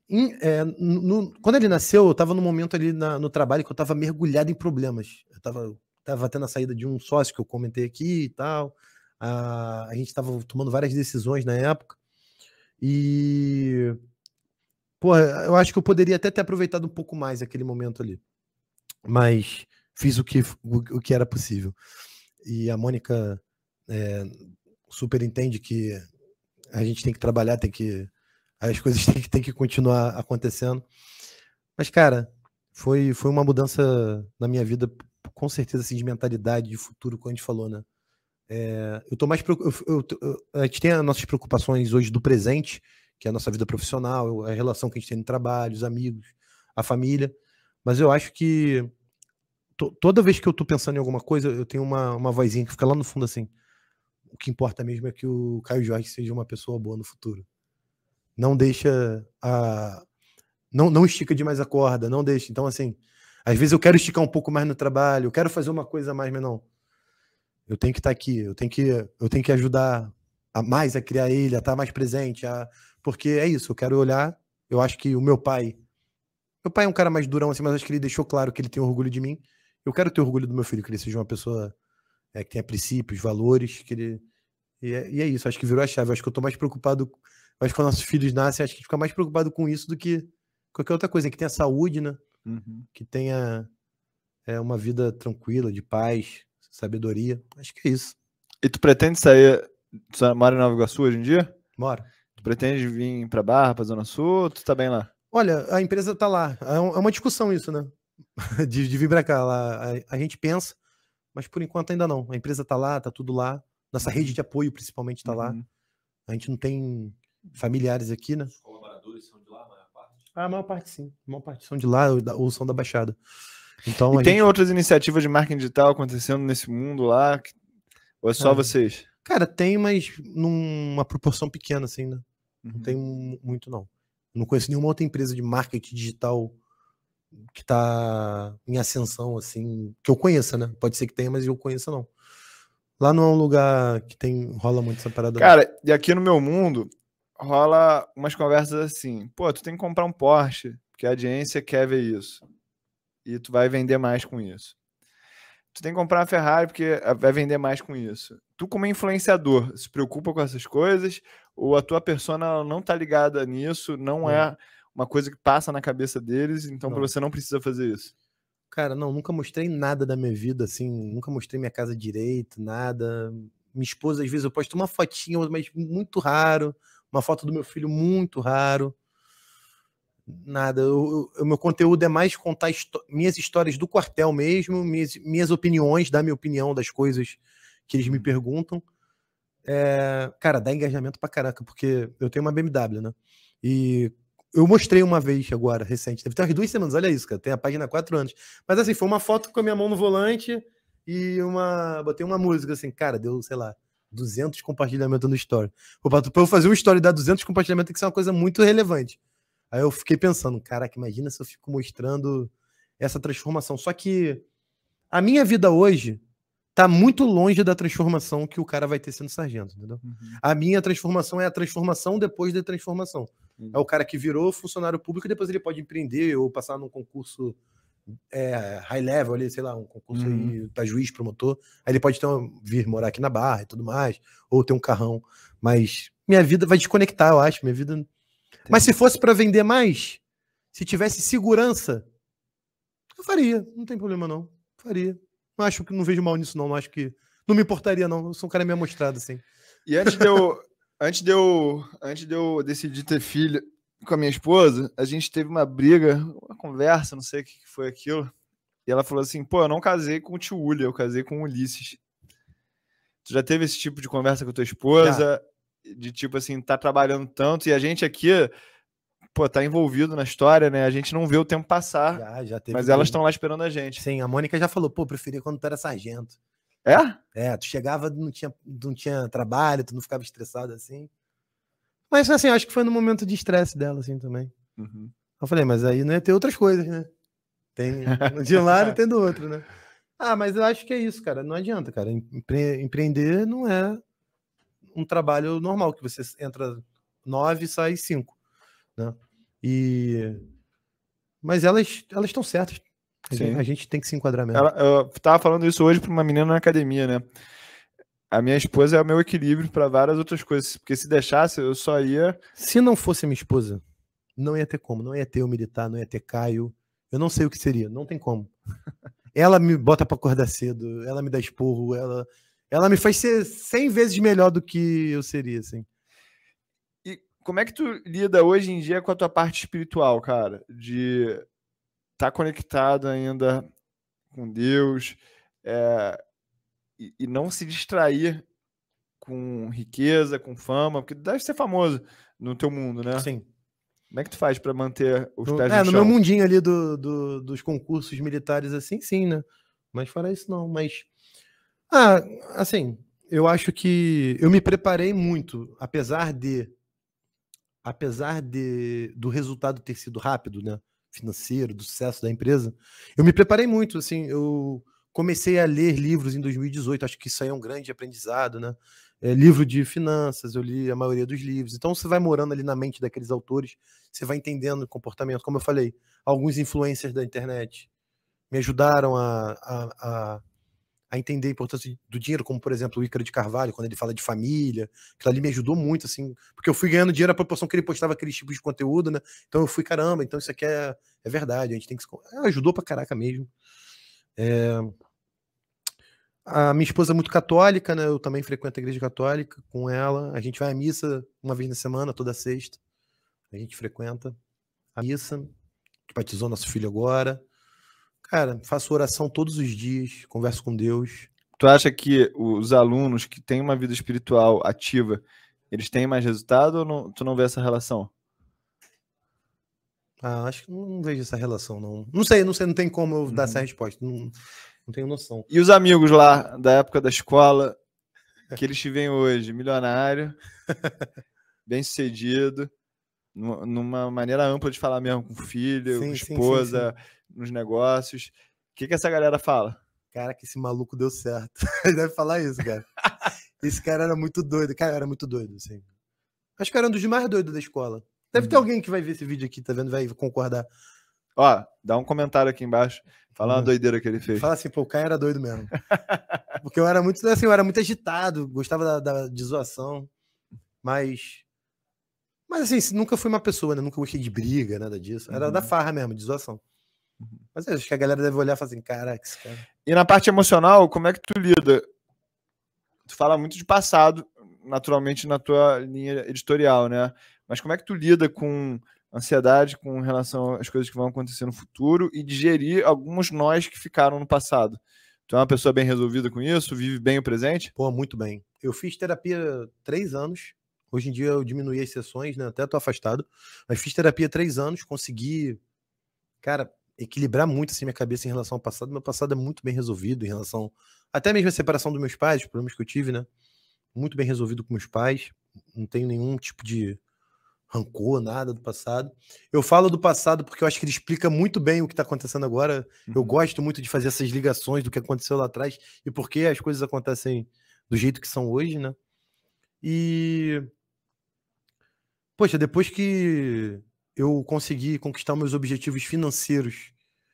quando ele nasceu, eu tava no momento ali no trabalho que eu tava mergulhado em problemas. Eu tava tendo a saída de um sócio que eu comentei aqui e tal. A gente tava tomando várias decisões na época. E... Pô, eu acho que eu poderia até ter aproveitado um pouco mais aquele momento ali. Mas fiz o que era possível. E a Mônica super entende que a gente tem que trabalhar, as coisas têm que continuar acontecendo. Mas, cara, foi uma mudança na minha vida, com certeza, assim, de mentalidade, de futuro, como a gente falou, né? Eu tô mais a gente tem as nossas preocupações hoje do presente, que é a nossa vida profissional, a relação que a gente tem no trabalho, os amigos, a família. Mas eu acho que toda vez que eu tô pensando em alguma coisa, eu tenho uma vozinha que fica lá no fundo assim. O que importa mesmo é que o Caio Jorge seja uma pessoa boa no futuro. Não deixa não estica demais a corda, não deixa. Então, assim, às vezes eu quero esticar um pouco mais no trabalho, eu quero fazer uma coisa a mais, mas não. Eu tenho que estar aqui, eu tenho que ajudar mais a criar ele, a estar mais presente, porque é isso, eu quero olhar, eu acho que o meu pai é um cara mais durão assim, mas acho que ele deixou claro que ele tem orgulho de mim. Eu quero ter orgulho do meu filho, que ele seja uma pessoa que tenha princípios, valores, que ele... E é isso, acho que virou a chave. Acho que eu tô mais preocupado. Acho que quando nossos filhos nascem, acho que a gente fica mais preocupado com isso do que qualquer outra coisa. Que tenha saúde, né? Uhum. Que tenha uma vida tranquila, de paz, sabedoria. Acho que é isso. E tu pretende sair? Tu mora em Nova Iguaçu hoje em dia? Bora. Tu pretende vir pra Barra, pra Zona Sul? Ou tu tá bem lá? Olha, a empresa tá lá. É uma discussão isso, né? de vir pra cá. Lá, a gente pensa, mas por enquanto ainda não. A empresa tá lá, tá tudo lá. Nossa rede de apoio, principalmente, tá lá. A gente não tem familiares aqui, né? Os colaboradores são de lá, a maior parte? A maior parte sim. A maior parte são de lá ou são da Baixada. Então, e tem outras iniciativas de marketing digital acontecendo nesse mundo lá? Ou é só vocês? Cara, tem, mas numa proporção pequena, assim, né? Não tem muito, não. Eu não conheço nenhuma outra empresa de marketing digital que tá em ascensão, assim, que eu conheça, né? Pode ser que tenha, mas eu conheça, não. Lá não é um lugar que rola muito essa parada. Cara, e aqui no meu mundo rola umas conversas assim, pô, tu tem que comprar um Porsche, porque a audiência quer ver isso. E tu vai vender mais com isso. Tu tem que comprar uma Ferrari, porque vai vender mais com isso. Tu, como influenciador, se preocupa com essas coisas? Ou a tua persona não tá ligada nisso, não é uma coisa que passa na cabeça deles, então você não precisa fazer isso? Cara, não, nunca mostrei nada da minha vida, assim, nunca mostrei minha casa direito, nada. Minha esposa, às vezes, eu posto uma fotinha, mas muito raro, uma foto do meu filho muito raro. Nada, o meu conteúdo é mais contar minhas histórias do quartel mesmo, minhas opiniões, dar minha opinião das coisas que eles me perguntam. Cara, dá engajamento pra caraca, porque eu tenho uma BMW, né? E eu mostrei uma vez agora, recente, deve ter umas 2 semanas, olha isso, cara, tem a página há 4 anos. Mas assim, foi uma foto com a minha mão no volante e botei uma música assim, cara, deu, sei lá, 200 compartilhamentos no story. Pra eu fazer um story e dar 200 compartilhamentos tem que ser uma coisa muito relevante. Aí eu fiquei pensando, caraca, imagina se eu fico mostrando essa transformação. Só que a minha vida hoje tá muito longe da transformação que o cara vai ter sendo sargento, entendeu? A minha transformação é a transformação depois da transformação. É o cara que virou funcionário público e depois ele pode empreender ou passar num concurso high level ali, sei lá, um concurso aí para juiz, promotor. Aí ele pode vir morar aqui na Barra e tudo mais, ou ter um carrão. Mas minha vida vai desconectar, eu acho, minha vida... Mas se fosse para vender mais, se tivesse segurança, eu faria. Não tem problema, não. Faria. Não vejo mal nisso, não. Não acho que... Não me importaria, não. Eu sou um cara meio amostrado, assim. E antes de eu decidir ter filho com a minha esposa, a gente teve uma briga, uma conversa, não sei o que foi aquilo. E ela falou assim, pô, eu não casei com o tio Uli, eu casei com o Ulisses. Tu já teve esse tipo de conversa com a tua esposa? Já. De tipo assim, tá trabalhando tanto, e a gente aqui pô, tá envolvido na história, né? A gente não vê o tempo passar, Já teve. mas elas estão lá esperando a gente. Sim, a Mônica já falou, pô, preferia quando tu era sargento. É? É, tu chegava, não tinha trabalho, tu não ficava estressado assim. Mas assim, acho que foi no momento de estresse dela, assim, também. Uhum. Eu falei, mas aí não ia ter outras coisas, né? Tem de um lado e tem do outro, né? Ah, mas eu acho que é isso, cara. Não adianta, cara. Empreender não é um trabalho normal, que você entra 9 e sai 5, né? Mas elas estão certas. A gente tem que se enquadrar mesmo. Eu tava falando isso hoje para uma menina na academia, né? A minha esposa é o meu equilíbrio para várias outras coisas, porque se deixasse, eu só ia... Se não fosse minha esposa, não ia ter como. Não ia ter o Militar, não ia ter Caio. Eu não sei o que seria, não tem como. Ela me bota para acordar cedo, ela me dá esporro, ela me faz ser 100 vezes melhor do que eu seria, assim. E como é que tu lida hoje em dia com a tua parte espiritual, cara? De estar conectado ainda com Deus, e não se distrair com riqueza, com fama, porque deve ser famoso no teu mundo, né? Sim. Como é que tu faz para manter os pés no no chão? meu mundinho ali dos concursos militares, assim, sim, né? Mas fora isso, não. Mas, assim, eu acho que eu me preparei muito, apesar do resultado ter sido rápido, né? Financeiro, do sucesso da empresa. Eu me preparei muito, assim, eu comecei a ler livros em 2018, acho que isso aí é um grande aprendizado, né? Livro de finanças, eu li a maioria dos livros. Então você vai morando ali na mente daqueles autores, você vai entendendo o comportamento. Como eu falei, alguns influencers da internet me ajudaram a entender a importância do dinheiro, como por exemplo o Ícaro de Carvalho, quando ele fala de família, aquilo ali me ajudou muito, assim, porque eu fui ganhando dinheiro à proporção que ele postava aqueles tipos de conteúdo, né? Então eu fui, caramba, então isso aqui é verdade, a gente tem que ajudou pra caraca mesmo. A minha esposa é muito católica, né? Eu também frequento a igreja católica com ela. A gente vai à missa uma vez na semana, toda sexta. A gente frequenta a missa. Que batizou nosso filho agora. Cara, faço oração todos os dias, converso com Deus. Tu acha que os alunos que têm uma vida espiritual ativa, eles têm mais resultado ou não, tu não vê essa relação? Acho que não vejo essa relação, não. Não sei, não tem como eu dar essa resposta. Não tenho noção. E os amigos lá da época da escola, que eles te veem hoje, milionário, bem-sucedido, numa maneira ampla de falar mesmo com filho, com esposa, nos negócios. O que essa galera fala? Cara, que esse maluco deu certo. Ele deve falar isso, cara. Esse cara era muito doido. Cara, era muito doido, assim. Acho que era um dos mais doidos da escola. Deve ter alguém que vai ver esse vídeo aqui, tá vendo? Vai concordar. Ó, dá um comentário aqui embaixo. Fala uma doideira que ele fez. Fala assim, pô, o Caio era doido mesmo. Porque eu era muito, assim, eu era muito agitado, gostava de zoação. Mas assim, nunca fui uma pessoa, né? Nunca gostei de briga, nada disso. Era da farra mesmo, de zoação. Mas acho que a galera deve olhar e falar assim, caraca, esse cara... E na parte emocional, como é que tu lida? Tu fala muito de passado, naturalmente, na tua linha editorial, né? Mas como é que tu lida com ansiedade com relação às coisas que vão acontecer no futuro e digerir alguns nós que ficaram no passado? Tu é uma pessoa bem resolvida com isso? Vive bem o presente? Pô, muito bem. Eu fiz terapia 3 anos. Hoje em dia eu diminuí as sessões, né? Até tô afastado. Mas fiz terapia 3 anos, consegui, cara, equilibrar muito assim minha cabeça em relação ao passado. Meu passado é muito bem resolvido em relação até mesmo a separação dos meus pais, os problemas que eu tive, né? Muito bem resolvido com meus pais. Não tenho nenhum tipo de rancor, nada do passado. Eu falo do passado porque eu acho que ele explica muito bem o que está acontecendo agora. Eu gosto muito de fazer essas ligações do que aconteceu lá atrás e por que as coisas acontecem do jeito que são hoje, né? E... Poxa, depois que eu consegui conquistar meus objetivos financeiros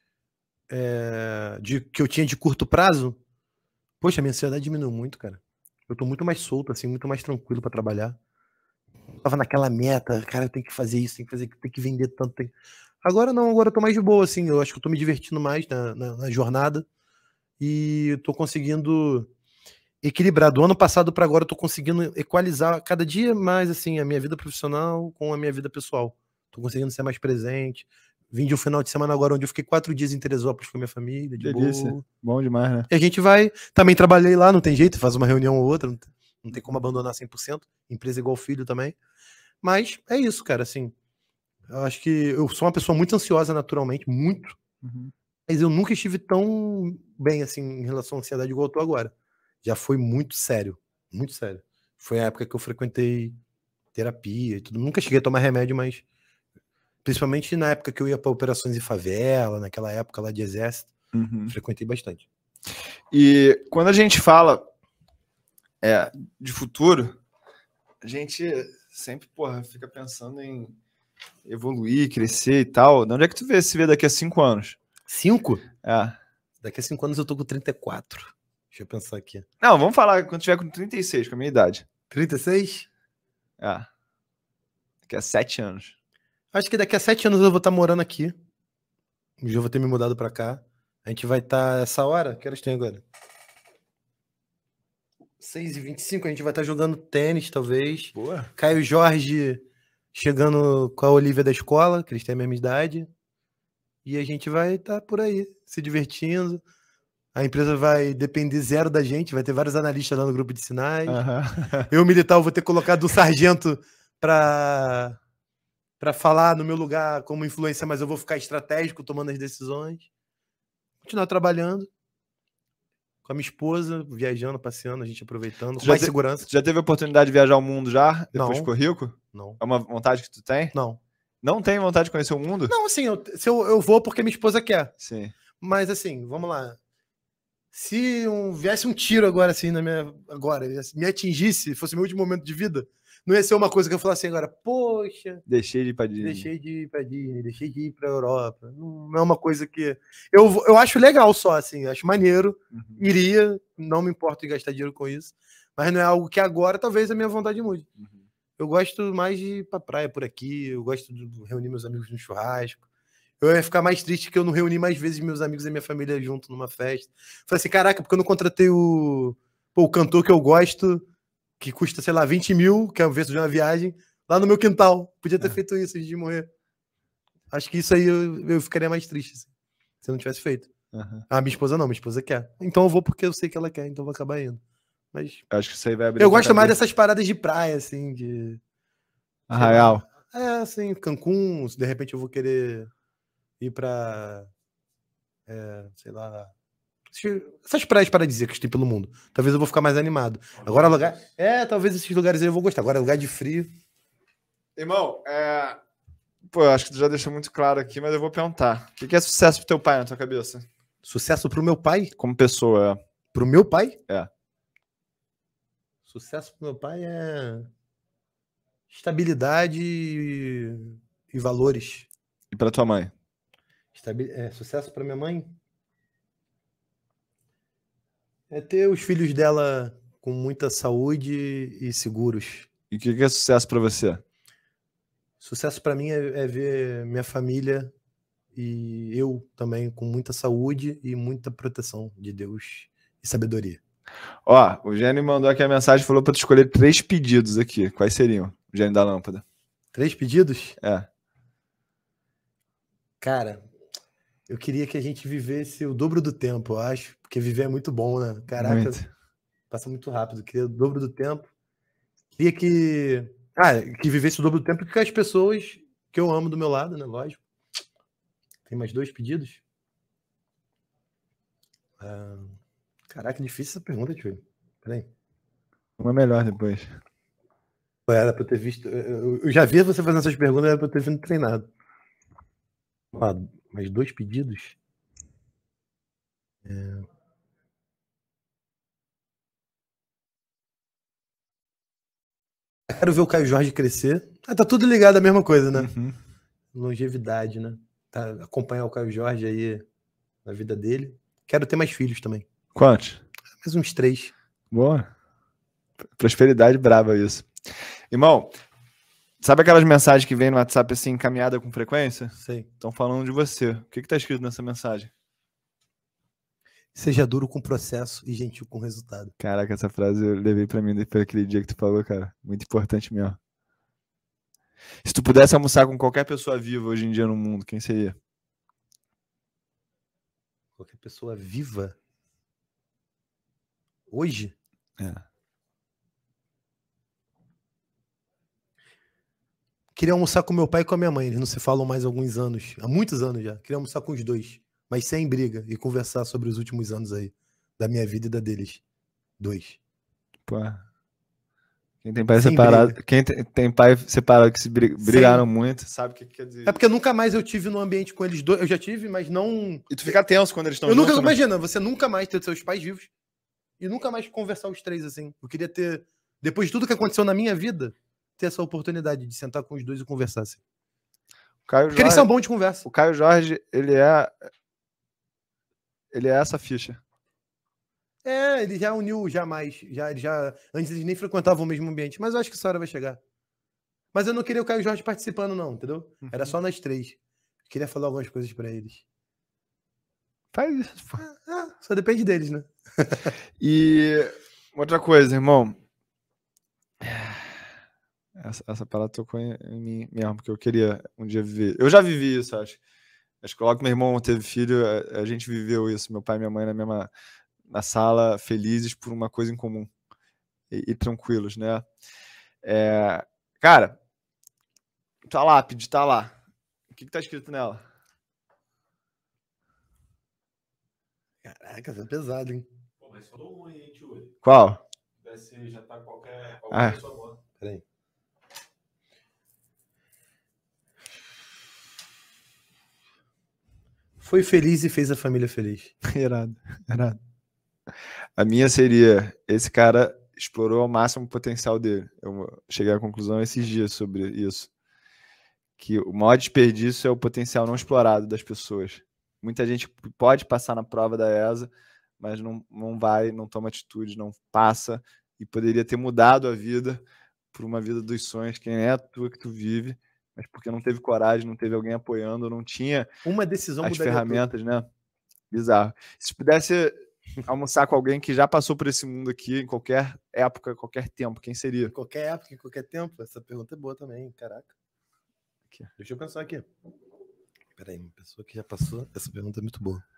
que eu tinha de curto prazo, poxa, a minha ansiedade diminuiu muito, cara. Eu tô muito mais solto, assim, muito mais tranquilo para trabalhar. Tava naquela meta, cara, eu tenho que fazer isso, tem que vender tanto. Agora não, agora eu tô mais de boa, assim, eu acho que eu tô me divertindo mais na jornada e tô conseguindo equilibrar. Do ano passado para agora eu tô conseguindo equalizar cada dia mais, assim, a minha vida profissional com a minha vida pessoal. Tô conseguindo ser mais presente. Vim de um final de semana agora onde eu fiquei 4 dias em Teresópolis com a minha família, de Delícia. boa. Bom demais, né? E a gente vai... Também trabalhei lá, não tem jeito, faz uma reunião ou outra, não tem como abandonar 100%. Empresa igual filho também. Mas é isso, cara, assim. Eu acho que eu sou uma pessoa muito ansiosa naturalmente, muito. Mas eu nunca estive tão bem assim em relação à ansiedade igual eu tô agora. Já foi muito sério, muito sério. Foi a época que eu frequentei terapia e tudo. Nunca cheguei a tomar remédio, mas principalmente na época que eu ia para operações em favela, naquela época lá de exército, frequentei bastante. E quando a gente fala de futuro, a gente sempre, porra, fica pensando em evoluir, crescer e tal. De onde é que tu se vê daqui a 5 anos? 5? É. Daqui a 5 anos eu tô com 34. Deixa eu pensar aqui. Não, vamos falar quando tiver com 36, com a minha idade. 36? É. Daqui a 7 anos. Acho que daqui a 7 anos eu vou estar morando aqui. Já vou ter me mudado pra cá. A gente vai estar essa hora. Que horas tem agora? 6h25. A gente vai estar jogando tênis, talvez. Boa. Caio Jorge chegando com a Olivia da escola, que eles têm a mesma idade. E a gente vai estar por aí, se divertindo. A empresa vai depender zero da gente. Vai ter vários analistas lá no grupo de sinais. Eu, militar, vou ter colocado o sargento para falar no meu lugar como influência, mas eu vou ficar estratégico tomando as decisões. Continuar trabalhando com a minha esposa, viajando, passeando, a gente aproveitando, com mais segurança. Já teve a oportunidade de viajar o mundo já? Depois Não. ficou rico? Não. É uma vontade que tu tem? Não. Não tem vontade de conhecer o mundo? Não, assim, eu vou porque minha esposa quer. Sim. Mas assim, vamos lá. Se viesse um tiro agora, assim, me atingisse, fosse meu último momento de vida, não ia ser uma coisa que eu falasse agora, poxa, deixei de ir pra Disney. Deixei de ir pra Europa. Não é uma coisa que... Eu acho legal só, assim, acho maneiro, iria, não me importo em gastar dinheiro com isso, mas não é algo que agora talvez a minha vontade mude. Eu gosto mais de ir pra praia por aqui, eu gosto de reunir meus amigos no churrasco. Eu ia ficar mais triste que eu não reuni mais vezes meus amigos e minha família junto numa festa. Falei assim, caraca, porque eu não contratei o cantor que eu gosto, que custa, sei lá, 20 mil, que é o preço de uma viagem, lá no meu quintal. Podia ter feito isso antes de morrer. Acho que isso aí eu ficaria mais triste, assim, se eu não tivesse feito. A minha esposa não, minha esposa quer. Então eu vou porque eu sei que ela quer, então eu vou acabar indo. Mas acho que isso aí vai abrir. Eu gosto mais dessas paradas de praia, assim, de... Arraial. Assim, Cancún, se de repente eu vou querer ir pra... sei lá... Essas praias paradisíacas que tem pelo mundo. Talvez eu vou ficar mais animado. Agora, lugar... talvez esses lugares aí eu vou gostar. Agora, lugar de frio... Irmão, pô, acho que tu já deixou muito claro aqui, mas eu vou perguntar. O que é sucesso pro teu pai na tua cabeça? Sucesso pro meu pai? Como pessoa, Pro meu pai? É. Sucesso pro meu pai é estabilidade e valores. E pra tua mãe? Sucesso pra minha mãe? É ter os filhos dela com muita saúde e seguros. E o que é sucesso pra você? Sucesso pra mim é ver minha família e eu também com muita saúde e muita proteção de Deus e sabedoria. Ó, o Gênio mandou aqui a mensagem, falou pra tu escolher 3 pedidos aqui. Quais seriam? O Gênio da Lâmpada. 3 pedidos? É. Cara, eu queria que a gente vivesse o dobro do tempo, eu acho. Porque viver é muito bom, né? Caraca, Muito. passa muito rápido. Eu queria o dobro do tempo. Queria que vivesse o dobro do tempo com as pessoas que eu amo do meu lado, né? Lógico. Tem mais 2 pedidos? Caraca, difícil essa pergunta, tio. Peraí. Uma melhor depois. Era pra eu ter visto. Eu já vi você fazendo essas perguntas, era pra eu ter vindo treinado. Mais 2 pedidos? Quero ver o Caio Jorge crescer. Tá tudo ligado à mesma coisa, né? Longevidade, né? Acompanhar o Caio Jorge aí na vida dele. Quero ter mais filhos também. Quantos? Mais uns 3. Boa. Prosperidade brava isso. Irmão, sabe aquelas mensagens que vem no WhatsApp assim, encaminhada com frequência? Sei. Estão falando de você. O que tá escrito nessa mensagem? Seja duro com o processo e gentil com o resultado. Caraca, essa frase eu levei pra mim depois daquele dia que tu falou, cara. Muito importante mesmo. Se tu pudesse almoçar com qualquer pessoa viva hoje em dia no mundo, quem seria? Qualquer pessoa viva? Hoje? Queria almoçar com meu pai e com a minha mãe. Eles não se falam mais há alguns anos. Há muitos anos já. Queria almoçar com os dois. Mas sem briga. E conversar sobre os últimos anos aí. Da minha vida e da deles. Dois. Pô. Quem tem pai Sem separado, briga. quem tem pai separado que se brigaram muito, sabe o que quer dizer. É porque nunca mais eu tive no ambiente com eles dois. Eu já tive, mas não... E tu fica tenso quando eles estão Eu nunca... juntos, né? Imagina, você nunca mais ter seus pais vivos. E nunca mais conversar os três assim. Eu queria ter... Depois de tudo que aconteceu na minha vida, ter essa oportunidade de sentar com os dois e conversar assim. Porque eles são bons de conversa. O Caio Jorge, ele é essa ficha. É, ele já uniu jamais. Antes eles nem frequentavam o mesmo ambiente. Mas eu acho que essa hora vai chegar. Mas eu não queria o Caio Jorge participando, não, entendeu? Era só nós três. Eu queria falar algumas coisas pra eles. Faz isso, pô. Só depende deles, né? E outra coisa, irmão. Essa parada tocou em mim mesmo, porque eu queria um dia viver. Eu já vivi isso, acho. Acho que logo que meu irmão teve filho, a gente viveu isso. Meu pai e minha mãe na sala, felizes por uma coisa em comum. E tranquilos, né? Cara, tua lápide tá lá. O que tá escrito nela? Caraca, tá pesado, hein? Pô, mas falou ruim, hein, tio? Qual? Deve já tá qualquer pessoa boa. Peraí. Foi feliz e fez a família feliz. Irado. A minha seria: esse cara explorou ao máximo o potencial dele. Eu cheguei à conclusão esses dias sobre isso. Que o maior desperdício é o potencial não explorado das pessoas. Muita gente pode passar na prova da ESA, mas não vai, não toma atitude, não passa, e poderia ter mudado a vida por uma vida dos sonhos, que nem é a tua que tu vive, mas porque não teve coragem, não teve alguém apoiando, não tinha uma decisão as ferramentas, né? Bizarro. Se pudesse almoçar com alguém que já passou por esse mundo aqui, em qualquer época, qualquer tempo, quem seria? Em qualquer época, em qualquer tempo. Essa pergunta é boa também, caraca. Aqui. Deixa eu pensar aqui. Peraí, uma pessoa que já passou. Essa pergunta é muito boa.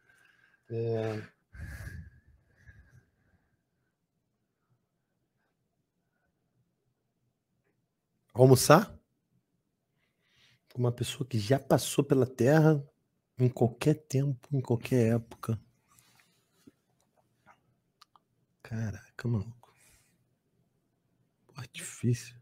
Almoçar com uma pessoa que já passou pela Terra em qualquer tempo, em qualquer época. Caraca, maluco. Pô, difícil.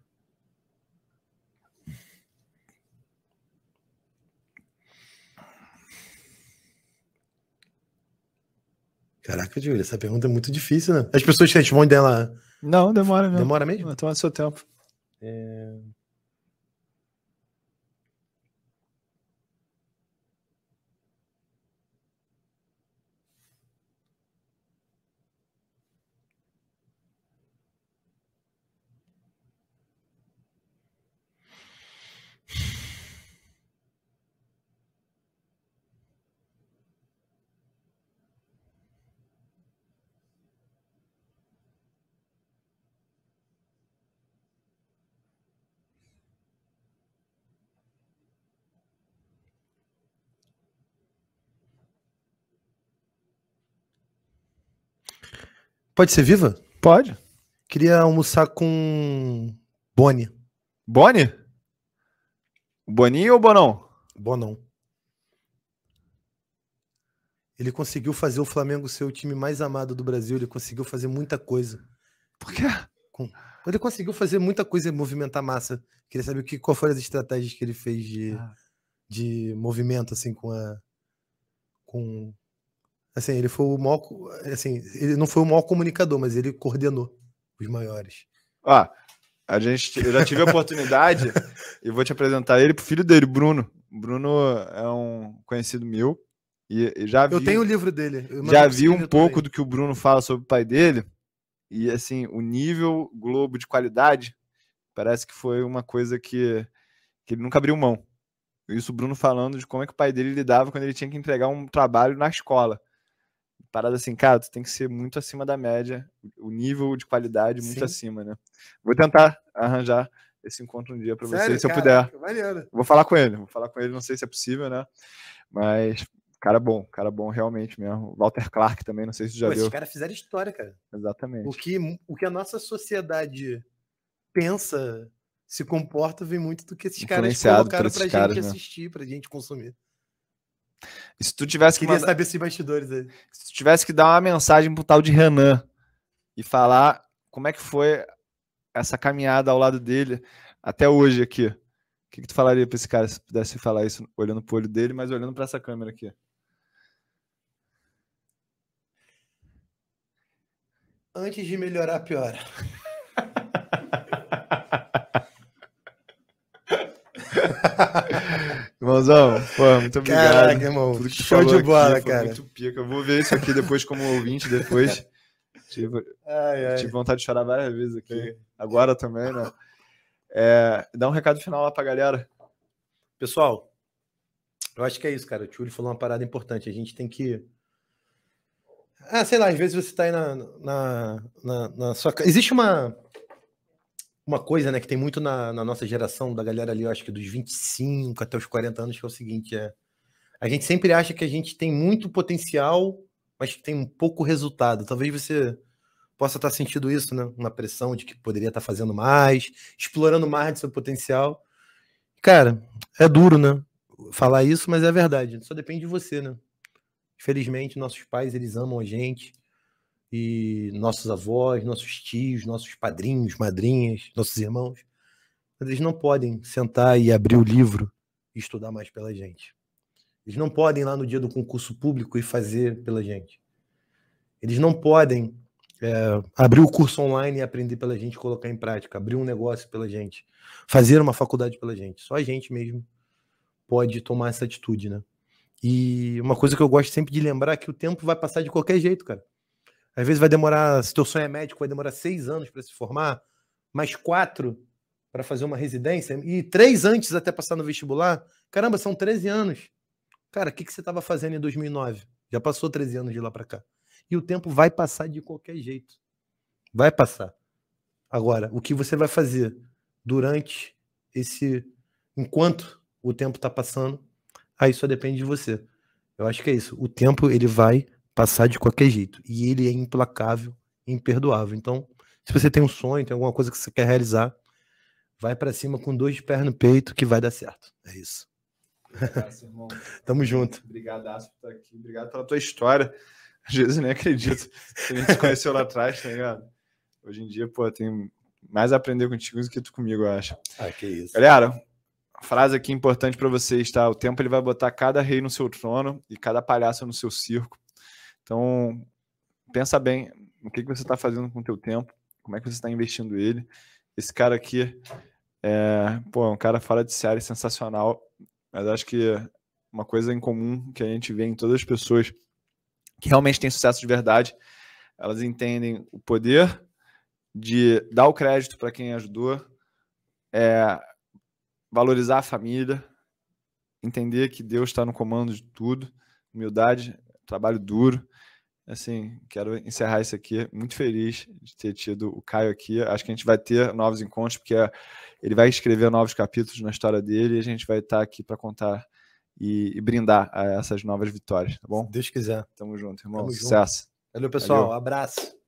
Caraca, Júlio, essa pergunta é muito difícil, né? As pessoas respondem dela. Não, demora mesmo. Demora mesmo? Toma seu tempo. Pode ser viva? Pode. Queria almoçar com Boni. Boni? O Boninho ou o Bonão? Bonão. Ele conseguiu fazer o Flamengo ser o time mais amado do Brasil. Ele conseguiu fazer muita coisa. Por quê? Ele conseguiu fazer muita coisa e movimentar massa. Queria saber qual foram as estratégias que ele fez de movimento, assim, assim, ele foi o maior, assim, ele não foi o maior comunicador, mas ele coordenou os maiores. Ó, eu já tive a oportunidade e vou te apresentar ele pro filho dele, Bruno. Bruno é um conhecido meu e já vi. Eu tenho o livro dele. Já vi um pouco do que o Bruno fala sobre o pai dele e, assim, o nível Globo de qualidade parece que foi uma coisa que ele nunca abriu mão. Isso o Bruno falando de como é que o pai dele lidava quando ele tinha que entregar um trabalho na escola. Parada assim, cara, tu tem que ser muito acima da média, o nível de qualidade muito acima, né? Vou tentar arranjar esse encontro um dia pra você, se eu puder. Valeu. Vou falar com ele, não sei se é possível, né? Mas, cara bom realmente mesmo. Walter Clark também, não sei se já viu. Esses caras fizeram história, cara. Exatamente. O que a nossa sociedade pensa se comporta vem muito do que esses caras Influenciado por colocaram esses pra caras, gente né? assistir, pra gente consumir. E se tu tivesse que Queria mandar- saber esses bastidores aí. se tu tivesse que dar uma mensagem pro tal de Renan e falar como é que foi essa caminhada ao lado dele até hoje aqui, o que tu falaria pra esse cara se pudesse falar isso olhando pro olho dele, mas olhando pra essa câmera aqui? Antes de melhorar, piora. Irmãozão, pô, muito obrigado. Caraca, irmão. Tudo que tu Show falou de bola, aqui foi cara. muito pica. Eu vou ver isso aqui depois como ouvinte depois. Tive vontade de chorar várias vezes aqui. Agora também, né? Dá um recado final lá pra galera. Pessoal, eu acho que é isso, cara. O Tchuli falou uma parada importante. A gente tem que... sei lá, às vezes você tá aí na sua casa. Existe uma coisa, né, que tem muito na nossa geração, da galera ali, eu acho que dos 25 até os 40 anos, que é o seguinte, a gente sempre acha que a gente tem muito potencial, mas que tem um pouco resultado. Talvez você possa estar sentindo isso, né? Uma pressão de que poderia estar fazendo mais, explorando mais do seu potencial. Cara, é duro, né? Falar isso, mas é verdade. Só depende de você, né? Infelizmente, nossos pais, eles amam a gente. E nossos avós, nossos tios, nossos padrinhos, madrinhas, nossos irmãos, eles não podem sentar e abrir o livro e estudar mais pela gente. Eles não podem ir lá no dia do concurso público e fazer pela gente. Eles não podem abrir o curso online e aprender pela gente, colocar em prática, abrir um negócio pela gente, fazer uma faculdade pela gente. Só a gente mesmo pode tomar essa atitude, né? E uma coisa que eu gosto sempre de lembrar é que o tempo vai passar de qualquer jeito, cara. Às vezes vai demorar, se teu sonho é médico, vai demorar 6 anos para se formar, mais 4 para fazer uma residência, e 3 antes até passar no vestibular. Caramba, são 13 anos. Cara, o que você estava fazendo em 2009? Já passou 13 anos de lá para cá. E o tempo vai passar de qualquer jeito. Vai passar. Agora, o que você vai fazer durante enquanto o tempo está passando, aí só depende de você. Eu acho que é isso. O tempo, ele vai passar de qualquer jeito. E ele é implacável, imperdoável. Então, se você tem um sonho, tem alguma coisa que você quer realizar, vai pra cima com 2 pés no peito que vai dar certo. É isso. Obrigado, irmão. Tamo junto. Obrigadaço por estar aqui. Obrigado pela tua história. Às vezes eu nem acredito que a gente se conheceu lá atrás, tá ligado? Hoje em dia, pô, tem mais a aprender contigo do que tu comigo, eu acho. Que isso. Galera, uma frase aqui importante pra vocês, tá? O tempo ele vai botar cada rei no seu trono e cada palhaço no seu circo. Então, pensa bem no que você está fazendo com o teu tempo, como é que você está investindo ele. Esse cara aqui é um cara fora de série, sensacional, mas acho que uma coisa em comum que a gente vê em todas as pessoas que realmente têm sucesso de verdade, elas entendem o poder de dar o crédito para quem ajudou, valorizar a família, entender que Deus está no comando de tudo, humildade, trabalho duro. Assim, quero encerrar isso aqui muito feliz de ter tido o Caio aqui. Acho que a gente vai ter novos encontros, porque ele vai escrever novos capítulos na história dele e a gente vai estar aqui para contar e brindar a essas novas vitórias, tá bom? Se Deus quiser. Tamo junto, irmão. Tamo junto. Sucesso. Valeu, pessoal. Valeu. Abraço.